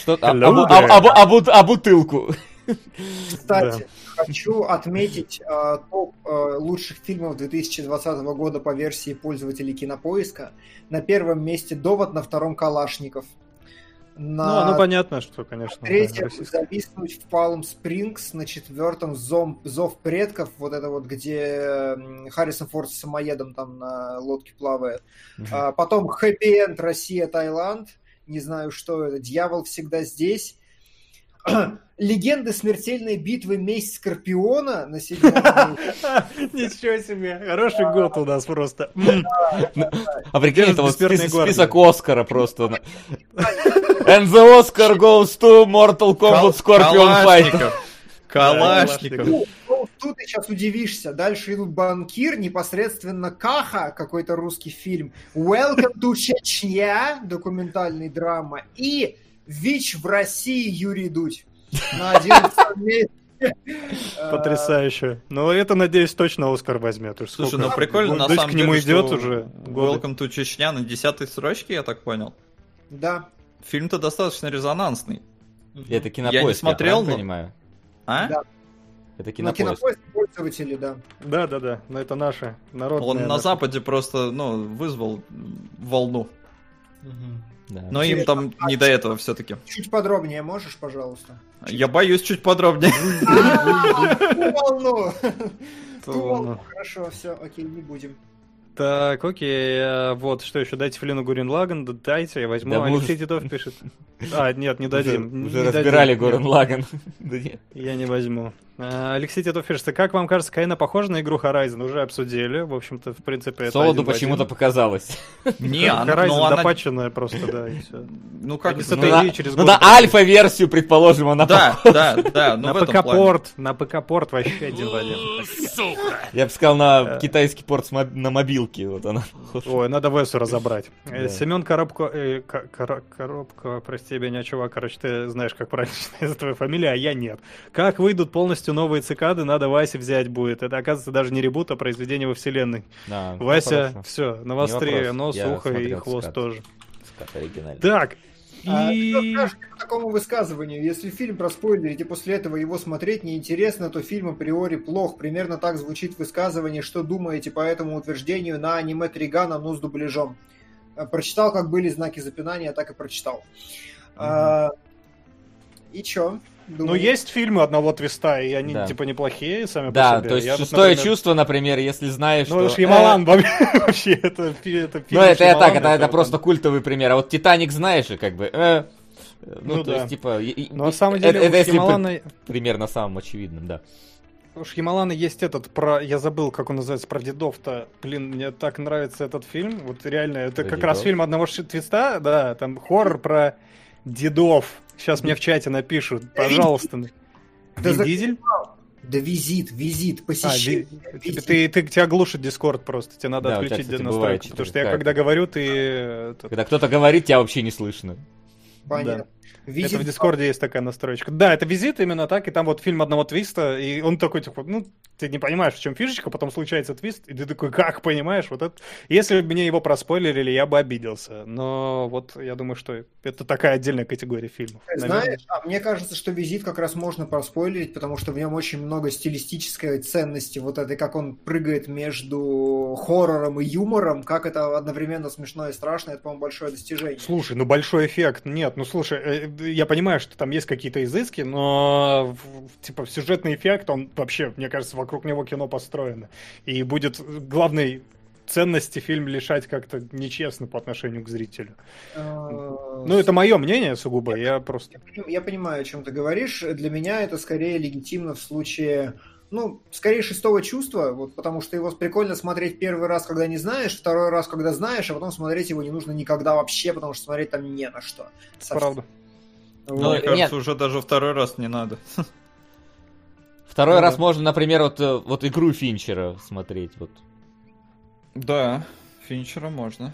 [SPEAKER 1] бутылку.
[SPEAKER 2] Кстати, хочу отметить топ лучших фильмов 2020 года по версии пользователей Кинопоиска. На первом месте «Довод», на втором «Калашников».
[SPEAKER 4] Ну, понятно, что, конечно.
[SPEAKER 2] На третьем
[SPEAKER 4] российский.
[SPEAKER 2] «Зависнуть в Палм Спрингс», на четвертом «Зов предков», вот это вот, где Харрисон Форд с самоедом там на лодке плавает. Потом «Хэппи-энд. Россия, Таиланд». Не знаю, что это. «Дьявол всегда здесь». «Легенды смертельной битвы. Месть Скорпиона» на седьмом месте.
[SPEAKER 4] Ничего себе, хороший год у нас просто.
[SPEAKER 1] А прикинь, это вот
[SPEAKER 4] «Бессмертная гвардия».
[SPEAKER 1] список Оскара просто. And the Oscar goes to Mortal Kombat Scorpion Fight.
[SPEAKER 3] Калашников.
[SPEAKER 2] Ну, тут ты сейчас удивишься. Дальше идут «Банкир», непосредственно «Каха», какой-то русский фильм, «Welcome to Чечня», документальная драма, и «ВИЧ в России» Юрий Дудь. На 11 месте.
[SPEAKER 4] Потрясающе. Ну, это, надеюсь, точно Оскар возьмет. Уж
[SPEAKER 3] Слушай,
[SPEAKER 4] сколько-
[SPEAKER 3] ну прикольно, на
[SPEAKER 4] Дудь
[SPEAKER 3] самом
[SPEAKER 4] к нему
[SPEAKER 3] деле,
[SPEAKER 4] идет
[SPEAKER 3] что
[SPEAKER 4] уже годы.
[SPEAKER 3] Welcome to Чечня на 10-й строчке, я так понял.
[SPEAKER 2] Да.
[SPEAKER 3] Фильм-то достаточно резонансный.
[SPEAKER 1] Это Кинопоиск,
[SPEAKER 3] Я не смотрел,
[SPEAKER 1] правильно
[SPEAKER 3] но...
[SPEAKER 1] понимаю?
[SPEAKER 3] А?
[SPEAKER 2] Да.
[SPEAKER 1] Это
[SPEAKER 2] На
[SPEAKER 1] Кинопоиск.
[SPEAKER 2] Кинопоиск пользователи, да.
[SPEAKER 4] Да, но это наши народные.
[SPEAKER 3] Он на
[SPEAKER 4] наши.
[SPEAKER 3] Западе просто, вызвал волну.
[SPEAKER 1] Да.
[SPEAKER 3] Но им там не до этого все-таки.
[SPEAKER 2] Чуть подробнее можешь, пожалуйста?
[SPEAKER 3] Я боюсь чуть подробнее.
[SPEAKER 2] Ту волну.
[SPEAKER 4] Ту
[SPEAKER 2] Ту
[SPEAKER 4] волну.
[SPEAKER 2] волну. Хорошо, все, окей, не будем.
[SPEAKER 4] Так, окей, вот, что еще, дайте Флину Гурен Лаган, дайте, я возьму,
[SPEAKER 1] Да мы
[SPEAKER 4] Алексей
[SPEAKER 1] уже-
[SPEAKER 4] Титов пишет. А, нет, не дадим.
[SPEAKER 1] Уже
[SPEAKER 4] не
[SPEAKER 1] разбирали
[SPEAKER 4] дадим,
[SPEAKER 1] Гурен
[SPEAKER 4] нет,
[SPEAKER 1] Лаган. Да нет.
[SPEAKER 4] я не возьму. Алексей Титов пишет, как вам кажется, Каина похожа на игру Horizon? Уже обсудили, в общем-то, в принципе, это
[SPEAKER 1] Солоду
[SPEAKER 4] один в один.
[SPEAKER 1] почему-то показалось.
[SPEAKER 3] Не,
[SPEAKER 4] Horizon допаченная просто, да, и все.
[SPEAKER 3] Ну как
[SPEAKER 4] Они
[SPEAKER 3] это?
[SPEAKER 4] с
[SPEAKER 1] Ну
[SPEAKER 4] этой
[SPEAKER 1] на,
[SPEAKER 4] идеей через
[SPEAKER 1] ну,
[SPEAKER 4] год
[SPEAKER 1] на
[SPEAKER 4] будет.
[SPEAKER 1] альфа-версию, предположим, она
[SPEAKER 3] Да, ну
[SPEAKER 4] На
[SPEAKER 3] в этом плане.
[SPEAKER 4] ПК-порт, на ПК-порт вообще один в один.
[SPEAKER 1] Я бы сказал, на китайский порт на мобилке. Вот она.
[SPEAKER 4] Ой, надо Весу разобрать.
[SPEAKER 1] Да.
[SPEAKER 4] Семен Коробко, прости меня, чувак, короче, ты знаешь, как правильно читается твоя фамилия, а я нет. Как выйдут полностью новые цикады, надо Васе взять будет. Это, оказывается, даже не ребут, а произведение во вселенной.
[SPEAKER 1] Да,
[SPEAKER 4] Вася,
[SPEAKER 1] хорошо.
[SPEAKER 4] все,
[SPEAKER 1] Не
[SPEAKER 4] навострее,
[SPEAKER 1] вопрос.
[SPEAKER 4] нос,
[SPEAKER 1] Я
[SPEAKER 4] ухо и
[SPEAKER 1] смотрел
[SPEAKER 4] хвост
[SPEAKER 1] «Скат».
[SPEAKER 4] тоже.
[SPEAKER 1] «Скат» оригинальный.
[SPEAKER 4] Так,
[SPEAKER 2] Что
[SPEAKER 4] и...
[SPEAKER 2] скажете по такому высказыванию? Если фильм проспойлерить и после этого его смотреть неинтересно, то фильм априори плох. Примерно так звучит высказывание. Что думаете по этому утверждению на аниме Тригана, но с дубляжом? Прочитал, как были знаки запинания, так и прочитал. И чё?
[SPEAKER 4] Ну, есть фильмы одного твиста, и они,
[SPEAKER 1] Да.
[SPEAKER 4] типа, неплохие сами
[SPEAKER 1] Да,
[SPEAKER 4] по себе.
[SPEAKER 1] то есть
[SPEAKER 4] Я вот,
[SPEAKER 1] шестое
[SPEAKER 4] например,
[SPEAKER 1] чувство, например, если знаешь,
[SPEAKER 4] Ну,
[SPEAKER 1] что...
[SPEAKER 4] Шьямалан вообще, это фильм
[SPEAKER 1] Ну, это я так,
[SPEAKER 4] Шьямалана,
[SPEAKER 1] это просто культовый пример. А вот «Титаник» знаешь, и как бы... Ну,
[SPEAKER 4] Ну
[SPEAKER 1] то
[SPEAKER 4] да.
[SPEAKER 1] есть, типа...
[SPEAKER 4] Но на самом деле
[SPEAKER 1] это
[SPEAKER 4] у
[SPEAKER 1] если
[SPEAKER 4] Шьямалана...
[SPEAKER 1] примерно самым очевидным, да.
[SPEAKER 4] У Шьямалана есть этот про... Я забыл, как он называется, про дедов-то. Блин, мне так нравится этот фильм. Вот реально, это
[SPEAKER 1] Про
[SPEAKER 4] как раз
[SPEAKER 1] дедов?
[SPEAKER 4] фильм одного твиста, да, там хоррор про дедов. Сейчас мне в чате напишут, пожалуйста.
[SPEAKER 2] Да
[SPEAKER 4] Вин
[SPEAKER 2] за-
[SPEAKER 4] Дизель?
[SPEAKER 2] Да визит,
[SPEAKER 4] А,
[SPEAKER 2] посещение.
[SPEAKER 4] тебя глушит Дискорд просто, тебе надо
[SPEAKER 1] Да, у тебя,
[SPEAKER 4] отключить
[SPEAKER 1] кстати,
[SPEAKER 4] настройку,
[SPEAKER 1] бывает
[SPEAKER 4] потому что я
[SPEAKER 1] какая-то.
[SPEAKER 4] когда говорю, ты...
[SPEAKER 1] Когда кто-то говорит, тебя вообще не слышно.
[SPEAKER 2] Понятно. Визит.
[SPEAKER 4] Это в Дискорде есть такая настройка. Да, это визит именно так, и там вот фильм одного твиста, и он такой, типа, ну, ты не понимаешь, в чем фишечка, потом случается твист, и ты такой, как понимаешь? Вот это... Если бы мне его проспойлерили, я бы обиделся. Но вот я думаю, что это такая отдельная категория фильмов.
[SPEAKER 2] Знаешь, мне кажется, что «Визит» как раз можно проспойлерить, потому что в нем очень много стилистической ценности, вот этой, как он прыгает между хоррором и юмором, как это одновременно смешно и страшно, это, по-моему, большое достижение.
[SPEAKER 4] Слушай, ну большой эффект. Нет, ну слушай, я понимаю, что там есть какие-то изыски, но типа сюжетный эффект, он вообще, мне кажется, вокруг него кино построено. И будет главной ценности фильм лишать как-то нечестно по отношению к зрителю. Ну, это мое мнение сугубо, я просто...
[SPEAKER 2] Я понимаю, о чем ты говоришь. Для меня это скорее легитимно в случае... Ну, скорее шестого чувства, вот, потому что его прикольно смотреть первый раз, когда не знаешь, второй раз, когда знаешь, а потом смотреть его не нужно никогда вообще, потому что смотреть там не на что. Совсем.
[SPEAKER 4] Правда.
[SPEAKER 2] Вот.
[SPEAKER 1] Ну,
[SPEAKER 3] Мне кажется,
[SPEAKER 1] нет.
[SPEAKER 3] уже даже второй раз не надо.
[SPEAKER 1] Второй
[SPEAKER 2] Ну
[SPEAKER 1] раз
[SPEAKER 2] да.
[SPEAKER 1] можно, например, вот игру Финчера смотреть. Вот.
[SPEAKER 3] Да, Финчера можно.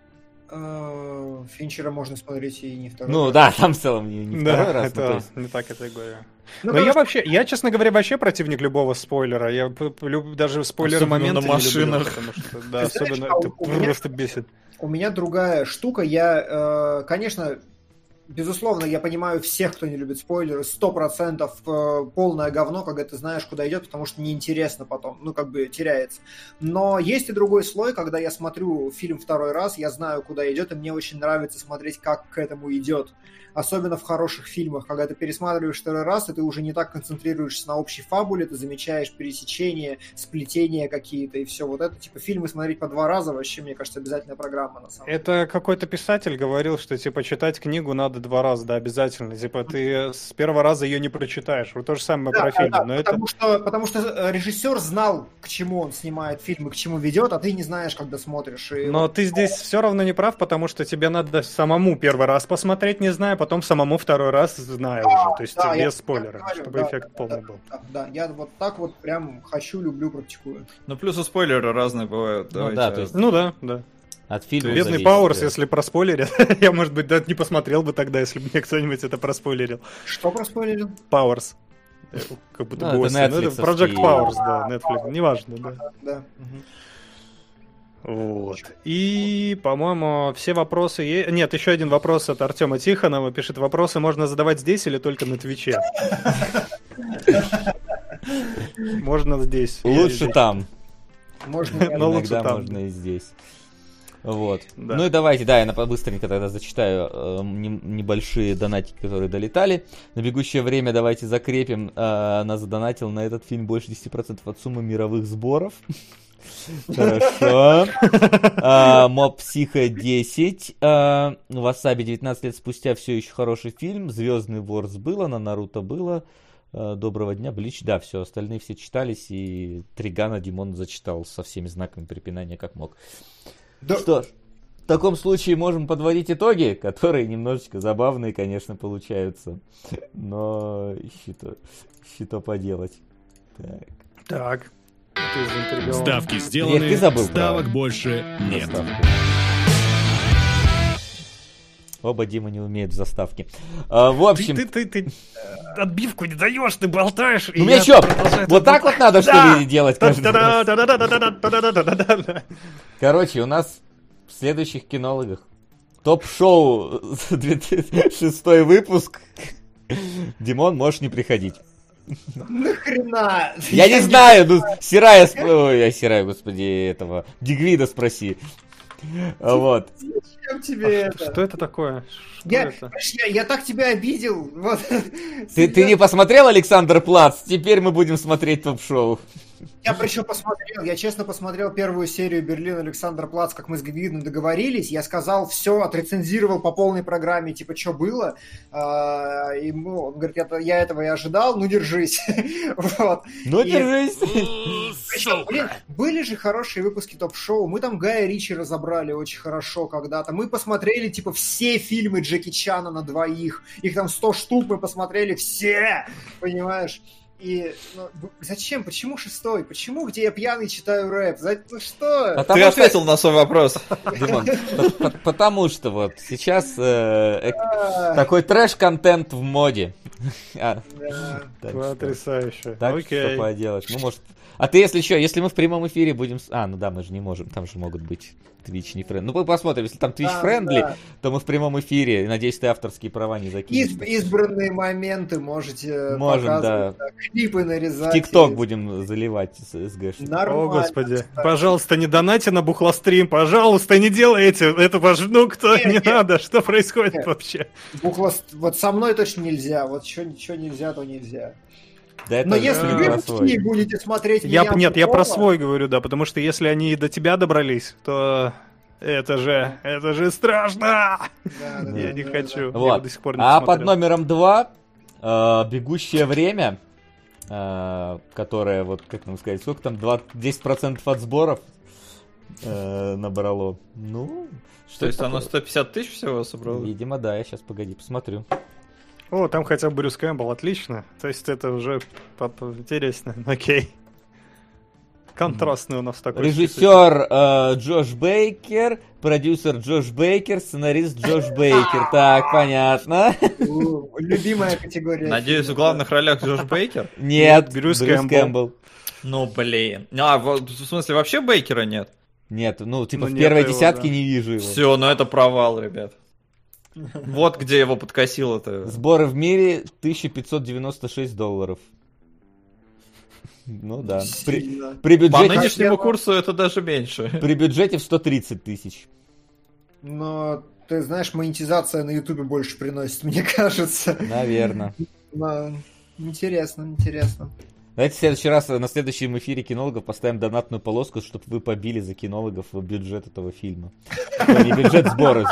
[SPEAKER 2] Финчера можно смотреть и не второй
[SPEAKER 1] Ну
[SPEAKER 2] раз.
[SPEAKER 1] да, там в целом не второй
[SPEAKER 4] Да,
[SPEAKER 1] раз. ну, то
[SPEAKER 4] это
[SPEAKER 1] есть-
[SPEAKER 4] не та категория.
[SPEAKER 2] Ну,
[SPEAKER 4] Но я
[SPEAKER 2] потому
[SPEAKER 4] вообще, я, честно говоря, вообще противник любого спойлера. Я даже спойлеры
[SPEAKER 3] Особенно
[SPEAKER 4] моменты
[SPEAKER 3] на
[SPEAKER 4] не люблю,
[SPEAKER 3] машинах.
[SPEAKER 4] потому что, да,
[SPEAKER 2] Ты знаешь,
[SPEAKER 4] особенно
[SPEAKER 2] а
[SPEAKER 4] это
[SPEAKER 2] у меня-
[SPEAKER 4] просто бесит.
[SPEAKER 2] У меня другая штука. Я, конечно, безусловно, я понимаю всех, кто не любит спойлеры. 100% полное говно, когда ты знаешь, куда идет, потому что неинтересно потом. Ну, как бы теряется. Но есть и другой слой, когда я смотрю фильм второй раз, я знаю, куда идет, и мне очень нравится смотреть, как к этому идет. Особенно в хороших фильмах, когда ты пересматриваешь второй раз, и ты уже не так концентрируешься на общей фабуле, ты замечаешь пересечения, сплетения какие-то, и все вот это. Типа фильмы смотреть по 2 раза вообще, мне кажется, обязательная программа на самом деле.
[SPEAKER 4] Это какой-то писатель говорил, что типа читать книгу надо 2 раза, да, обязательно. Типа ты с первого раза ее не прочитаешь. Вот то же самое про фильмы.
[SPEAKER 2] Да,
[SPEAKER 4] Но это...
[SPEAKER 2] потому что режиссер знал, к чему он снимает фильм и к чему ведет, а ты не знаешь, когда смотришь. И
[SPEAKER 4] Но
[SPEAKER 2] вот-
[SPEAKER 4] ты здесь все равно не прав, потому что тебе надо самому первый раз посмотреть, не зная, потом самому второй раз зная уже. То есть
[SPEAKER 2] да, я
[SPEAKER 4] без спойлеров,
[SPEAKER 2] говорю,
[SPEAKER 4] чтобы
[SPEAKER 2] да,
[SPEAKER 4] эффект полный был.
[SPEAKER 2] Да, я вот так вот прям хочу, люблю, практикую.
[SPEAKER 3] Ну, плюс и спойлеры разные бывают.
[SPEAKER 1] Ну
[SPEAKER 3] Давайте.
[SPEAKER 1] да, то есть
[SPEAKER 4] Ну да, да.
[SPEAKER 1] от фильма
[SPEAKER 4] Бедный
[SPEAKER 1] зависит,
[SPEAKER 4] Пауэрс,
[SPEAKER 1] да.
[SPEAKER 4] если проспойлерят, я, может быть, даже не посмотрел бы тогда, если бы мне кто-нибудь это проспойлерил.
[SPEAKER 2] Что проспойлерил?
[SPEAKER 4] Пауэрс. Как будто
[SPEAKER 1] Ну,
[SPEAKER 4] бы
[SPEAKER 1] это
[SPEAKER 4] Остин. Ну, это
[SPEAKER 1] нетфликсовский.
[SPEAKER 4] Project Powers, да, Netflix. Неважно, да.
[SPEAKER 2] Да.
[SPEAKER 4] Вот. И, по-моему, все вопросы... Нет, еще один вопрос от Артема Тихонова. Пишет, вопросы можно задавать здесь или только на Твиче? Можно здесь.
[SPEAKER 1] Лучше там.
[SPEAKER 2] Можно
[SPEAKER 4] Но лучше
[SPEAKER 1] Иногда
[SPEAKER 4] там.
[SPEAKER 1] можно и здесь. Вот.
[SPEAKER 4] Да.
[SPEAKER 1] Ну и давайте, да, я быстренько тогда зачитаю небольшие донатики, которые долетали. На бегущее время давайте закрепим. Она задонатила на этот фильм больше 10% от суммы мировых сборов. Хорошо. Моб Психо 10. Васаби 19 лет спустя все еще хороший фильм. Звездный Ворс было, на Наруто было. Доброго дня, Блич. Да, все, остальные все читались. И Тригана Димон зачитал со всеми знаками препинания, как мог.
[SPEAKER 2] Да.
[SPEAKER 1] Что ж, в таком случае можем подводить итоги, которые немножечко забавные, конечно, получаются. Но что поделать.
[SPEAKER 4] Так. Ты заинтригован.
[SPEAKER 7] Ставки
[SPEAKER 1] Ты
[SPEAKER 7] сделаны,
[SPEAKER 1] забыл
[SPEAKER 7] ставок
[SPEAKER 1] про
[SPEAKER 7] больше нет.
[SPEAKER 1] заставку. Оба Дима не умеют в заставке. В общем,
[SPEAKER 4] Ты отбивку не даешь, ты болтаешь.
[SPEAKER 1] ну мне что, вот так вот надо, что ли, делать каждый раз? Короче, у нас в следующих кинологах топ-шоу 2006 выпуск. Димон, можешь не приходить.
[SPEAKER 2] Нахрена?
[SPEAKER 1] Я не знаю, ну, Сирая, господи, этого, Дигвида спроси. Вот.
[SPEAKER 2] Зачем тебе это?
[SPEAKER 4] Что это такое?
[SPEAKER 2] Я так тебя обидел. Вот.
[SPEAKER 1] Ты не посмотрел Александр Плац? Теперь мы будем смотреть топ-шоу.
[SPEAKER 2] Я причем посмотрел, я честно посмотрел первую серию «Берлин Александр Плац», как мы с Гвидом договорились, я сказал все, отрецензировал по полной программе, типа, что было, и он говорит, я этого и ожидал, ну держись. Вот.
[SPEAKER 1] Ну держись.
[SPEAKER 2] Причем, блин, были же хорошие выпуски топ-шоу, мы там Гая Ричи разобрали очень хорошо когда-то, мы посмотрели, типа, все фильмы Джеки Чана на двоих, их там 100 штук мы посмотрели все, понимаешь? И зачем? Почему 6-й? Почему, где я пьяный читаю рэп? Ну что?
[SPEAKER 3] Ты ответил на свой вопрос.
[SPEAKER 1] Димон, потому что вот сейчас такой трэш-контент в моде.
[SPEAKER 4] Потрясающе.
[SPEAKER 1] Так что поделать. Ну, может... А ты, если что, если мы в прямом эфире будем... ну да, мы же не можем, там же могут быть Twitch не френдли. Ну, посмотрим, если там Twitch френдли, то мы в прямом эфире. Надеюсь, ты авторские права не закинешь.
[SPEAKER 2] Избранные моменты можете
[SPEAKER 1] можем,
[SPEAKER 2] показывать, да. Клипы нарезать.
[SPEAKER 1] ТикТок будем заливать с СГшным.
[SPEAKER 4] О, господи. Пожалуйста, не донайте на бухлострим, пожалуйста, не делайте этого. Ну, кто, не надо, что происходит вообще?
[SPEAKER 2] Вот со мной точно нельзя, вот что нельзя, то нельзя.
[SPEAKER 1] Да, это
[SPEAKER 2] но если вы будете смотреть меня...
[SPEAKER 4] Нет, я про свой говорю, да, потому что если они до тебя добрались, то это же страшно! Я не хочу.
[SPEAKER 1] Вот.
[SPEAKER 4] До сих пор не
[SPEAKER 1] под
[SPEAKER 4] смотрел.
[SPEAKER 1] номером 2 «Бегущее время», которое, вот как нам сказать, сколько там, 10% от сборов набрало. Ну, что
[SPEAKER 3] то есть
[SPEAKER 1] такое?
[SPEAKER 3] оно 150 тысяч всего собрало?
[SPEAKER 1] Видимо, да, я сейчас, погоди, посмотрю.
[SPEAKER 4] О, там хотя бы Брюс Кэмпбелл, отлично. То есть это уже интересно. Окей. Контрастный у нас такой.
[SPEAKER 1] Режиссер Джош Бейкер, продюсер Джош Бейкер, сценарист Джош Бейкер. Так, понятно.
[SPEAKER 2] Любимая категория.
[SPEAKER 3] Надеюсь, в главных ролях Джош Бейкер?
[SPEAKER 1] Нет,
[SPEAKER 4] Брюс Кэмпбелл.
[SPEAKER 3] Ну, блин. В смысле, вообще Бейкера нет?
[SPEAKER 1] Нет, ну, типа,
[SPEAKER 4] Ну,
[SPEAKER 1] в первой
[SPEAKER 4] нет его,
[SPEAKER 1] десятке
[SPEAKER 4] да.
[SPEAKER 1] не вижу его.
[SPEAKER 3] Все, ну это провал, ребят. Вот где его подкосило-то.
[SPEAKER 1] Сборы в мире $1596. Ну да.
[SPEAKER 2] Сильно.
[SPEAKER 1] При
[SPEAKER 3] По
[SPEAKER 1] бюджете,
[SPEAKER 3] нынешнему курсу это даже меньше.
[SPEAKER 1] при бюджете в 130 тысяч.
[SPEAKER 2] Но, ты знаешь, монетизация на Ютубе больше приносит, мне кажется.
[SPEAKER 1] Наверное.
[SPEAKER 2] Но интересно.
[SPEAKER 1] Давайте в следующий раз на следующем эфире кинологов поставим донатную полоску, чтобы вы побили за кинологов бюджет этого фильма. Не бюджет, сборы.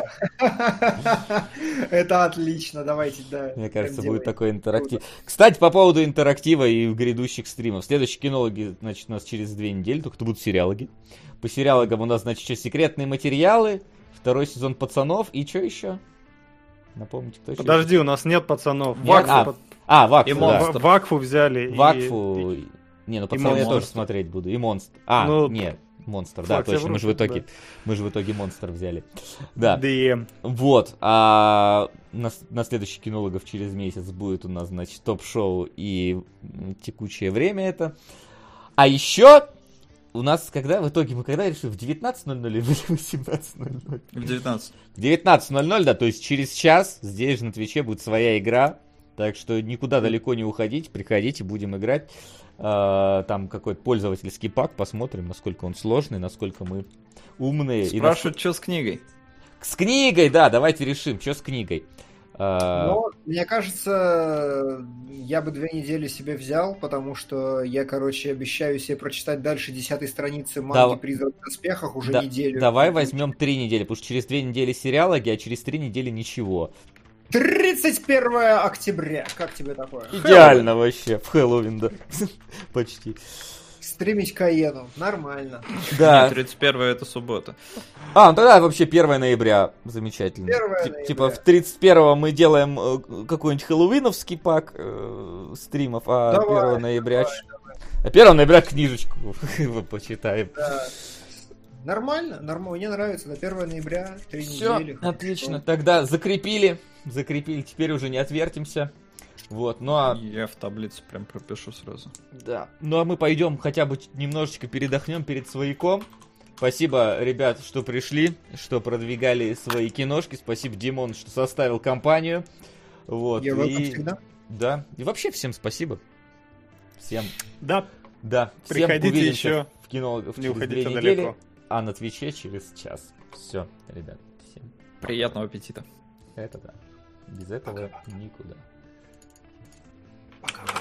[SPEAKER 2] Это отлично, давайте, да.
[SPEAKER 1] Мне кажется,
[SPEAKER 2] делаем.
[SPEAKER 1] будет такой интерактив. Кстати, по поводу интерактива и грядущих стримов. Следующие кинологи, значит, у нас через 2 недели, только это будут сериалоги. По сериалогам у нас, значит, еще секретные материалы, 2-й сезон «Пацанов» и что еще? Напомните, кто еще?
[SPEAKER 4] Подожди, у нас нет пацанов.
[SPEAKER 1] Вакфу,
[SPEAKER 3] И
[SPEAKER 1] да.
[SPEAKER 3] Монстр.
[SPEAKER 4] Вакфу взяли.
[SPEAKER 1] Вакфу. Не, ну «Пацанов» я
[SPEAKER 3] Монстр.
[SPEAKER 1] тоже смотреть буду. И «Монстр». Нет. Монстр, да,
[SPEAKER 4] Факт, я
[SPEAKER 1] точно, мы же в итоге Монстр взяли. Да.
[SPEAKER 4] DM.
[SPEAKER 1] Вот, а на следующих кинологов через месяц будет у нас, значит, топ-шоу и текущее время это. А еще у нас когда, в итоге, мы когда решили, в 19:00 или в 18:00?
[SPEAKER 3] В 19.
[SPEAKER 1] В 19:00, да, то есть через час здесь же на Твиче будет своя игра, так что никуда далеко не уходите, приходите, будем играть. Там какой-то пользовательский пак, посмотрим, насколько он сложный, насколько мы умные.
[SPEAKER 3] Спрашивают, что с книгой?
[SPEAKER 1] С книгой, да, давайте решим, что с книгой.
[SPEAKER 2] Но, мне кажется, я бы 2 недели себе взял, потому что я, короче, обещаю себе прочитать дальше 10-й страницы манги «Призрак в доспехах» уже неделю.
[SPEAKER 1] Давай возьмем 3 недели, потому что через 2 недели сериалоги, а через 3 недели ничего.
[SPEAKER 2] 31 октября. Как тебе такое?
[SPEAKER 1] Идеально вообще, в Хэллоуин, да. Почти.
[SPEAKER 2] Стримить Каену. Нормально.
[SPEAKER 1] Да.
[SPEAKER 3] 31 это суббота.
[SPEAKER 1] Ну тогда вообще 1 ноября. Замечательно.
[SPEAKER 2] 1 ноября.
[SPEAKER 1] Типа в 31 мы делаем какой-нибудь хэллоуиновский пак стримов, а
[SPEAKER 2] Давай,
[SPEAKER 1] 1 ноября...
[SPEAKER 2] давай.
[SPEAKER 1] А 1 ноября книжечку почитаем.
[SPEAKER 2] Да. Нормально, мне нравится. До 1 ноября 3
[SPEAKER 1] Все,
[SPEAKER 2] недели.
[SPEAKER 1] отлично. Тогда закрепили, теперь уже не отвертимся. Вот, ну а...
[SPEAKER 3] Я в таблицу прям пропишу сразу.
[SPEAKER 1] Да. Ну а мы пойдем хотя бы немножечко передохнем перед свояком. Спасибо, ребят, что пришли, что продвигали свои киношки. Спасибо, Димон, что составил компанию. Вот.
[SPEAKER 2] Я welcome всегда.
[SPEAKER 1] Да. И вообще всем спасибо. Всем.
[SPEAKER 4] Да.
[SPEAKER 1] Да. Всем
[SPEAKER 4] Приходите
[SPEAKER 1] увидимся
[SPEAKER 4] еще.
[SPEAKER 1] в кино
[SPEAKER 4] Не
[SPEAKER 1] через 2
[SPEAKER 4] уходите
[SPEAKER 1] недели.
[SPEAKER 4] далеко.
[SPEAKER 1] А на Твиче через час. Все, ребят. Всем.
[SPEAKER 3] Приятного аппетита.
[SPEAKER 1] Это да. Без этого никуда.
[SPEAKER 2] Пока.